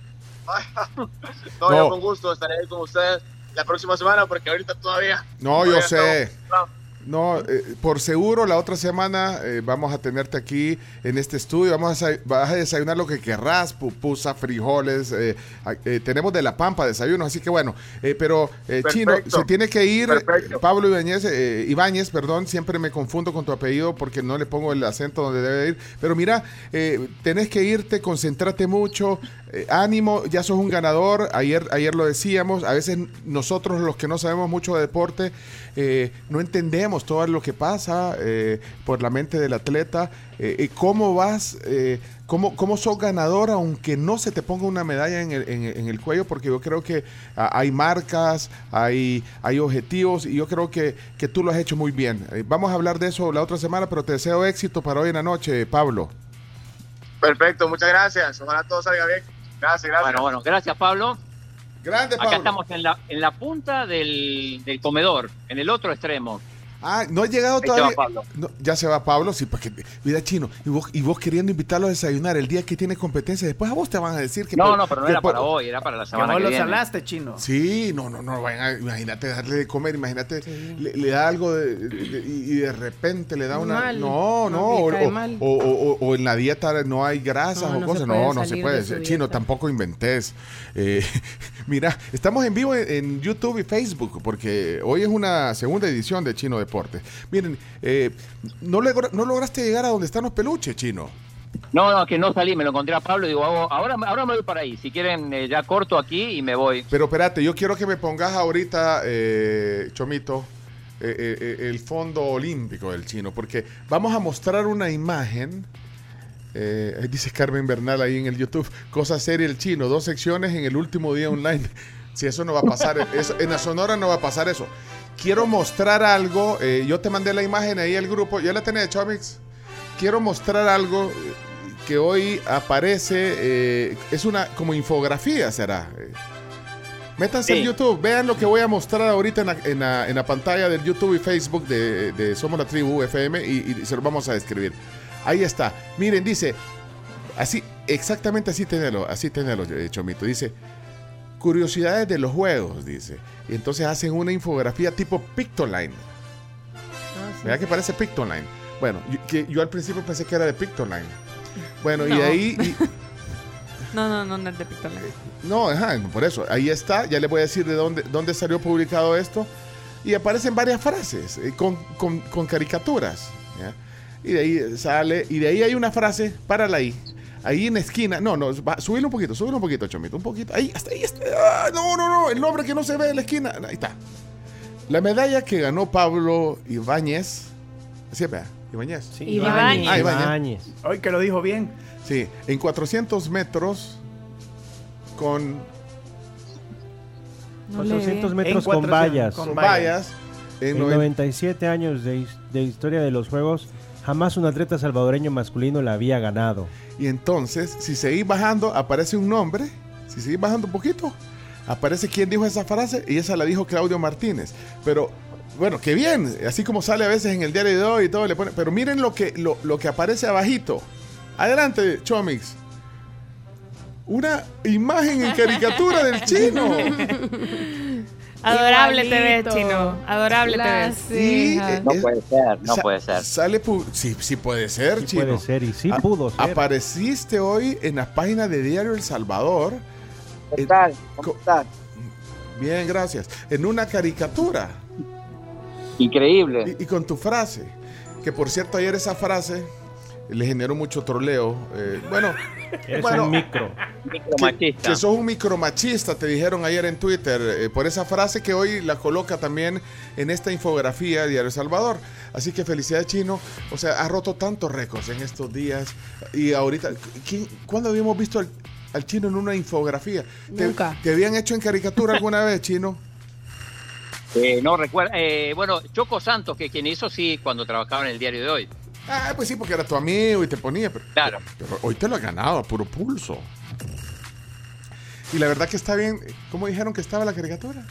No, No. yo con gusto estaré ahí con ustedes la próxima semana porque ahorita todavía... No, yo todavía sé. estamos- No, eh, por seguro la otra semana eh, vamos a tenerte aquí en este estudio. Vamos a, desa- vas a desayunar lo que querrás, pupusa, frijoles. eh, a- eh, tenemos de la pampa desayunos, así que bueno. eh, pero eh, Chino, Perfecto. se tiene que ir. Perfecto. eh, Pablo Ibáñez, eh, Ibáñez, perdón, siempre me confundo con tu apellido porque no le pongo el acento donde debe ir. Pero mira, eh, tenés que irte, concéntrate mucho. eh, ánimo, ya sos un ganador. Ayer, ayer lo decíamos. A veces nosotros, los que no sabemos mucho de deporte, eh, no entendemos todo lo que pasa eh, por la mente del atleta. Eh, eh, ¿Cómo vas? Eh, ¿cómo, ¿Cómo sos ganador aunque no se te ponga una medalla en el, en, en el cuello? Porque yo creo que ah, hay marcas, hay, hay objetivos y yo creo que, que tú lo has hecho muy bien. Eh, vamos a hablar de eso la otra semana, pero te deseo éxito para hoy en la noche, Pablo. Perfecto, muchas gracias. Ojalá todo salga bien. Gracias, gracias. Bueno, bueno, gracias Pablo. Grande, Acá Pablo. estamos en la, en la punta del, del comedor, en el otro extremo. Ah, no ha llegado Ahí se todavía. va Pablo. No, ya se va Pablo, sí, porque mira, Chino, y vos, y vos queriendo invitarlo a desayunar el día que tiene competencia, después a vos te van a decir que No, por- no, pero no que era por- para hoy, era para la Que semana vos que lo viene. salaste, chino. Sí, no, no, no, vayan a- imagínate darle de comer, imagínate, le, le da algo de, de- de- y y de repente le da una... Mal. No, no, No, o, le cae o- mal. o- o- o en la dieta no hay grasas No, o no cosas, se no, puede no se salir puede. de su Chino, dieta. tampoco inventes. Eh, mira, estamos en vivo en, en YouTube y Facebook, porque hoy es una segunda edición de Chino Deportes. Miren, eh, no, logra- no lograste llegar a donde están los peluches, Chino. No, no, que no salí, me lo encontré a Pablo y digo, hago- ahora, ahora me voy para ahí. Si quieren, eh, ya corto aquí y me voy. Pero espérate, yo quiero que me pongas ahorita, eh, Chomito, eh, eh, eh, el fondo olímpico del Chino, porque vamos a mostrar una imagen. Eh, ahí dice Carmen Bernal ahí en el YouTube, cosa seria el Chino, dos secciones en el último día online. Si eso no va a pasar, eso, en la Sonora no va a pasar eso. Quiero mostrar algo, eh, yo te mandé la imagen ahí al grupo, ¿ya la tenés, Chomix? Quiero mostrar algo eh, que hoy aparece, eh, es una como infografía, será. Eh, Métanse Sí. en YouTube, vean lo que voy a mostrar ahorita en la, en la- en la pantalla del YouTube y Facebook de, de Somos la Tribu F M y, y se lo vamos a describir. Ahí está. Miren, dice, así, exactamente así tenelo, así tenelo, eh, Chomito. Dice, curiosidades de los juegos, dice. Y entonces hacen una infografía tipo Pictoline. ¿Verdad que parece Pictoline? Bueno, yo, que yo al principio pensé que era de Pictoline. Bueno, y No. ahí... y- No, no, no, no es de Pictoline. no, ajá, por eso. Ahí está. Ya le voy a decir de dónde, dónde salió publicado esto. Y aparecen varias frases eh, con, con- con caricaturas. ¿ya? Y de ahí sale. Y de ahí hay una frase. Párala ahí. Ahí en la esquina. No, no. Va, subilo un poquito. Subilo un poquito, Chomito. Un poquito. Ahí, hasta ahí. Está. Ah, no, no, no. El nombre que no se ve en la esquina. Ahí está. La medalla que ganó Pablo Ibáñez, ¿sí, vea? Ibáñez. Sí, Ibáñez. Ah, Ibáñez. Ibáñez. Hoy que lo dijo bien. Sí, en cuatrocientos metros con No cuatrocientos le- metros En con cuatrocientos vallas. con vallas. En En noven- noventa y siete años de, his- de historia de los Juegos, jamás un atleta salvadoreño masculino la había ganado. Y entonces, si seguís bajando, aparece un nombre. Si seguís bajando un poquito, aparece quién dijo esa frase, y esa la dijo Claudio Martínez. Pero, bueno, qué bien. Así como sale a veces en el diario de hoy y todo, le pone. Pero miren lo que, lo, lo que aparece abajito. Adelante, Chomix. Una imagen en caricatura del chino. Adorable te ves, Igualito. Chino. Adorable te Las ves. Y, cejas. eh, No es- puede ser, no sa- puede ser. Sale pu- sí, sí puede ser, Sí chino. puede ser, y sí A- pudo ser. Apareciste hoy en la página de Diario El Salvador. ¿Qué En- tal? ¿Cómo co- estás? Bien, gracias. En una caricatura. Increíble. Y, y con tu frase. Que por cierto, ayer esa frase le generó mucho troleo. Eh, bueno, Eres bueno, un micro. Micromachista. que sos un micromachista, te dijeron ayer en Twitter, eh, por esa frase que hoy la coloca también en esta infografía de Diario El Salvador. Así que felicidades, Chino. O sea, ha roto tantos récords en estos días. Y ahorita, ¿quién, ¿cuándo habíamos visto al, al Chino en una infografía? ¿Te- Nunca. ¿Te, habían hecho en caricatura alguna vez, Chino? Eh, no recuerdo. Eh, bueno, Choco Santos, que quien hizo sí cuando trabajaba en el diario de hoy. Ah, pues sí, porque era tu amigo y te ponía. Pero, Claro. pero hoy te lo ha ganado a puro pulso. Y la verdad que está bien. ¿Cómo dijeron que estaba la caricatura?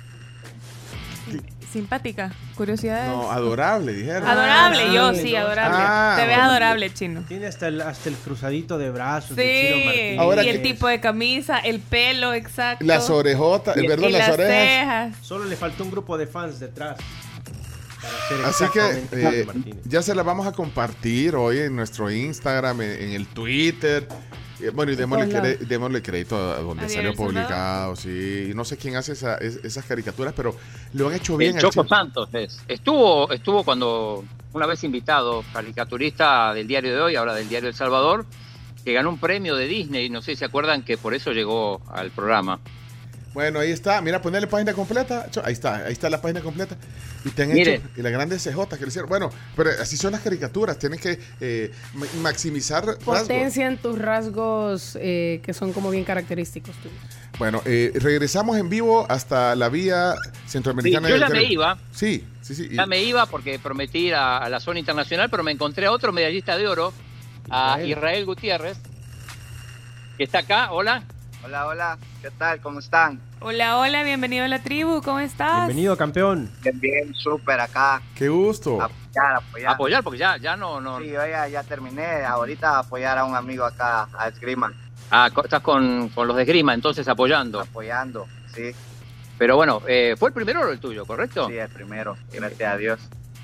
Simpática. Curiosidades. No, adorable, dijeron. Adorable, Ah, yo sí, sí, no. adorable. Ah, te ves bueno. adorable, Chino. Tiene hasta el, hasta el cruzadito de brazos de Chino Sí, Martínez. Ahora y el que- tipo de camisa, el pelo exacto. Las orejotas, y, perdón, y las, las orejas. cejas. Solo le faltó un grupo de fans detrás. para hacer Así exactamente que como eh, Martínez. ya se las vamos a compartir hoy en nuestro Instagram, en, en el Twitter. Eh, Bueno, y démosle, todos cre- démosle crédito a donde ¿A salió Diario El publicado, sí. No sé quién hace esa- es- esas caricaturas, pero lo han hecho bien. El al Choco Chino. Santos es. Estuvo, estuvo cuando una vez invitado, caricaturista del diario de hoy, ahora del diario El Salvador, que ganó un premio de Disney, no sé si se acuerdan que por eso llegó al programa. Bueno, ahí está. Mira, ponerle página completa. Cho- Ahí está, ahí está la página completa. Y te han Mire. hecho. Y las grandes C J que le hicieron. Bueno, pero así son las caricaturas. Tienes que eh, ma- maximizar rasgos. Potencian tus rasgos eh, que son como bien característicos tuyos. Bueno, eh, regresamos en vivo hasta la vía centroamericana. Sí, yo del ya me Caribe. iba. Sí, sí, sí. y- Ya me iba porque prometí ir a, a la zona internacional, pero me encontré a otro medallista de oro, a Israel. Israel Gutiérrez, que está acá. Hola. Hola, hola. ¿Qué tal? ¿Cómo están? Hola, hola, bienvenido a la tribu, ¿cómo estás? Bienvenido, campeón. Bien, bien, súper acá. Qué gusto. Apoyar, apoyar. Apoyar, porque ya, ya no, no. Sí, yo ya, ya terminé. Ahorita apoyar a un amigo acá, a Esgrima. Ah, co- estás con, con los de esgrima, entonces apoyando. Apoyando, sí. Pero bueno, eh, fue el primero oro el tuyo, ¿correcto? Sí, el primero. Gracias a Dios.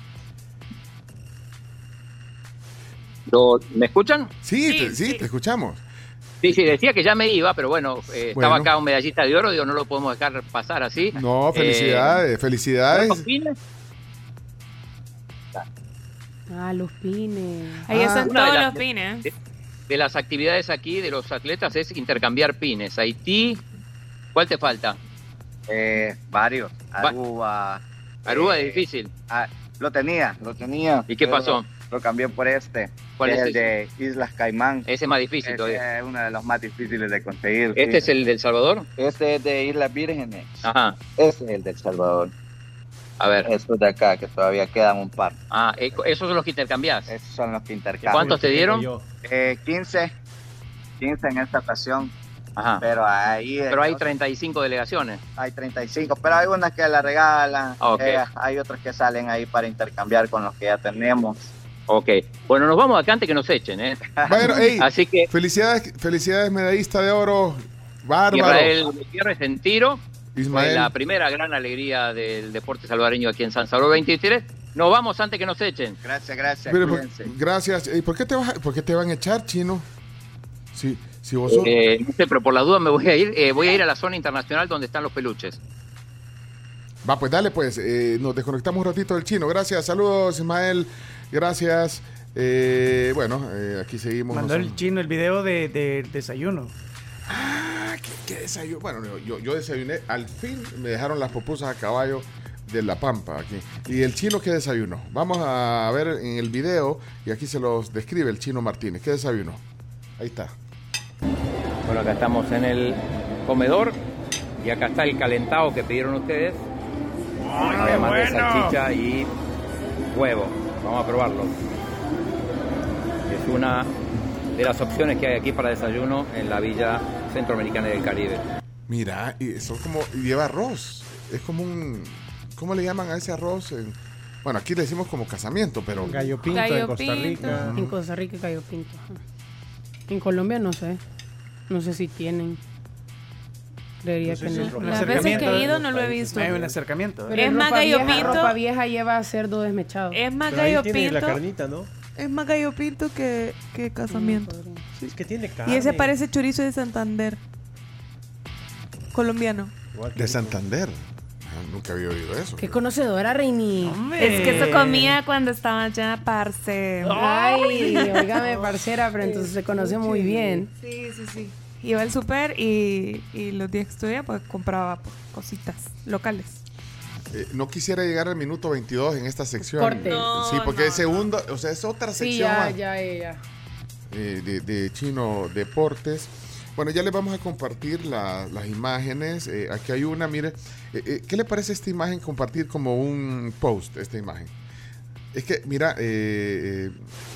Lo- ¿Me escuchan? Sí, Sí, te, sí, sí. te escuchamos. Sí, sí, decía que ya me iba, pero bueno, eh, estaba Bueno. acá un medallista de oro, digo, no lo podemos dejar pasar así. No, felicidades, Eh, felicidades. ¿cuántos pines? Ah, los pines. Ahí Ah. están Una de todos las- los pines. De, de las actividades aquí de los atletas es intercambiar pines. Haití, ¿cuál te falta? Eh, varios. Va- Aruba. Aruba eh, es difícil. ah, lo tenía, lo tenía. ¿Y qué pero pasó? Lo, lo cambié por este. ¿Cuál que es el de Islas Caimán. Ese es más difícil Este todavía. es uno de los más difíciles de conseguir. ¿Este sí. es el del Salvador? Este es de Islas Vírgenes. Ajá. Este es el del Salvador. A ver. Estos de acá, que todavía quedan un par. Ah, eh, esos son los que intercambiás. Esos son los que intercambian. ¿Cuántos te dieron? Yo. Eh, quince. quince en esta ocasión. Ajá. Pero ahí Pero hay treinta y cinco delegaciones. hay treinta y cinco. Pero hay unas que la regalan. Ah, ok. eh, hay otras que salen ahí para intercambiar con los que ya tenemos. Ok. Bueno, nos vamos acá antes que nos echen, ¿eh? Bueno, ey, Así que felicidades, felicidades, medallista de oro. Bárbaro. Israel Gutiérrez en tiro. Fue Ismael. la primera gran alegría del deporte salvadoreño aquí en San Salvador veintitrés. Nos vamos antes que nos echen. Gracias, gracias. Pero, por- cuídense. gracias. ¿Y por qué te vas a- por qué te van a echar, Chino? Si, si vos sos... Eh, no sé, pero por las dudas me voy a ir. Eh, voy a ir a la zona internacional donde están los peluches. Va, pues dale, pues. eh, nos desconectamos un ratito del Chino. Gracias. Saludos, Ismael. Gracias. Eh, bueno, eh, aquí seguimos. Mandó No el son- chino el video de, de desayuno. Ah, ¿qué, qué desayuno? Bueno, yo, yo desayuné. Al fin me dejaron las pupusas a caballo de La Pampa aquí. ¿Y el chino qué desayunó? Vamos a ver en el video y aquí se los describe el Chino Martínez. ¿Qué desayunó? Ahí está. Bueno, acá estamos en el comedor y acá está el calentado que pidieron ustedes. Además de salchicha y huevo. Vamos a probarlo. Es una de las opciones que hay aquí para desayuno en la Villa Centroamericana del Caribe. Mira, y son como, lleva arroz. Es como un, ¿cómo le llaman a ese arroz? En, bueno, aquí le decimos como casamiento, pero... Gallo pinto Gallo en Costa pinto. Rica. En Costa Rica gallo pinto. En Colombia no sé. No sé si tienen. Creería No sé que si no. es lo Las veces que he ido no lo he visto. Hay un acercamiento. Pero Es más ropa gallo vieja- pinto. ropa vieja lleva cerdo desmechado. Es más Pero ahí gallo tiene la pinto. carnita, ¿no? Es más gallo pinto que, que casamiento. Es que tiene carne. Y ese parece chorizo de Santander. Colombiano. De Santander. Ah, nunca había oído eso. Qué conocedora, Reini. Es que eso comía cuando estaba allá, parce. Ay, oígame, parcera, pero entonces se conoce muy bien. Sí, sí, sí. Iba al súper y, y los días que estudiaba, pues compraba pues, cositas locales. Eh, no quisiera llegar al minuto veintidós en esta sección. Corte. No, sí, porque no, es segundo, o sea, es otra Sí, sección ya, más, ya, ya. eh, de, de Chino Deportes. Bueno, ya les vamos a compartir la- las imágenes. Eh, aquí hay una, mire. Eh, eh, ¿Qué le parece esta imagen? Compartir como un post, esta imagen. Es que, mira, eh, eh,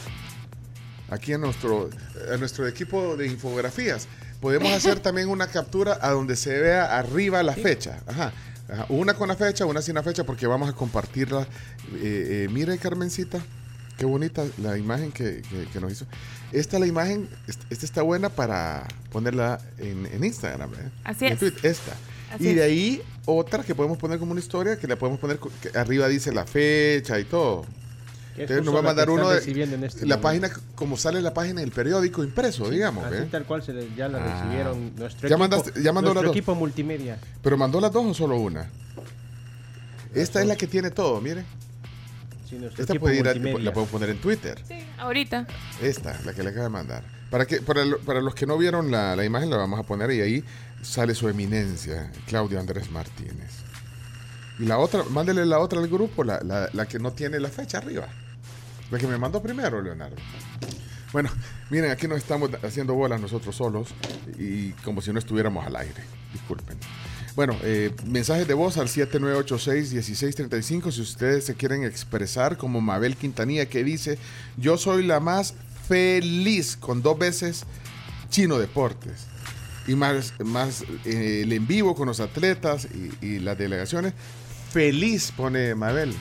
aquí en nuestro, en nuestro equipo de infografías, podemos hacer también una captura a donde se vea arriba la fecha. Ajá. Ajá. Una con la fecha, una sin la fecha, porque vamos a compartirla. Eh, eh, mire, Carmencita, qué bonita la imagen que, que- que nos hizo. Esta la imagen, est- esta está buena para ponerla en, en Instagram. ¿eh? Así En es. Twitter, esta. Así y de es. ahí otra que podemos poner como una historia, que la podemos poner, co- que arriba dice la fecha y todo. Que es Entonces nos justo va a la mandar que uno están de recibiendo en este la momento. página, como sale la página del periódico impreso, digamos. Así ¿eh? tal cual se le- ya la Ah. recibieron nuestro Ya equipo, mandaste- ya mandó nuestro las dos. equipo multimedia. Pero mandó las dos o solo una. Esta es la que tiene todo, mire. Sí, nuestro Esta equipo puede ir a- multimedia. la puedo poner en Twitter. Sí, ahorita. Esta, la que le acaba de mandar. Para que para, lo- para los que no vieron la, la imagen, la vamos a poner y ahí sale su eminencia, Claudio Andrés Martínez. Y la otra, mándele la otra al grupo, la, la, la que no tiene la fecha arriba. La que me mandó primero, Leonardo. Bueno, miren, aquí nos estamos haciendo bolas nosotros solos y como si no estuviéramos al aire. Disculpen. Bueno, eh, mensajes de voz al siete nueve ocho seis, uno seis tres cinco si ustedes se quieren expresar, como Mabel Quintanilla que dice: yo soy la más feliz, con dos veces, Chino Deportes. Y más, más eh, el en vivo con los atletas y, y las delegaciones. Feliz, pone Mabel.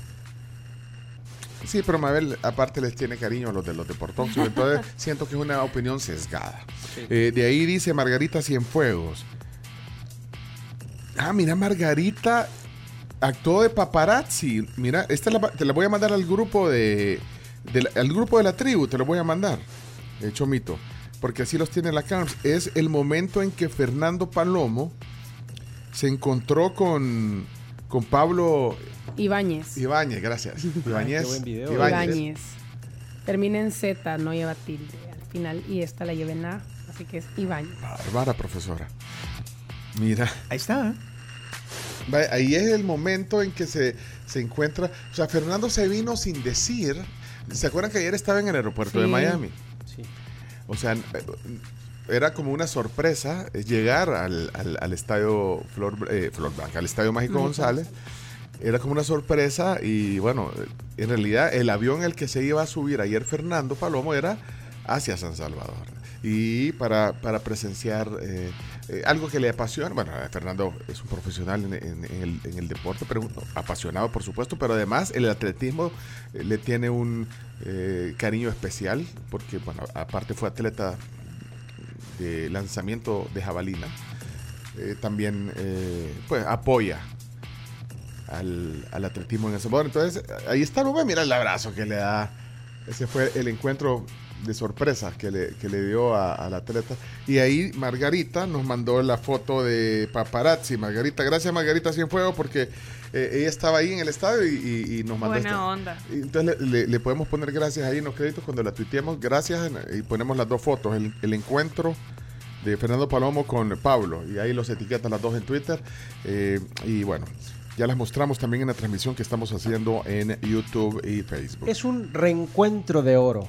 Sí, pero Mabel aparte les tiene cariño a los de los deportóxicos, entonces siento que es una opinión sesgada. Sí. Eh, de ahí dice Margarita Cienfuegos. Ah, mira, Margarita actuó de paparazzi. Mira, esta la, te la voy a mandar al grupo de, de la- al grupo de la tribu, te lo voy a mandar, eh, Chomito, porque así los tiene la Carms. Es el momento en que Fernando Palomo se encontró con, con Pablo Ibáñez. Ibáñez, gracias. Ibáñez. qué buen video. Ibáñez. Termina en Z, no lleva tilde al final. Y esta la lleva en A, así que es Ibáñez. Bárbara, profesora. Mira. Ahí está. ¿eh? Va, ahí es el momento en que se, se encuentra. O sea, Fernando se vino sin decir. ¿Se acuerdan que ayer estaba en el aeropuerto de Sí. Miami? Sí. O sea, era como una sorpresa llegar al, al, al estadio Flor, eh, Flor Blanca, al estadio Mágico Mágico González. Era como una sorpresa y bueno, en realidad el avión en el que se iba a subir ayer Fernando Palomo era hacia San Salvador. Y para, para presenciar eh, eh, algo que le apasiona. Bueno, Fernando es un profesional en, en- en el, en el deporte, pero no, apasionado por supuesto, pero además el atletismo eh, le tiene un eh, cariño especial, porque bueno, aparte fue atleta de lanzamiento de jabalina. Eh, también eh, pues apoya al, al atletismo en El Salvador. Entonces, ahí está, ¿no? Mira el abrazo que le da. Ese fue el encuentro de sorpresa que le, que le dio a- al atleta. Y ahí Margarita nos mandó la foto de paparazzi. Margarita, gracias Margarita Cienfuegos, porque eh, ella estaba ahí en el estadio y, y- y nos mandó Buena esta- onda. y entonces le, le- le podemos poner gracias ahí en los créditos cuando la tuiteemos. Gracias, y ponemos las dos fotos. El, el encuentro de Fernando Palomo con Pablo. Y ahí los etiquetan las dos en Twitter. Eh, y bueno, Ya las mostramos también en la transmisión que estamos haciendo en YouTube y Facebook. Es un reencuentro de oro.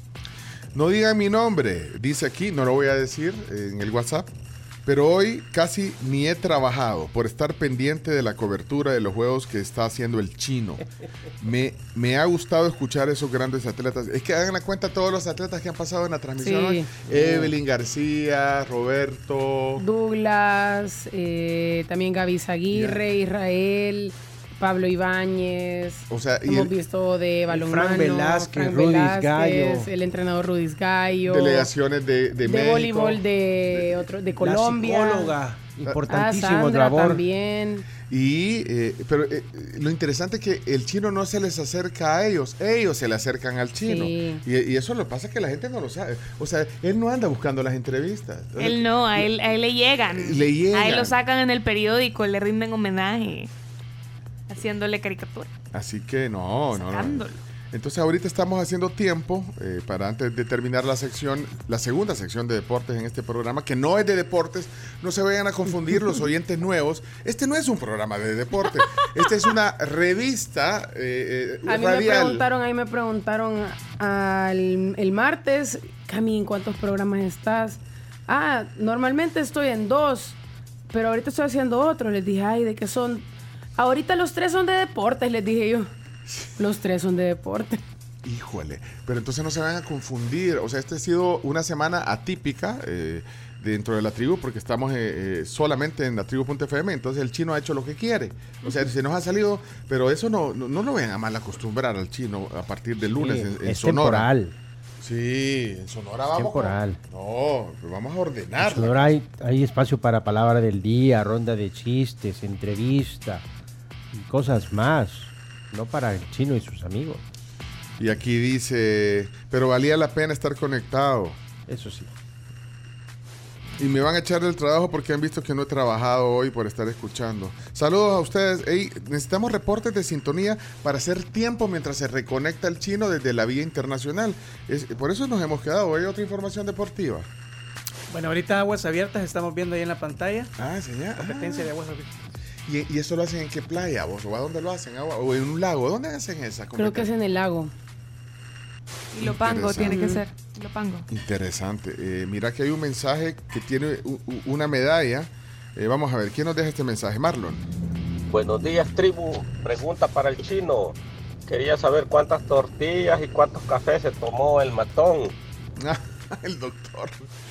No digan mi nombre, dice aquí, no lo voy a decir en el WhatsApp, pero hoy casi ni he trabajado por estar pendiente de la cobertura de los juegos que está haciendo el Chino. Me, me ha gustado escuchar esos grandes atletas. Es que hagan la cuenta todos los atletas que han pasado en la transmisión Sí. hoy. Evelyn García, Roberto. Douglas, eh, también Gaby Zaguirre, Israel, Pablo Ibáñez. O sea, y hemos el- visto de balonmano. Frank Velázquez, Frank Rudis Velázquez, Gallo. el entrenador Rudis Gallo. Delegaciones de, de, de México. voleibol de otro de Colombia. La psicóloga, importantísimo Ah, Sandra labor. también. Y, eh, pero eh, lo interesante es que el chino no se les acerca a ellos, ellos se le acercan al chino. Sí. Y, y eso lo pasa que la gente no lo sabe. O sea, él no anda buscando las entrevistas. Él no, a él, a él le llegan. Le llegan. A él lo sacan en el periódico, le rinden homenaje, haciéndole caricatura. Así que no, no, no. Sacándolo. Entonces ahorita estamos haciendo tiempo eh, para antes de terminar la sección, la segunda sección de deportes en este programa, que no es de deportes, no se vayan a confundir los oyentes nuevos. Este no es un programa de deportes, este es una revista eh, eh, A mí me radial. preguntaron, ahí me preguntaron al, el martes, Cami, ¿en cuántos programas estás? Ah, normalmente estoy en dos, pero ahorita estoy haciendo otro. Les dije, ay, ¿de qué son? Ahorita los tres son de deportes, les dije yo. Los tres son de deporte. Híjole, pero entonces no se van a confundir. O sea, esta ha sido una semana atípica eh, dentro de la tribu porque estamos eh, eh, solamente en la tribu punto f m. Entonces el chino ha hecho lo que quiere. O sea, se nos ha salido, pero eso no, no, no lo vayan a mal acostumbrar al chino a partir del lunes Sí, en, en es Sonora. temporal. Sí, en Sonora vamos. Temporal. con- No, pues vamos a ordenar. En Sonora hay, hay espacio para palabra del día, ronda de chistes, entrevista y cosas más. No para el chino y sus amigos. Y aquí dice, pero valía la pena estar conectado. Eso sí. Y me van a echar del trabajo porque han visto que no he trabajado hoy por estar escuchando. Saludos a ustedes. Ey, necesitamos reportes de sintonía para hacer tiempo mientras se reconecta el chino desde la vía internacional. Es, por eso nos hemos quedado. ¿Hay otra información deportiva? Bueno, ahorita Aguas Abiertas estamos viendo ahí en la pantalla. Ah, sí, ya. Competencia de Aguas Abiertas. ¿Y, y eso lo hacen en qué playa vos? ¿O a dónde lo hacen? ¿Agua? ¿O en un lago? ¿Dónde hacen esa Creo que es en el lago. Y lo pango Interesante. tiene que ser. Lo pango. Interesante. Eh, mira que hay un mensaje que tiene u- u- una medalla. Eh, vamos a ver, ¿quién nos deja este mensaje? Marlon. Buenos días, tribu. Pregunta para el chino. Quería saber cuántas tortillas y cuántos cafés se tomó el matón. El doctor.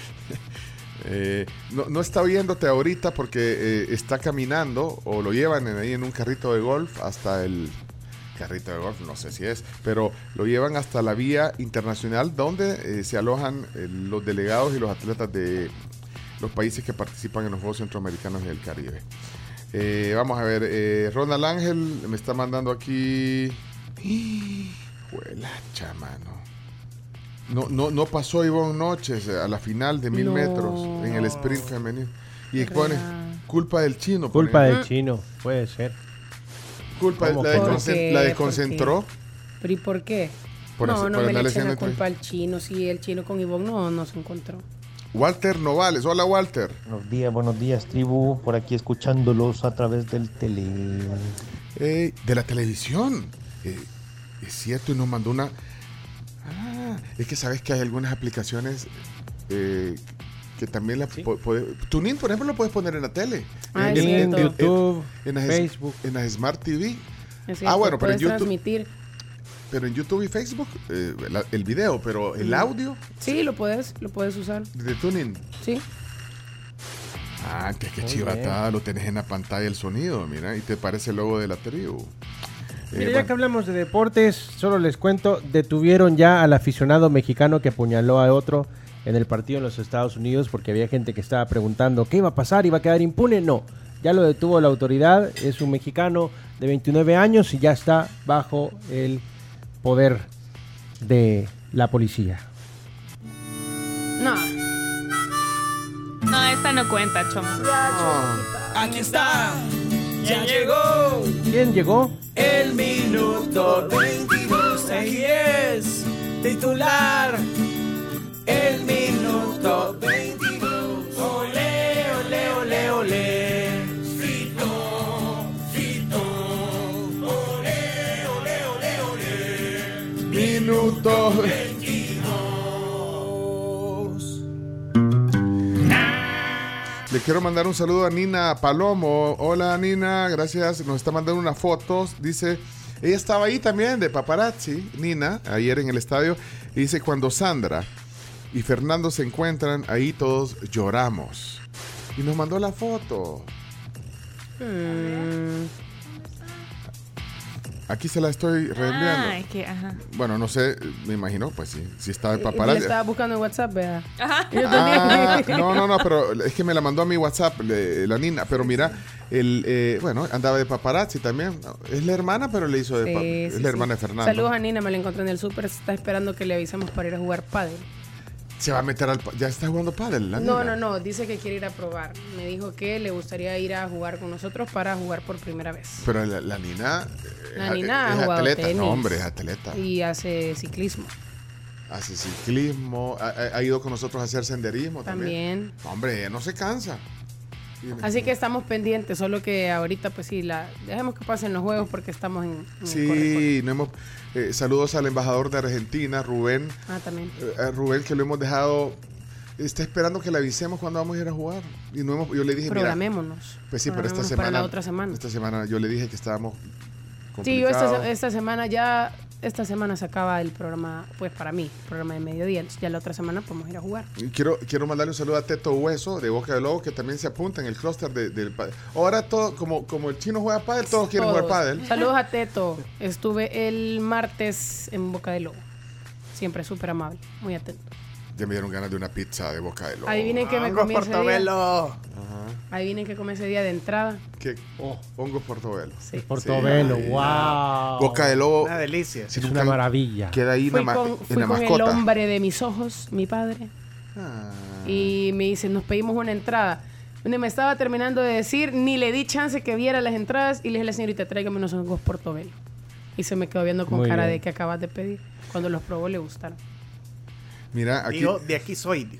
Eh, no, no está viéndote ahorita porque eh, está caminando o lo llevan en, ahí en un carrito de golf hasta el carrito de golf, no sé si es, pero lo llevan hasta la vía internacional donde eh, se alojan eh, los delegados y los atletas de los países que participan en los Juegos Centroamericanos y del Caribe. Eh, vamos a ver, eh, Ronald Ángel me está mandando aquí. Juelacha, mano. No, no, no pasó Ivonne Noches a la final de mil No. metros en el sprint femenino. Y pone culpa del chino. Culpa pone. del chino, puede ser. Culpa, ¿Cómo la, fue? desconcent- ¿Por qué? la ¿Por desconcentró. ¿Pero y por qué? Por no, hacer- no por me le andarle echen la haciendo culpa al chino. Si el chino con Ivonne no, no se encontró. Walter Novales. Hola, Walter. Buenos días, buenos días, tribu. Por aquí escuchándolos a través del tele. Eh, de la televisión. Eh, es cierto, y nos mandó una. Ah, es que sabes que hay algunas aplicaciones eh, que también la po- puede- TuneIn, por ejemplo, lo puedes poner en la tele. Ah, en, es en- cierto. en- YouTube, en las- Facebook. en las Smart T V. Es Ah, cierto, bueno, pero en puedes YouTube. transmitir. Pero en YouTube y Facebook, eh, la- el video, pero el Mm. audio Sí, lo puedes, lo puedes usar. de TuneIn. Sí. Ah, que qué Muy chivatada, lo tenés en la pantalla el sonido, mira, y te parece el logo de la tribu. Eh, Mira, ya bueno, que hablamos de deportes, solo les cuento, detuvieron ya al aficionado mexicano que apuñaló a otro en el partido en los Estados Unidos porque había gente que estaba preguntando qué iba a pasar, iba a quedar impune. No, ya lo detuvo la autoridad, es un mexicano de veintinueve años y ya está bajo el poder de la policía. No. No, esta no cuenta, chomo. Aquí está, ya llegó ¿Quién llegó? el minuto veintidós. Aquí es titular, el minuto veintidós. Ole, ole, ole, ole. Fito, Fito. Le quiero mandar un saludo a Nina Palomo. Hola Nina, gracias. Nos está mandando unas fotos. Dice, ella estaba ahí también de paparazzi, Nina, ayer en el estadio. Y dice, cuando Sandra y Fernando se encuentran, ahí todos lloramos. Y nos mandó la foto. Mm. Aquí se la estoy reenviando. Ah, es que, ajá. Bueno, no sé, me imagino, pues sí, si estaba de Le paparazzi. estaba buscando en WhatsApp, vea. Ajá. Yo Ah, también. no, no, no, pero es que me la mandó a mi WhatsApp, le- la Nina. Pero mira, el, eh, bueno, andaba de paparazzi también. Es la hermana, pero le hizo de pa- Sí, es sí, la sí. hermana de Fernando. Saludos a Nina, me la encontré en el súper. Está esperando que le avisemos para ir a jugar pádel. Se va a meter al... pa- Ya está jugando pádel, la No, Nina. no, no. Dice que quiere ir a probar. Me dijo que le gustaría ir a jugar con nosotros para jugar por primera vez. Pero la, la Nina... eh, La es- Nina ha es jugado atleta. tenis. No, hombre, es atleta. Y hace ciclismo. Hace ciclismo, ha, ha- ha ido con nosotros a hacer senderismo también. También. No, hombre, ella no se cansa. Y- Así que estamos pendientes, solo que ahorita pues sí, la dejemos que pasen los juegos porque estamos en, en el corre-corre. Sí, no hemos, eh, saludos al embajador de Argentina, Rubén. Ah, también. Eh, a Rubén, que lo hemos dejado, está esperando que le avisemos cuando vamos a ir a jugar. Y no hemos, yo le dije, mira, Programémonos. pues sí, pero esta Programémonos semana, para la otra semana. esta semana yo le dije que estábamos Sí, yo complicados. esta, esta semana ya, esta semana se acaba el programa, pues para mí, el programa de mediodía. Entonces ya la otra semana podemos ir a jugar. Y Quiero, quiero mandarle un saludo a Teto Hueso de Boca de Lobo, que también se apunta en el clúster de- del pádel. Ahora todo, como, como el chino juega pádel, todos quieren Todos. jugar pádel. Saludos a Teto. Estuve el martes en Boca de Lobo. Siempre súper amable, muy atento. Ya me dieron ganas de una pizza de Boca de Lobo. Adivinen qué me Hongos comí ese día. Portobelo. Ajá. Adivinen qué comí ese día de entrada. ¿Qué? Oh, hongos portobelo. Sí. Portobelo, Sí. wow. Boca de Lobo. Una delicia. si Es nunca una maravilla. Queda ahí Fui en la, ma- con, en fui la con el mascota. hombre de mis ojos, mi padre. Ah. Y me dice, nos pedimos una entrada. Bueno, me estaba terminando de decir, ni le di chance que viera las entradas y le dije a la señorita, tráigame unos hongos portobelo. Y se me quedó viendo con Muy cara bien. de que acabas de pedir. Cuando los probó le gustaron. Mira, aquí, Digo, de aquí soy, digo.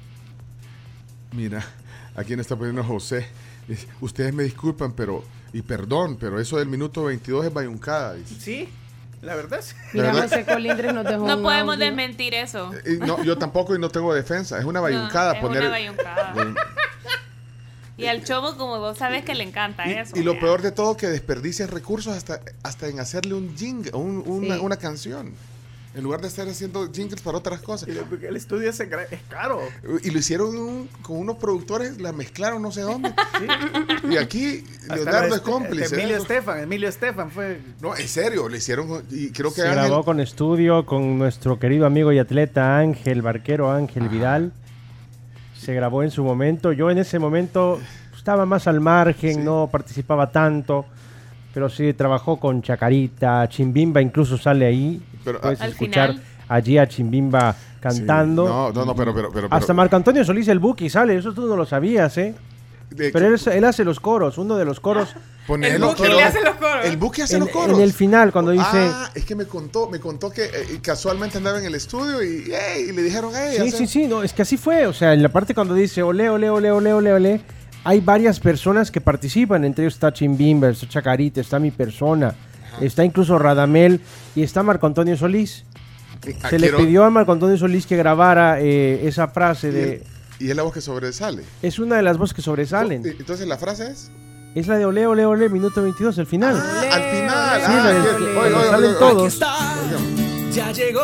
mira, aquí nos está poniendo José. Dice, ustedes me disculpan, pero, y perdón, pero eso del minuto veintidós es bayuncada. Dice. Sí, la verdad sí. Mira, verdad? José Colindres nos dejó No un podemos audio. desmentir eso. Y no, yo tampoco y no tengo defensa. Es una bayuncada es poner. una bayuncada. Eh, Y al chovo, como vos sabes que le encanta eso. Y, y lo ya. peor de todo, que desperdician recursos hasta, hasta en hacerle un jingle, un- una, Sí. una canción. En lugar de estar haciendo jingles para otras cosas. Y lo- porque el estudio es, gra- es caro. Y lo hicieron un- con unos productores, la mezclaron no sé dónde. Y aquí Hasta Leonardo lo es cómplice. este Emilio ¿eh? Estefan, Emilio Estefan fue. No, en serio, le hicieron. con- Y creo que Se Ángel- grabó con estudio con nuestro querido amigo y atleta Ángel Barquero, Ángel Vidal. Se grabó en su momento. Yo en ese momento estaba más al margen, no participaba tanto. Pero sí trabajó con Chacarita, Chimbimba incluso sale ahí. Pero, Puedes al escuchar final. allí a Chimbimba cantando. Sí, no, no, no, pero- pero- pero- Hasta pero- Marco Antonio Solís el Buki sale, eso tú no lo sabías, ¿eh? de- Pero él, él hace los coros, uno de los coros. ponelo, Buki pero- le hace los coros. El Buki hace En, los coros. en el final, cuando dice... Ah, es que me contó, me contó que eh, casualmente andaba en el estudio y, ey, y le dijeron, hey, Sí, sí, sí, no, es que así fue. O sea, en la parte cuando dice ole, ole, ole, ole, ole, ole, hay varias personas que participan. Entre ellos está Chimbimba, está Chacarita, está mi persona, está incluso Radamel y está Marco Antonio Solís. Ah, Se quiero- le pidió a Marco Antonio Solís que grabara eh, esa frase y, de... el- y es la voz que sobresale. Es una de las voces que sobresalen. Y- Entonces la frase es. Es la de ole, ole, ole, minuto veintidós, el final. Ah, al final. Sí, ah, la de- que- cuando oiga, oiga, salen oiga, todos. Ya llegó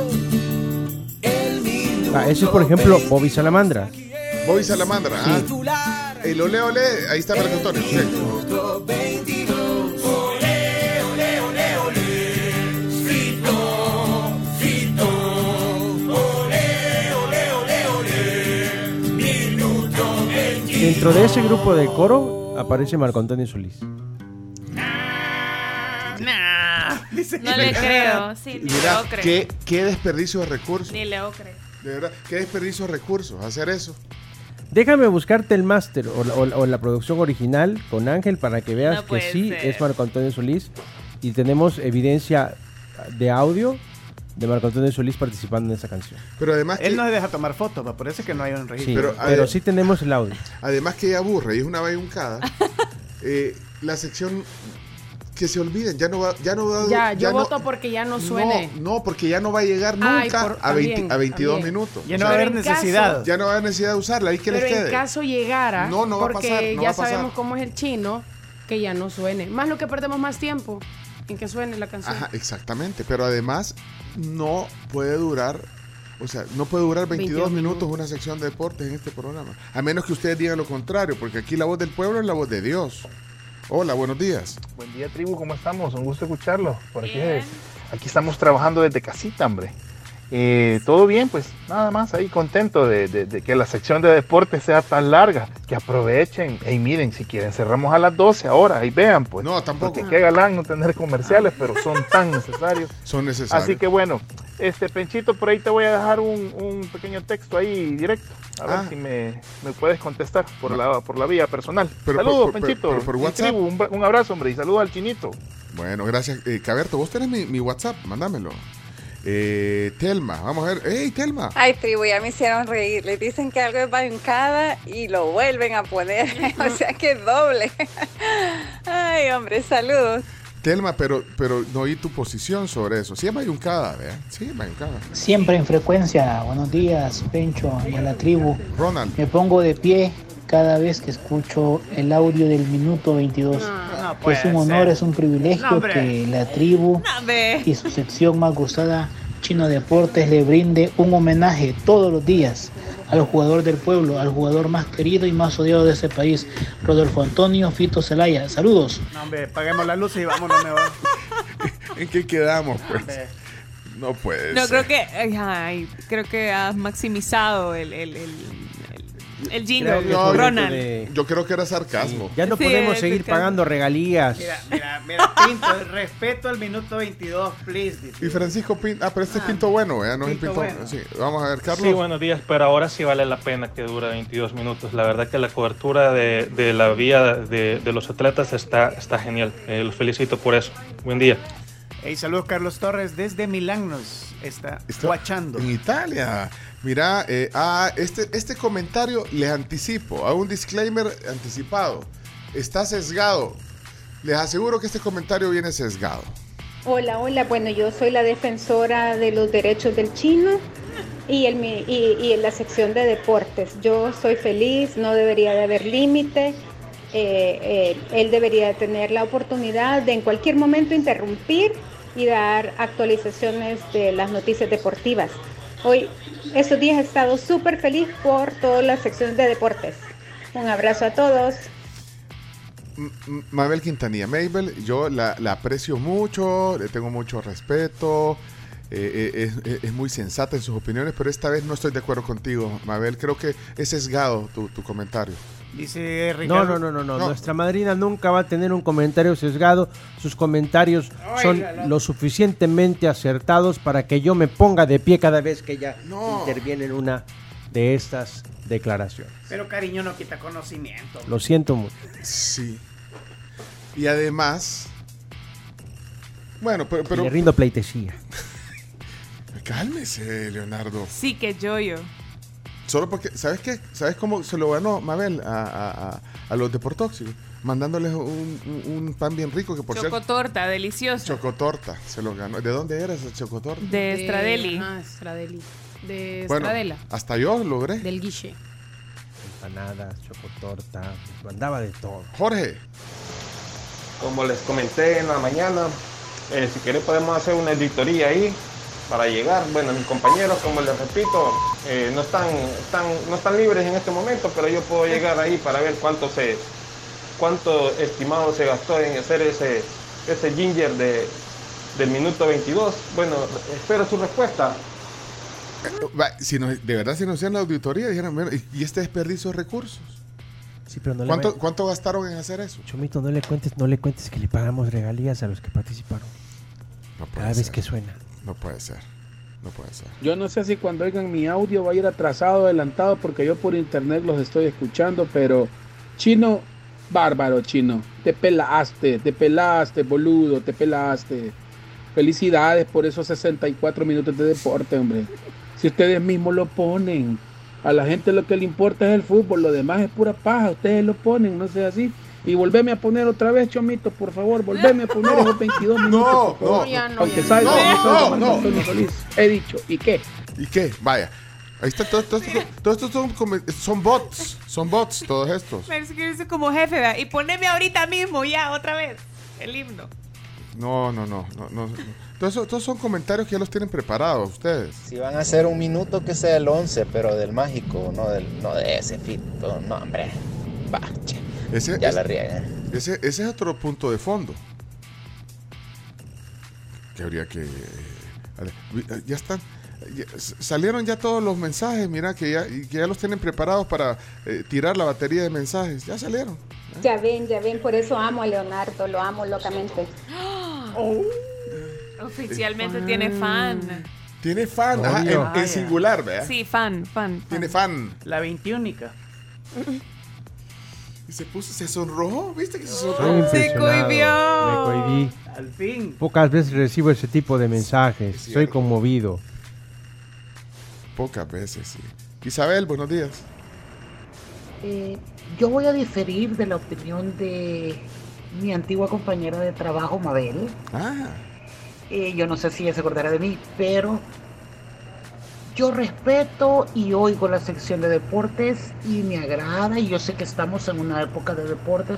el minuto. Ah, eso es, por ejemplo, Bobby Salamandra. Bobby Salamandra. Ah, el ole, ole, ahí está Marco Antonio. sí. veintidós. Ole, ole, ole, ole. Fito, Fito. Ole, ole, ole, ole. Minuto veintidós. Dentro de ese grupo de coro aparece Marco Antonio Solís. No le creo. Sí, ni Mira, le creo. qué, qué desperdicio de recursos. Ni le creo. De verdad, qué desperdicio de recursos hacer eso. Déjame buscarte el máster o, la- o la- o la producción original con Ángel para que veas No que puede sí ser. es Marco Antonio Solís y tenemos evidencia de audio de Marco Antonio Solís participando en esa canción. Pero además Él que, no se deja tomar fotos, pa, por eso es que no hay un Sí, registro. pero, Pero, a ver- sí tenemos el audio. además que ella aburre y es una bayuncada. eh, la sección que se olviden, ya no va, ya no va, Ya, yo ya voto no, porque ya no suene. No, no, porque ya no va a llegar nunca Ay, por- a, veinte, también, a veintidós también. minutos. Ya no va a haber necesidad. Ya no va a haber necesidad de usarla, ahí que Pero les quede. en caso llegara, No, no va a porque pasar, no ya va a pasar. sabemos cómo es el chino, que ya no suene. Más lo que perdemos más tiempo en que suene la canción. Ajá, exactamente, pero además no puede durar, o sea, no puede durar veintidós, minutos una sección de deportes en este programa, a menos que ustedes digan lo contrario, porque aquí la voz del pueblo es la voz de Dios. Hola, buenos días. Buen día, tribu, ¿cómo estamos? Un gusto escucharlo. Por aquí, aquí estamos trabajando desde casita, hombre. Eh, todo bien, pues nada más ahí contento de, de- de que la sección de deportes sea tan larga, que aprovechen. Y miren, si quieren cerramos a las doce ahora, ahí vean, pues. No, tampoco. Porque qué galán no tener comerciales, pero son tan necesarios. Son necesarios. Así que bueno, este Penchito, por ahí te voy a dejar un, un pequeño texto ahí directo. A ver Ah. si me, me puedes contestar por la, por la vía personal. Pero saludos, por- por- Penchito. pero por Mi WhatsApp. tribu, un, un abrazo, hombre, y saludos al Chinito. Bueno, gracias. Eh, Caberto, vos tenés mi, mi WhatsApp, mándamelo. Eh, Telma, vamos a ver. ¡Ey, Telma! Ay, tribu, ya me hicieron reír. Les dicen que algo es bancada y lo vuelven a poner. O sea que doble. Ay, hombre, saludos. Telma, pero, pero no oí tu posición sobre eso. Sí es mayuncada, ¿verdad? Sí es mayuncada. Siempre en frecuencia. Buenos días, Pencho y a la tribu. Ronald. Me pongo de pie cada vez que escucho el audio del minuto veintidós. No es puede un honor, ser. es un privilegio No, hombre. que la tribu hombre. y su sección más gustada, Chino Deportes, le brinde un homenaje todos los días al jugador del pueblo, al jugador más querido y más odiado de este país, Rodolfo Antonio Fito Zelaya. Saludos. No, hombre, paguemos la luz y vámonos mejor. ¿En qué quedamos, pues? No puede No, ser. creo que, ay, creo que has maximizado el, el, el, el, el jingle, No, Ronald. de- Yo creo que era sarcasmo. Ya no Sí, podemos es seguir sarcasmo. pagando regalías. Mira, mira, mira, Pinto, respeto al minuto veintidós, please. dice. Y Francisco Pinto, ah, pero este es Pinto Bueno, ¿eh? No es el Pinto Pinto. Bueno. Sí, vamos a ver, Carlos. Sí, buenos días, pero ahora sí vale la pena que dura veintidós minutos. La verdad que la cobertura de, de la vía de, de los atletas está, está genial. Eh, los felicito por eso. Buen día. Hey, saludos Carlos Torres desde Milán nos está, Está guachando. En Italia. Mira, eh, ah, este, este comentario les anticipo, hago un disclaimer anticipado. Está sesgado. Les aseguro que este comentario viene sesgado. Hola, hola. Bueno, yo soy la defensora de los derechos del chino y, el, mi- y, y en la sección de deportes. Yo soy feliz, no debería de haber límite. Eh, eh, él debería de tener la oportunidad de en cualquier momento interrumpir y dar actualizaciones de las noticias deportivas. Hoy, estos días he estado súper feliz por todas las secciones de deportes. Un abrazo a todos. M- M- Mabel Quintanilla, Mabel, yo la, la aprecio mucho, le tengo mucho respeto, eh, eh, es, es- es muy sensata en sus opiniones, pero esta vez no estoy de acuerdo contigo, Mabel. Creo que es sesgado tu, tu comentario. Dice No, Ricardo. no, no, no, no, No. Nuestra madrina nunca va a tener un comentario sesgado. Sus comentarios son Óigalo. lo suficientemente acertados para que yo me ponga de pie cada vez que ella No. interviene en una de estas declaraciones. Pero cariño no quita conocimiento. Lo siento mucho. Sí. Y además, bueno, pero, Y pero le rindo pleitesía. cálmese, Leonardo. Sí, que yo-yo. Solo porque, ¿sabes qué? ¿Sabes cómo se lo ganó Mabel a, a, a, a los deportóxicos? Mandándoles un, un- un pan bien rico que por cierto... Chocotorta, deliciosa. Chocotorta, se lo ganó. ¿De dónde era esa chocotorta? De Stradelli. Ah, Stradelli. De Bueno, Stradella. hasta yo logré. Del guiche. Empanadas, chocotorta, mandaba de todo. Jorge. Como les comenté en la mañana, eh, si quieren podemos hacer una auditoría ahí para llegar. Bueno, mis compañeros, como les repito, eh, no están, están, no están libres en este momento, pero yo puedo llegar ahí para ver cuánto se, cuánto estimado se gastó en hacer ese, ese ginger de, del minuto veintidós. Bueno, espero su respuesta. Eh, va, Si nos- de verdad, si nos hacían la auditoría, dijeran, "Bueno, ¿y y este desperdicio de recursos? Sí, pero no ¿Cuánto, le ¿Cuánto gastaron en hacer eso? Chomito, no le cuentes, no le cuentes que le pagamos regalías a los que participaron. No puede Cada vez ser. que suena. No puede ser. No puede ser. Yo no sé si cuando oigan mi audio va a ir atrasado, adelantado, porque yo por internet los estoy escuchando, pero Chino, bárbaro Chino, te pelaste, te pelaste, boludo, te pelaste. Felicidades por esos sesenta y cuatro minutos de deporte, hombre. Si ustedes mismos lo ponen, a la gente lo que le importa es el fútbol, lo demás es pura paja, ustedes lo ponen, no sea así. Y volveme a poner otra vez, Chomito, por favor, volveme a poner esos veintidós minutos, No, por favor. no, ya no, Aunque ya salga, no. no, No, salga no, Antonio no. Solís. He dicho, ¿y qué? ¿Y qué? Vaya. Ahí está, todos todo, todo, todo estos son, come- son bots, son bots todos estos. Me escribirse como jefe, ¿verdad? Y poneme ahorita mismo, ya, otra vez, el himno. No, no, no, no, no. no. Todos, esos- todos son comentarios que ya los tienen preparados ustedes. Si van a hacer un minuto que sea el once, pero del mágico, no del no de ese fito. No, hombre. Bache. Ese, Ya es- la riegan. Ese, ese es otro punto de fondo. Que habría que... vale, ya están... ya s- salieron ya todos los mensajes, mira, que ya, y que ya los tienen preparados para eh, tirar la batería de mensajes. Ya salieron. Ya ven, ya ven, por eso amo a Leonardo, lo amo locamente. Oficialmente tiene fan. Tiene fan, ajá, Obvio. en, en singular, ¿verdad? Sí, fan, fan. Tiene fan. La veintiúnica. Y se puso, se sonrojó, ¿viste que se Estoy sonrojó? impresionado. Me cohibí. Al fin. Pocas veces recibo ese tipo de mensajes. Soy conmovido. Pocas veces, sí. Isabel, buenos días. Eh, yo voy a diferir de la opinión de mi antigua compañera de trabajo, Mabel. Ah. Eh, yo no sé si ella se acordará de mí, pero yo respeto y oigo la sección de deportes y me agrada, y yo sé que estamos en una época de deportes,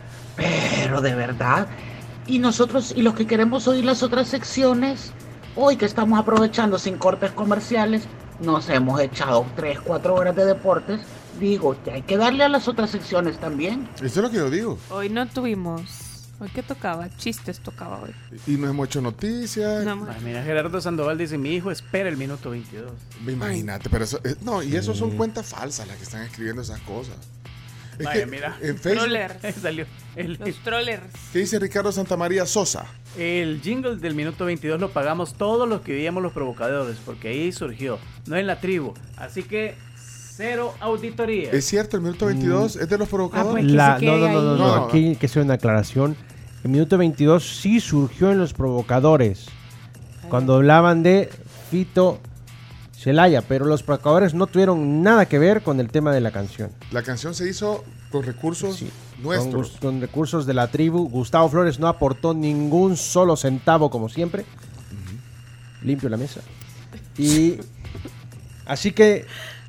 pero de verdad, y nosotros y los que queremos oír las otras secciones, hoy que estamos aprovechando sin cortes comerciales, nos hemos echado tres, cuatro horas de deportes. Digo, que hay que darle a las otras secciones también. Eso es lo que yo digo. Hoy no tuvimos. ¿Hoy qué tocaba? Chistes tocaba hoy. Y nos hemos hecho noticias. No, Ay, mira, Gerardo Sandoval dice, mi hijo espera el minuto veintidós. Imagínate, pero eso, eh, no, y eso son cuentas falsas las que están escribiendo esas cosas. Es Vaya, que mira. en Facebook, Trollers. Salió el, Los trollers. ¿qué dice Ricardo Santamaría Sosa? el jingle del minuto veintidós lo pagamos todos los que veíamos Los Provocadores, porque ahí surgió, no en la tribu. Así que cero auditoría. ¿Es cierto el minuto veintidós es de los provocadores? La- no, no, no, no, no, aquí hay que hacer una aclaración. El minuto veintidós sí surgió en Los Provocadores, cuando hablaban de Fito Celaya, pero Los Provocadores no tuvieron nada que ver con el tema de la canción. La canción se hizo con recursos nuestros. Con, gus- con recursos de la tribu. Gustavo Flores no aportó ningún solo centavo, como siempre. Limpio la mesa. Y así que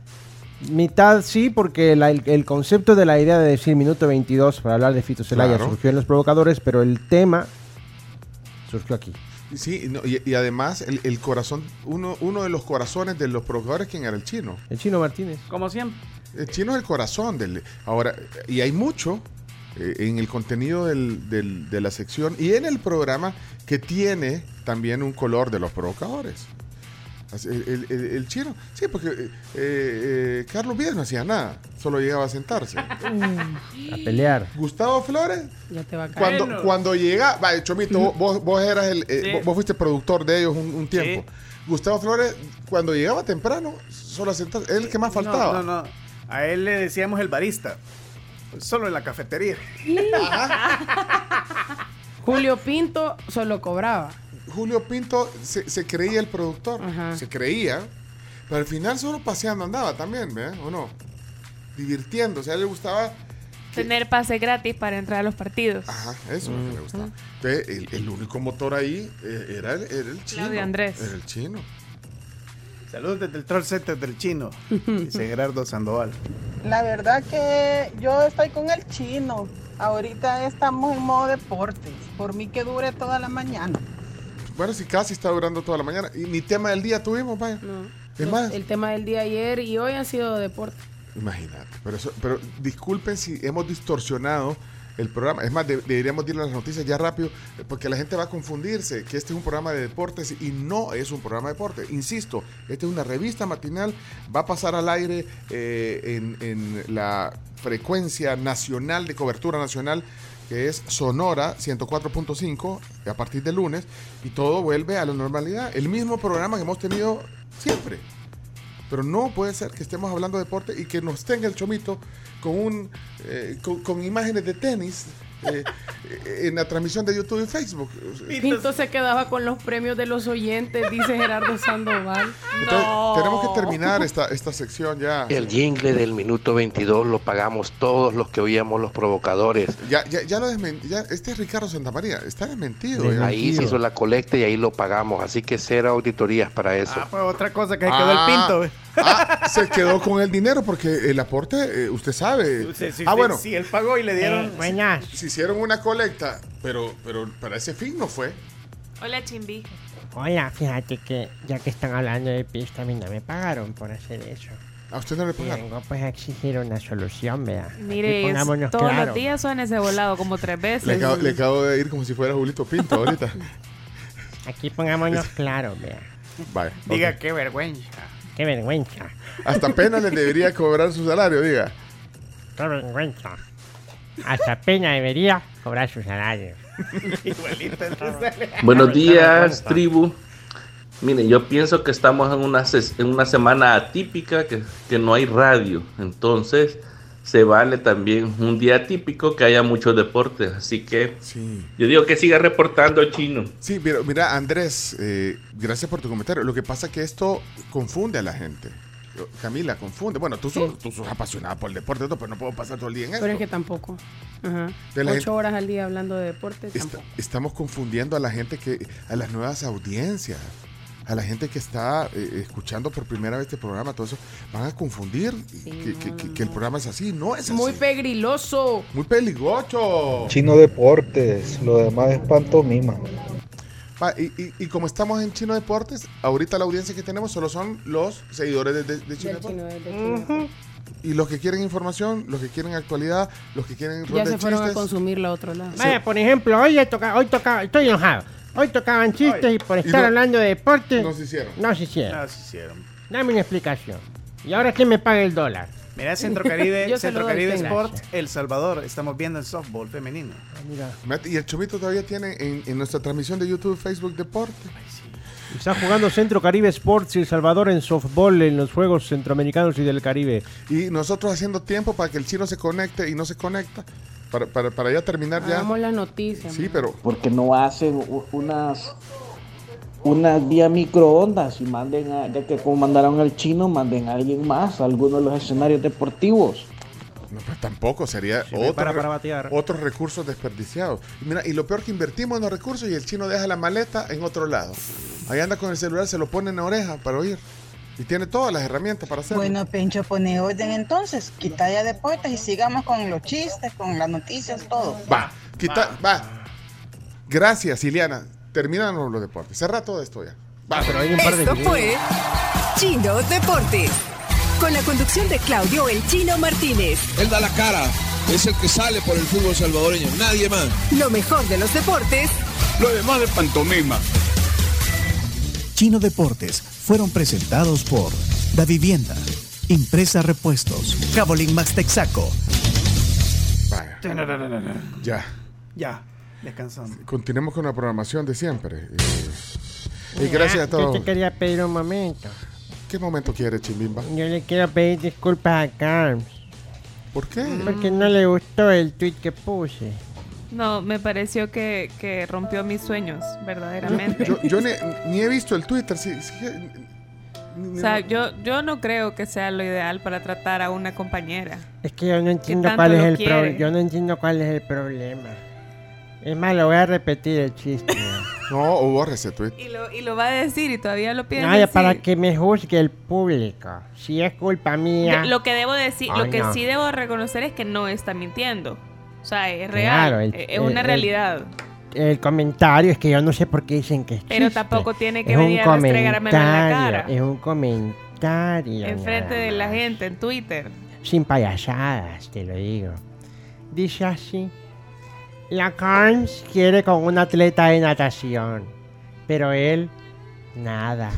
mitad sí, porque la- el, el concepto de la idea de decir minuto veintidós para hablar de Fito Celaya Claro. surgió en Los Provocadores, pero el tema surgió aquí. Sí, no, y, y además el, el corazón, uno, uno de los corazones de los provocadores, ¿quién era? El chino. El Chino Martínez. Como siempre. El chino es el corazón del... Ahora, y hay mucho eh, en el contenido del- del- de la sección y en el programa que tiene también un color de los provocadores. Así, El, el- el- el chino, sí, porque eh, eh, Carlos Vives no hacía nada, solo llegaba a sentarse. A pelear. Gustavo Flores, Ya te va a caer. cuando, Bueno. cuando llega, vaya, Chomito, vos- vos, vos eras el, eh, Sí. vos, vos fuiste productor de ellos un, un tiempo. Gustavo Flores, cuando llegaba temprano, solo a sentarse, es el que más faltaba. No, no, no. A él le decíamos el barista. Solo en la cafetería. Julio Pinto solo cobraba. Julio Pinto se, se creía el productor, se creía, pero al final solo paseando andaba también, ¿verdad? ¿O no? Divirtiéndose, a él le gustaba, Tener pase gratis para entrar a los partidos. ajá, eso es lo que le gustaba. Entonces, el, el único motor ahí eh, era el, era el chino. Claudio Andrés. Era el chino. Saludos desde el Troll Center del Chino. Dice Gerardo Sandoval. La verdad que yo estoy con el chino. Ahorita estamos en modo deportes. Por mí que dure toda la mañana. Bueno, si casi está durando toda la mañana. Y ni tema del día tuvimos, vaya. Es Los- más, El tema del día ayer y hoy han sido deporte. imagínate. Pero, eso, pero disculpen si hemos distorsionado el programa. Es más, de- deberíamos decirle las noticias ya rápido, eh, porque la gente va a confundirse que este es un programa de deportes y no es un programa de deportes. Insisto, esta es una revista matinal, va a pasar al aire eh, en, en la frecuencia nacional de cobertura nacional, que es Sonora ciento cuatro punto cinco a partir de lunes, y todo vuelve a la normalidad. El mismo programa que hemos tenido siempre. Pero no puede ser que estemos hablando de deporte y que nos tenga el Chomito con un eh, con, con imágenes de tenis eh, en la transmisión de YouTube y Facebook. Pinto se quedaba con los premios de los oyentes, dice Gerardo Sandoval. Entonces, No. tenemos que terminar esta, esta sección ya. El jingle del minuto veintidós lo pagamos todos los que oíamos los provocadores. Ya, ya, ya lo desmen- ya, este es Ricardo Santamaría, está desmentido. ya. Ahí se hizo la colecta y ahí lo pagamos, así que cero auditorías para eso. Ah, pues otra cosa que se quedó el pinto. güey. Ah, se quedó con el dinero porque el aporte, eh, usted sabe. Sí, sí, ah, sí, bueno. sí, él pagó y le dieron. Eh, buenas. Se hicieron una colecta, pero, pero para ese fin no fue. Hola, Chimbi. Hola, fíjate que ya que están hablando de pista, a mí no me pagaron por hacer eso. ¿A usted no le pagaron? Vengo pues a exigir una solución, vea. Mire, Aquí pongámonos todos claro. los días suena ese volado como tres veces. Le acabo, le acabo de ir como si fuera Julito Pinto ahorita. Aquí pongámonos claro, vea. Vaya. Diga ok. qué vergüenza. Qué vergüenza. Hasta apenas le debería cobrar su salario, diga. Qué vergüenza. Hasta pena debería cobrar su salario. Igualito entonces. Buenos días, tribu. Miren, yo pienso que estamos en una, ses- en una semana atípica, que, que no hay radio. Entonces, se vale también un día atípico que haya muchos deportes. Así que Sí. yo digo que siga reportando, Chino. Sí, pero mira, Andrés, eh, gracias por tu comentario. Lo que pasa es que esto confunde a la gente. Camila, confunde. Bueno, tú sos, tú sos apasionada por el deporte, pero no puedo pasar todo el día en esto. Pero es que tampoco. Ajá. De la Ocho gente- horas al día hablando de deportes, Est- tampoco. estamos confundiendo a la gente que, a las nuevas audiencias, a la gente que está eh, escuchando por primera vez este programa, todo eso, van a confundir que, que- que- que el programa es así. No es así. Muy pegriloso. Muy peligroso. Chino Deportes, lo demás es pantomima. Va, y, y- y como estamos en Chino Deportes, ahorita la audiencia que tenemos solo son los seguidores de, de- de Chino Del Deportes. chino, del chino deportes. Y los que quieren información, los que quieren actualidad, los que quieren Ya ronda se de fueron a chistes. consumirlo a otro lado. Vaya, por ejemplo, hoy, he toca- hoy tocaba, estoy enojado. Hoy tocaban chistes y por Y estar no- hablando de deporte. no se hicieron. No se hicieron. No, se hicieron. Dame una explicación. ¿Y ahora quién me paga el dólar? Mira, Centro Caribe, Yo se Centro lo doy, Caribe tenga. Sport, El Salvador. Estamos viendo el softball femenino. Mira, y el Chomito todavía tiene en, en nuestra transmisión de YouTube, Facebook Deporte. Está jugando Centro Caribe Sports y El Salvador en softball en los Juegos Centroamericanos y del Caribe. Y nosotros haciendo tiempo para que el chino se conecte y no se conecta. Para, para, para ya terminar ya. Hagamos las noticias. Sí, pero Porque no hacen u- unas unas vía microondas y manden a, ya que como mandaron al chino, manden a alguien más a alguno de los escenarios deportivos. no, pues tampoco sería Sirve otro, para- re- para batear. otros recursos desperdiciados. Y mira, y lo peor que invertimos en los recursos y el chino deja la maleta en otro lado. Ahí anda con el celular, se lo pone en la oreja para oír. Y tiene todas las herramientas para hacerlo. Bueno, Pencho, pone orden entonces. Quita ya deportes y sigamos con los chistes, con las noticias, todo. Va, quita, va. Gracias, Iliana. Terminaron los deportes. Cerra todo esto ya. Va, pero hay un par de Esto videos. fue Chino Deportes. Con la conducción de Claudio El Chino Martínez. Él da la cara, es el que sale por el fútbol salvadoreño, nadie más. Lo mejor de los deportes Lo demás de pantomima. Chino Deportes fueron presentados por Da Vivienda, Impresa Repuestos, Cabolín Max Texaco. Ya. Ya, descansando. Continuemos con la programación de siempre. Eh, y gracias a Yo todos. te quería pedir un momento. ¿Qué momento quiere, Chimbimba? Yo le quiero pedir disculpas a Carms. ¿Por qué? Porque no le gustó el tweet que puse. No, me pareció que, que rompió mis sueños, verdaderamente. Yo, yo ni, ni he visto el Twitter. Sí, sí, O sea, yo, yo no creo que sea lo ideal para tratar a una compañera. Es que yo no entiendo tanto cuál es lo el quiere? problema. Yo no entiendo cuál es el problema. Es más, lo voy a repetir el chiste. No, o borre ese tweet. Y lo, y lo va a decir y todavía lo piensa. No, ya para que me juzgue el público. Si es culpa mía. Lo que debo decir, Ay, lo que no. sí debo reconocer es que no está mintiendo. O sea, es Claro, real, el- es el- una el- realidad. El comentario es que yo no sé por qué dicen que es Pero chiste. tampoco tiene que Es un venir a restregármelo en la comentario, cara. Es un comentario. Enfrente nada de la más. gente en Twitter. Sin payasadas, te lo digo. Dice así. La Carms quiere con un atleta de natación, pero él, nada.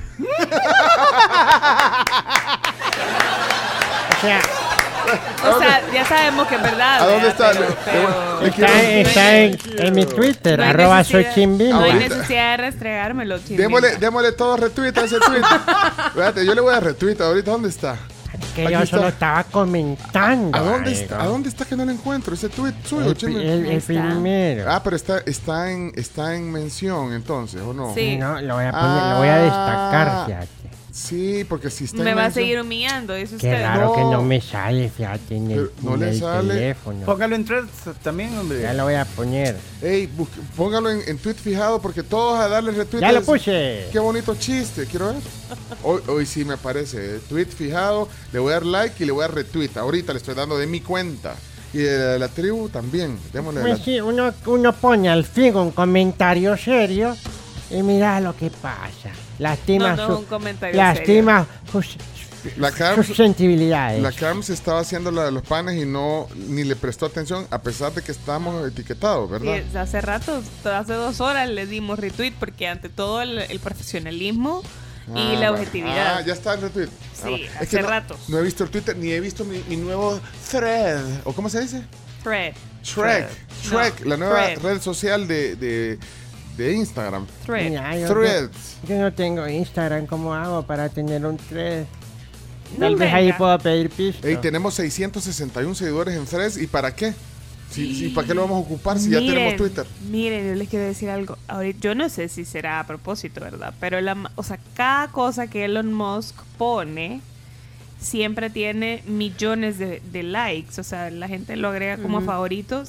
O sea, O sea, ya sabemos que es verdad. ¿A dónde ¿verdad? está? Pero- Le- le está, quiero- está en, en mi Twitter, No hay arroba soy necesidad- chimbimba. No hay Ahorita. necesidad de restregármelo, Chimbimba. Démosle, démosle todo retweet a ese tweet. Fíjate, yo le voy a retweet ahorita. ¿Dónde está? que Aquí yo está. solo estaba comentando. ¿A dónde, algo. está, ¿A dónde está que no lo encuentro? Ese tweet suyo, El, Chino. pri- el- el primero. Ah, pero está, está, en, está en mención entonces, ¿o no? Sí. No, lo voy a poner, lo voy a destacar, fíjate. Sí, porque si está Me en va a mención- seguir humillando, eso Qué usted. raro que no me sale, fíjate, en el, Pero no en le el sale. teléfono. Póngalo en threads también, hombre. Ya lo voy a poner. Ey, busque- póngalo en, en tweet fijado porque todos a darle retweet. Ya lo es- puse. Qué bonito chiste, quiero ver. Hoy, hoy sí me aparece. eh, Tweet fijado, le voy a dar like y le voy a dar retweet. Ahorita le estoy dando de mi cuenta. Y de la, de la tribu también. Démosle de Pues la- sí, uno, uno pone al fin un comentario serio y mira lo que pasa. Lastima, No, no es su- un comentario lastima sus, La Carms, sus sensibilidades. la Carms estaba haciendo la de los panes y no ni le prestó atención a pesar de que estamos etiquetados, ¿verdad? Sí, hace rato, hace dos horas le dimos retweet porque ante todo el, el profesionalismo y Ah, la va. objetividad. Ah, ya está el retweet. Sí, Ah, va. Es hace que no, rato. no he visto el Twitter ni he visto mi, mi nuevo thread. ¿O cómo se dice? Thread. Shrek. Shrek, No, la nueva Thread. red social de, de, de Instagram. Thread. Mira, yo, Threads. yo no tengo Instagram, ¿cómo hago para tener un thread? No Tal vez venga. ahí puedo pedir pisto. Ey, tenemos seiscientos sesenta y uno seguidores en Threads. ¿Y para qué? Si, si, ¿Para qué lo vamos a ocupar si ya Miren, tenemos Twitter? Miren, yo les quiero decir algo. Ahorita, yo no sé si será a propósito, ¿verdad? Pero la, ma- o sea, cada cosa que Elon Musk pone siempre tiene millones de, de likes. O sea, la gente lo agrega como Ujú. favoritos.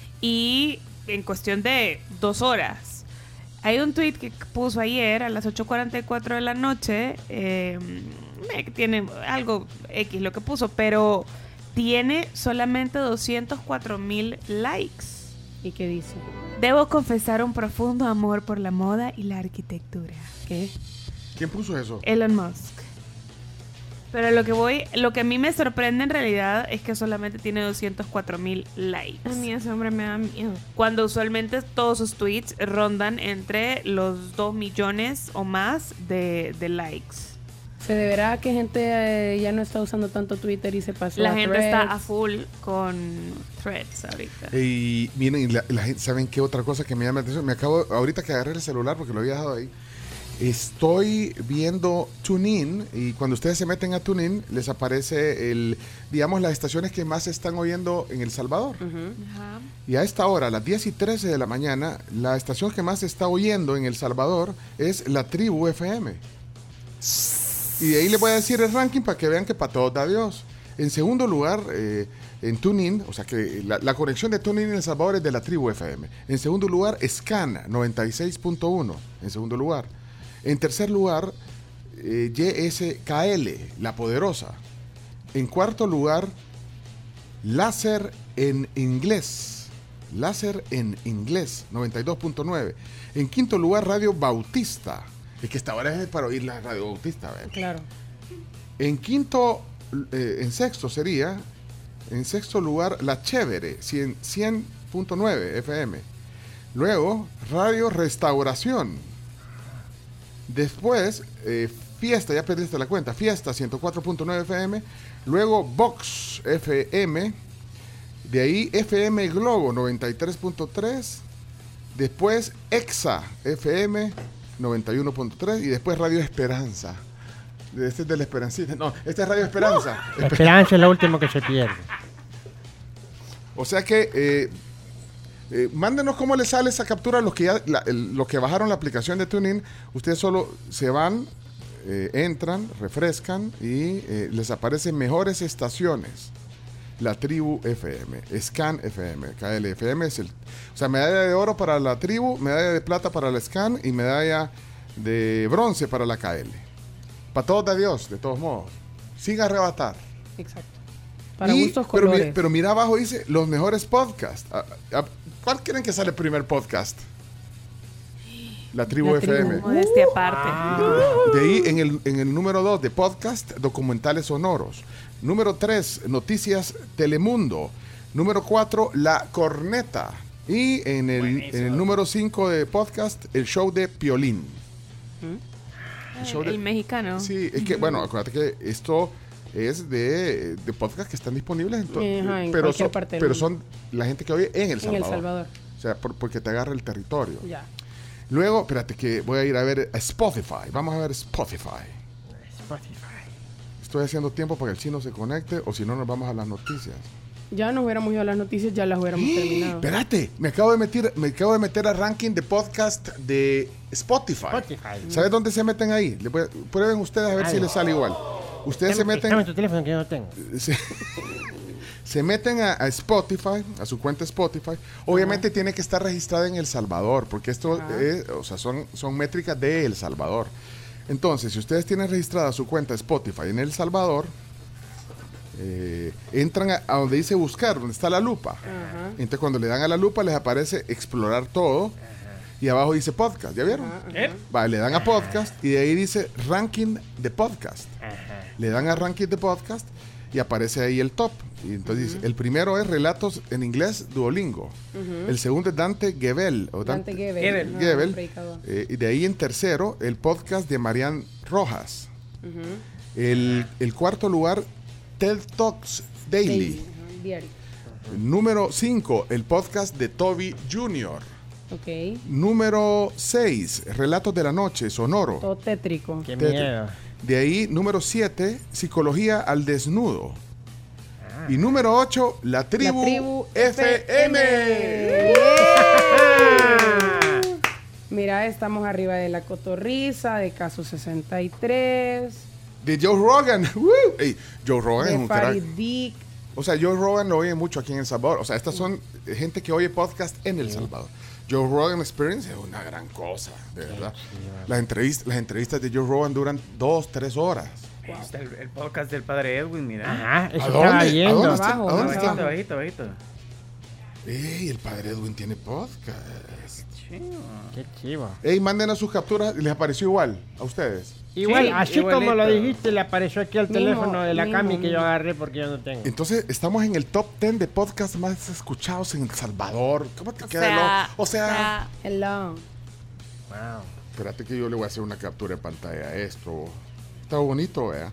Y en cuestión de dos horas. Hay un tweet que puso ayer a las ocho cuarenta y cuatro de la noche. Eh, eh, tiene algo X lo que puso, pero tiene solamente doscientos cuatro mil likes. ¿Y qué dice? Debo confesar un profundo amor por la moda y la arquitectura. ¿Qué? ¿Quién puso eso? Elon Musk. Pero lo que voy, lo que a mí me sorprende en realidad es que solamente tiene doscientos cuatro mil likes. A mí ese hombre me da miedo. Cuando usualmente todos sus tweets rondan entre los dos millones o más de, de likes. ¿Se deberá a que gente eh, ya no está usando tanto Twitter y se pasó La a gente está Threads? a full con Threads ahorita. Y miren, y la, la gente, ¿saben qué otra cosa que me llama la atención? Me acabo, ahorita que agarré el celular porque lo había dejado ahí, estoy viendo TuneIn y cuando ustedes se meten a TuneIn les aparece el, digamos, las estaciones que más se están oyendo en El Salvador. Ajá. Y a esta hora, a las diez y trece de la mañana, la estación que más se está oyendo en El Salvador es La Tribu F M. Y de ahí les voy a decir el ranking para que vean que para todos da Dios. En segundo lugar, eh, en TuneIn, o sea que la, la conexión de TuneIn en El Salvador es de La Tribu F M. En segundo lugar, Scan noventa y seis punto uno. En segundo lugar. En tercer lugar, eh, Y S K L, La Poderosa. En cuarto lugar, Láser en Inglés. Láser en Inglés, noventa y dos punto nueve. En quinto lugar, Radio Bautista. Es que esta hora es para oír la Radio Bautista. ¿Ves? Claro. En quinto, eh, en sexto sería, en sexto lugar, La Chévere, cien punto nueve F M. Luego, Radio Restauración. Después, eh, Fiesta, ya perdiste la cuenta, Fiesta, ciento cuatro punto nueve F M. Luego, Vox F M. De ahí, F M Globo, noventa y tres punto tres. Después, Exa F M, noventa y uno punto tres. Y después, Radio Esperanza. Este es de la Esperancita. No, este es Radio Esperanza. La esperanza es lo último que se pierde. O sea que, eh, eh, mándenos cómo les sale esa captura a los que ya, la, el- los que bajaron la aplicación de TuneIn. Ustedes solo se van, eh, entran, refrescan y eh, les aparecen mejores estaciones. La Tribu F M, Scan F M, K L F M es el, o sea, medalla de oro para la Tribu, medalla de plata para la Scan y medalla de bronce para la K L. Para todos de Dios, de todos modos. Sin arrebatar. Exacto. Para Y- gustos, pero, colores. mi- pero mira abajo dice los mejores podcasts. ¿A- a- ¿Cuál creen que sale el primer podcast? La Tribu La F tribu, M. modestia aparte. De ahí en el, en el número dos de podcast, documentales sonoros. Número tres, Noticias Telemundo. Número cuatro, La Corneta. Y en el, en el número cinco de podcast, el show de Piolín. El, show de- el mexicano. Sí, es que, bueno, acuérdate que esto es de, de podcast que están disponibles en, to- Ajá, en pero, cualquier son, parte del pero mundo. son la gente que oye en El En Salvador. El Salvador. O sea, por- porque te agarra el territorio. Ya. Luego, espérate que voy a ir a ver a Spotify. Vamos a ver Spotify. Spotify. estoy haciendo tiempo para que el chino se conecte o si no nos vamos a las noticias. Ya nos hubiéramos ido a las noticias, ya las hubiéramos terminado. Espérate, me acabo de meter, me acabo de meter al ranking de podcast de Spotify. Spotify. ¿Sabes dónde se meten ahí? Le voy a- prueben ustedes a ver Ay. si les sale igual. Ustedes se meten. Dame tu teléfono que yo no tengo. Se, se meten a, a Spotify, a su cuenta Spotify. Obviamente tiene que estar registrada en El Salvador, porque esto es, o sea, son, son métricas de El Salvador. Entonces, si ustedes tienen registrada su cuenta Spotify en El Salvador, eh, entran a, a donde dice buscar, donde está la lupa. Ajá. Entonces, cuando le dan a la lupa, les aparece explorar todo. Y abajo dice podcast, ¿ya vieron? Vale, le dan a podcast y de ahí dice ranking de podcast. Le dan a ranking de podcast y aparece ahí el top. Y entonces dice, el primero es relatos en inglés Duolingo. Ujú. El segundo es Dante Gebel. O Dante Dante, Gebel. Ajá, Gebel. un predicador. Eh, y de ahí en tercero, el podcast de Marian Rojas. Ujú. El, el cuarto lugar, TED Talks Daily. Daily, ajá, diario. Número cinco, el podcast de Toby junior Ok. Número seis, Relatos de la Noche, Sonoro. Todo tétrico. Qué Te- miedo. De ahí, número siete, Psicología al Desnudo. Y número ocho, La Tribu, La Tribu F M. Mira, estamos arriba de La Cotorriza, de Caso sesenta y tres, De Joe Rogan. ¡Woo! Ey, Joe Rogan es de un Farid crack. Dick. O sea, Joe Rogan lo oye mucho aquí en El Salvador. O sea, estas son gente que oye podcast en El Salvador. Joe Rogan Experience es una gran cosa, de verdad. Las entrevistas, las entrevistas de Joe Rogan duran dos, tres horas. Ahí está el, el podcast del padre Edwin, mira. Ajá, eso ¿A estaba dónde? viendo. ¿A dónde está? Abajo, ¿A dónde abajo. está? Bajito, bajito, bajito. Ey, el padre Edwin tiene podcast. Qué chivo. Ey, manden a sus capturas. ¿Les apareció igual a ustedes? Igual, Sí, así como igualito. lo dijiste, le apareció aquí al Mismo, teléfono de la mismo, Cami que yo mismo. agarré porque yo no tengo. Entonces, estamos en el top diez de podcasts más escuchados en El Salvador. ¿Cómo te O queda? sea, lo- O sea, Hello. Wow. espérate que yo le voy a hacer una captura de pantalla a esto. Está bonito, vea.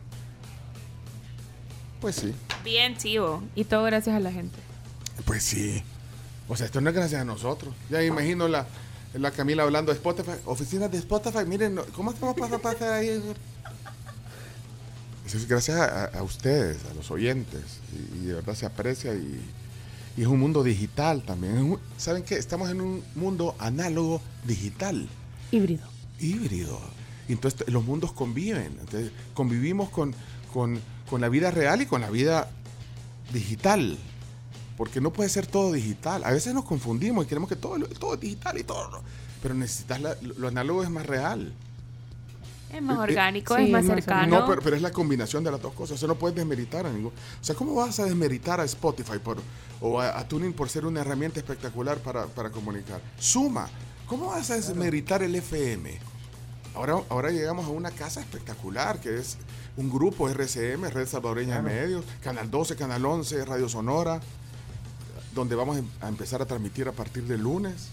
Pues sí, bien chivo. Y todo gracias a la gente. pues sí. O sea, esto no es gracias a nosotros. Ya me imagino la, la Camila hablando de Spotify. Oficinas de Spotify, miren, ¿cómo estamos para pasar ahí? Eso es gracias a, a ustedes, a los oyentes. Y, y de verdad se aprecia y, y es un mundo digital también. Es un- ¿Saben qué? Estamos en un mundo análogo digital. Híbrido. Híbrido. Y entonces los mundos conviven. Entonces, convivimos con, con, con la vida real y con la vida digital. Porque no puede ser todo digital. A veces nos confundimos y queremos que todo, todo es digital y todo. no. Pero necesitas la- lo análogo es más real. Es más Eh, eh, orgánico, sí, es más es más cercano. No, pero, pero es la combinación de las dos cosas. O sea, no puedes desmeritar a ningún. O sea, ¿cómo vas a desmeritar a Spotify por, o a, a Tuning por ser una herramienta espectacular para, para comunicar? Suma, ¿cómo vas a desmeritar el F M? Ahora, ahora llegamos a una casa espectacular que es un grupo R C M, Red Salvadoreña de Medios, Canal doce, Canal once, Radio Sonora, donde vamos a empezar a transmitir a partir del lunes.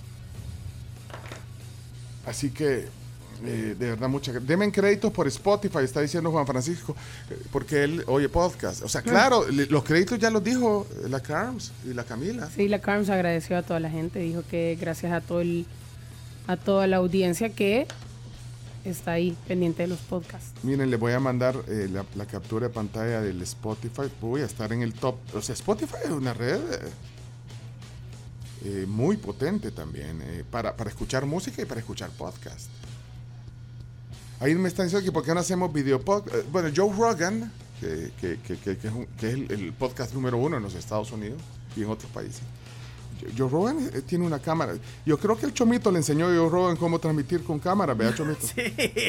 Así que, eh, de verdad, muchas gracias. Denme créditos por Spotify, está diciendo Juan Francisco, eh, porque él oye podcast. O sea, claro, le- los créditos ya los dijo la Carms y la Camila. Sí, la Carms agradeció a toda la gente, dijo que gracias a todo el, a toda la audiencia que está ahí pendiente de los podcasts. Miren, les voy a mandar eh, la, la captura de pantalla del Spotify. Voy a estar en el top. O sea, Spotify es una red eh, eh, muy potente también eh, para, para escuchar música y para escuchar podcast. Ahí me están diciendo que por qué no hacemos video podcast. Bueno, Joe Rogan, que, que, que, que- que es, un- que es el, el podcast número uno en los Estados Unidos y en otros países. Joe Rogan eh, tiene una cámara. Yo creo que el Chomito le enseñó a Joe Rogan cómo transmitir con cámara, ¿verdad, Chomito? Sí.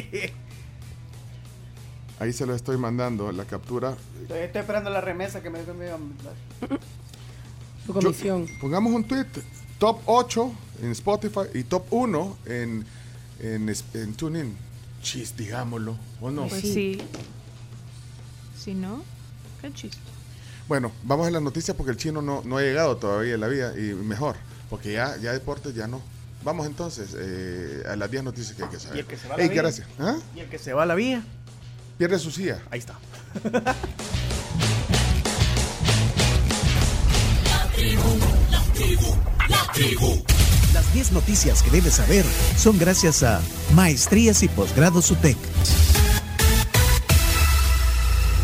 Ahí se lo estoy mandando, la captura. Estoy, estoy esperando la remesa que me, que me iban a mandar. Tu comisión. Yo- pongamos un tweet, top ocho en Spotify y top uno en, en, es- en TuneIn. Chis, digámoslo, ¿o no? Pues sí. Si no, qué chiste. Bueno, vamos a las noticias porque el chino no, no ha llegado todavía en la vida y mejor, porque ya, ya deportes ya no. Vamos entonces eh, a las diez noticias que hay que saber. Y el que se va a la Ey, vía. gracias. ¿Ah? Y el que se va a la vía. Pierde su silla. Ahí está. Las diez noticias que debes saber son gracias a Maestrías y Posgrados U T E C.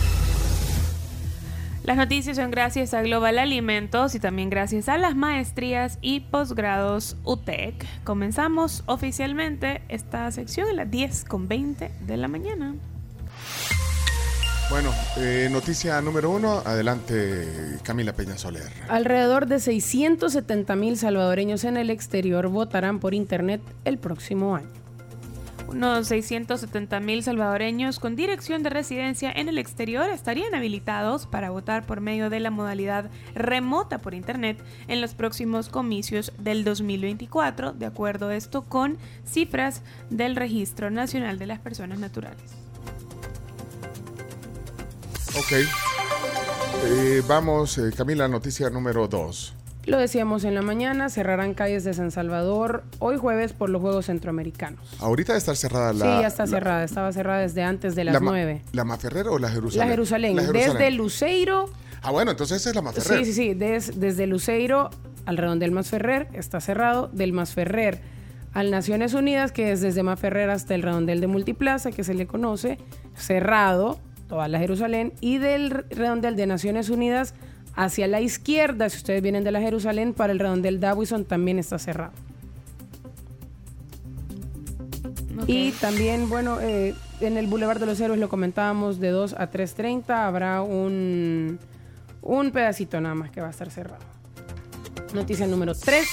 Las noticias son gracias a Global Alimentos y también gracias a las maestrías y posgrados U T E C. Comenzamos oficialmente esta sección a las diez con veinte de la mañana. Bueno, eh, noticia número uno, adelante Camila Peña Soler. Alrededor de seiscientos setenta mil salvadoreños en el exterior votarán por internet el próximo año. Unos seiscientos setenta mil salvadoreños con dirección de residencia en el exterior estarían habilitados para votar por medio de la modalidad remota por internet en los próximos comicios del dos mil veinticuatro, de acuerdo a esto con cifras del Registro Nacional de las Personas Naturales. Ok. Eh, vamos, eh, Camila, noticia número dos. Lo decíamos en la mañana, cerrarán calles de San Salvador hoy jueves por los Juegos Centroamericanos. Ahorita está cerrada la... Sí, ya está la, cerrada, estaba cerrada desde antes de las la nueve. ¿La Maferrer o la Jerusalén? La Jerusalén, la Jerusalén. desde Luceiro... Ah, bueno, entonces esa es la Maferrer. Sí, sí, sí, des, desde Luceiro al redondel Masferrer está cerrado, del Masferrer al Naciones Unidas, que es desde Masferrer hasta el redondel de Multiplaza, que se le conoce, cerrado, toda la Jerusalén, y del redondel de Naciones Unidas hacia la izquierda, si ustedes vienen de la Jerusalén, para el redondel Dawison también está cerrado. Okay. Y también, bueno, eh, en el Boulevard de los Héroes lo comentábamos, de dos a tres treinta habrá un, un pedacito nada más que va a estar cerrado. Noticia número tres.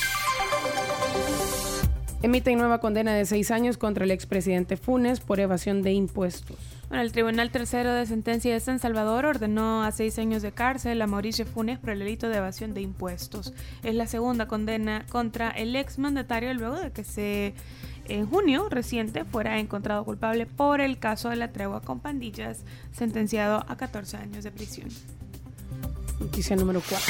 Emiten nueva condena de seis años contra el expresidente Funes por evasión de impuestos. Bueno, el Tribunal Tercero de Sentencia de San Salvador ordenó a seis años de cárcel a Mauricio Funes por el delito de evasión de impuestos. Es la segunda condena contra el exmandatario luego de que se, en junio reciente fuera encontrado culpable por el caso de la tregua con pandillas, sentenciado a catorce años de prisión. Noticia número cuatro.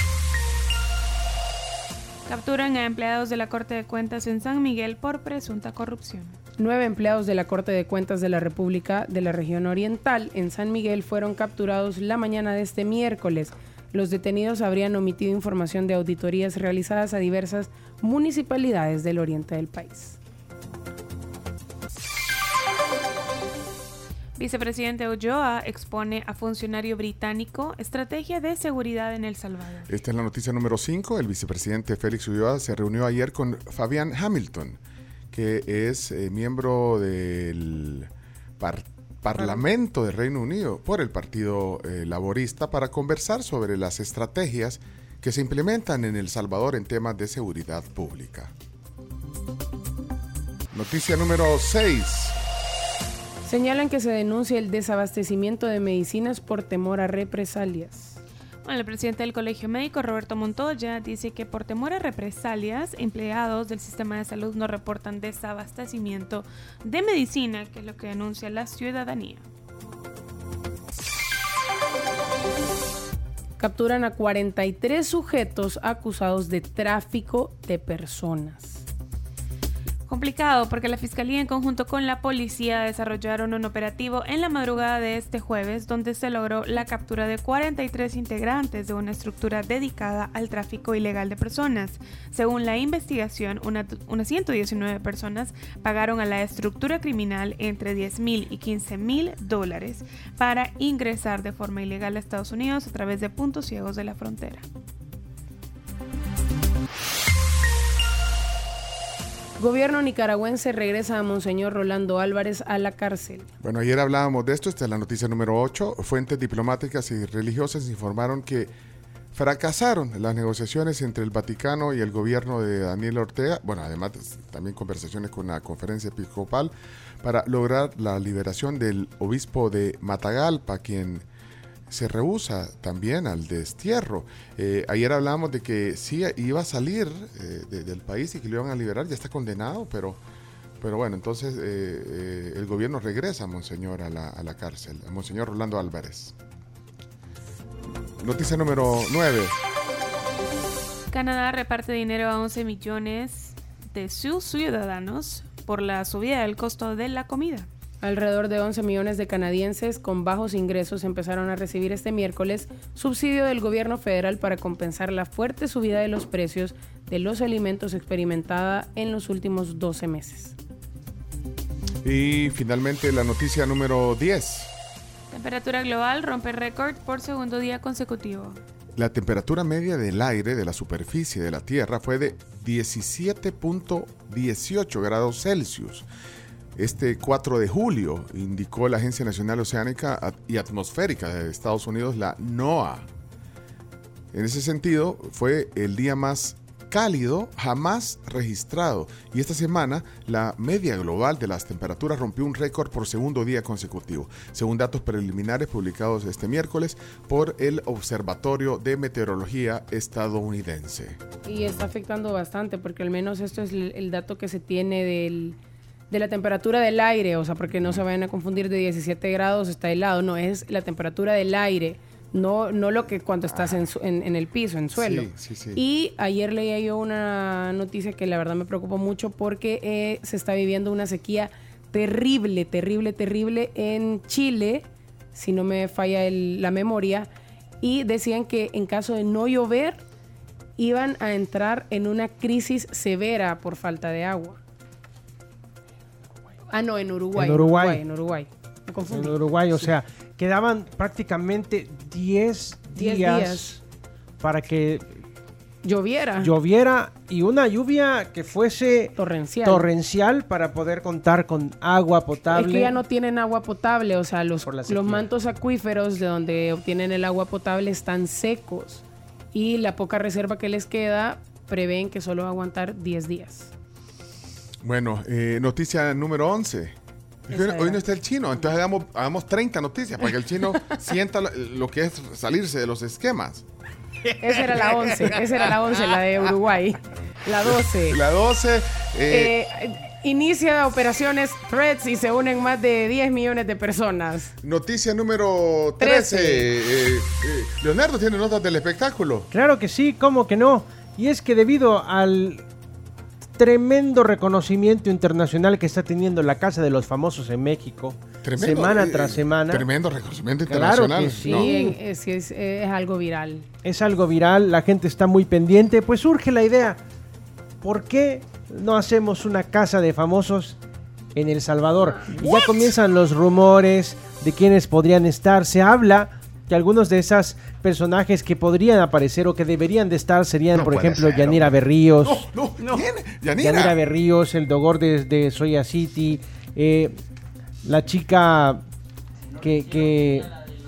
Capturan a empleados de la Corte de Cuentas en San Miguel por presunta corrupción. Nueve empleados de la Corte de Cuentas de la República de la Región Oriental en San Miguel fueron capturados la mañana de este miércoles. Los detenidos habrían omitido información de auditorías realizadas a diversas municipalidades del oriente del país. Vicepresidente Ulloa expone a funcionario británico estrategia de seguridad en El Salvador. Esta es la noticia número cinco. El vicepresidente Félix Ulloa se reunió ayer con Fabián Hamilton, que es eh, miembro del par Parlamento del Reino Unido por el Partido eh, Laborista, para conversar sobre las estrategias que se implementan en El Salvador en temas de seguridad pública. Noticia número seis. Señalan que se denuncia el desabastecimiento de medicinas por temor a represalias. Bueno, el presidente del Colegio Médico, Roberto Montoya, dice que por temor a represalias, empleados del sistema de salud no reportan desabastecimiento de medicina, que es lo que denuncia la ciudadanía. Capturan a cuarenta y tres sujetos acusados de tráfico de personas. Complicado porque la Fiscalía en conjunto con la policía desarrollaron un operativo en la madrugada de este jueves donde se logró la captura de cuarenta y tres integrantes de una estructura dedicada al tráfico ilegal de personas. Según la investigación, una, unas ciento diecinueve personas pagaron a la estructura criminal entre diez mil y quince mil dólares para ingresar de forma ilegal a Estados Unidos a través de puntos ciegos de la frontera. Gobierno nicaragüense regresa a Monseñor Rolando Álvarez a la cárcel. Bueno, ayer hablábamos de esto, esta es la noticia número ocho. Fuentes diplomáticas y religiosas informaron que fracasaron las negociaciones entre el Vaticano y el gobierno de Daniel Ortega, bueno, además también conversaciones con la conferencia episcopal, para lograr la liberación del obispo de Matagalpa, quien se rehúsa también al destierro. Eh, ayer hablábamos de que sí iba a salir eh, de, del país y que lo iban a liberar, ya está condenado, pero, pero bueno, entonces eh, eh, el gobierno regresa a Monseñor a la, a la cárcel, a Monseñor Rolando Álvarez. Noticia número nueve. Canadá reparte dinero a once millones de sus ciudadanos por la subida del costo de la comida. Alrededor de once millones de canadienses con bajos ingresos empezaron a recibir este miércoles subsidio del gobierno federal para compensar la fuerte subida de los precios de los alimentos experimentada en los últimos doce meses. Y finalmente la noticia número diez. Temperatura global rompe récord por segundo día consecutivo. La temperatura media del aire de la superficie de la Tierra fue de diecisiete punto dieciocho grados Celsius. Este cuatro de julio, indicó la Agencia Nacional Oceánica y Atmosférica de Estados Unidos, la NOAA. En ese sentido, fue el día más cálido jamás registrado. Y esta semana, la media global de las temperaturas rompió un récord por segundo día consecutivo, según datos preliminares publicados este miércoles por el Observatorio de Meteorología estadounidense. Y está afectando bastante, porque al menos esto es el, el dato que se tiene del... de la temperatura del aire, o sea, porque no se vayan a confundir de diecisiete grados está helado, no, es la temperatura del aire, no, no lo que cuando estás en, en, en el piso, en suelo. Sí, sí, sí. Y ayer leía yo una noticia que la verdad me preocupó mucho porque eh, se está viviendo una sequía terrible, terrible, terrible en Chile, si no me falla el, la memoria, y decían que en caso de no llover, iban a entrar en una crisis severa por falta de agua. Ah, no, en Uruguay. En Uruguay. En Uruguay. Me confundí. En Uruguay, o Sí. sea, quedaban prácticamente diez Diez días, días. para que Lloviera. lloviera y una lluvia que fuese torrencial. torrencial para poder contar con agua potable. Es que ya no tienen agua potable, o sea, los, la sequía. los mantos acuíferos de donde obtienen el agua potable están secos y la poca reserva que les queda prevén que solo va a aguantar diez días. Bueno, eh, noticia número once. Esa Hoy era. no está el chino, entonces hagamos, hagamos treinta noticias para que el chino sienta lo, lo que es salirse de los esquemas. Esa era la once, esa era la once, la de Uruguay. La doce. La doce. Eh, Eh, inicia operaciones Threads y se unen más de diez millones de personas. Noticia número trece. Eh, eh, Leonardo tiene notas del espectáculo. Claro que sí, ¿cómo que no? Y es que debido al tremendo reconocimiento internacional que está teniendo la Casa de los Famosos en México, Tremendo, semana eh, tras semana. Tremendo reconocimiento Claro internacional. que Sí, ¿no? en- es, es, es algo viral. Es algo viral, la gente está muy pendiente, pues surge la idea, ¿por qué no hacemos una casa de famosos en El Salvador? Y ya comienzan los rumores de quiénes podrían estar, se habla que algunos de esos personajes que podrían aparecer o que deberían de estar serían, No por puede ejemplo, ser, Yanira hombre. Berríos. No, no, ¿quién? Yanira. Yanira Berríos, el Dogor de, de Soya City, eh, la chica que, que,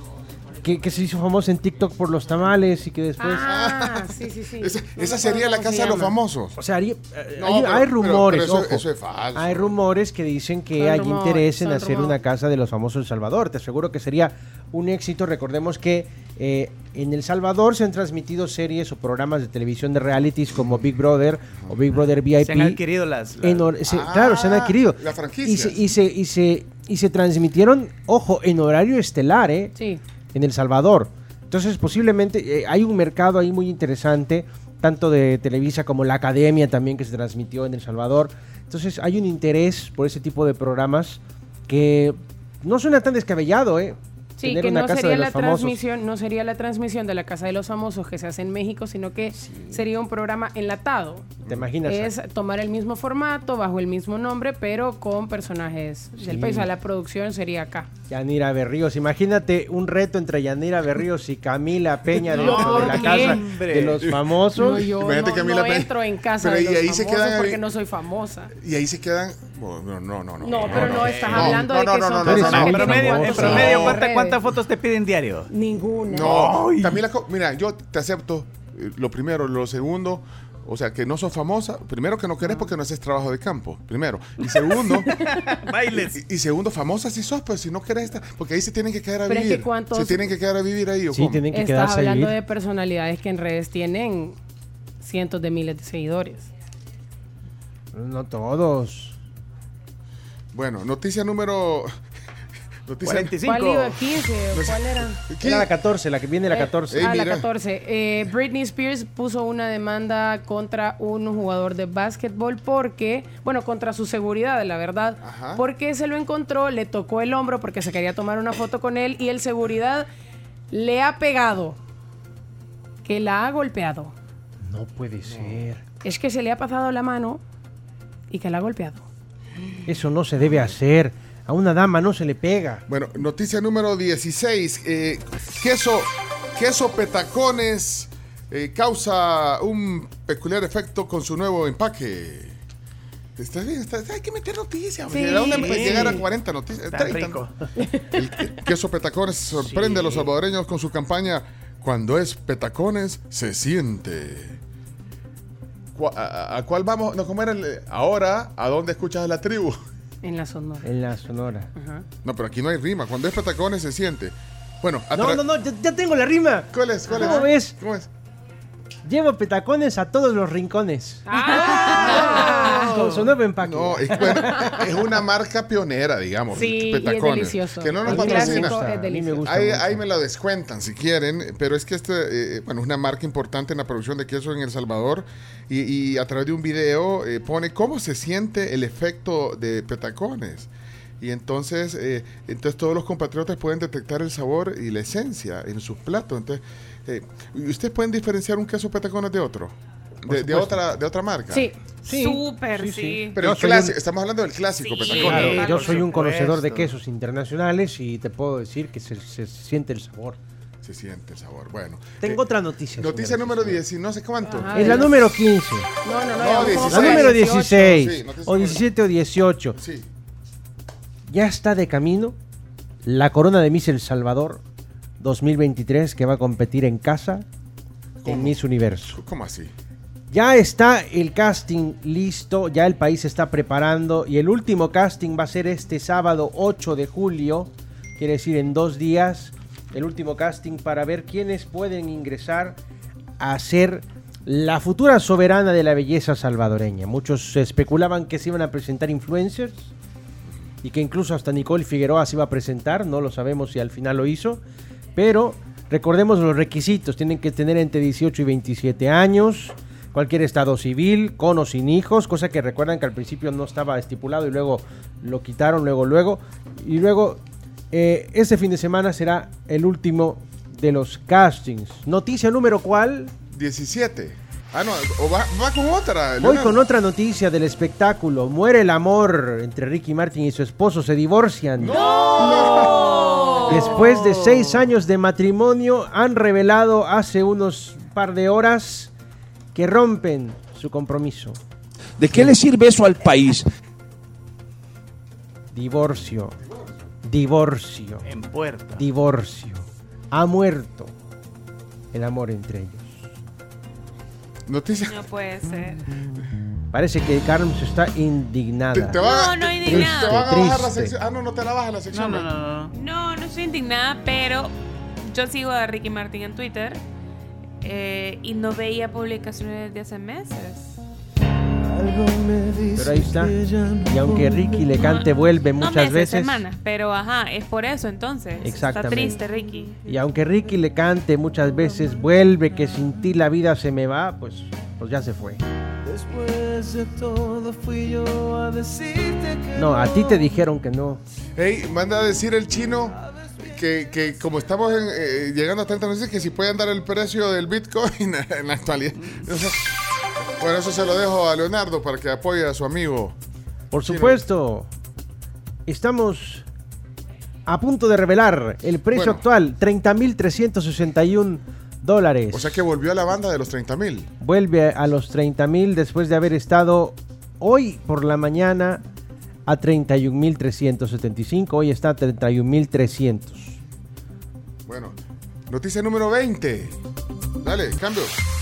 que, que se hizo famosa en TikTok por los tamales y que después... Ah, sí, sí, sí. Esa, No esa me sería acuerdo la cómo se Casa de los llama. Famosos. O sea, hay, eh, No, hay- pero- hay pero- rumores, pero eso- ojo. eso es falso. Hay rumores que dicen que Son hay rumores, interés en son hacer rumores. una casa de los famosos en Salvador. Te aseguro que sería un éxito. Recordemos que eh, en El Salvador se han transmitido series o programas de televisión de realities como Big Brother o Big Brother V I P. Se han adquirido las... las- En hor- se- Ah, claro, se han adquirido. las franquicias. Y se, y, se, y, se, y se transmitieron, ojo, en horario estelar, ¿eh? Sí. En El Salvador. Entonces, posiblemente eh, hay un mercado ahí muy interesante, tanto de Televisa como La Academia también, que se transmitió en El Salvador. Entonces, hay un interés por ese tipo de programas que no suena tan descabellado, ¿eh? Sí, Tener que una no casa sería de la los famosos. transmisión, no sería la transmisión de la Casa de los Famosos que se hace en México, sino que sería un programa enlatado. ¿Te imaginas? Es tomar el mismo formato, bajo el mismo nombre, pero con personajes del Sí. país. O sea, la producción sería acá. Yanira Berríos. Imagínate un reto entre Yanira Berríos y Camila Peña No, dentro de la ¿por qué? casa Hombre. de los famosos. No, yo Imagínate no, Camila no Pe- entro en casa Pero de y los ahí se famosos quedan ahí- porque no soy famosa. Y ahí se quedan. Bueno, no, no, no. No, pero no, estás no, hablando no, de no, que no, son no, no, No, personajes en no, promedio, en famosos. promedio No. ¿cuánta- ¿cuántas fotos te piden diario? Ninguna. No, Camila, Co- mira, yo te acepto eh, lo primero, lo segundo, o sea, que no sos famosa. Primero, que no querés porque no haces trabajo de campo, primero. Y segundo, Bailes. y, y segundo, famosa si sos, pero si no querés estar, porque ahí se tienen que quedar a Pero es vivir. que cuántos- Se tienen que quedar a vivir ahí, ¿o Sí, cómo? tienen que Estás quedarse a hablando vivir. de personalidades que en redes tienen cientos de miles de seguidores. No todos. Bueno, noticia número... Noticia... cuarenta y cinco. ¿Cuál iba? ¿quince? No sé. ¿Cuál era? ¿Qué? Era la catorce, la que viene la Eh, catorce. Ey, ah, la mira. catorce. Eh, Britney Spears puso una demanda contra un jugador de básquetbol porque, bueno, contra su seguridad, la verdad, Ajá. porque se lo encontró, le tocó el hombro porque se quería tomar una foto con él y el seguridad le ha pegado, que la ha golpeado. No puede ser. Es que se le ha pasado la mano y que la ha golpeado. Eso no se debe hacer. A una dama no se le pega. Bueno, noticia número dieciséis. Eh, queso, queso Petacones eh, causa un peculiar efecto con su nuevo empaque. Está bien, está, hay que meter noticias. Sí. ¿De dónde llegar a cuarenta noticias? Está treinta. rico. El, el queso Petacones sorprende sí. a los salvadoreños con su campaña Cuando es Petacones, se siente. ¿A, a cuál vamos? No, ¿cómo era el, ahora, ¿a dónde escuchas a la tribu? En la Sonora. En la Sonora. Ajá. No, pero aquí no hay rima. Cuando es Petacones, se siente. Bueno, no, no, no, ya, ya tengo la rima. ¿Cuál es? ¿Cuál ¿Cómo es? ves? ¿Cómo es? Llevo petacones a todos los rincones. Ah. Con su nuevo empaque. No, es, bueno, es una marca pionera, digamos. Sí, Petacones. y es delicioso. Que no nos El patrocina. clásico es delicioso. Me Ahí, mucho. ahí me lo descuentan si quieren, pero es que este, eh, bueno, es una marca importante en la producción de queso en El Salvador y, y a través de un video eh, pone cómo se siente el efecto de Petacones. Y entonces, eh, entonces todos los compatriotas pueden detectar el sabor y la esencia en sus platos. Entonces, eh, ¿ustedes pueden diferenciar un queso Petacones de otro? De, de otra de otra marca. Sí. Sí. Súper, sí. sí. Pero el clásico, un... estamos hablando del clásico sí, Petacones. Claro, yo soy un conocedor de quesos internacionales y te puedo decir que se, se siente el sabor. Se siente el sabor. Bueno. Tengo eh, otra noticia. Noticia número diez, no sé cuánto. Ajá, es la número quince. No, no, no. no dieciséis. La número dieciséis. Sí, o diecisiete o dieciocho. Sí. Ya está de camino la corona de Miss El Salvador dos mil veintitrés que va a competir en casa en Miss Universo. ¿Cómo así? Ya está el casting listo, ya el país se está preparando y el último casting va a ser este sábado ocho de julio, quiere decir en dos días, el último casting para ver quiénes pueden ingresar a ser la futura soberana de la belleza salvadoreña. Muchos especulaban que se iban a presentar influencers y que incluso hasta Nicole Figueroa se iba a presentar, no lo sabemos si al final lo hizo, pero recordemos los requisitos, tienen que tener entre dieciocho y veintisiete años, cualquier estado civil, con o sin hijos, cosa que recuerdan que al principio no estaba estipulado y luego lo quitaron, luego, luego, y luego eh, este fin de semana será el último de los castings. Noticia número ¿cuál? diecisiete. Ah, no, o va, va con otra. Voy Leonardo. con otra noticia del espectáculo. Muere el amor entre Ricky Martin y su esposo. Se divorcian. ¡No! Después de seis años de matrimonio, han revelado hace unos par de horas que rompen su compromiso. ¿De qué le sirve eso al país? Divorcio. Divorcio. En puerta. Divorcio. Ha muerto el amor entre ellos. Noticia. No puede ser. Parece que Carms está indignada. Te, te va, No, no te- indignada. Te van a bajar la Triste. sección. Ah, no, no te la bajas la sección. No, no, no, no. No, no estoy indignada, pero yo sigo a Ricky Martin en Twitter eh, y no veía publicaciones de hace meses. Pero ahí está. Y aunque Ricky le cante vuelve No muchas meses, veces. semanas, pero ajá, es por eso entonces. Exactamente. Está triste, Ricky. Y aunque Ricky le cante muchas veces vuelve, que sin ti la vida se me va, pues, pues ya se fue. Después de todo fui yo a decirte que No, a ti te dijeron que no. Hey, manda a decir el chino que, que como estamos en, eh, llegando a treinta meses, que si pueden dar el precio del Bitcoin en la actualidad. Bueno, eso se lo dejo a Leonardo para que apoye a su amigo. Por supuesto, estamos a punto de revelar el precio Bueno. actual, treinta mil trescientos sesenta y un dólares. O sea que volvió a la banda de los treinta mil. Vuelve a los treinta mil después de haber estado hoy por la mañana a treinta y un mil trescientos setenta y cinco. Hoy está a treinta y un mil trescientos. Bueno, noticia número veinte. Dale, cambio.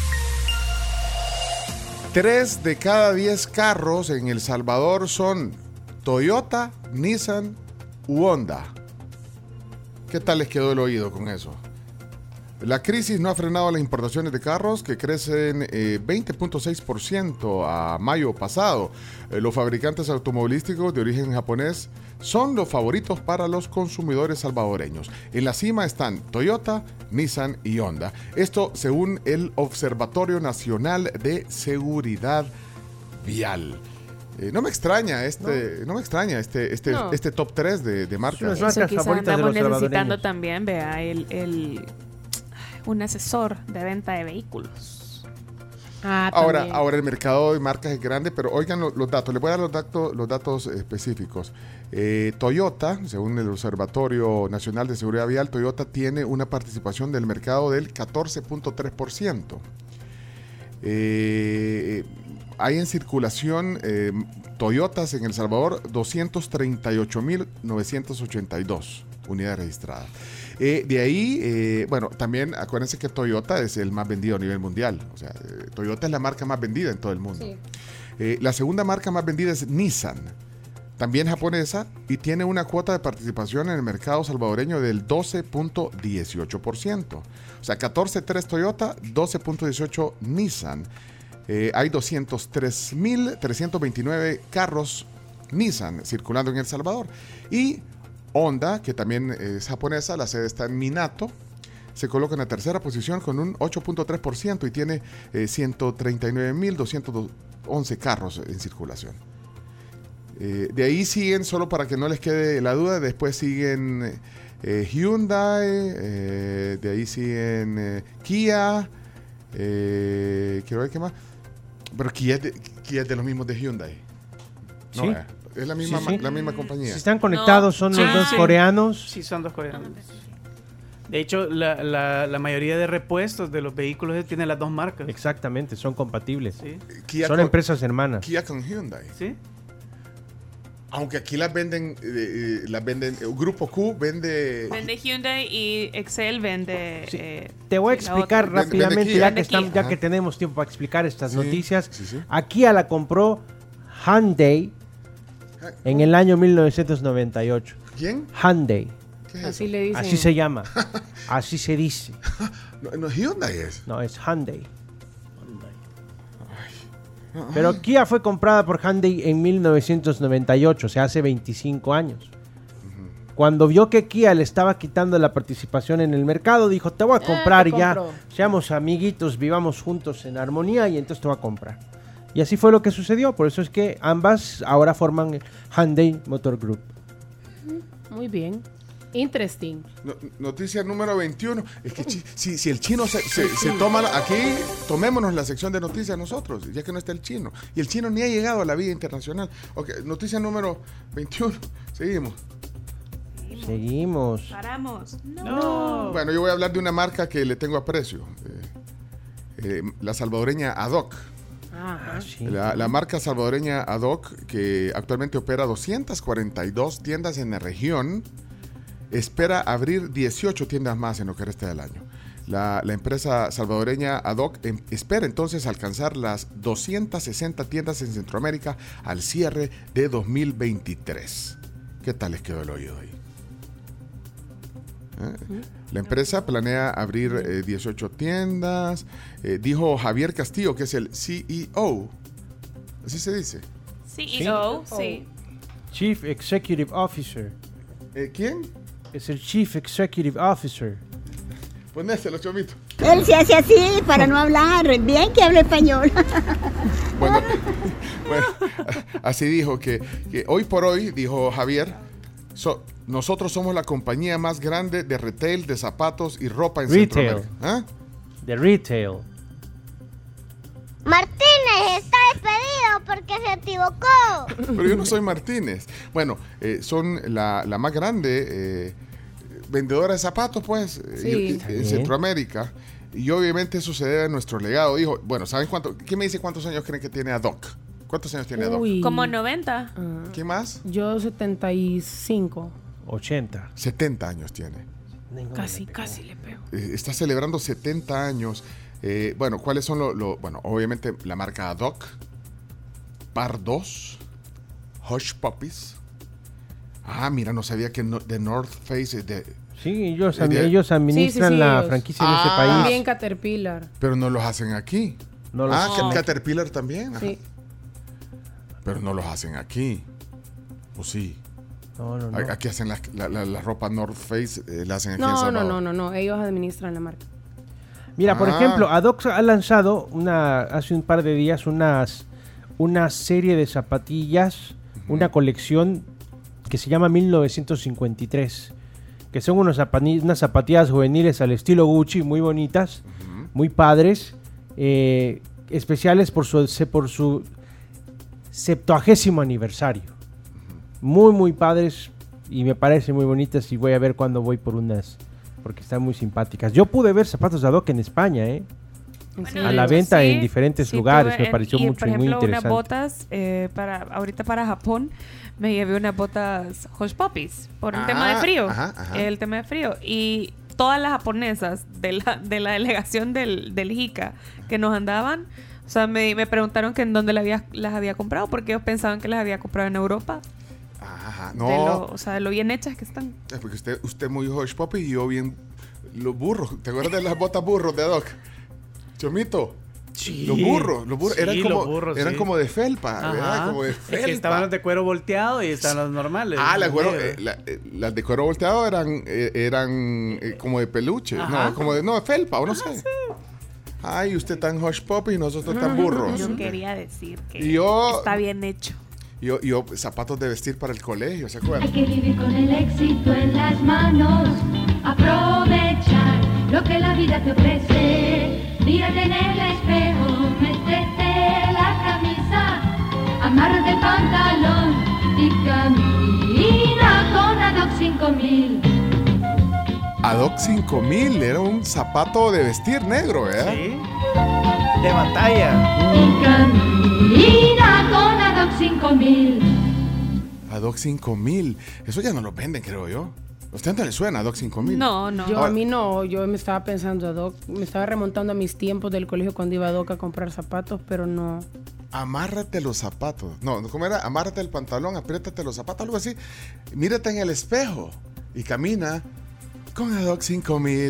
Tres de cada diez carros en El Salvador son Toyota, Nissan u Honda. ¿Qué tal les quedó el oído con eso? La crisis no ha frenado las importaciones de carros, que crecen eh, veinte punto seis por ciento a mayo pasado. Eh, los fabricantes automovilísticos de origen japonés son los favoritos para los consumidores salvadoreños. En la cima están Toyota, Nissan y Honda. Esto según el Observatorio Nacional de Seguridad Vial. Eh, no me extraña este, no. no me extraña este, este, No. este top tres de, de marcas. Eso quizás andamos necesitando también, vea, el, el un asesor de venta de vehículos. Ah, ahora, también. ahora el mercado de marcas es grande, pero oigan los, los datos, les voy a dar los datos, los datos específicos. Eh, Toyota, según el Observatorio Nacional de Seguridad Vial, Toyota tiene una participación del mercado del catorce punto tres por ciento. Eh, hay en circulación eh, Toyotas en El Salvador doscientos treinta y ocho mil novecientos ochenta y dos unidades registradas. Eh, de ahí, eh, bueno, también acuérdense que Toyota es el más vendido a nivel mundial. O sea, eh, Toyota es la marca más vendida en todo el mundo. Sí. Eh, la segunda marca más vendida es Nissan, también japonesa, y tiene una cuota de participación en el mercado salvadoreño del doce punto dieciocho por ciento. O sea, catorce punto tres Toyota, doce punto dieciocho Nissan. Eh, hay doscientos tres mil trescientos veintinueve carros Nissan circulando en El Salvador. Y Honda, que también es japonesa, la sede está en Minato, se coloca en la tercera posición con un ocho punto tres por ciento y tiene eh, ciento treinta y nueve mil doscientos once carros en circulación. Eh, de ahí siguen, solo para que no les quede la duda, después siguen eh, Hyundai, eh, de ahí siguen eh, Kia, eh, quiero ver qué más, pero Kia es de, Kia es de los mismos de Hyundai. No, Sí. eh, es la misma, Sí, sí. la misma compañía. Si están conectados, son Sí, los dos sí. coreanos. Sí, son dos coreanos. De hecho, la, la, la mayoría de repuestos de los vehículos tienen las dos marcas. Exactamente, son compatibles. Sí. Kia Son con- empresas hermanas. Kia con Hyundai. Sí. Aunque aquí las venden, eh, eh, las venden, eh, Grupo Q vende... Vende Hyundai y Excel vende... eh, Te voy a sí, la explicar otra. rápidamente, Vende Kia. ya, que Vende estamos, Kia. ya que tenemos tiempo para explicar estas Sí, noticias. sí, sí. Aquí a la compró Hyundai en el año mil novecientos noventa y ocho. ¿Quién? Hyundai. ¿Qué es Así eso? le dicen. Así se llama. Así se dice. No, no, Hyundai es. No, es Hyundai. Pero Kia fue comprada por Hyundai en mil novecientos noventa y ocho, o sea, hace veinticinco años. Cuando vio que Kia le estaba quitando la participación en el mercado, dijo, te voy a comprar Eh, te ya, compro. seamos amiguitos, vivamos juntos en armonía y entonces te voy a comprar. Y así fue lo que sucedió, por eso es que ambas ahora forman Hyundai Motor Group. Muy bien. Interesting. No- noticia número veintiuno. Es que chi- si, si el chino se, se- se toma... la- aquí, tomémonos la sección de noticias nosotros, ya que no está el chino. Y el chino ni ha llegado a la vida internacional. Ok, noticia número veintiuno. Seguimos. Seguimos. Paramos. No. Bueno, yo voy a hablar de una marca que le tengo aprecio. Eh, eh, la salvadoreña Adoc. Ajá. Sí. La, la marca salvadoreña Adoc, que actualmente opera doscientas cuarenta y dos tiendas en la región, espera abrir dieciocho tiendas más en lo que resta del año. La, la empresa salvadoreña Adoc em, espera entonces alcanzar las doscientas sesenta tiendas en Centroamérica al cierre de dos mil veintitrés. ¿Qué tal les quedó el oído ahí? ¿Eh? La empresa planea abrir eh, dieciocho tiendas. Eh, dijo Javier Castillo, que es el C E O. Así se dice. C E O, sí. Chief Executive Officer. Eh, ¿Quién? Es el Chief Executive Officer. Ponéselo, chomito. Él se hace así para no hablar. Bien que hable español. Bueno, bueno, así dijo que, que hoy por hoy, dijo Javier, so- nosotros somos la compañía más grande de retail de zapatos y ropa en Retail. Centroamérica. ¿Ah? De retail. Martínez está despedido porque se equivocó. Pero yo no soy Martínez. Bueno, eh, son la, la más grande eh, vendedora de zapatos, pues, eh, Sí. y- y- Está en bien. Centroamérica. Y obviamente eso se debe a nuestro legado. Dijo, bueno, ¿saben cuánto? ¿Quién me dice cuántos años creen que tiene Adoc? ¿Cuántos años tiene Adoc? Uy. Como noventa. Ah, ¿Quién más? yo setenta y cinco. ochenta. setenta años tiene. Casi, casi le pego. Eh, está celebrando setenta años. Eh, bueno, ¿cuáles son los...? Lo, bueno, obviamente la marca Adoc, Par dos, Hush Puppies. Ah, mira, no sabía que no, de North Face es de... Sí, ellos, Eh, de- ellos administran Sí, sí, sí, la ellos. franquicia en Ah. ese país. También Caterpillar. Pero no los hacen aquí. No los- ah, No. que Caterpillar también. Ajá. Sí. Pero no los hacen aquí. ¿O sí? No, no, no. A- Aquí hacen la, la- la- la ropa North Face, eh, la hacen aquí en No, no, Salvador. no, no, no. Ellos administran la marca. Mira, por Ah. ejemplo, Adoc ha lanzado una, hace un par de días unas, una serie de zapatillas, una colección que se llama mil novecientos cincuenta y tres, que son unos zapani- unas zapatillas juveniles al estilo Gucci, muy bonitas, muy padres, eh, especiales por su, por su septuagésimo aniversario. Muy, muy padres y me parecen muy bonitas y voy a ver cuándo voy por unas, porque están muy simpáticas. Yo pude ver zapatos de ad hoc en España, ¿eh? Bueno, a la venta sí, en diferentes sí, lugares, tuve me pareció en, y, mucho por y ejemplo, muy interesante. unas botas, eh, para, ahorita para Japón, me llevé unas botas Hush Puppies, por el Ah, tema de frío, ajá, ajá. el tema de frío, y todas las japonesas de la, de la delegación del, del Jica que nos andaban, o sea, me, me preguntaron que en dónde las había, las había comprado, porque ellos pensaban que las había comprado en Europa. Ajá, De no. lo, o sea, de lo bien hechas que están. Es porque usted, usted muy Hush Puppy y yo bien los burros. ¿Te acuerdas de las botas burros de ad hoc? Chomito. Sí. Los burros, los burros Sí, eran como los burros, eran sí. como de felpa, Ajá. ¿verdad? Como de Es felpa. que estaban los de cuero volteado y estaban los normales. Ah, las, los cuero, negros. eh, la- eh, las de cuero volteado eran eh, eran eh, como de peluche, Ajá. no, como de no, de felpa, o no sé. Ay, usted tan Hush Puppy y nosotros tan burros. Yo quería decir que Y yo- está bien hecho. Yo, yo zapatos de vestir para el colegio, ¿se acuerdan? Hay que vivir con el éxito en las manos, aprovechar lo que la vida te ofrece. Mírate en el espejo, métete la camisa, amárrate el pantalón y camina con ad hoc cinco mil. ad hoc cinco mil era un zapato de vestir negro, ¿verdad? Sí. De batalla. Y camina con ad hoc cinco mil. ad hoc cinco mil. Eso ya no lo venden, creo yo. ¿A usted no le suena ad hoc cinco mil? No, no. Yo a mí no, yo me estaba pensando ad hoc, me estaba remontando a mis tiempos del colegio cuando iba ad hoc a comprar zapatos, pero no. Amárrate los zapatos. No, ¿cómo era? Amárrate el pantalón, apriétate los zapatos, algo así. Mírate en el espejo y camina con ad hoc cinco mil.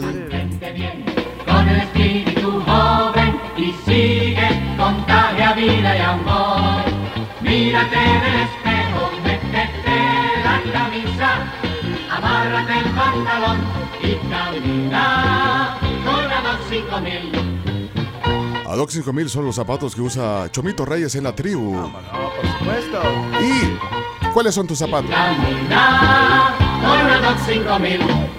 Con el espíritu joven y sigue, contagia vida y amor. Mírate en el espejo, métete la camisa, amárrate el pantalón y camina con ad hoc cinco mil. ad hoc cinco mil son los zapatos que usa Chomito Reyes en la tribu. No, por supuesto. ¿Y cuáles son tus zapatos? Camina con ad hoc cinco mil.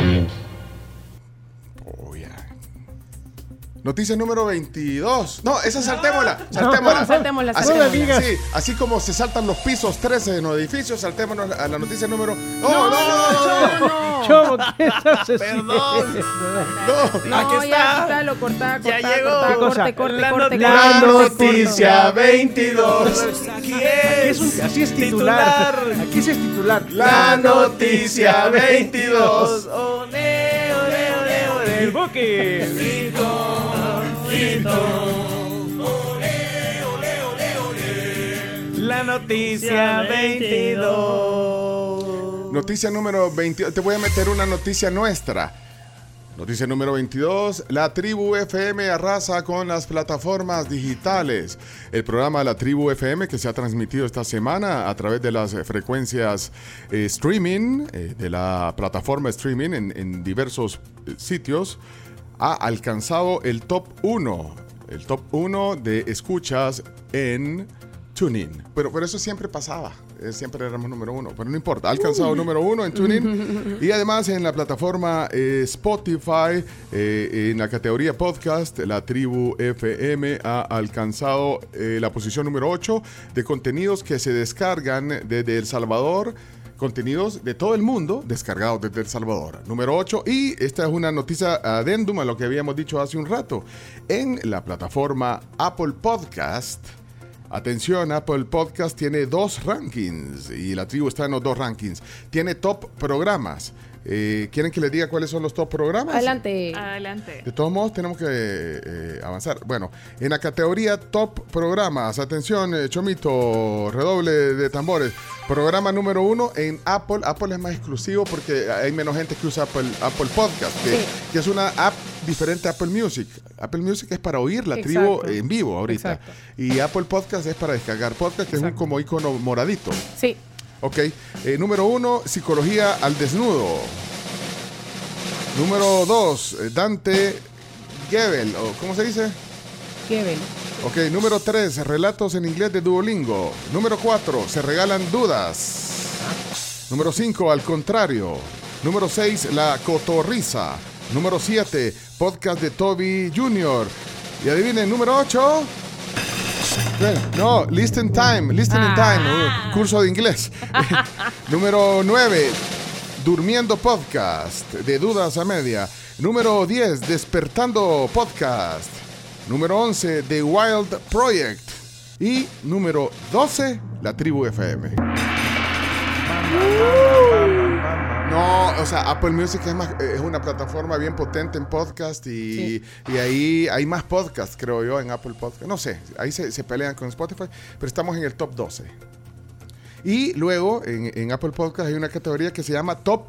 Noticia número veintidós. No, esa saltémosla. Saltémosla. No, saltémosla, Así, saltémosla. sí, así como se saltan los pisos trece en los edificios, saltémonos a la noticia número. ¡No, no, no! no, no. Chomo, ¿qué estás Perdón. No, No, aquí ya está. está, lo cortá, Ya cortá, llegó. cortá, ¿Qué cosa? corte, corte, La corte, not- corte. la corte, noticia corte. veintidós. Aquí es, un- así es titular. Aquí sí es titular. La noticia veintidós. Ole, ole, ole, ole. El buque. La noticia veintidós. Noticia número veintidós. Te voy a meter una noticia nuestra. Noticia número veintidós. La Tribu F M arrasa con las plataformas digitales. El programa La Tribu F M, que se ha transmitido esta semana a través de las eh, frecuencias eh, streaming, eh, de la plataforma streaming en, en diversos eh, sitios, ha alcanzado el top uno. El top uno de escuchas en TuneIn. Pero, pero eso siempre pasaba. Eh, Siempre éramos número uno. Pero no importa. Ha alcanzado Uh. número uno en TuneIn. Y además en la plataforma eh, Spotify, eh, en la categoría podcast, la Tribu F M ha alcanzado eh, la posición número ocho de contenidos que se descargan desde El Salvador. Contenidos de todo el mundo descargados desde El Salvador. Número ocho. Y esta es una noticia adendum a lo que habíamos dicho hace un rato. En la plataforma Apple Podcast. Atención, Apple Podcast tiene dos rankings. Y la tribu está en los dos rankings. Tiene top programas. Eh, ¿Quieren que les diga cuáles son los top programas? Adelante. Adelante. De todos modos, tenemos que eh, avanzar. Bueno, en la categoría Top Programas, atención, eh, Chomito, redoble de tambores. Programa número uno en Apple. Apple es más exclusivo porque hay menos gente que usa Apple, Apple Podcast, que, Sí. que es una app diferente a Apple Music. Apple Music es para oír la Exacto. tribu en vivo ahorita. Exacto. Y Apple Podcast es para descargar podcast, que es un como icono moradito. Sí. Ok, eh, número uno, Psicología al Desnudo. Número dos, eh, Dante Gebel, o ¿cómo se dice? Gebel. Ok, número tres, Relatos en inglés de Duolingo. Número cuatro, Se regalan dudas. Número cinco, Al contrario. Número seis, La cotorriza. Número siete, Podcast de Toby junior Y adivinen, número ocho, No, listen time, listening time, uh, curso de inglés. Número nueve, Durmiendo Podcast, de dudas a media. Número diez, Despertando Podcast. Número once, The Wild Project. Y número doce, La Tribu F M. No, o sea, Apple Music es, más, es una plataforma bien potente en podcast y, sí. y ahí hay más podcasts, creo yo, en Apple Podcast. No sé, ahí se, se pelean con Spotify, pero estamos en el top doce. Y luego, en, en Apple Podcast hay una categoría que se llama Top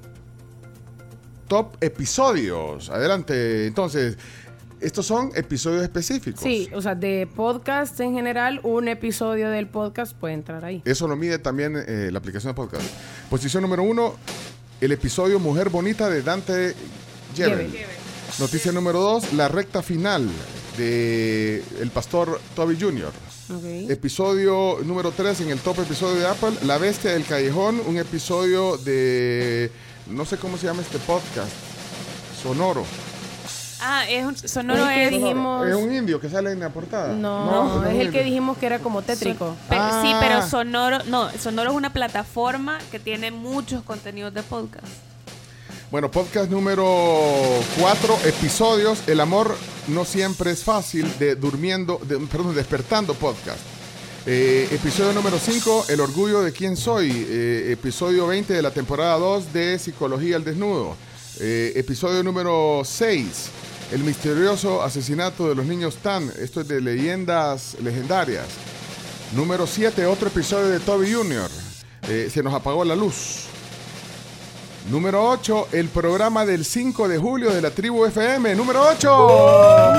Top Episodios. Adelante, entonces... Estos son episodios específicos. Sí, o sea, de podcast en general, un episodio del podcast puede entrar ahí. Eso lo mide también eh, la aplicación de podcast. Posición número uno, el episodio Mujer Bonita de Dante Gebel. Noticia número dos, la recta final de el pastor Toby junior Okay. Episodio número tres en el top episodio de Apple, La Bestia del Callejón, un episodio de, no sé cómo se llama este podcast, Sonoro. Ah, es un sonoro. Es, que dijimos... es un indio que sale en la portada. No, no, no es, es el que dijimos que era como tétrico. Son, pe- ah. Sí, pero Sonoro, no, Sonoro es una plataforma que tiene muchos contenidos de podcast. Bueno, podcast número cuatro, episodios, El amor no siempre es fácil, de Durmiendo, de, perdón, Despertando Podcast. Eh, episodio número cinco, El orgullo de quién soy. Eh, episodio veinte de la temporada dos de Psicología al desnudo. Eh, episodio número seis, El misterioso asesinato de los niños Tan. Esto es de Leyendas Legendarias. Número siete, otro episodio de Toby junior Eh, se nos apagó la luz. Número ocho, el programa del cinco de julio de la Tribu F M. Número ocho.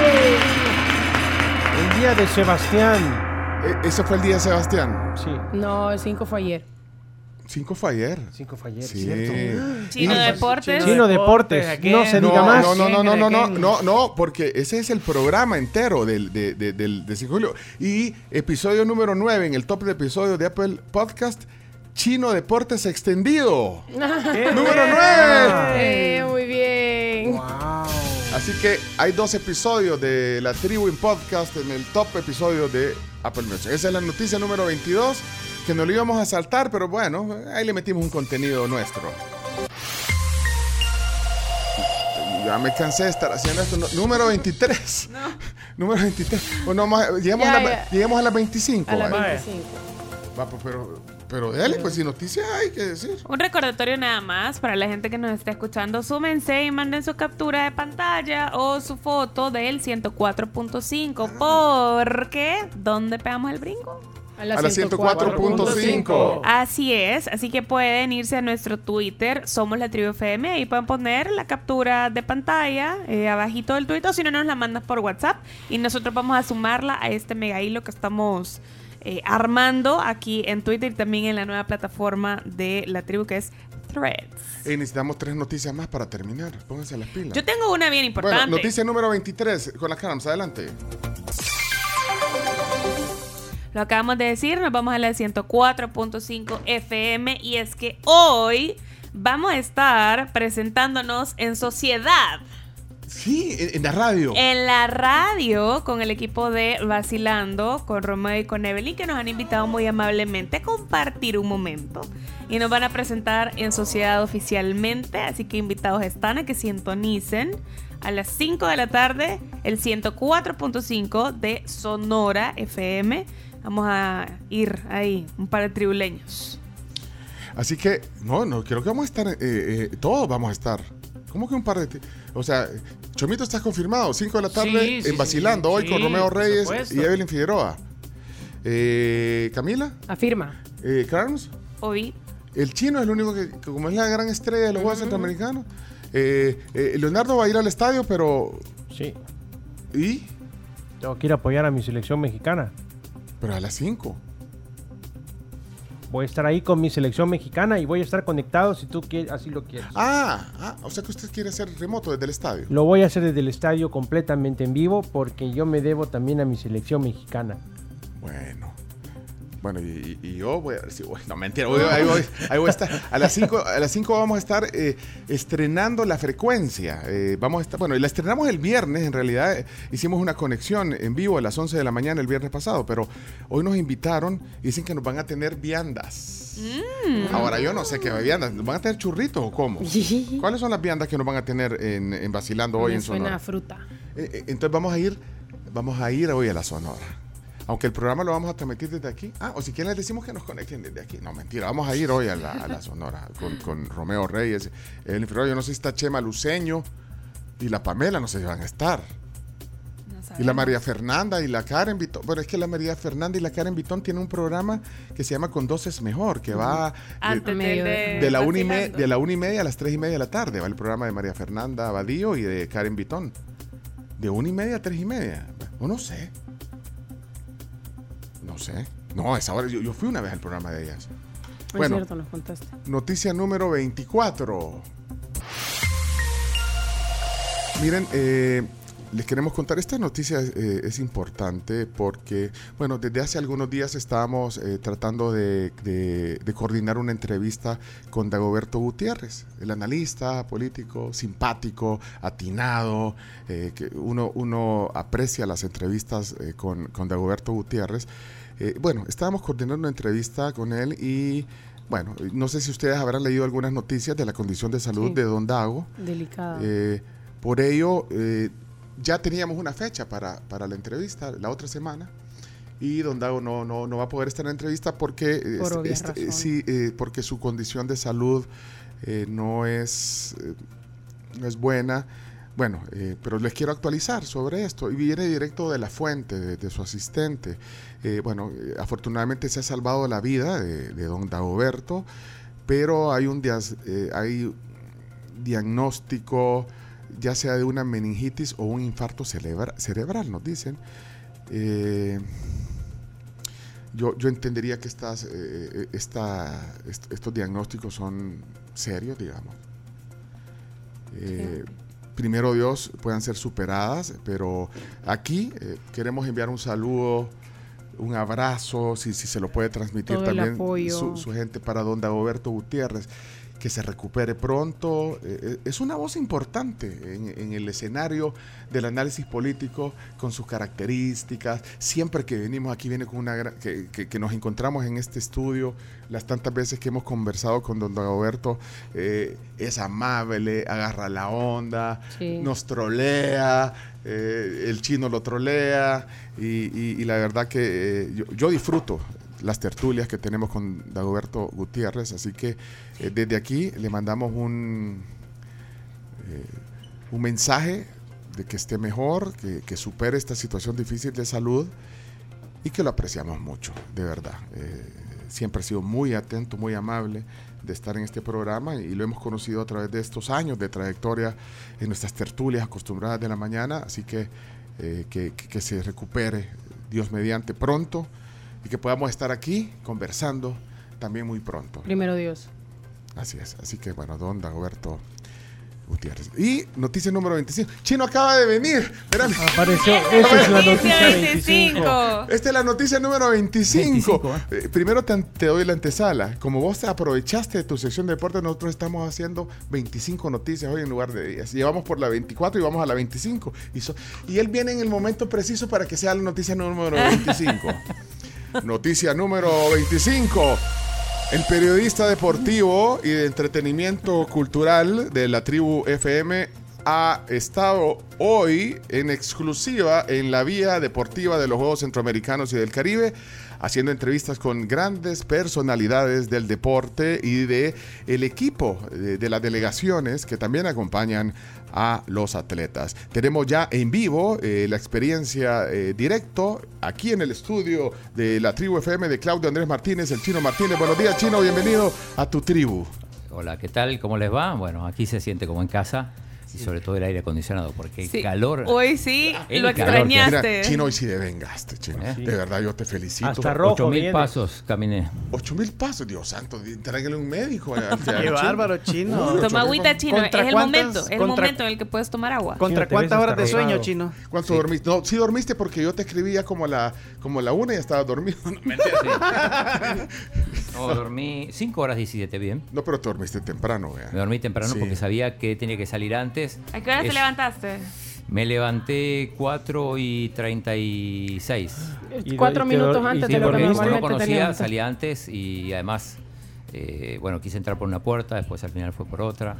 El día de Sebastián. Eh, ¿Ese fue el día de Sebastián? Sí. No, el cinco fue ayer. Cinco fue ayer. Cinco fue ayer, sí. ¿cierto? Chino Deportes. Chino Deportes. No se diga no, más. No, no, no, no, no, no, no, no, porque ese es el programa entero del, de, de, del, de cinco de julio. Y episodio número nueve en el top de episodios de Apple Podcast, Chino Deportes Extendido. Número nueve. Eh, muy bien. Wow. Así que hay dos episodios de la Tribu en Podcast en el top episodio de Apple Music. Esa es la noticia número veintidós. Que no lo íbamos a saltar, pero bueno, ahí le metimos un contenido nuestro. Ya me cansé de estar haciendo esto. No, número veintitrés. No. Número veintitrés. Bueno, más, llegamos, ya, a la, llegamos a las veinticinco. A las veinticinco. Va, pues, pero, pero dale, pues si noticias hay que decir. Un recordatorio nada más para la gente que nos está escuchando. Súmense y manden su captura de pantalla o su foto del ciento cuatro punto cinco. Ah. Porque, ¿dónde pegamos el brinco? A la, a la ciento cuatro punto cinco. Así es, así que pueden irse a nuestro Twitter, Somos la Tribu F M, y pueden poner la captura de pantalla eh, abajito del tuit, o si no nos la mandas por WhatsApp y nosotros vamos a sumarla a este mega hilo que estamos eh, armando aquí en Twitter y también en la nueva plataforma de la tribu que es Threads. Eh, necesitamos tres noticias más para terminar, pónganse las pilas. Yo tengo una bien importante. Bueno, noticia número veintitrés con las Carams, adelante. Lo acabamos de decir, nos vamos a la ciento cuatro punto cinco F M y es que hoy vamos a estar presentándonos en sociedad. Sí, en, en la radio. En la radio con el equipo de Vacilando, con Romeo y con Evelyn, que nos han invitado muy amablemente a compartir un momento. Y nos van a presentar en sociedad oficialmente, así que invitados están a que sintonicen a las cinco de la tarde el ciento cuatro punto cinco de Sonora F M. Vamos a ir ahí, un par de tribuleños. Así que, no, no, creo que vamos a estar, eh, eh, todos vamos a estar. ¿Cómo que un par de? T- o sea, Chomito, ¿estás confirmado? cinco de la tarde sí, sí, en Vacilando, sí, hoy sí, con Romeo Reyes supuesto. y Evelyn Figueroa. Eh, ¿Camila? Afirma. Eh, ¿Carlos? Hoy. El Chino es el único que, que como es la gran estrella de los Juegos uh-huh. Centroamericanos. Eh, eh, Leonardo va a ir al estadio, pero... Sí. ¿Y? Tengo que ir a apoyar a mi selección mexicana. Pero a las cinco. Voy a estar ahí con mi selección mexicana y voy a estar conectado si tú quieres, así lo quieres. Ah, ah, o sea que usted quiere hacer remoto desde el estadio. Lo voy a hacer desde el estadio completamente en vivo porque yo me debo también a mi selección mexicana. Bueno. Bueno, y, y yo voy a ver si voy. No, mentira, voy, ahí, voy, ahí voy a estar. A las cinco, a las cinco vamos a estar eh, estrenando la frecuencia. Eh, vamos a estar, bueno, la estrenamos el viernes, en realidad eh, hicimos una conexión en vivo a las once de la mañana el viernes pasado, pero hoy nos invitaron y dicen que nos van a tener viandas. Mm. Ahora, yo no sé qué viandas. ¿Nos van a tener churritos o cómo? ¿Cuáles son las viandas que nos van a tener en, en Vacilando hoy Me en Sonora? suena a fruta. Eh, eh, entonces vamos a ir, vamos a ir hoy a la Sonora. Aunque el programa lo vamos a transmitir desde aquí. Ah, o si quieren les decimos que nos conecten desde aquí. No, mentira. Vamos a ir hoy a la, a la Sonora con, con Romeo Reyes. El inferior, yo no sé si está Chema Luceño y la Pamela, no sé si van a estar. No y la María Fernanda y la Karen Vitón. Bueno, es que la María Fernanda y la Karen Vitón tienen un programa que se llama Con Dos es Mejor, que va de, de, de, la una y me, de la una y media a las tres y media de la tarde. Va el programa de María Fernanda Abadío y de Karen Vitón. De una y media a tres y media. O no sé. No sé. No, esa hora. Yo, yo fui una vez al programa de ellas. Es bueno, cierto, nos contaste. Noticia número veinticuatro. Miren, eh, les queremos contar. Esta noticia eh, es importante porque, bueno, desde hace algunos días estábamos eh, tratando de, de, de coordinar una entrevista con Dagoberto Gutiérrez, el analista político, simpático, atinado, eh, que uno, uno aprecia las entrevistas eh, con, con Dagoberto Gutiérrez. Eh, bueno, estábamos coordinando una entrevista con él y, bueno, no sé si ustedes habrán leído algunas noticias de la condición de salud sí. de don Dago. Delicada. Eh, por ello, eh, ya teníamos una fecha para, para la entrevista, la otra semana, y don Dago no, no, no va a poder estar en la entrevista porque, por es, es, sí, eh, porque su condición de salud eh, no, es, eh, no es buena. Bueno, eh, pero les quiero actualizar sobre esto. Y viene directo de la fuente, de, de su asistente. Eh, bueno, eh, afortunadamente se ha salvado la vida de, de don Dagoberto, pero hay un dias, eh, hay diagnóstico, ya sea de una meningitis o un infarto cerebra, cerebral, nos dicen. Eh, yo, yo entendería que estas, eh, esta, est, estos diagnósticos son serios, digamos. Eh, sí. Primero Dios puedan ser superadas, pero aquí eh, queremos enviar un saludo, un abrazo, si, si se lo puede transmitir todo también su, su gente para don Dagoberto Gutiérrez, que se recupere pronto. Eh, es una voz importante en, en el escenario del análisis político, con sus características. Siempre que venimos aquí viene con una que, que, que nos encontramos en este estudio, las tantas veces que hemos conversado con don Dagoberto, eh, es amable, agarra la onda, sí. nos trolea, eh, el chino lo trolea, y, y, y la verdad que eh, yo, yo disfruto las tertulias que tenemos con Dagoberto Gutiérrez, así que eh, desde aquí le mandamos un eh, un mensaje de que esté mejor, que, que supere esta situación difícil de salud y que lo apreciamos mucho, de verdad. Eh, siempre ha sido muy atento, muy amable de estar en este programa y lo hemos conocido a través de estos años de trayectoria en nuestras tertulias acostumbradas de la mañana, así que eh, que, que, que se recupere, Dios mediante, pronto, y que podamos estar aquí conversando también muy pronto. Primero Dios. Así es, así que bueno, don Dagoberto Gutiérrez. Y noticia número veinticinco. Chino acaba de venir. Espérame. Apareció. Esta es la noticia veinticinco. Esta es la noticia número veinticinco. veinticinco ¿eh? Eh, primero te, te doy la antesala. Como vos te aprovechaste de tu sección de deportes, nosotros estamos haciendo veinticinco noticias hoy en lugar de diez. Llevamos por la veinticuatro y vamos a la veinticinco. Y, so, y él viene en el momento preciso para que sea la noticia número veinticinco. Noticia número veinticinco. El periodista deportivo y de entretenimiento cultural de la Tribu F M ha estado hoy en exclusiva en la vía deportiva de los Juegos Centroamericanos y del Caribe, haciendo entrevistas con grandes personalidades del deporte y de el equipo de, de las delegaciones que también acompañan a los atletas. Tenemos ya en vivo eh, la experiencia eh, directo aquí en el estudio de la Tribu F M de Claudio Andrés Martínez, el Chino Martínez. Buenos días, Chino, bienvenido a tu tribu. Hola, ¿qué tal? ¿Cómo les va? Bueno, aquí se siente como en casa. Y sobre todo el aire acondicionado, porque Sí. el calor... Hoy sí, el lo calor que- extrañaste. Mira, Chino, hoy sí devengaste, Chino. ¿Eh? De verdad, yo te felicito. Hasta rojo Ocho mil viene. pasos caminé. Ocho mil pasos, Dios santo. Tráigale un médico. al- al- Qué al bárbaro, Chino. Uy, ocho Toma mil agüita, pasos. Chino. Es ¿Contra el cuántas- momento, es el contra- momento en el que puedes tomar agua. ¿Contra cuántas horas de sueño, Chino? ¿Cuánto dormiste? No, sí dormiste porque yo te escribía como a la, como a la una y ya estabas dormido. No, mentira. No, dormí cinco horas diecisiete, bien. No, pero te dormiste temprano, vea. Me dormí temprano Sí. porque sabía que tenía que salir antes. ¿A qué hora te Es- levantaste? Me levanté cuatro y treinta y seis. Y Cuatro te- minutos y te- antes Sí, de lo que porque como no normalmente te conocía, levantas. salía antes y además, eh, bueno, quise entrar por una puerta, después al final fue por otra.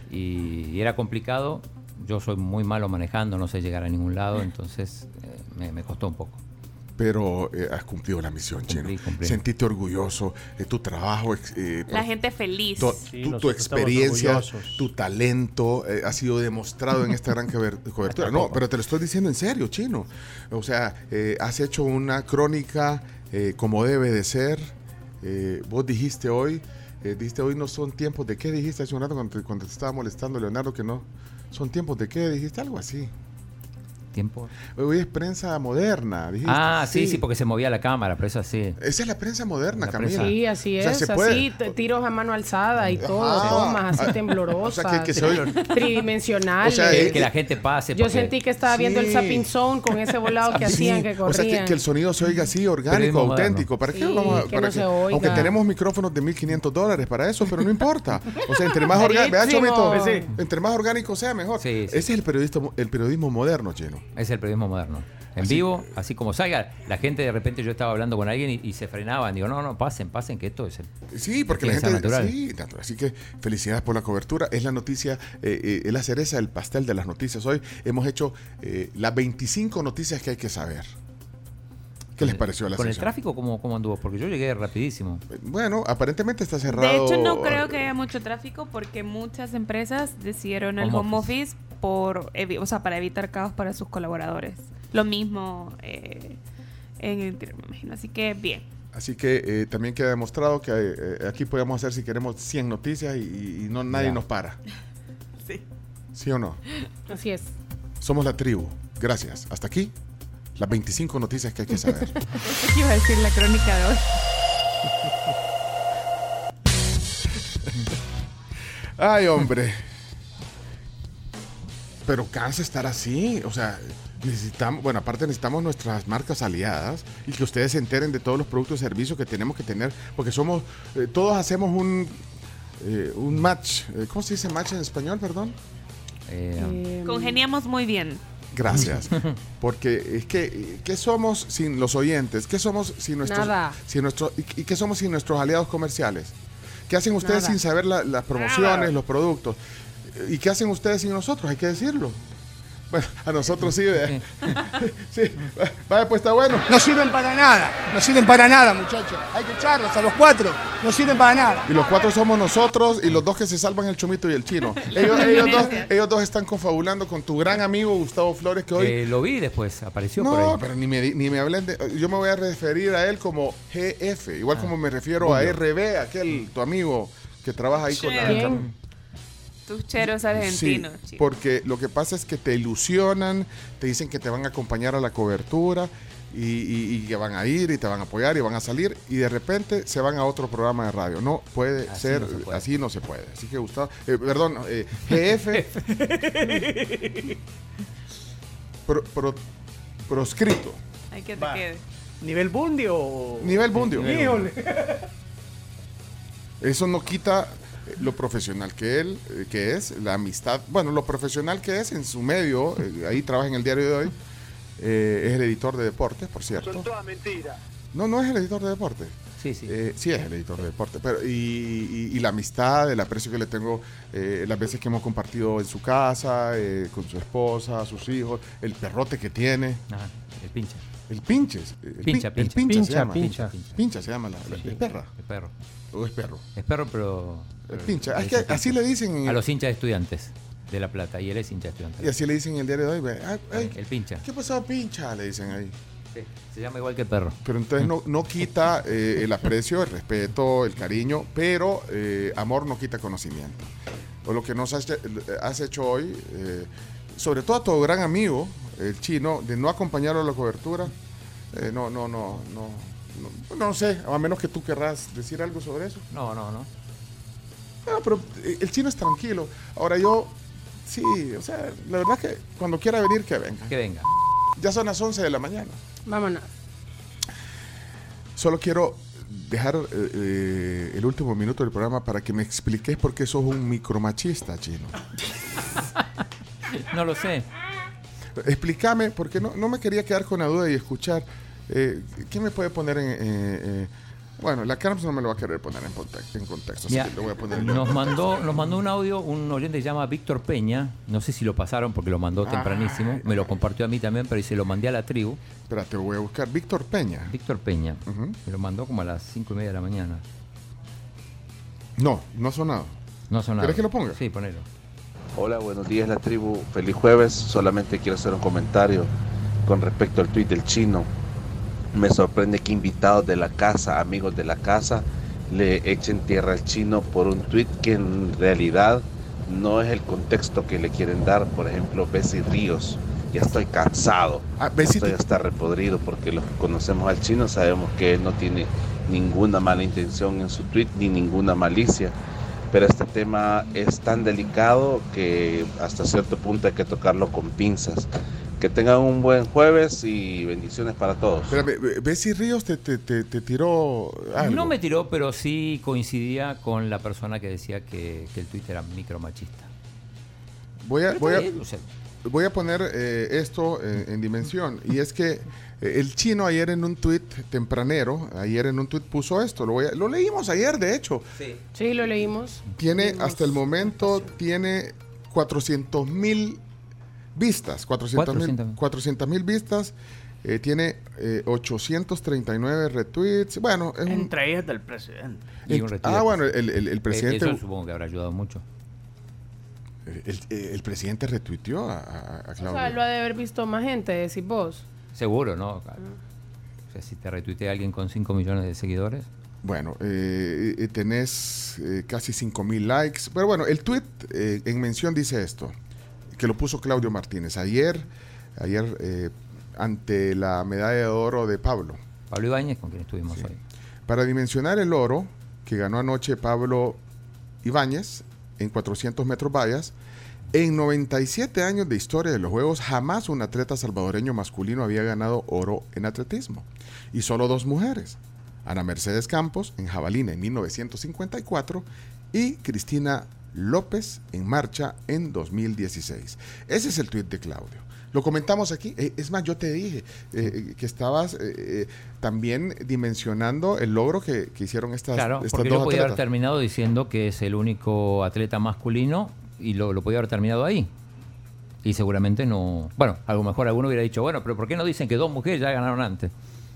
Y, y era complicado. Yo soy muy malo manejando, no sé llegar a ningún lado, entonces eh, me, me costó un poco. Pero eh, has cumplido la misión, Chino. Sentiste orgulloso de tu trabajo. ex- eh, La por- gente feliz. Tu, Sí, tu- tu nosotros estamos experiencia, orgullosos. tu talento eh, ha sido demostrado en esta gran cober- cobertura. No, pero te lo estoy diciendo en serio, Chino. O sea, eh, has hecho una crónica eh, como debe de ser. Eh, vos dijiste hoy, eh, dijiste hoy no son tiempos de qué, dijiste hace un rato cuando te, cuando te estaba molestando Leonardo, que no son tiempos de qué, dijiste algo así. ¿Tiempo? Hoy es prensa moderna, dijiste. Ah, sí, sí, porque se movía la cámara, pero eso sí. Esa es la prensa moderna, La Camila. prensa. Sí, así O sea, es, se puede. así, t- tiros a mano alzada y todo, Ajá. tomas así Ah, temblorosas, o sea, que- que se oye- tridimensionales. O sea, Que, que la gente pase. Yo porque- sentí que estaba viendo el Sí. Zapping Zone con ese volado que Sí, hacían, que o sea, corrían. que, que el sonido se oiga así, orgánico, Periodismo auténtico. moderno. ¿Para qué Sí, vamos a- que para no qué? se oiga. Aunque tenemos micrófonos de mil quinientos dólares para eso, pero no importa. O sea, entre más orgánico, vea, Carísimo. Chomito, Sí. entre más orgánico sea, mejor. Sí, sí. Ese es el periodismo, el periodismo moderno, Chino. Es el periodismo moderno. En Así- vivo, así como salga, la gente de repente yo estaba hablando con alguien y, y se frenaban. Digo, no, no, pasen, pasen, que esto es el. Sí, porque la tiene que gente. ser natural. Sí, natural. Así que felicidades por la cobertura. Es la noticia, eh, eh, es la cereza del pastel de las noticias. Hoy hemos hecho eh, las veinticinco noticias que hay que saber. ¿Qué les pareció la ¿Con el sección? tráfico cómo, cómo anduvo? Porque yo llegué rapidísimo. Bueno, aparentemente está cerrado. De hecho, no creo que haya mucho tráfico porque muchas empresas decidieron el Home home office por, evi- o sea, para evitar caos para sus colaboradores. Lo mismo eh, en el interior, me imagino. Así que bien. Así que eh, también queda demostrado que eh, aquí podemos hacer si queremos cien noticias y, y no nadie Ya. nos para. Sí. ¿Sí o no? Así es. Somos la tribu. Gracias. Hasta aquí las veinticinco noticias que hay que saber. ¿Qué iba a decir la crónica de hoy? Ay, hombre. Pero cansa estar así. O sea, necesitamos, bueno, aparte necesitamos nuestras marcas aliadas y que ustedes se enteren de todos los productos y servicios que tenemos que tener, porque somos, eh, todos hacemos un, eh, un match. Eh, ¿Cómo se dice match en español, perdón? Eh, Congeniamos muy bien. Gracias. Porque es que, ¿qué somos sin los oyentes? ¿Qué somos sin nuestros, Nada. sin nuestro, y, y qué somos sin nuestros aliados comerciales? ¿Qué hacen ustedes Nada. sin saber la- las promociones, los productos? ¿Y qué hacen ustedes sin nosotros? Hay que decirlo. Bueno, a nosotros sí, ¿verdad? Sí, vaya, pues está bueno. No sirven para nada, no sirven para nada, muchachos. Hay que echarlos a los cuatro, no sirven para nada. Y los cuatro somos nosotros y los dos que se salvan el Chomito y el Chino. Ellos, ellos, dos, ellos dos están confabulando con tu gran amigo Gustavo Flores, que hoy... eh, lo vi después, apareció por No, ahí. pero ni me, di- ni me hablen de... Yo me voy a referir a él como G F, igual como me refiero a Julio. R B, aquel tu amigo que trabaja ahí con la... ¿Quién? Tus cheros argentinos. Sí, chicos. porque lo que pasa es que te ilusionan, te dicen que te van a acompañar a la cobertura y, y- y que van a ir y te van a apoyar y van a salir y de repente se van a otro programa de radio. No puede Así ser, no se puede. así no se puede. Así que Gustavo, eh, perdón, eh, G F, pro- pro- proscrito, Hay que te Va. quede. ¿Nivel Bundio o...? nivel bundio. Híjole. Eso no quita eh, lo profesional que él, eh, que es, la amistad, bueno, lo profesional que es en su medio, eh, ahí trabaja en el diario de hoy, eh, es el editor de deportes, por cierto. Son todas mentiras. No, no es el editor de deportes. Sí, sí. Eh, sí es el editor de deportes, pero y, y- y la amistad, el aprecio que le tengo, eh, las veces que hemos compartido en su casa, eh, con su esposa, sus hijos, el perrote que tiene. Ajá, el pinche. El pinches. El Pincha, pin- el pincha. pincha, se Pincha, llama. pincha. Pincha se llama la, la- Sí, es perra. El perro. O es perro. Es perro, pero. El pero pincha. le Es que dicen así pincha. le dicen. en A el- los hinchas estudiantes de La Plata. Y él es hincha estudiante. Y así le dicen en el diario de hoy. ve, ay, ay, El pincha. ¿Qué pasó, pincha? Le dicen ahí. Sí, se llama igual que el perro. Pero entonces no, no quita eh, el aprecio, el respeto, el cariño, pero eh, amor no quita conocimiento. o lo que nos has, has hecho hoy, eh, sobre todo a tu gran amigo, el Chino, de no acompañarlo a la cobertura. Eh, no, no, no, no, no, no sé, a menos que tú querrás decir algo sobre eso. No, no, no. No, pero el Chino es tranquilo. Ahora yo, sí, o sea, la verdad que cuando quiera venir, que venga. Que venga. Ya son las once de la mañana. Vámonos. Solo quiero dejar eh, eh, el último minuto del programa para que me expliques por qué sos un micromachista, Chino. No lo sé. Explícame, porque no, no me quería quedar con la duda y escuchar. Eh, ¿Quién me puede poner en...? Eh, eh, bueno, la Carms no me lo va a querer poner en contexto, en contexto Mira, así que lo voy a poner yo. Nos mandó, nos mandó un audio, un oyente que se llama Víctor Peña. No sé si lo pasaron porque lo mandó Ah. tempranísimo. Me lo compartió a mí también, pero y se lo mandé a la tribu. Espérate, lo voy a buscar. Víctor Peña. Víctor Peña. Me lo mandó como a las cinco y media de la mañana. No, no ha sonado. No ha sonado. ¿Querés que lo ponga? Sí, ponelo. Hola, buenos días la tribu, feliz jueves. Solamente quiero hacer un comentario con respecto al tuit del Chino. Me sorprende que invitados de la casa, amigos de la casa, le echen tierra al Chino por un tuit que en realidad no es el contexto que le quieren dar. Por ejemplo, Bessie Ríos, ya estoy cansado, ah, Bessie estoy hasta repodrido porque los que conocemos al Chino sabemos que él no tiene ninguna mala intención en su tuit ni ninguna malicia. Pero este tema es tan delicado que hasta cierto punto hay que tocarlo con pinzas. Que tengan un buen jueves y bendiciones para todos. Espérame, Bessie Ríos te, te, te, te tiró algo. No me tiró, pero sí coincidía con la persona que decía que, que el Twitter era micromachista. Voy a, voy a, bien, o sea. voy a poner eh, esto en, en dimensión. Y es que eh, el Chino ayer en un tuit tempranero, ayer en un tuit puso esto. Lo, voy a, lo leímos ayer, de hecho. Sí, sí lo leímos. Tiene, Leímos. hasta el momento, tiene cuatrocientos mil vistas. cuatrocientos mil vistas. Eh, tiene eh, ochocientos treinta y nueve retweets. Bueno, es un, Entre ellas del presidente. Y un retweet. ah, bueno, el, el, el presidente. Eso supongo que habrá ayudado mucho. El, el, el presidente retuiteó a, a, a Claudio. O sea, lo ha de haber visto más gente, decís vos. Seguro, ¿no? O sea, si te retuitea alguien con cinco millones de seguidores. Bueno, eh, eh, tenés eh, casi cinco mil likes. Pero bueno, el tweet eh, en mención dice esto, que lo puso Claudio Martínez. Ayer, ayer eh, ante la medalla de oro de Pablo. Pablo Ibáñez, con quien estuvimos Sí. hoy. Para dimensionar el oro que ganó anoche Pablo Ibáñez en cuatrocientos metros vallas, en noventa y siete años de historia de los Juegos, jamás un atleta salvadoreño masculino había ganado oro en atletismo. Y solo dos mujeres. Ana Mercedes Campos en jabalina en mil novecientos cincuenta y cuatro y Cristina López en marcha en dos mil dieciséis. Ese es el tuit de Claudio. Lo comentamos aquí. Eh, es más, yo te dije eh, que estabas eh, eh, también dimensionando el logro que, que hicieron estas, Claro, estas porque dos yo podía haber atletas. terminado diciendo que es el único atleta masculino y lo, lo podía haber terminado ahí. Y seguramente no... Bueno, a lo mejor alguno hubiera dicho, bueno, pero ¿por qué no dicen que dos mujeres ya ganaron antes?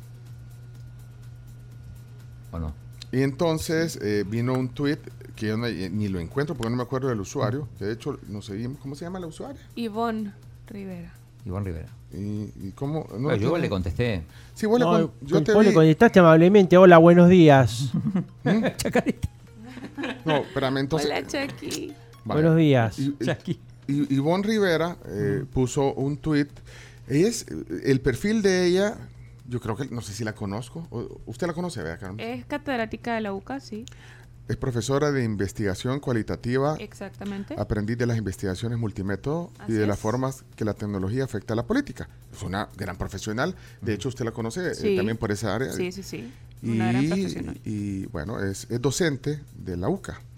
¿O no? Y entonces eh, vino un tuit que yo no- ni lo encuentro porque no me acuerdo del usuario, que de hecho nos seguimos. ¿Cómo se llama la usuaria? Ivonne Rivera. Iván Rivera. ¿Y, y cómo? No Bueno, yo tengo- le contesté. Sí, vos le No, con- yo con- te vos le vi. contestaste amablemente, hola, buenos días. No, espérame, entonces. Hola, Chucky. Vale. Buenos días. Y- y- y- Ivonne Rivera eh, puso un tuit. Ella es, el perfil de ella, yo creo que, no sé si la conozco. O- ¿Usted la conoce, vea, Carmen? Es catedrática de la U C A, sí. Es profesora de investigación cualitativa. Exactamente. Aprendiz de las investigaciones multimétodo Así y de es. las formas que la tecnología afecta a la política. Es una gran profesional. De hecho, usted la conoce eh, Sí. también por esa área. Sí, sí, sí. Y, Una gran profesional. y, bueno, es, es docente de la U C A.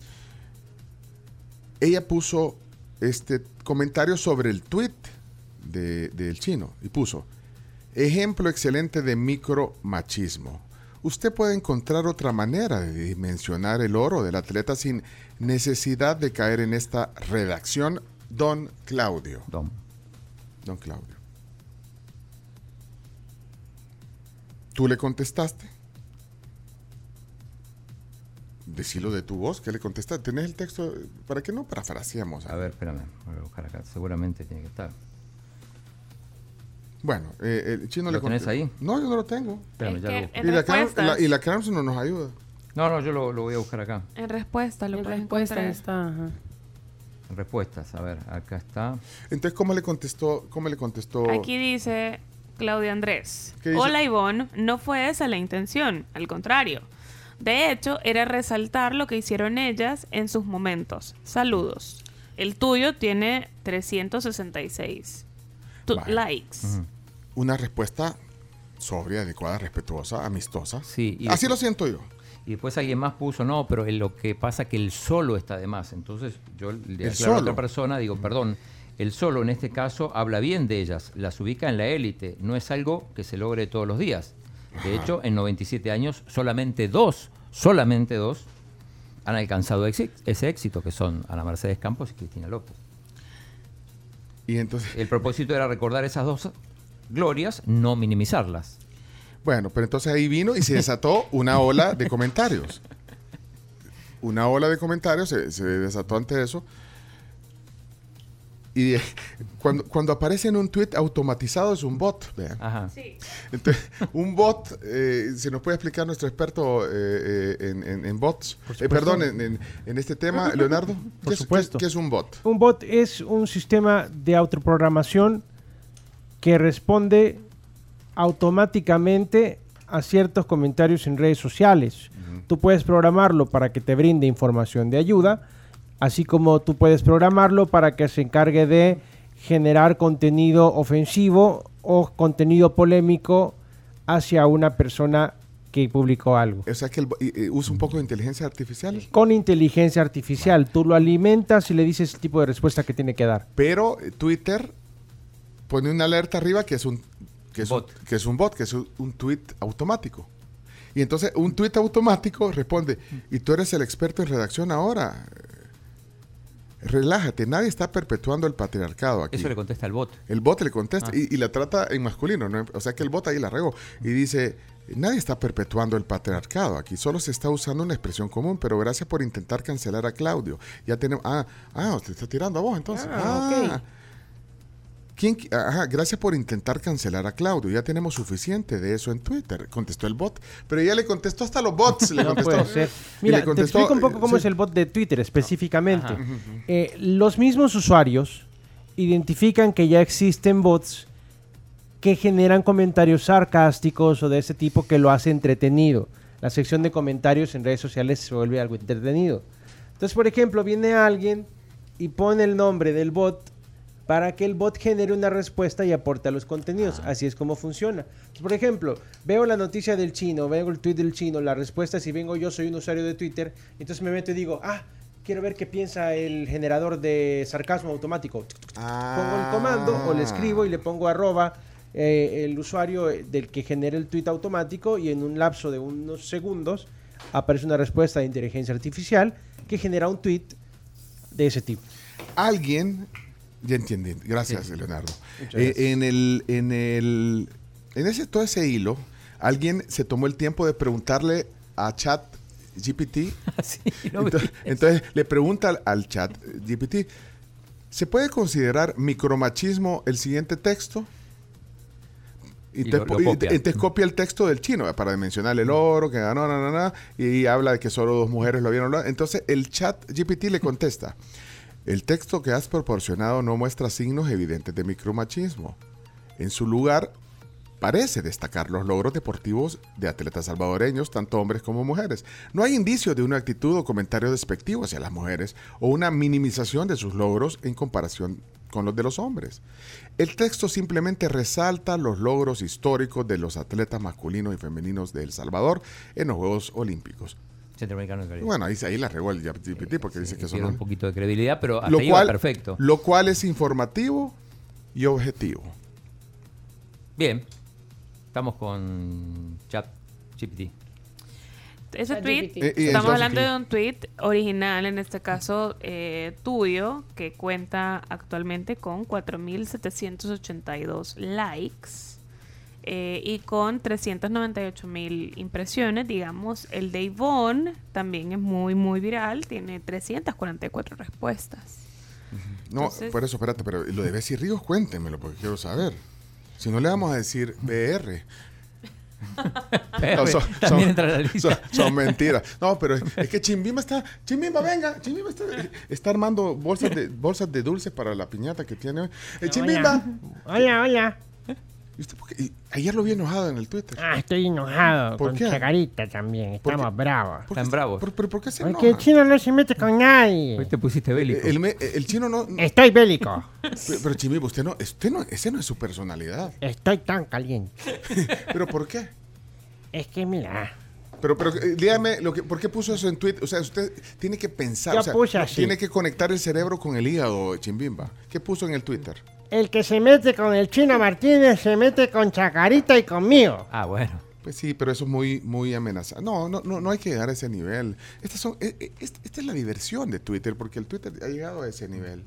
Ella puso este comentario sobre el tuit de, del Chino y puso, ejemplo excelente de micromachismo. Usted puede encontrar otra manera de dimensionar el oro del atleta sin necesidad de caer en esta redacción, don Claudio. Don. Don Claudio. ¿Tú le contestaste? Decilo de tu voz, ¿qué le contestaste? ¿Tenés el texto? ¿Para qué no parafraseamos? A ver, espérame, voy a buscar acá. Seguramente tiene que estar. Bueno, eh, el Chino ¿Lo le tenés contestó. ahí? No, yo no lo tengo. Espérame, ya lo busco. en Y la, Cram- respuestas. la- y la Crams no nos ayuda. No, no, yo lo, lo voy a buscar acá. En respuesta lo En puedes respuesta encontrar. está, ajá. respuestas. A ver, acá está. Entonces, ¿cómo le contestó? ¿Cómo le contestó? Aquí dice Claudia Andrés. ¿Qué dice? Hola Ivonne, no fue esa la intención, al contrario. De hecho, era resaltar lo que hicieron ellas en sus momentos. Saludos. El tuyo tiene trescientos sesenta y seis tu- likes. Uh-huh. Una respuesta sobria, adecuada, respetuosa, amistosa. Sí, y Así después, lo siento yo. Y después alguien más puso, no, pero lo que pasa es que el solo está de más. Entonces yo le El aclaro a solo. otra persona, digo, perdón, el solo en este caso habla bien de ellas, las ubica en la élite, no es algo que se logre todos los días. De Ajá. hecho, en noventa y siete años, solamente dos, solamente dos, han alcanzado ese, ese éxito, que son Ana Mercedes Campos y Cristina López. Y entonces... El propósito era recordar esas dos glorias, no minimizarlas. Bueno, pero entonces ahí vino y se desató una ola de comentarios. Una ola de comentarios se, se desató ante eso. Y de- cuando, cuando aparece en un tweet automatizado es un bot, vean. Ajá. Sí. Entonces, un bot, eh, ¿se nos puede explicar nuestro experto eh, eh, en, en- en bots? Por Eh, supuesto. perdón, en, en- en este tema, Leonardo. Por ¿Qué es- supuesto. ¿Qué es, qué es un bot? Un bot es un sistema de autoprogramación que responde automáticamente a ciertos comentarios en redes sociales. Tú puedes programarlo para que te brinde información de ayuda, así como tú puedes programarlo para que se encargue de generar contenido ofensivo o contenido polémico hacia una persona que publicó algo. O sea que el bo- y- y usa un poco de inteligencia artificial. Con inteligencia artificial, tú lo alimentas y le dices el tipo de respuesta que tiene que dar. Pero eh, Twitter pone una alerta arriba que es un que es un, que es un bot, que es un, un tweet automático. Y entonces un tweet automático responde, y tú eres el experto en redacción ahora. Relájate, nadie está perpetuando el patriarcado aquí. Eso le contesta el bot. El bot le contesta Ah. y, y la trata en masculino, ¿no? O sea que el bot ahí la regó. Y dice, nadie está perpetuando el patriarcado aquí, solo se está usando una expresión común, pero gracias por intentar cancelar a Claudio. Ya tenemos... Ah, ah, te está tirando a vos entonces. Ah, Ah, ok. ¿Quién qui- Ajá, gracias por intentar cancelar a Claudio. Ya tenemos suficiente de eso en Twitter. Contestó el bot. Pero ella le contestó hasta los bots. Le No contestó. puede ser. Y Mira, le contestó, te explico un poco eh, cómo sí. es el bot de Twitter específicamente. Ajá. Eh, los mismos usuarios identifican que ya existen bots que generan comentarios sarcásticos o de ese tipo que lo hace entretenido. La sección de comentarios en redes sociales se vuelve algo entretenido. Entonces, por ejemplo, viene alguien y pone el nombre del bot para que el bot genere una respuesta y aporte a los contenidos. Así es como funciona. Entonces, por ejemplo, veo la noticia del chino, veo el tweet del chino, la respuesta, si vengo yo, soy un usuario de Twitter, entonces me meto y digo, ah, quiero ver qué piensa el generador de sarcasmo automático. Pongo el comando o le escribo y le pongo arroba eh, el usuario del que genera el tweet automático y en un lapso de unos segundos aparece una respuesta de inteligencia artificial que genera un tweet de ese tipo. Alguien, ya entendí, gracias Leonardo. Muchas Eh, gracias. en el, en el, en ese todo ese hilo, alguien se tomó el tiempo de preguntarle a Chat G P T. lo entonces, entonces le pregunta al, al Chat G P T, ¿se puede considerar micromachismo el siguiente texto? Y, Y te- lo- lo y- copia. entonces copia el texto del chino para mencionar el oro que ganó, na, na, na, y habla de que solo dos mujeres lo vieron. Entonces el Chat G P T le contesta, el texto que has proporcionado no muestra signos evidentes de micromachismo. En su lugar, parece destacar los logros deportivos de atletas salvadoreños, tanto hombres como mujeres. No hay indicios de una actitud o comentario despectivo hacia las mujeres o una minimización de sus logros en comparación con los de los hombres. El texto simplemente resalta los logros históricos de los atletas masculinos y femeninos de El Salvador en los Juegos Olímpicos. Centroamericano y Caribe. Bueno, ahí, ahí la regó el G P T porque dice que eso Pierde no... un poquito de credibilidad, pero hasta Lo ahí va cual, perfecto. lo cual es informativo y objetivo. Bien. Estamos con Chat G P T. Ese Chat tweet, G P T. Eh, y estamos entonces, hablando ¿qué? de un tweet original, en este caso eh, tuyo, que cuenta actualmente con cuatro mil setecientos ochenta y dos likes eh, y con trescientos noventa y ocho mil impresiones. Digamos, el de Ivonne también es muy, muy viral, tiene trescientas cuarenta y cuatro respuestas. No, Entonces- por eso, espérate, pero lo de Bessie Ríos, cuéntemelo porque quiero saber. Si no le vamos a decir B R. No, son, también son- entra en la lista. son- son mentiras. No, pero es, es que Chimbimba está, Chimbimba, venga, Chimbimba está, está armando bolsas de bolsas de dulces para la piñata que tiene hoy. Eh, Chimbimba. Hola, hola. ¿Y usted por qué? Y ayer lo vi enojado en el Twitter. Ah, estoy enojado. ¿Por con qué? Chacarita también. Estamos bravos. Están bravos. ¿Pero, pero por qué se Porque enoja? el chino no se mete con nadie. Hoy te pusiste bélico. El, me- el chino no... no- Estoy bélico. Pero, pero Chimbimba, usted no, usted no, ese no es su personalidad. Estoy tan caliente. ¿Pero por qué? Es que mira. Pero, pero eh, dígame, lo que, ¿por qué puso eso en Twitter? O sea, usted tiene que pensar, Yo o sea, puse así. tiene que conectar el cerebro con el hígado, Chimbimba. ¿Qué puso en el Twitter? El que se mete con el chino Martínez se mete con Chacarita y conmigo. Ah, bueno. Pues sí, pero eso es muy, muy amenazante. No, no, no, no hay que llegar a ese nivel. Estas son, eh, eh, est- esta es la diversión de Twitter, porque el Twitter ha llegado a ese nivel.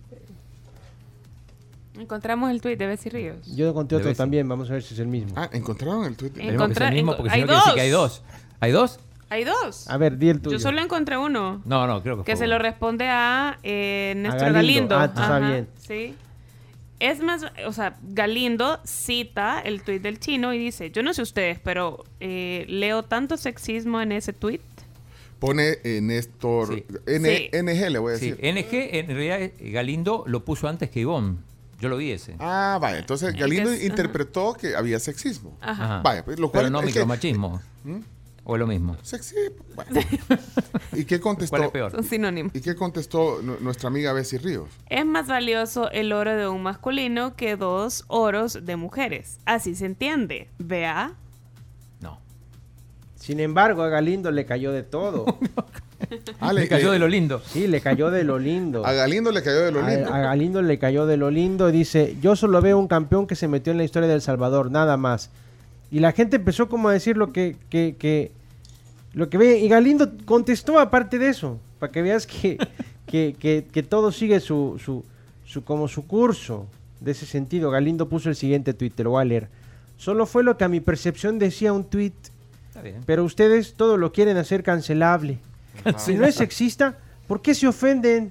Encontramos el tuit de Bessie Ríos. Yo conté otro Debe ser. también, vamos a ver si es el mismo. Ah, ¿encontraron el Twitter? Esperemos que sea el Encontra- mismo, porque hay si no quiere decir dos. que hay dos. ¿Hay dos? Hay dos. A ver, di el tuyo. Yo solo encontré uno. No, no, creo que, Que fue se uno. lo responde a eh, Néstor Galindo. Galindo. Ah, está Ajá, bien. Sí. Es más, o sea, Galindo cita el tuit del chino y dice, yo no sé ustedes, pero eh, leo tanto sexismo en ese tuit. Pone eh, Néstor, Sí. N, Sí. N G le voy a Sí, decir. N G, en realidad, eh, Galindo lo puso antes que Ivonne. Yo lo vi ese. Ah, vaya, entonces Sí. Galindo Es- ajá. interpretó que había sexismo. Ajá. Vaya, pues, lo cual Pero no es que- micromachismo. ¿Mm? ¿O es lo mismo? Sexy, bueno. ¿Y qué contestó? ¿Cuál es peor? Son sinónimos. ¿Y qué contestó nu- nuestra amiga Bessie Ríos? Es más valioso el oro de un masculino que dos oros de mujeres. Así se entiende. Vea. No. Sin embargo, a Galindo le cayó de todo. Ah, Le cayó de lo lindo. Sí, le cayó de lo lindo. A Galindo le cayó de lo A, lindo. a Galindo le cayó de lo lindo. Dice, yo solo veo un campeón que se metió en la historia del Salvador, nada más. Y la gente empezó como a decir lo que, que, que lo que ve. Y Galindo contestó aparte de eso, para que veas que, que, que, que todo sigue su, su, su, como su curso. De ese sentido, Galindo puso el siguiente tuit, te lo voy a leer. Solo fue lo que a mi percepción decía un tuit, Está bien. pero ustedes todo lo quieren hacer cancelable. Si no es sexista, ¿por qué se ofenden?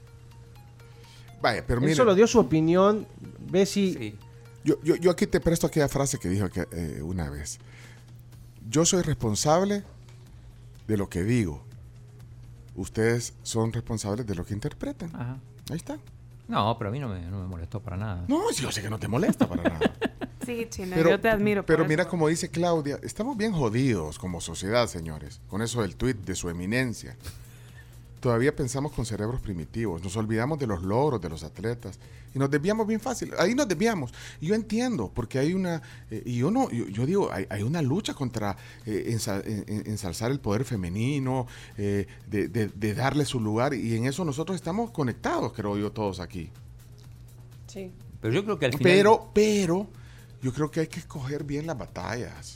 Vaya, pero Él mire, solo dio su opinión. Ve si... Sí. yo, yo, yo aquí te presto aquella frase que dijo que, eh, una vez. Yo soy responsable de lo que digo. Ustedes son responsables de lo que interpretan. Ajá. Ahí está. No, pero a mí no me, no me molestó para nada. No, sí, yo sé que no te molesta para nada. Sí, Chino, Pero, yo te admiro. por pero eso. mira como dice Claudia, estamos bien jodidos como sociedad, señores, con eso del tuit de su eminencia. Todavía pensamos con cerebros primitivos, nos olvidamos de los logros de los atletas y nos desviamos bien fácil. Ahí nos desviamos. Y yo entiendo, porque hay una, eh, y yo no, yo, yo digo, hay, hay una lucha contra eh, ensa- en- en- ensalzar el poder femenino, eh, de, de- de darle su lugar, y en eso nosotros estamos conectados, creo yo, todos aquí. Sí. Pero yo creo que al final... Pero, pero, yo creo que hay que escoger bien las batallas.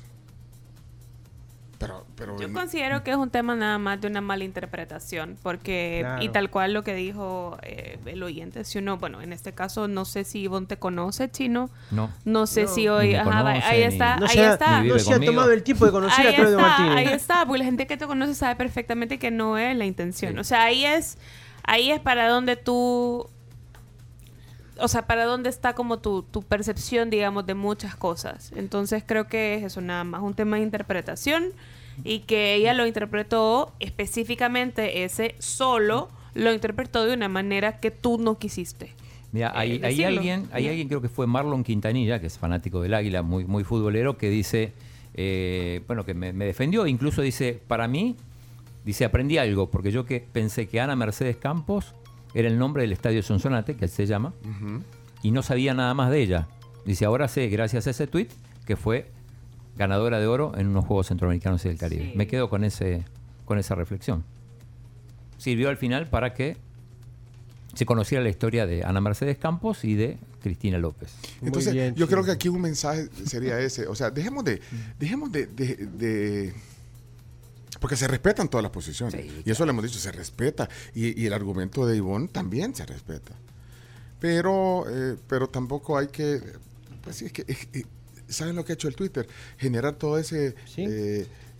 Pero, pero Yo considero que es un tema nada más de una mala interpretación, porque, Claro. y tal cual lo que dijo eh, el oyente, si uno, bueno, en este caso no sé si Ivonne te conoce, Chino, No. no sé No. si hoy, Ni me ajá, conoce, ahí ni- está, No ahí se ha, está. Ni vive no se ha conmigo. tomado el tiempo de conocer Ahí a Claudio está, Martínez. ahí está, porque la gente que te conoce sabe perfectamente que no es la intención. Sí. O sea, ahí es, ahí es para donde tú, o sea, para dónde está como tu, tu percepción, digamos, de muchas cosas. Entonces creo que es eso nada más, un tema de interpretación, y que ella lo interpretó específicamente, ese solo lo interpretó de una manera que tú no quisiste. Mira, hay, eh, hay decirlo. alguien, hay alguien, creo que fue Marlon Quintanilla, que es fanático del Águila, muy, muy futbolero, que dice, eh, bueno, que me, me defendió, incluso dice, para mí, dice, aprendí algo, porque yo que pensé que Ana Mercedes Campos era el nombre del estadio Sonsonate, que se llama, Ujú. y no sabía nada más de ella. Dice, ahora sé, gracias a ese tuit, que fue ganadora de oro en unos Juegos Centroamericanos y del Caribe. Sí. Me quedo con ese, con esa reflexión. Sirvió al final para que se conociera la historia de Ana Mercedes Campos y de Cristina López. Muy Entonces, bien, yo sí. creo que aquí un mensaje sería ese. O sea, dejemos de, dejemos de, de- de- porque se respetan todas las posiciones. Sí, y eso lo hemos dicho, se respeta. Y, y el argumento de Ivonne también se respeta. Pero, eh, pero tampoco hay que, pues sí, es que, es- es- ¿saben lo que ha hecho el Twitter? Generar todo ese, Sí. eh,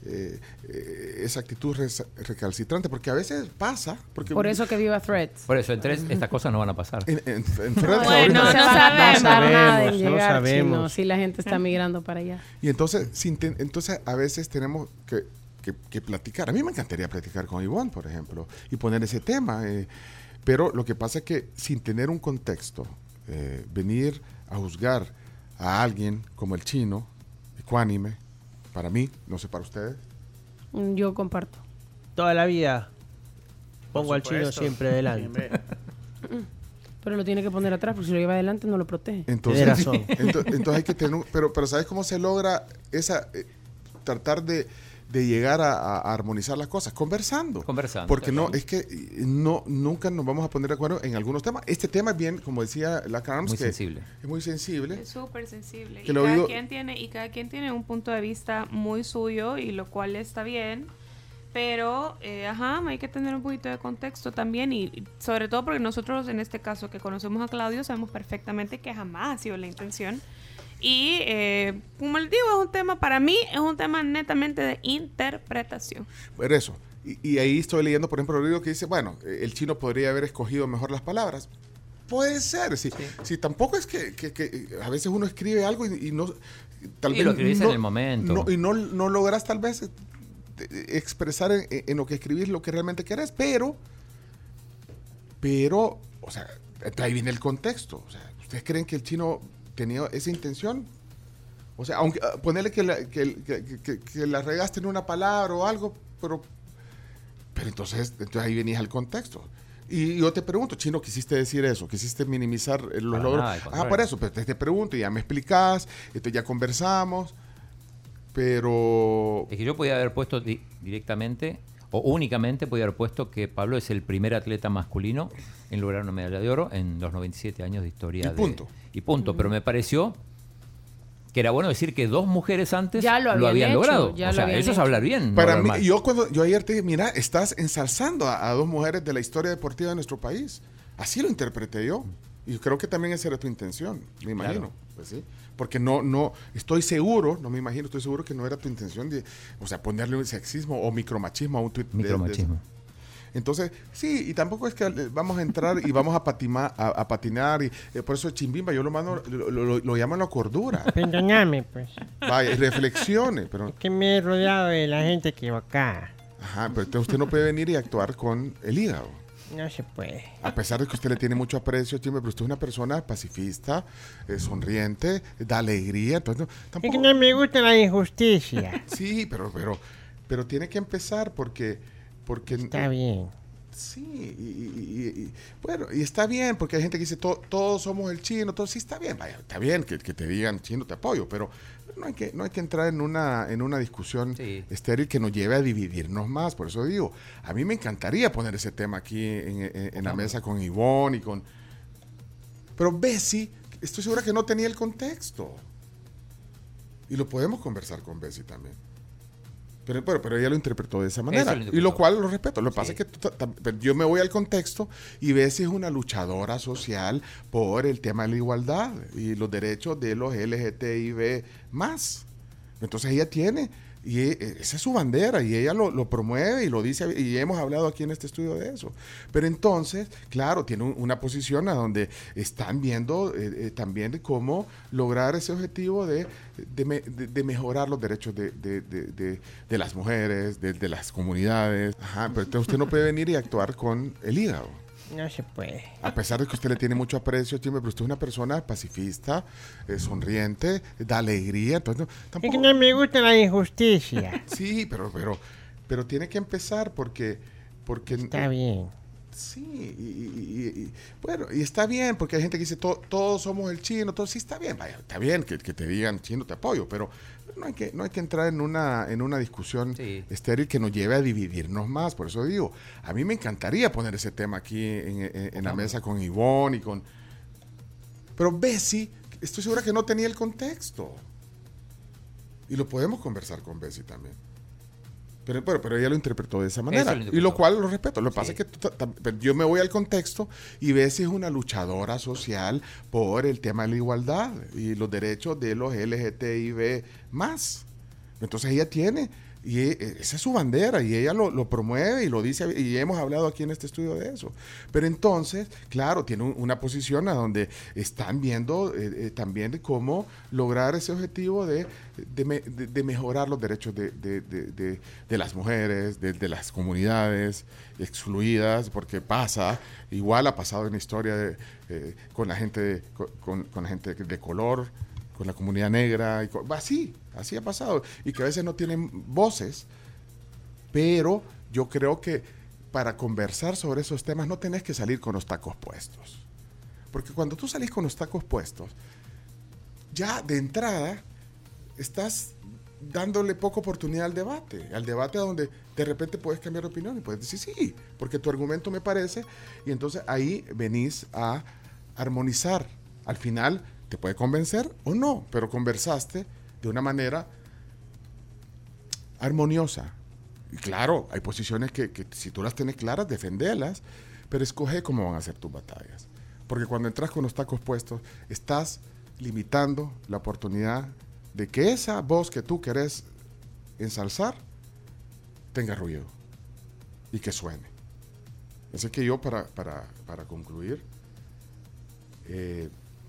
eh, eh, esa actitud res- recalcitrante, porque a veces pasa. Porque Por eso que viva Threads. Por eso, en tres, estas cosas no van a pasar. En, en, en Threads Bueno, ahorita- no, se van a tardar sabemos, nada en no llegar, sabemos. Chino, si la gente está migrando para allá. Y entonces, sin ten- entonces a veces tenemos que, que, que platicar. A mí me encantaría platicar con Ivonne, por ejemplo, y poner ese tema. Eh, pero lo que pasa es que sin tener un contexto, eh, venir a juzgar a alguien como el chino, ecuánime, para mí, no sé para ustedes. Yo comparto. Toda la vida pongo al chino supuesto. siempre delante. Pero lo tiene que poner atrás, porque si lo lleva adelante no lo protege. Entonces, Tienes razón. ento- entonces hay que tener un, pero, pero ¿sabes cómo se logra esa eh, tratar de, de llegar a, a- a armonizar las cosas? Conversando. Conversando, Porque no, claro. es que eh, no, nunca nos vamos a poner de acuerdo en algunos temas. Este tema es bien, como decía la Carms, Muy que sensible. es muy sensible. Es súper sensible. Que Y lo cada, oído- quien tiene, y cada quien tiene un punto de vista muy suyo, y lo cual está bien. Pero, eh, ajá, hay que tener un poquito de contexto también. Y y sobre todo porque nosotros, en este caso, que conocemos a Claudio, sabemos perfectamente que jamás ha sido la intención. Y, eh, como les digo, es un tema, para mí, es un tema netamente de interpretación. Por eso. Y, y ahí estoy leyendo, por ejemplo, el libro que dice, bueno, eh, el chino podría haber escogido mejor las palabras. Puede ser, si, si tampoco es que, que- que a veces uno escribe algo y, y no... Tal Sí, vez lo escribís no- en el momento. no- y no, no logras tal vez eh, eh, expresar en, en lo que escribís lo que realmente querés, pero, pero, o sea, ahí viene el contexto. O sea, ¿ustedes creen que el chino tenía esa intención? O sea, aunque ah, ponerle que la, que, que- que- que la regaste en una palabra o algo, pero, pero entonces, entonces ahí venías al contexto. Y yo te pregunto, chino, ¿quisiste decir eso? ¿Quisiste minimizar eh, los Para logros? nada, al Ah, contrario. por eso, pero te, te pregunto, y ya me explicás, entonces ya conversamos, pero... Es que yo podía haber puesto di- directamente o únicamente podía haber puesto que Pablo es el primer atleta masculino en lograr una medalla de oro en los noventa y siete años de historia. Y de- punto. y punto. Pero me pareció que era bueno decir que dos mujeres antes Ya lo habían habían hecho, logrado. ya o lo sea, habían eso es hecho. hablar bien. no Para hablar mí, mal. yo cuando yo ayer te dije, mira, estás ensalzando a, a dos mujeres de la historia deportiva de nuestro país. Así lo interpreté yo. Y creo que también esa era tu intención, me imagino. Claro. Pues sí. Porque no, no, estoy seguro, no me imagino, estoy seguro que no era tu intención de, o sea, ponerle un sexismo o micromachismo a un tuit. de- de Micromachismo. eso. Entonces, sí, y tampoco es que eh, vamos a entrar y vamos a, patima- a, a patinar. Y, eh, por eso Chimbimba, yo lo mando, lo, lo, lo, lo llaman la cordura. Perdóname, pues. Vaya, y reflexione, pero... Que me he rodeado de la gente equivocada. Ajá, pero entonces usted no puede venir y actuar con el hígado. No se puede. A pesar de que usted le tiene mucho aprecio, Chimbe, pero usted es una persona pacifista, eh, sonriente, da alegría. Entonces, no, Es tampoco... que no me gusta la injusticia. Sí, pero, pero, pero tiene que empezar porque... porque Está bien. Sí, y, y- y- y- bueno, y está bien, porque hay gente que dice, "To- todos somos el chino, todos sí está bien, vaya, está bien que, que te digan chino, te apoyo, pero no hay que, no hay que entrar en una, en una discusión estéril que nos lleve a dividirnos más. Por eso digo, a mí me encantaría poner ese tema aquí en, en- en la mesa con Ivonne y con... Pero Bessie, estoy segura que no tenía el contexto. Y lo podemos conversar con Bessie también. Pero, pero, pero ella lo interpretó de esa manera. Eso lo Y interpretó. lo cual lo respeto. Lo que pasa Sí. es que tú ta- ta- yo me voy al contexto y Bessie es una luchadora social por el tema de la igualdad y los derechos de los L G T I B más. Entonces ella tiene, y e- esa es su bandera, y ella lo, lo promueve y lo dice, y hemos hablado aquí en este estudio de eso. Pero entonces, claro, tiene un- una posición a donde están viendo eh, eh, también cómo lograr ese objetivo de, de, me- de- de mejorar los derechos de, de- de- de- de las mujeres, de, de las comunidades. Ajá, pero entonces usted no puede venir y actuar con el hígado. No se puede. A pesar de que usted le tiene mucho aprecio, Chimbe, pero usted es una persona pacifista, eh, sonriente, da alegría. Entonces, no, Es tampoco... que no me gusta la injusticia. Sí, pero, pero, pero tiene que empezar porque... porque Está bien. Sí, y, y- y- y- bueno, y está bien, porque hay gente que dice, "To- todos somos el chino, todos sí está bien, vaya, está bien que, que te digan chino, te apoyo, pero no hay que, no hay que entrar en una, en una discusión estéril que nos lleve a dividirnos más. Por eso digo, a mí me encantaría poner ese tema aquí en, en- en la mesa con Ivonne y con... Pero Bessie, estoy segura que no tenía el contexto. Y lo podemos conversar con Bessie también. Pero, pero, pero ella lo interpretó de esa manera. Eso lo Y interpretó. lo cual lo respeto. Lo que pasa Sí. es que tú ta- ta- yo me voy al contexto y Bessie es una luchadora social por el tema de la igualdad y los derechos de los L G T I B más. Entonces ella tiene, Y esa es su bandera y ella lo, lo promueve y lo dice, y hemos hablado aquí en este estudio de eso. Pero entonces, claro, tiene un, una posición a donde están viendo eh, eh, también cómo lograr ese objetivo de, de, me, de, de mejorar los derechos de, de, de, de, de las mujeres, de, de las comunidades excluidas, porque pasa, igual ha pasado en la historia de, eh, con la gente de, con, con la gente de color, con la comunidad negra, y con, así, así ha pasado, y que a veces no tienen voces, pero yo creo que para conversar sobre esos temas no tenés que salir con los tacos puestos, porque cuando tú salís con los tacos puestos, ya de entrada estás dándole poca oportunidad al debate, al debate donde de repente puedes cambiar de opinión y puedes decir sí, porque tu argumento me parece, y entonces ahí venís a armonizar. Al final te puede convencer o no, pero conversaste de una manera armoniosa. Y claro, hay posiciones que, que si tú las tienes claras, defendelas, pero escoge cómo van a ser tus batallas. Porque cuando entras con los tacos puestos, estás limitando la oportunidad de que esa voz que tú querés ensalzar tenga ruido y que suene. Así que yo, para, para, para concluir, eh,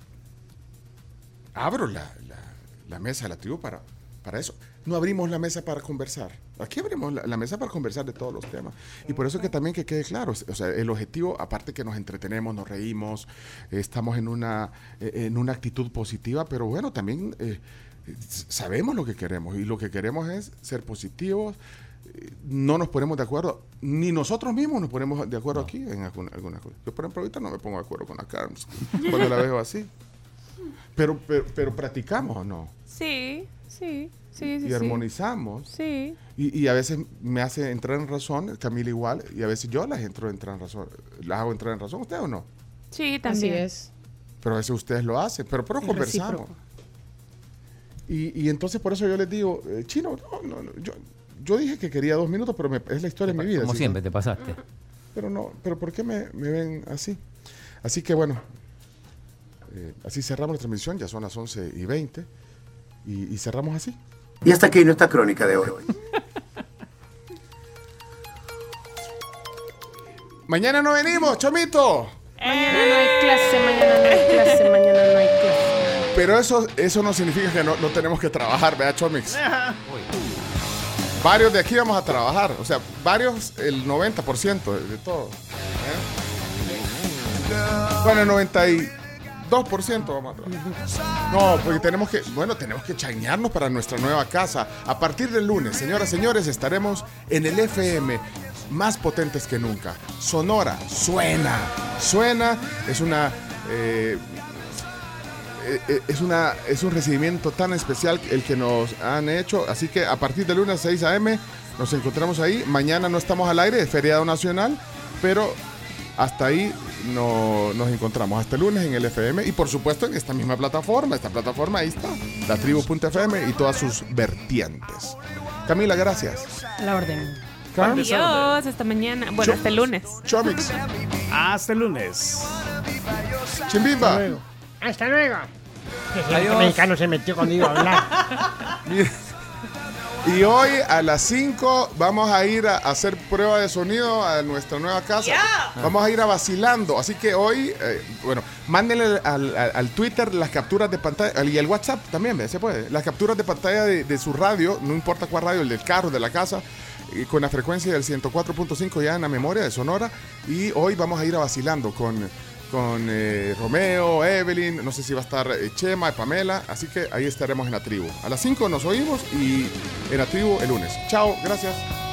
abro la, la, la mesa de la tribu para, para eso. No abrimos la mesa para conversar. Aquí abrimos la, la mesa para conversar de todos los temas. Y por eso que también que quede claro, o sea, el objetivo, aparte que nos entretenemos, nos reímos, eh, estamos en una, eh, en una actitud positiva, pero bueno, también eh, sabemos lo que queremos. Y lo que queremos es ser positivos. No nos ponemos de acuerdo, ni nosotros mismos nos ponemos de acuerdo no. aquí en alguna, alguna cosa. Yo, por ejemplo, ahorita no me pongo de acuerdo con la Carms cuando la veo así. Pero, pero, pero practicamos, ¿o no? Sí, sí, sí, sí. Y armonizamos. Sí. Y, y a veces me hace entrar en razón, Camila igual, y a veces yo las entro a entrar en razón. ¿Las hago entrar en razón usted o no? Sí, también. Así es. Pero a veces ustedes lo hacen, pero, pero conversamos. Y, y entonces por eso yo les digo, eh, Chino, no, no, no, yo, yo dije que quería dos minutos, pero me, es la historia de mi vida. Como siempre, que, te pasaste. Pero no, pero ¿por qué me, me ven así? Así que bueno, eh, así cerramos la transmisión, ya son las once y veinte, y, y cerramos así. Y hasta aquí nuestra crónica de hoy. Mañana no venimos, Chomito. Mañana no hay clase, mañana no hay clase, mañana no hay clase. Pero eso, eso no significa que no, no tenemos que trabajar, ¿verdad, Chomix? Varios de aquí vamos a trabajar, o sea, varios, el noventa por ciento de, de todo. ¿eh? Bueno, el noventa y dos por ciento vamos a trabajar. No, porque tenemos que, bueno, tenemos que chañarnos para nuestra nueva casa. A partir del lunes, señoras y señores, estaremos en el F M más potentes que nunca. Sonora, suena, suena, es una... Eh, Es, una, es un recibimiento tan especial el que nos han hecho, así que a partir de lunes seis a eme nos encontramos ahí. Mañana no estamos al aire, es feriado nacional, pero hasta ahí no, nos encontramos, hasta el lunes en el F M y por supuesto en esta misma plataforma, esta plataforma ahí está, la tribu punto efe eme y todas sus vertientes. Camila, gracias. La orden. Adiós, hasta mañana, bueno, Ch hasta el lunes. Chomix. Hasta el lunes. Chimbimba. Hasta luego. Hasta luego. Adiós. El mexicano se metió cuando iba a hablar. Y hoy a las cinco vamos a ir a hacer prueba de sonido a nuestra nueva casa. Yeah. Vamos a ir a Vacilando. Así que hoy, eh, bueno, mándenle al, al, al Twitter las capturas de pantalla y al WhatsApp también, ¿ve? Se puede. Las capturas de pantalla de, de su radio, no importa cuál radio, el del carro, de la casa, y con la frecuencia del ciento cuatro punto cinco ya en la memoria de Sonora. Y hoy vamos a ir a Vacilando con... con eh, Romeo, Evelyn, no sé si va a estar eh, Chema, Pamela, así que ahí estaremos en la tribu. A las cinco nos oímos y en la tribu el lunes. Chao, gracias.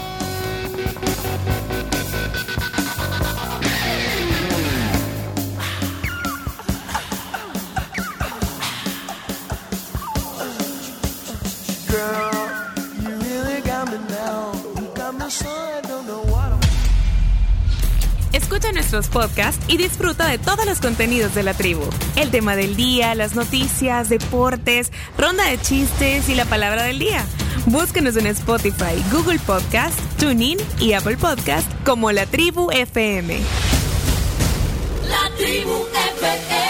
Escucha nuestros podcasts y disfruta de todos los contenidos de la tribu. El tema del día, las noticias, deportes, ronda de chistes y la palabra del día. Búscanos en Spotify, Google Podcast, TuneIn y Apple Podcast como La Tribu F M. La Tribu F M.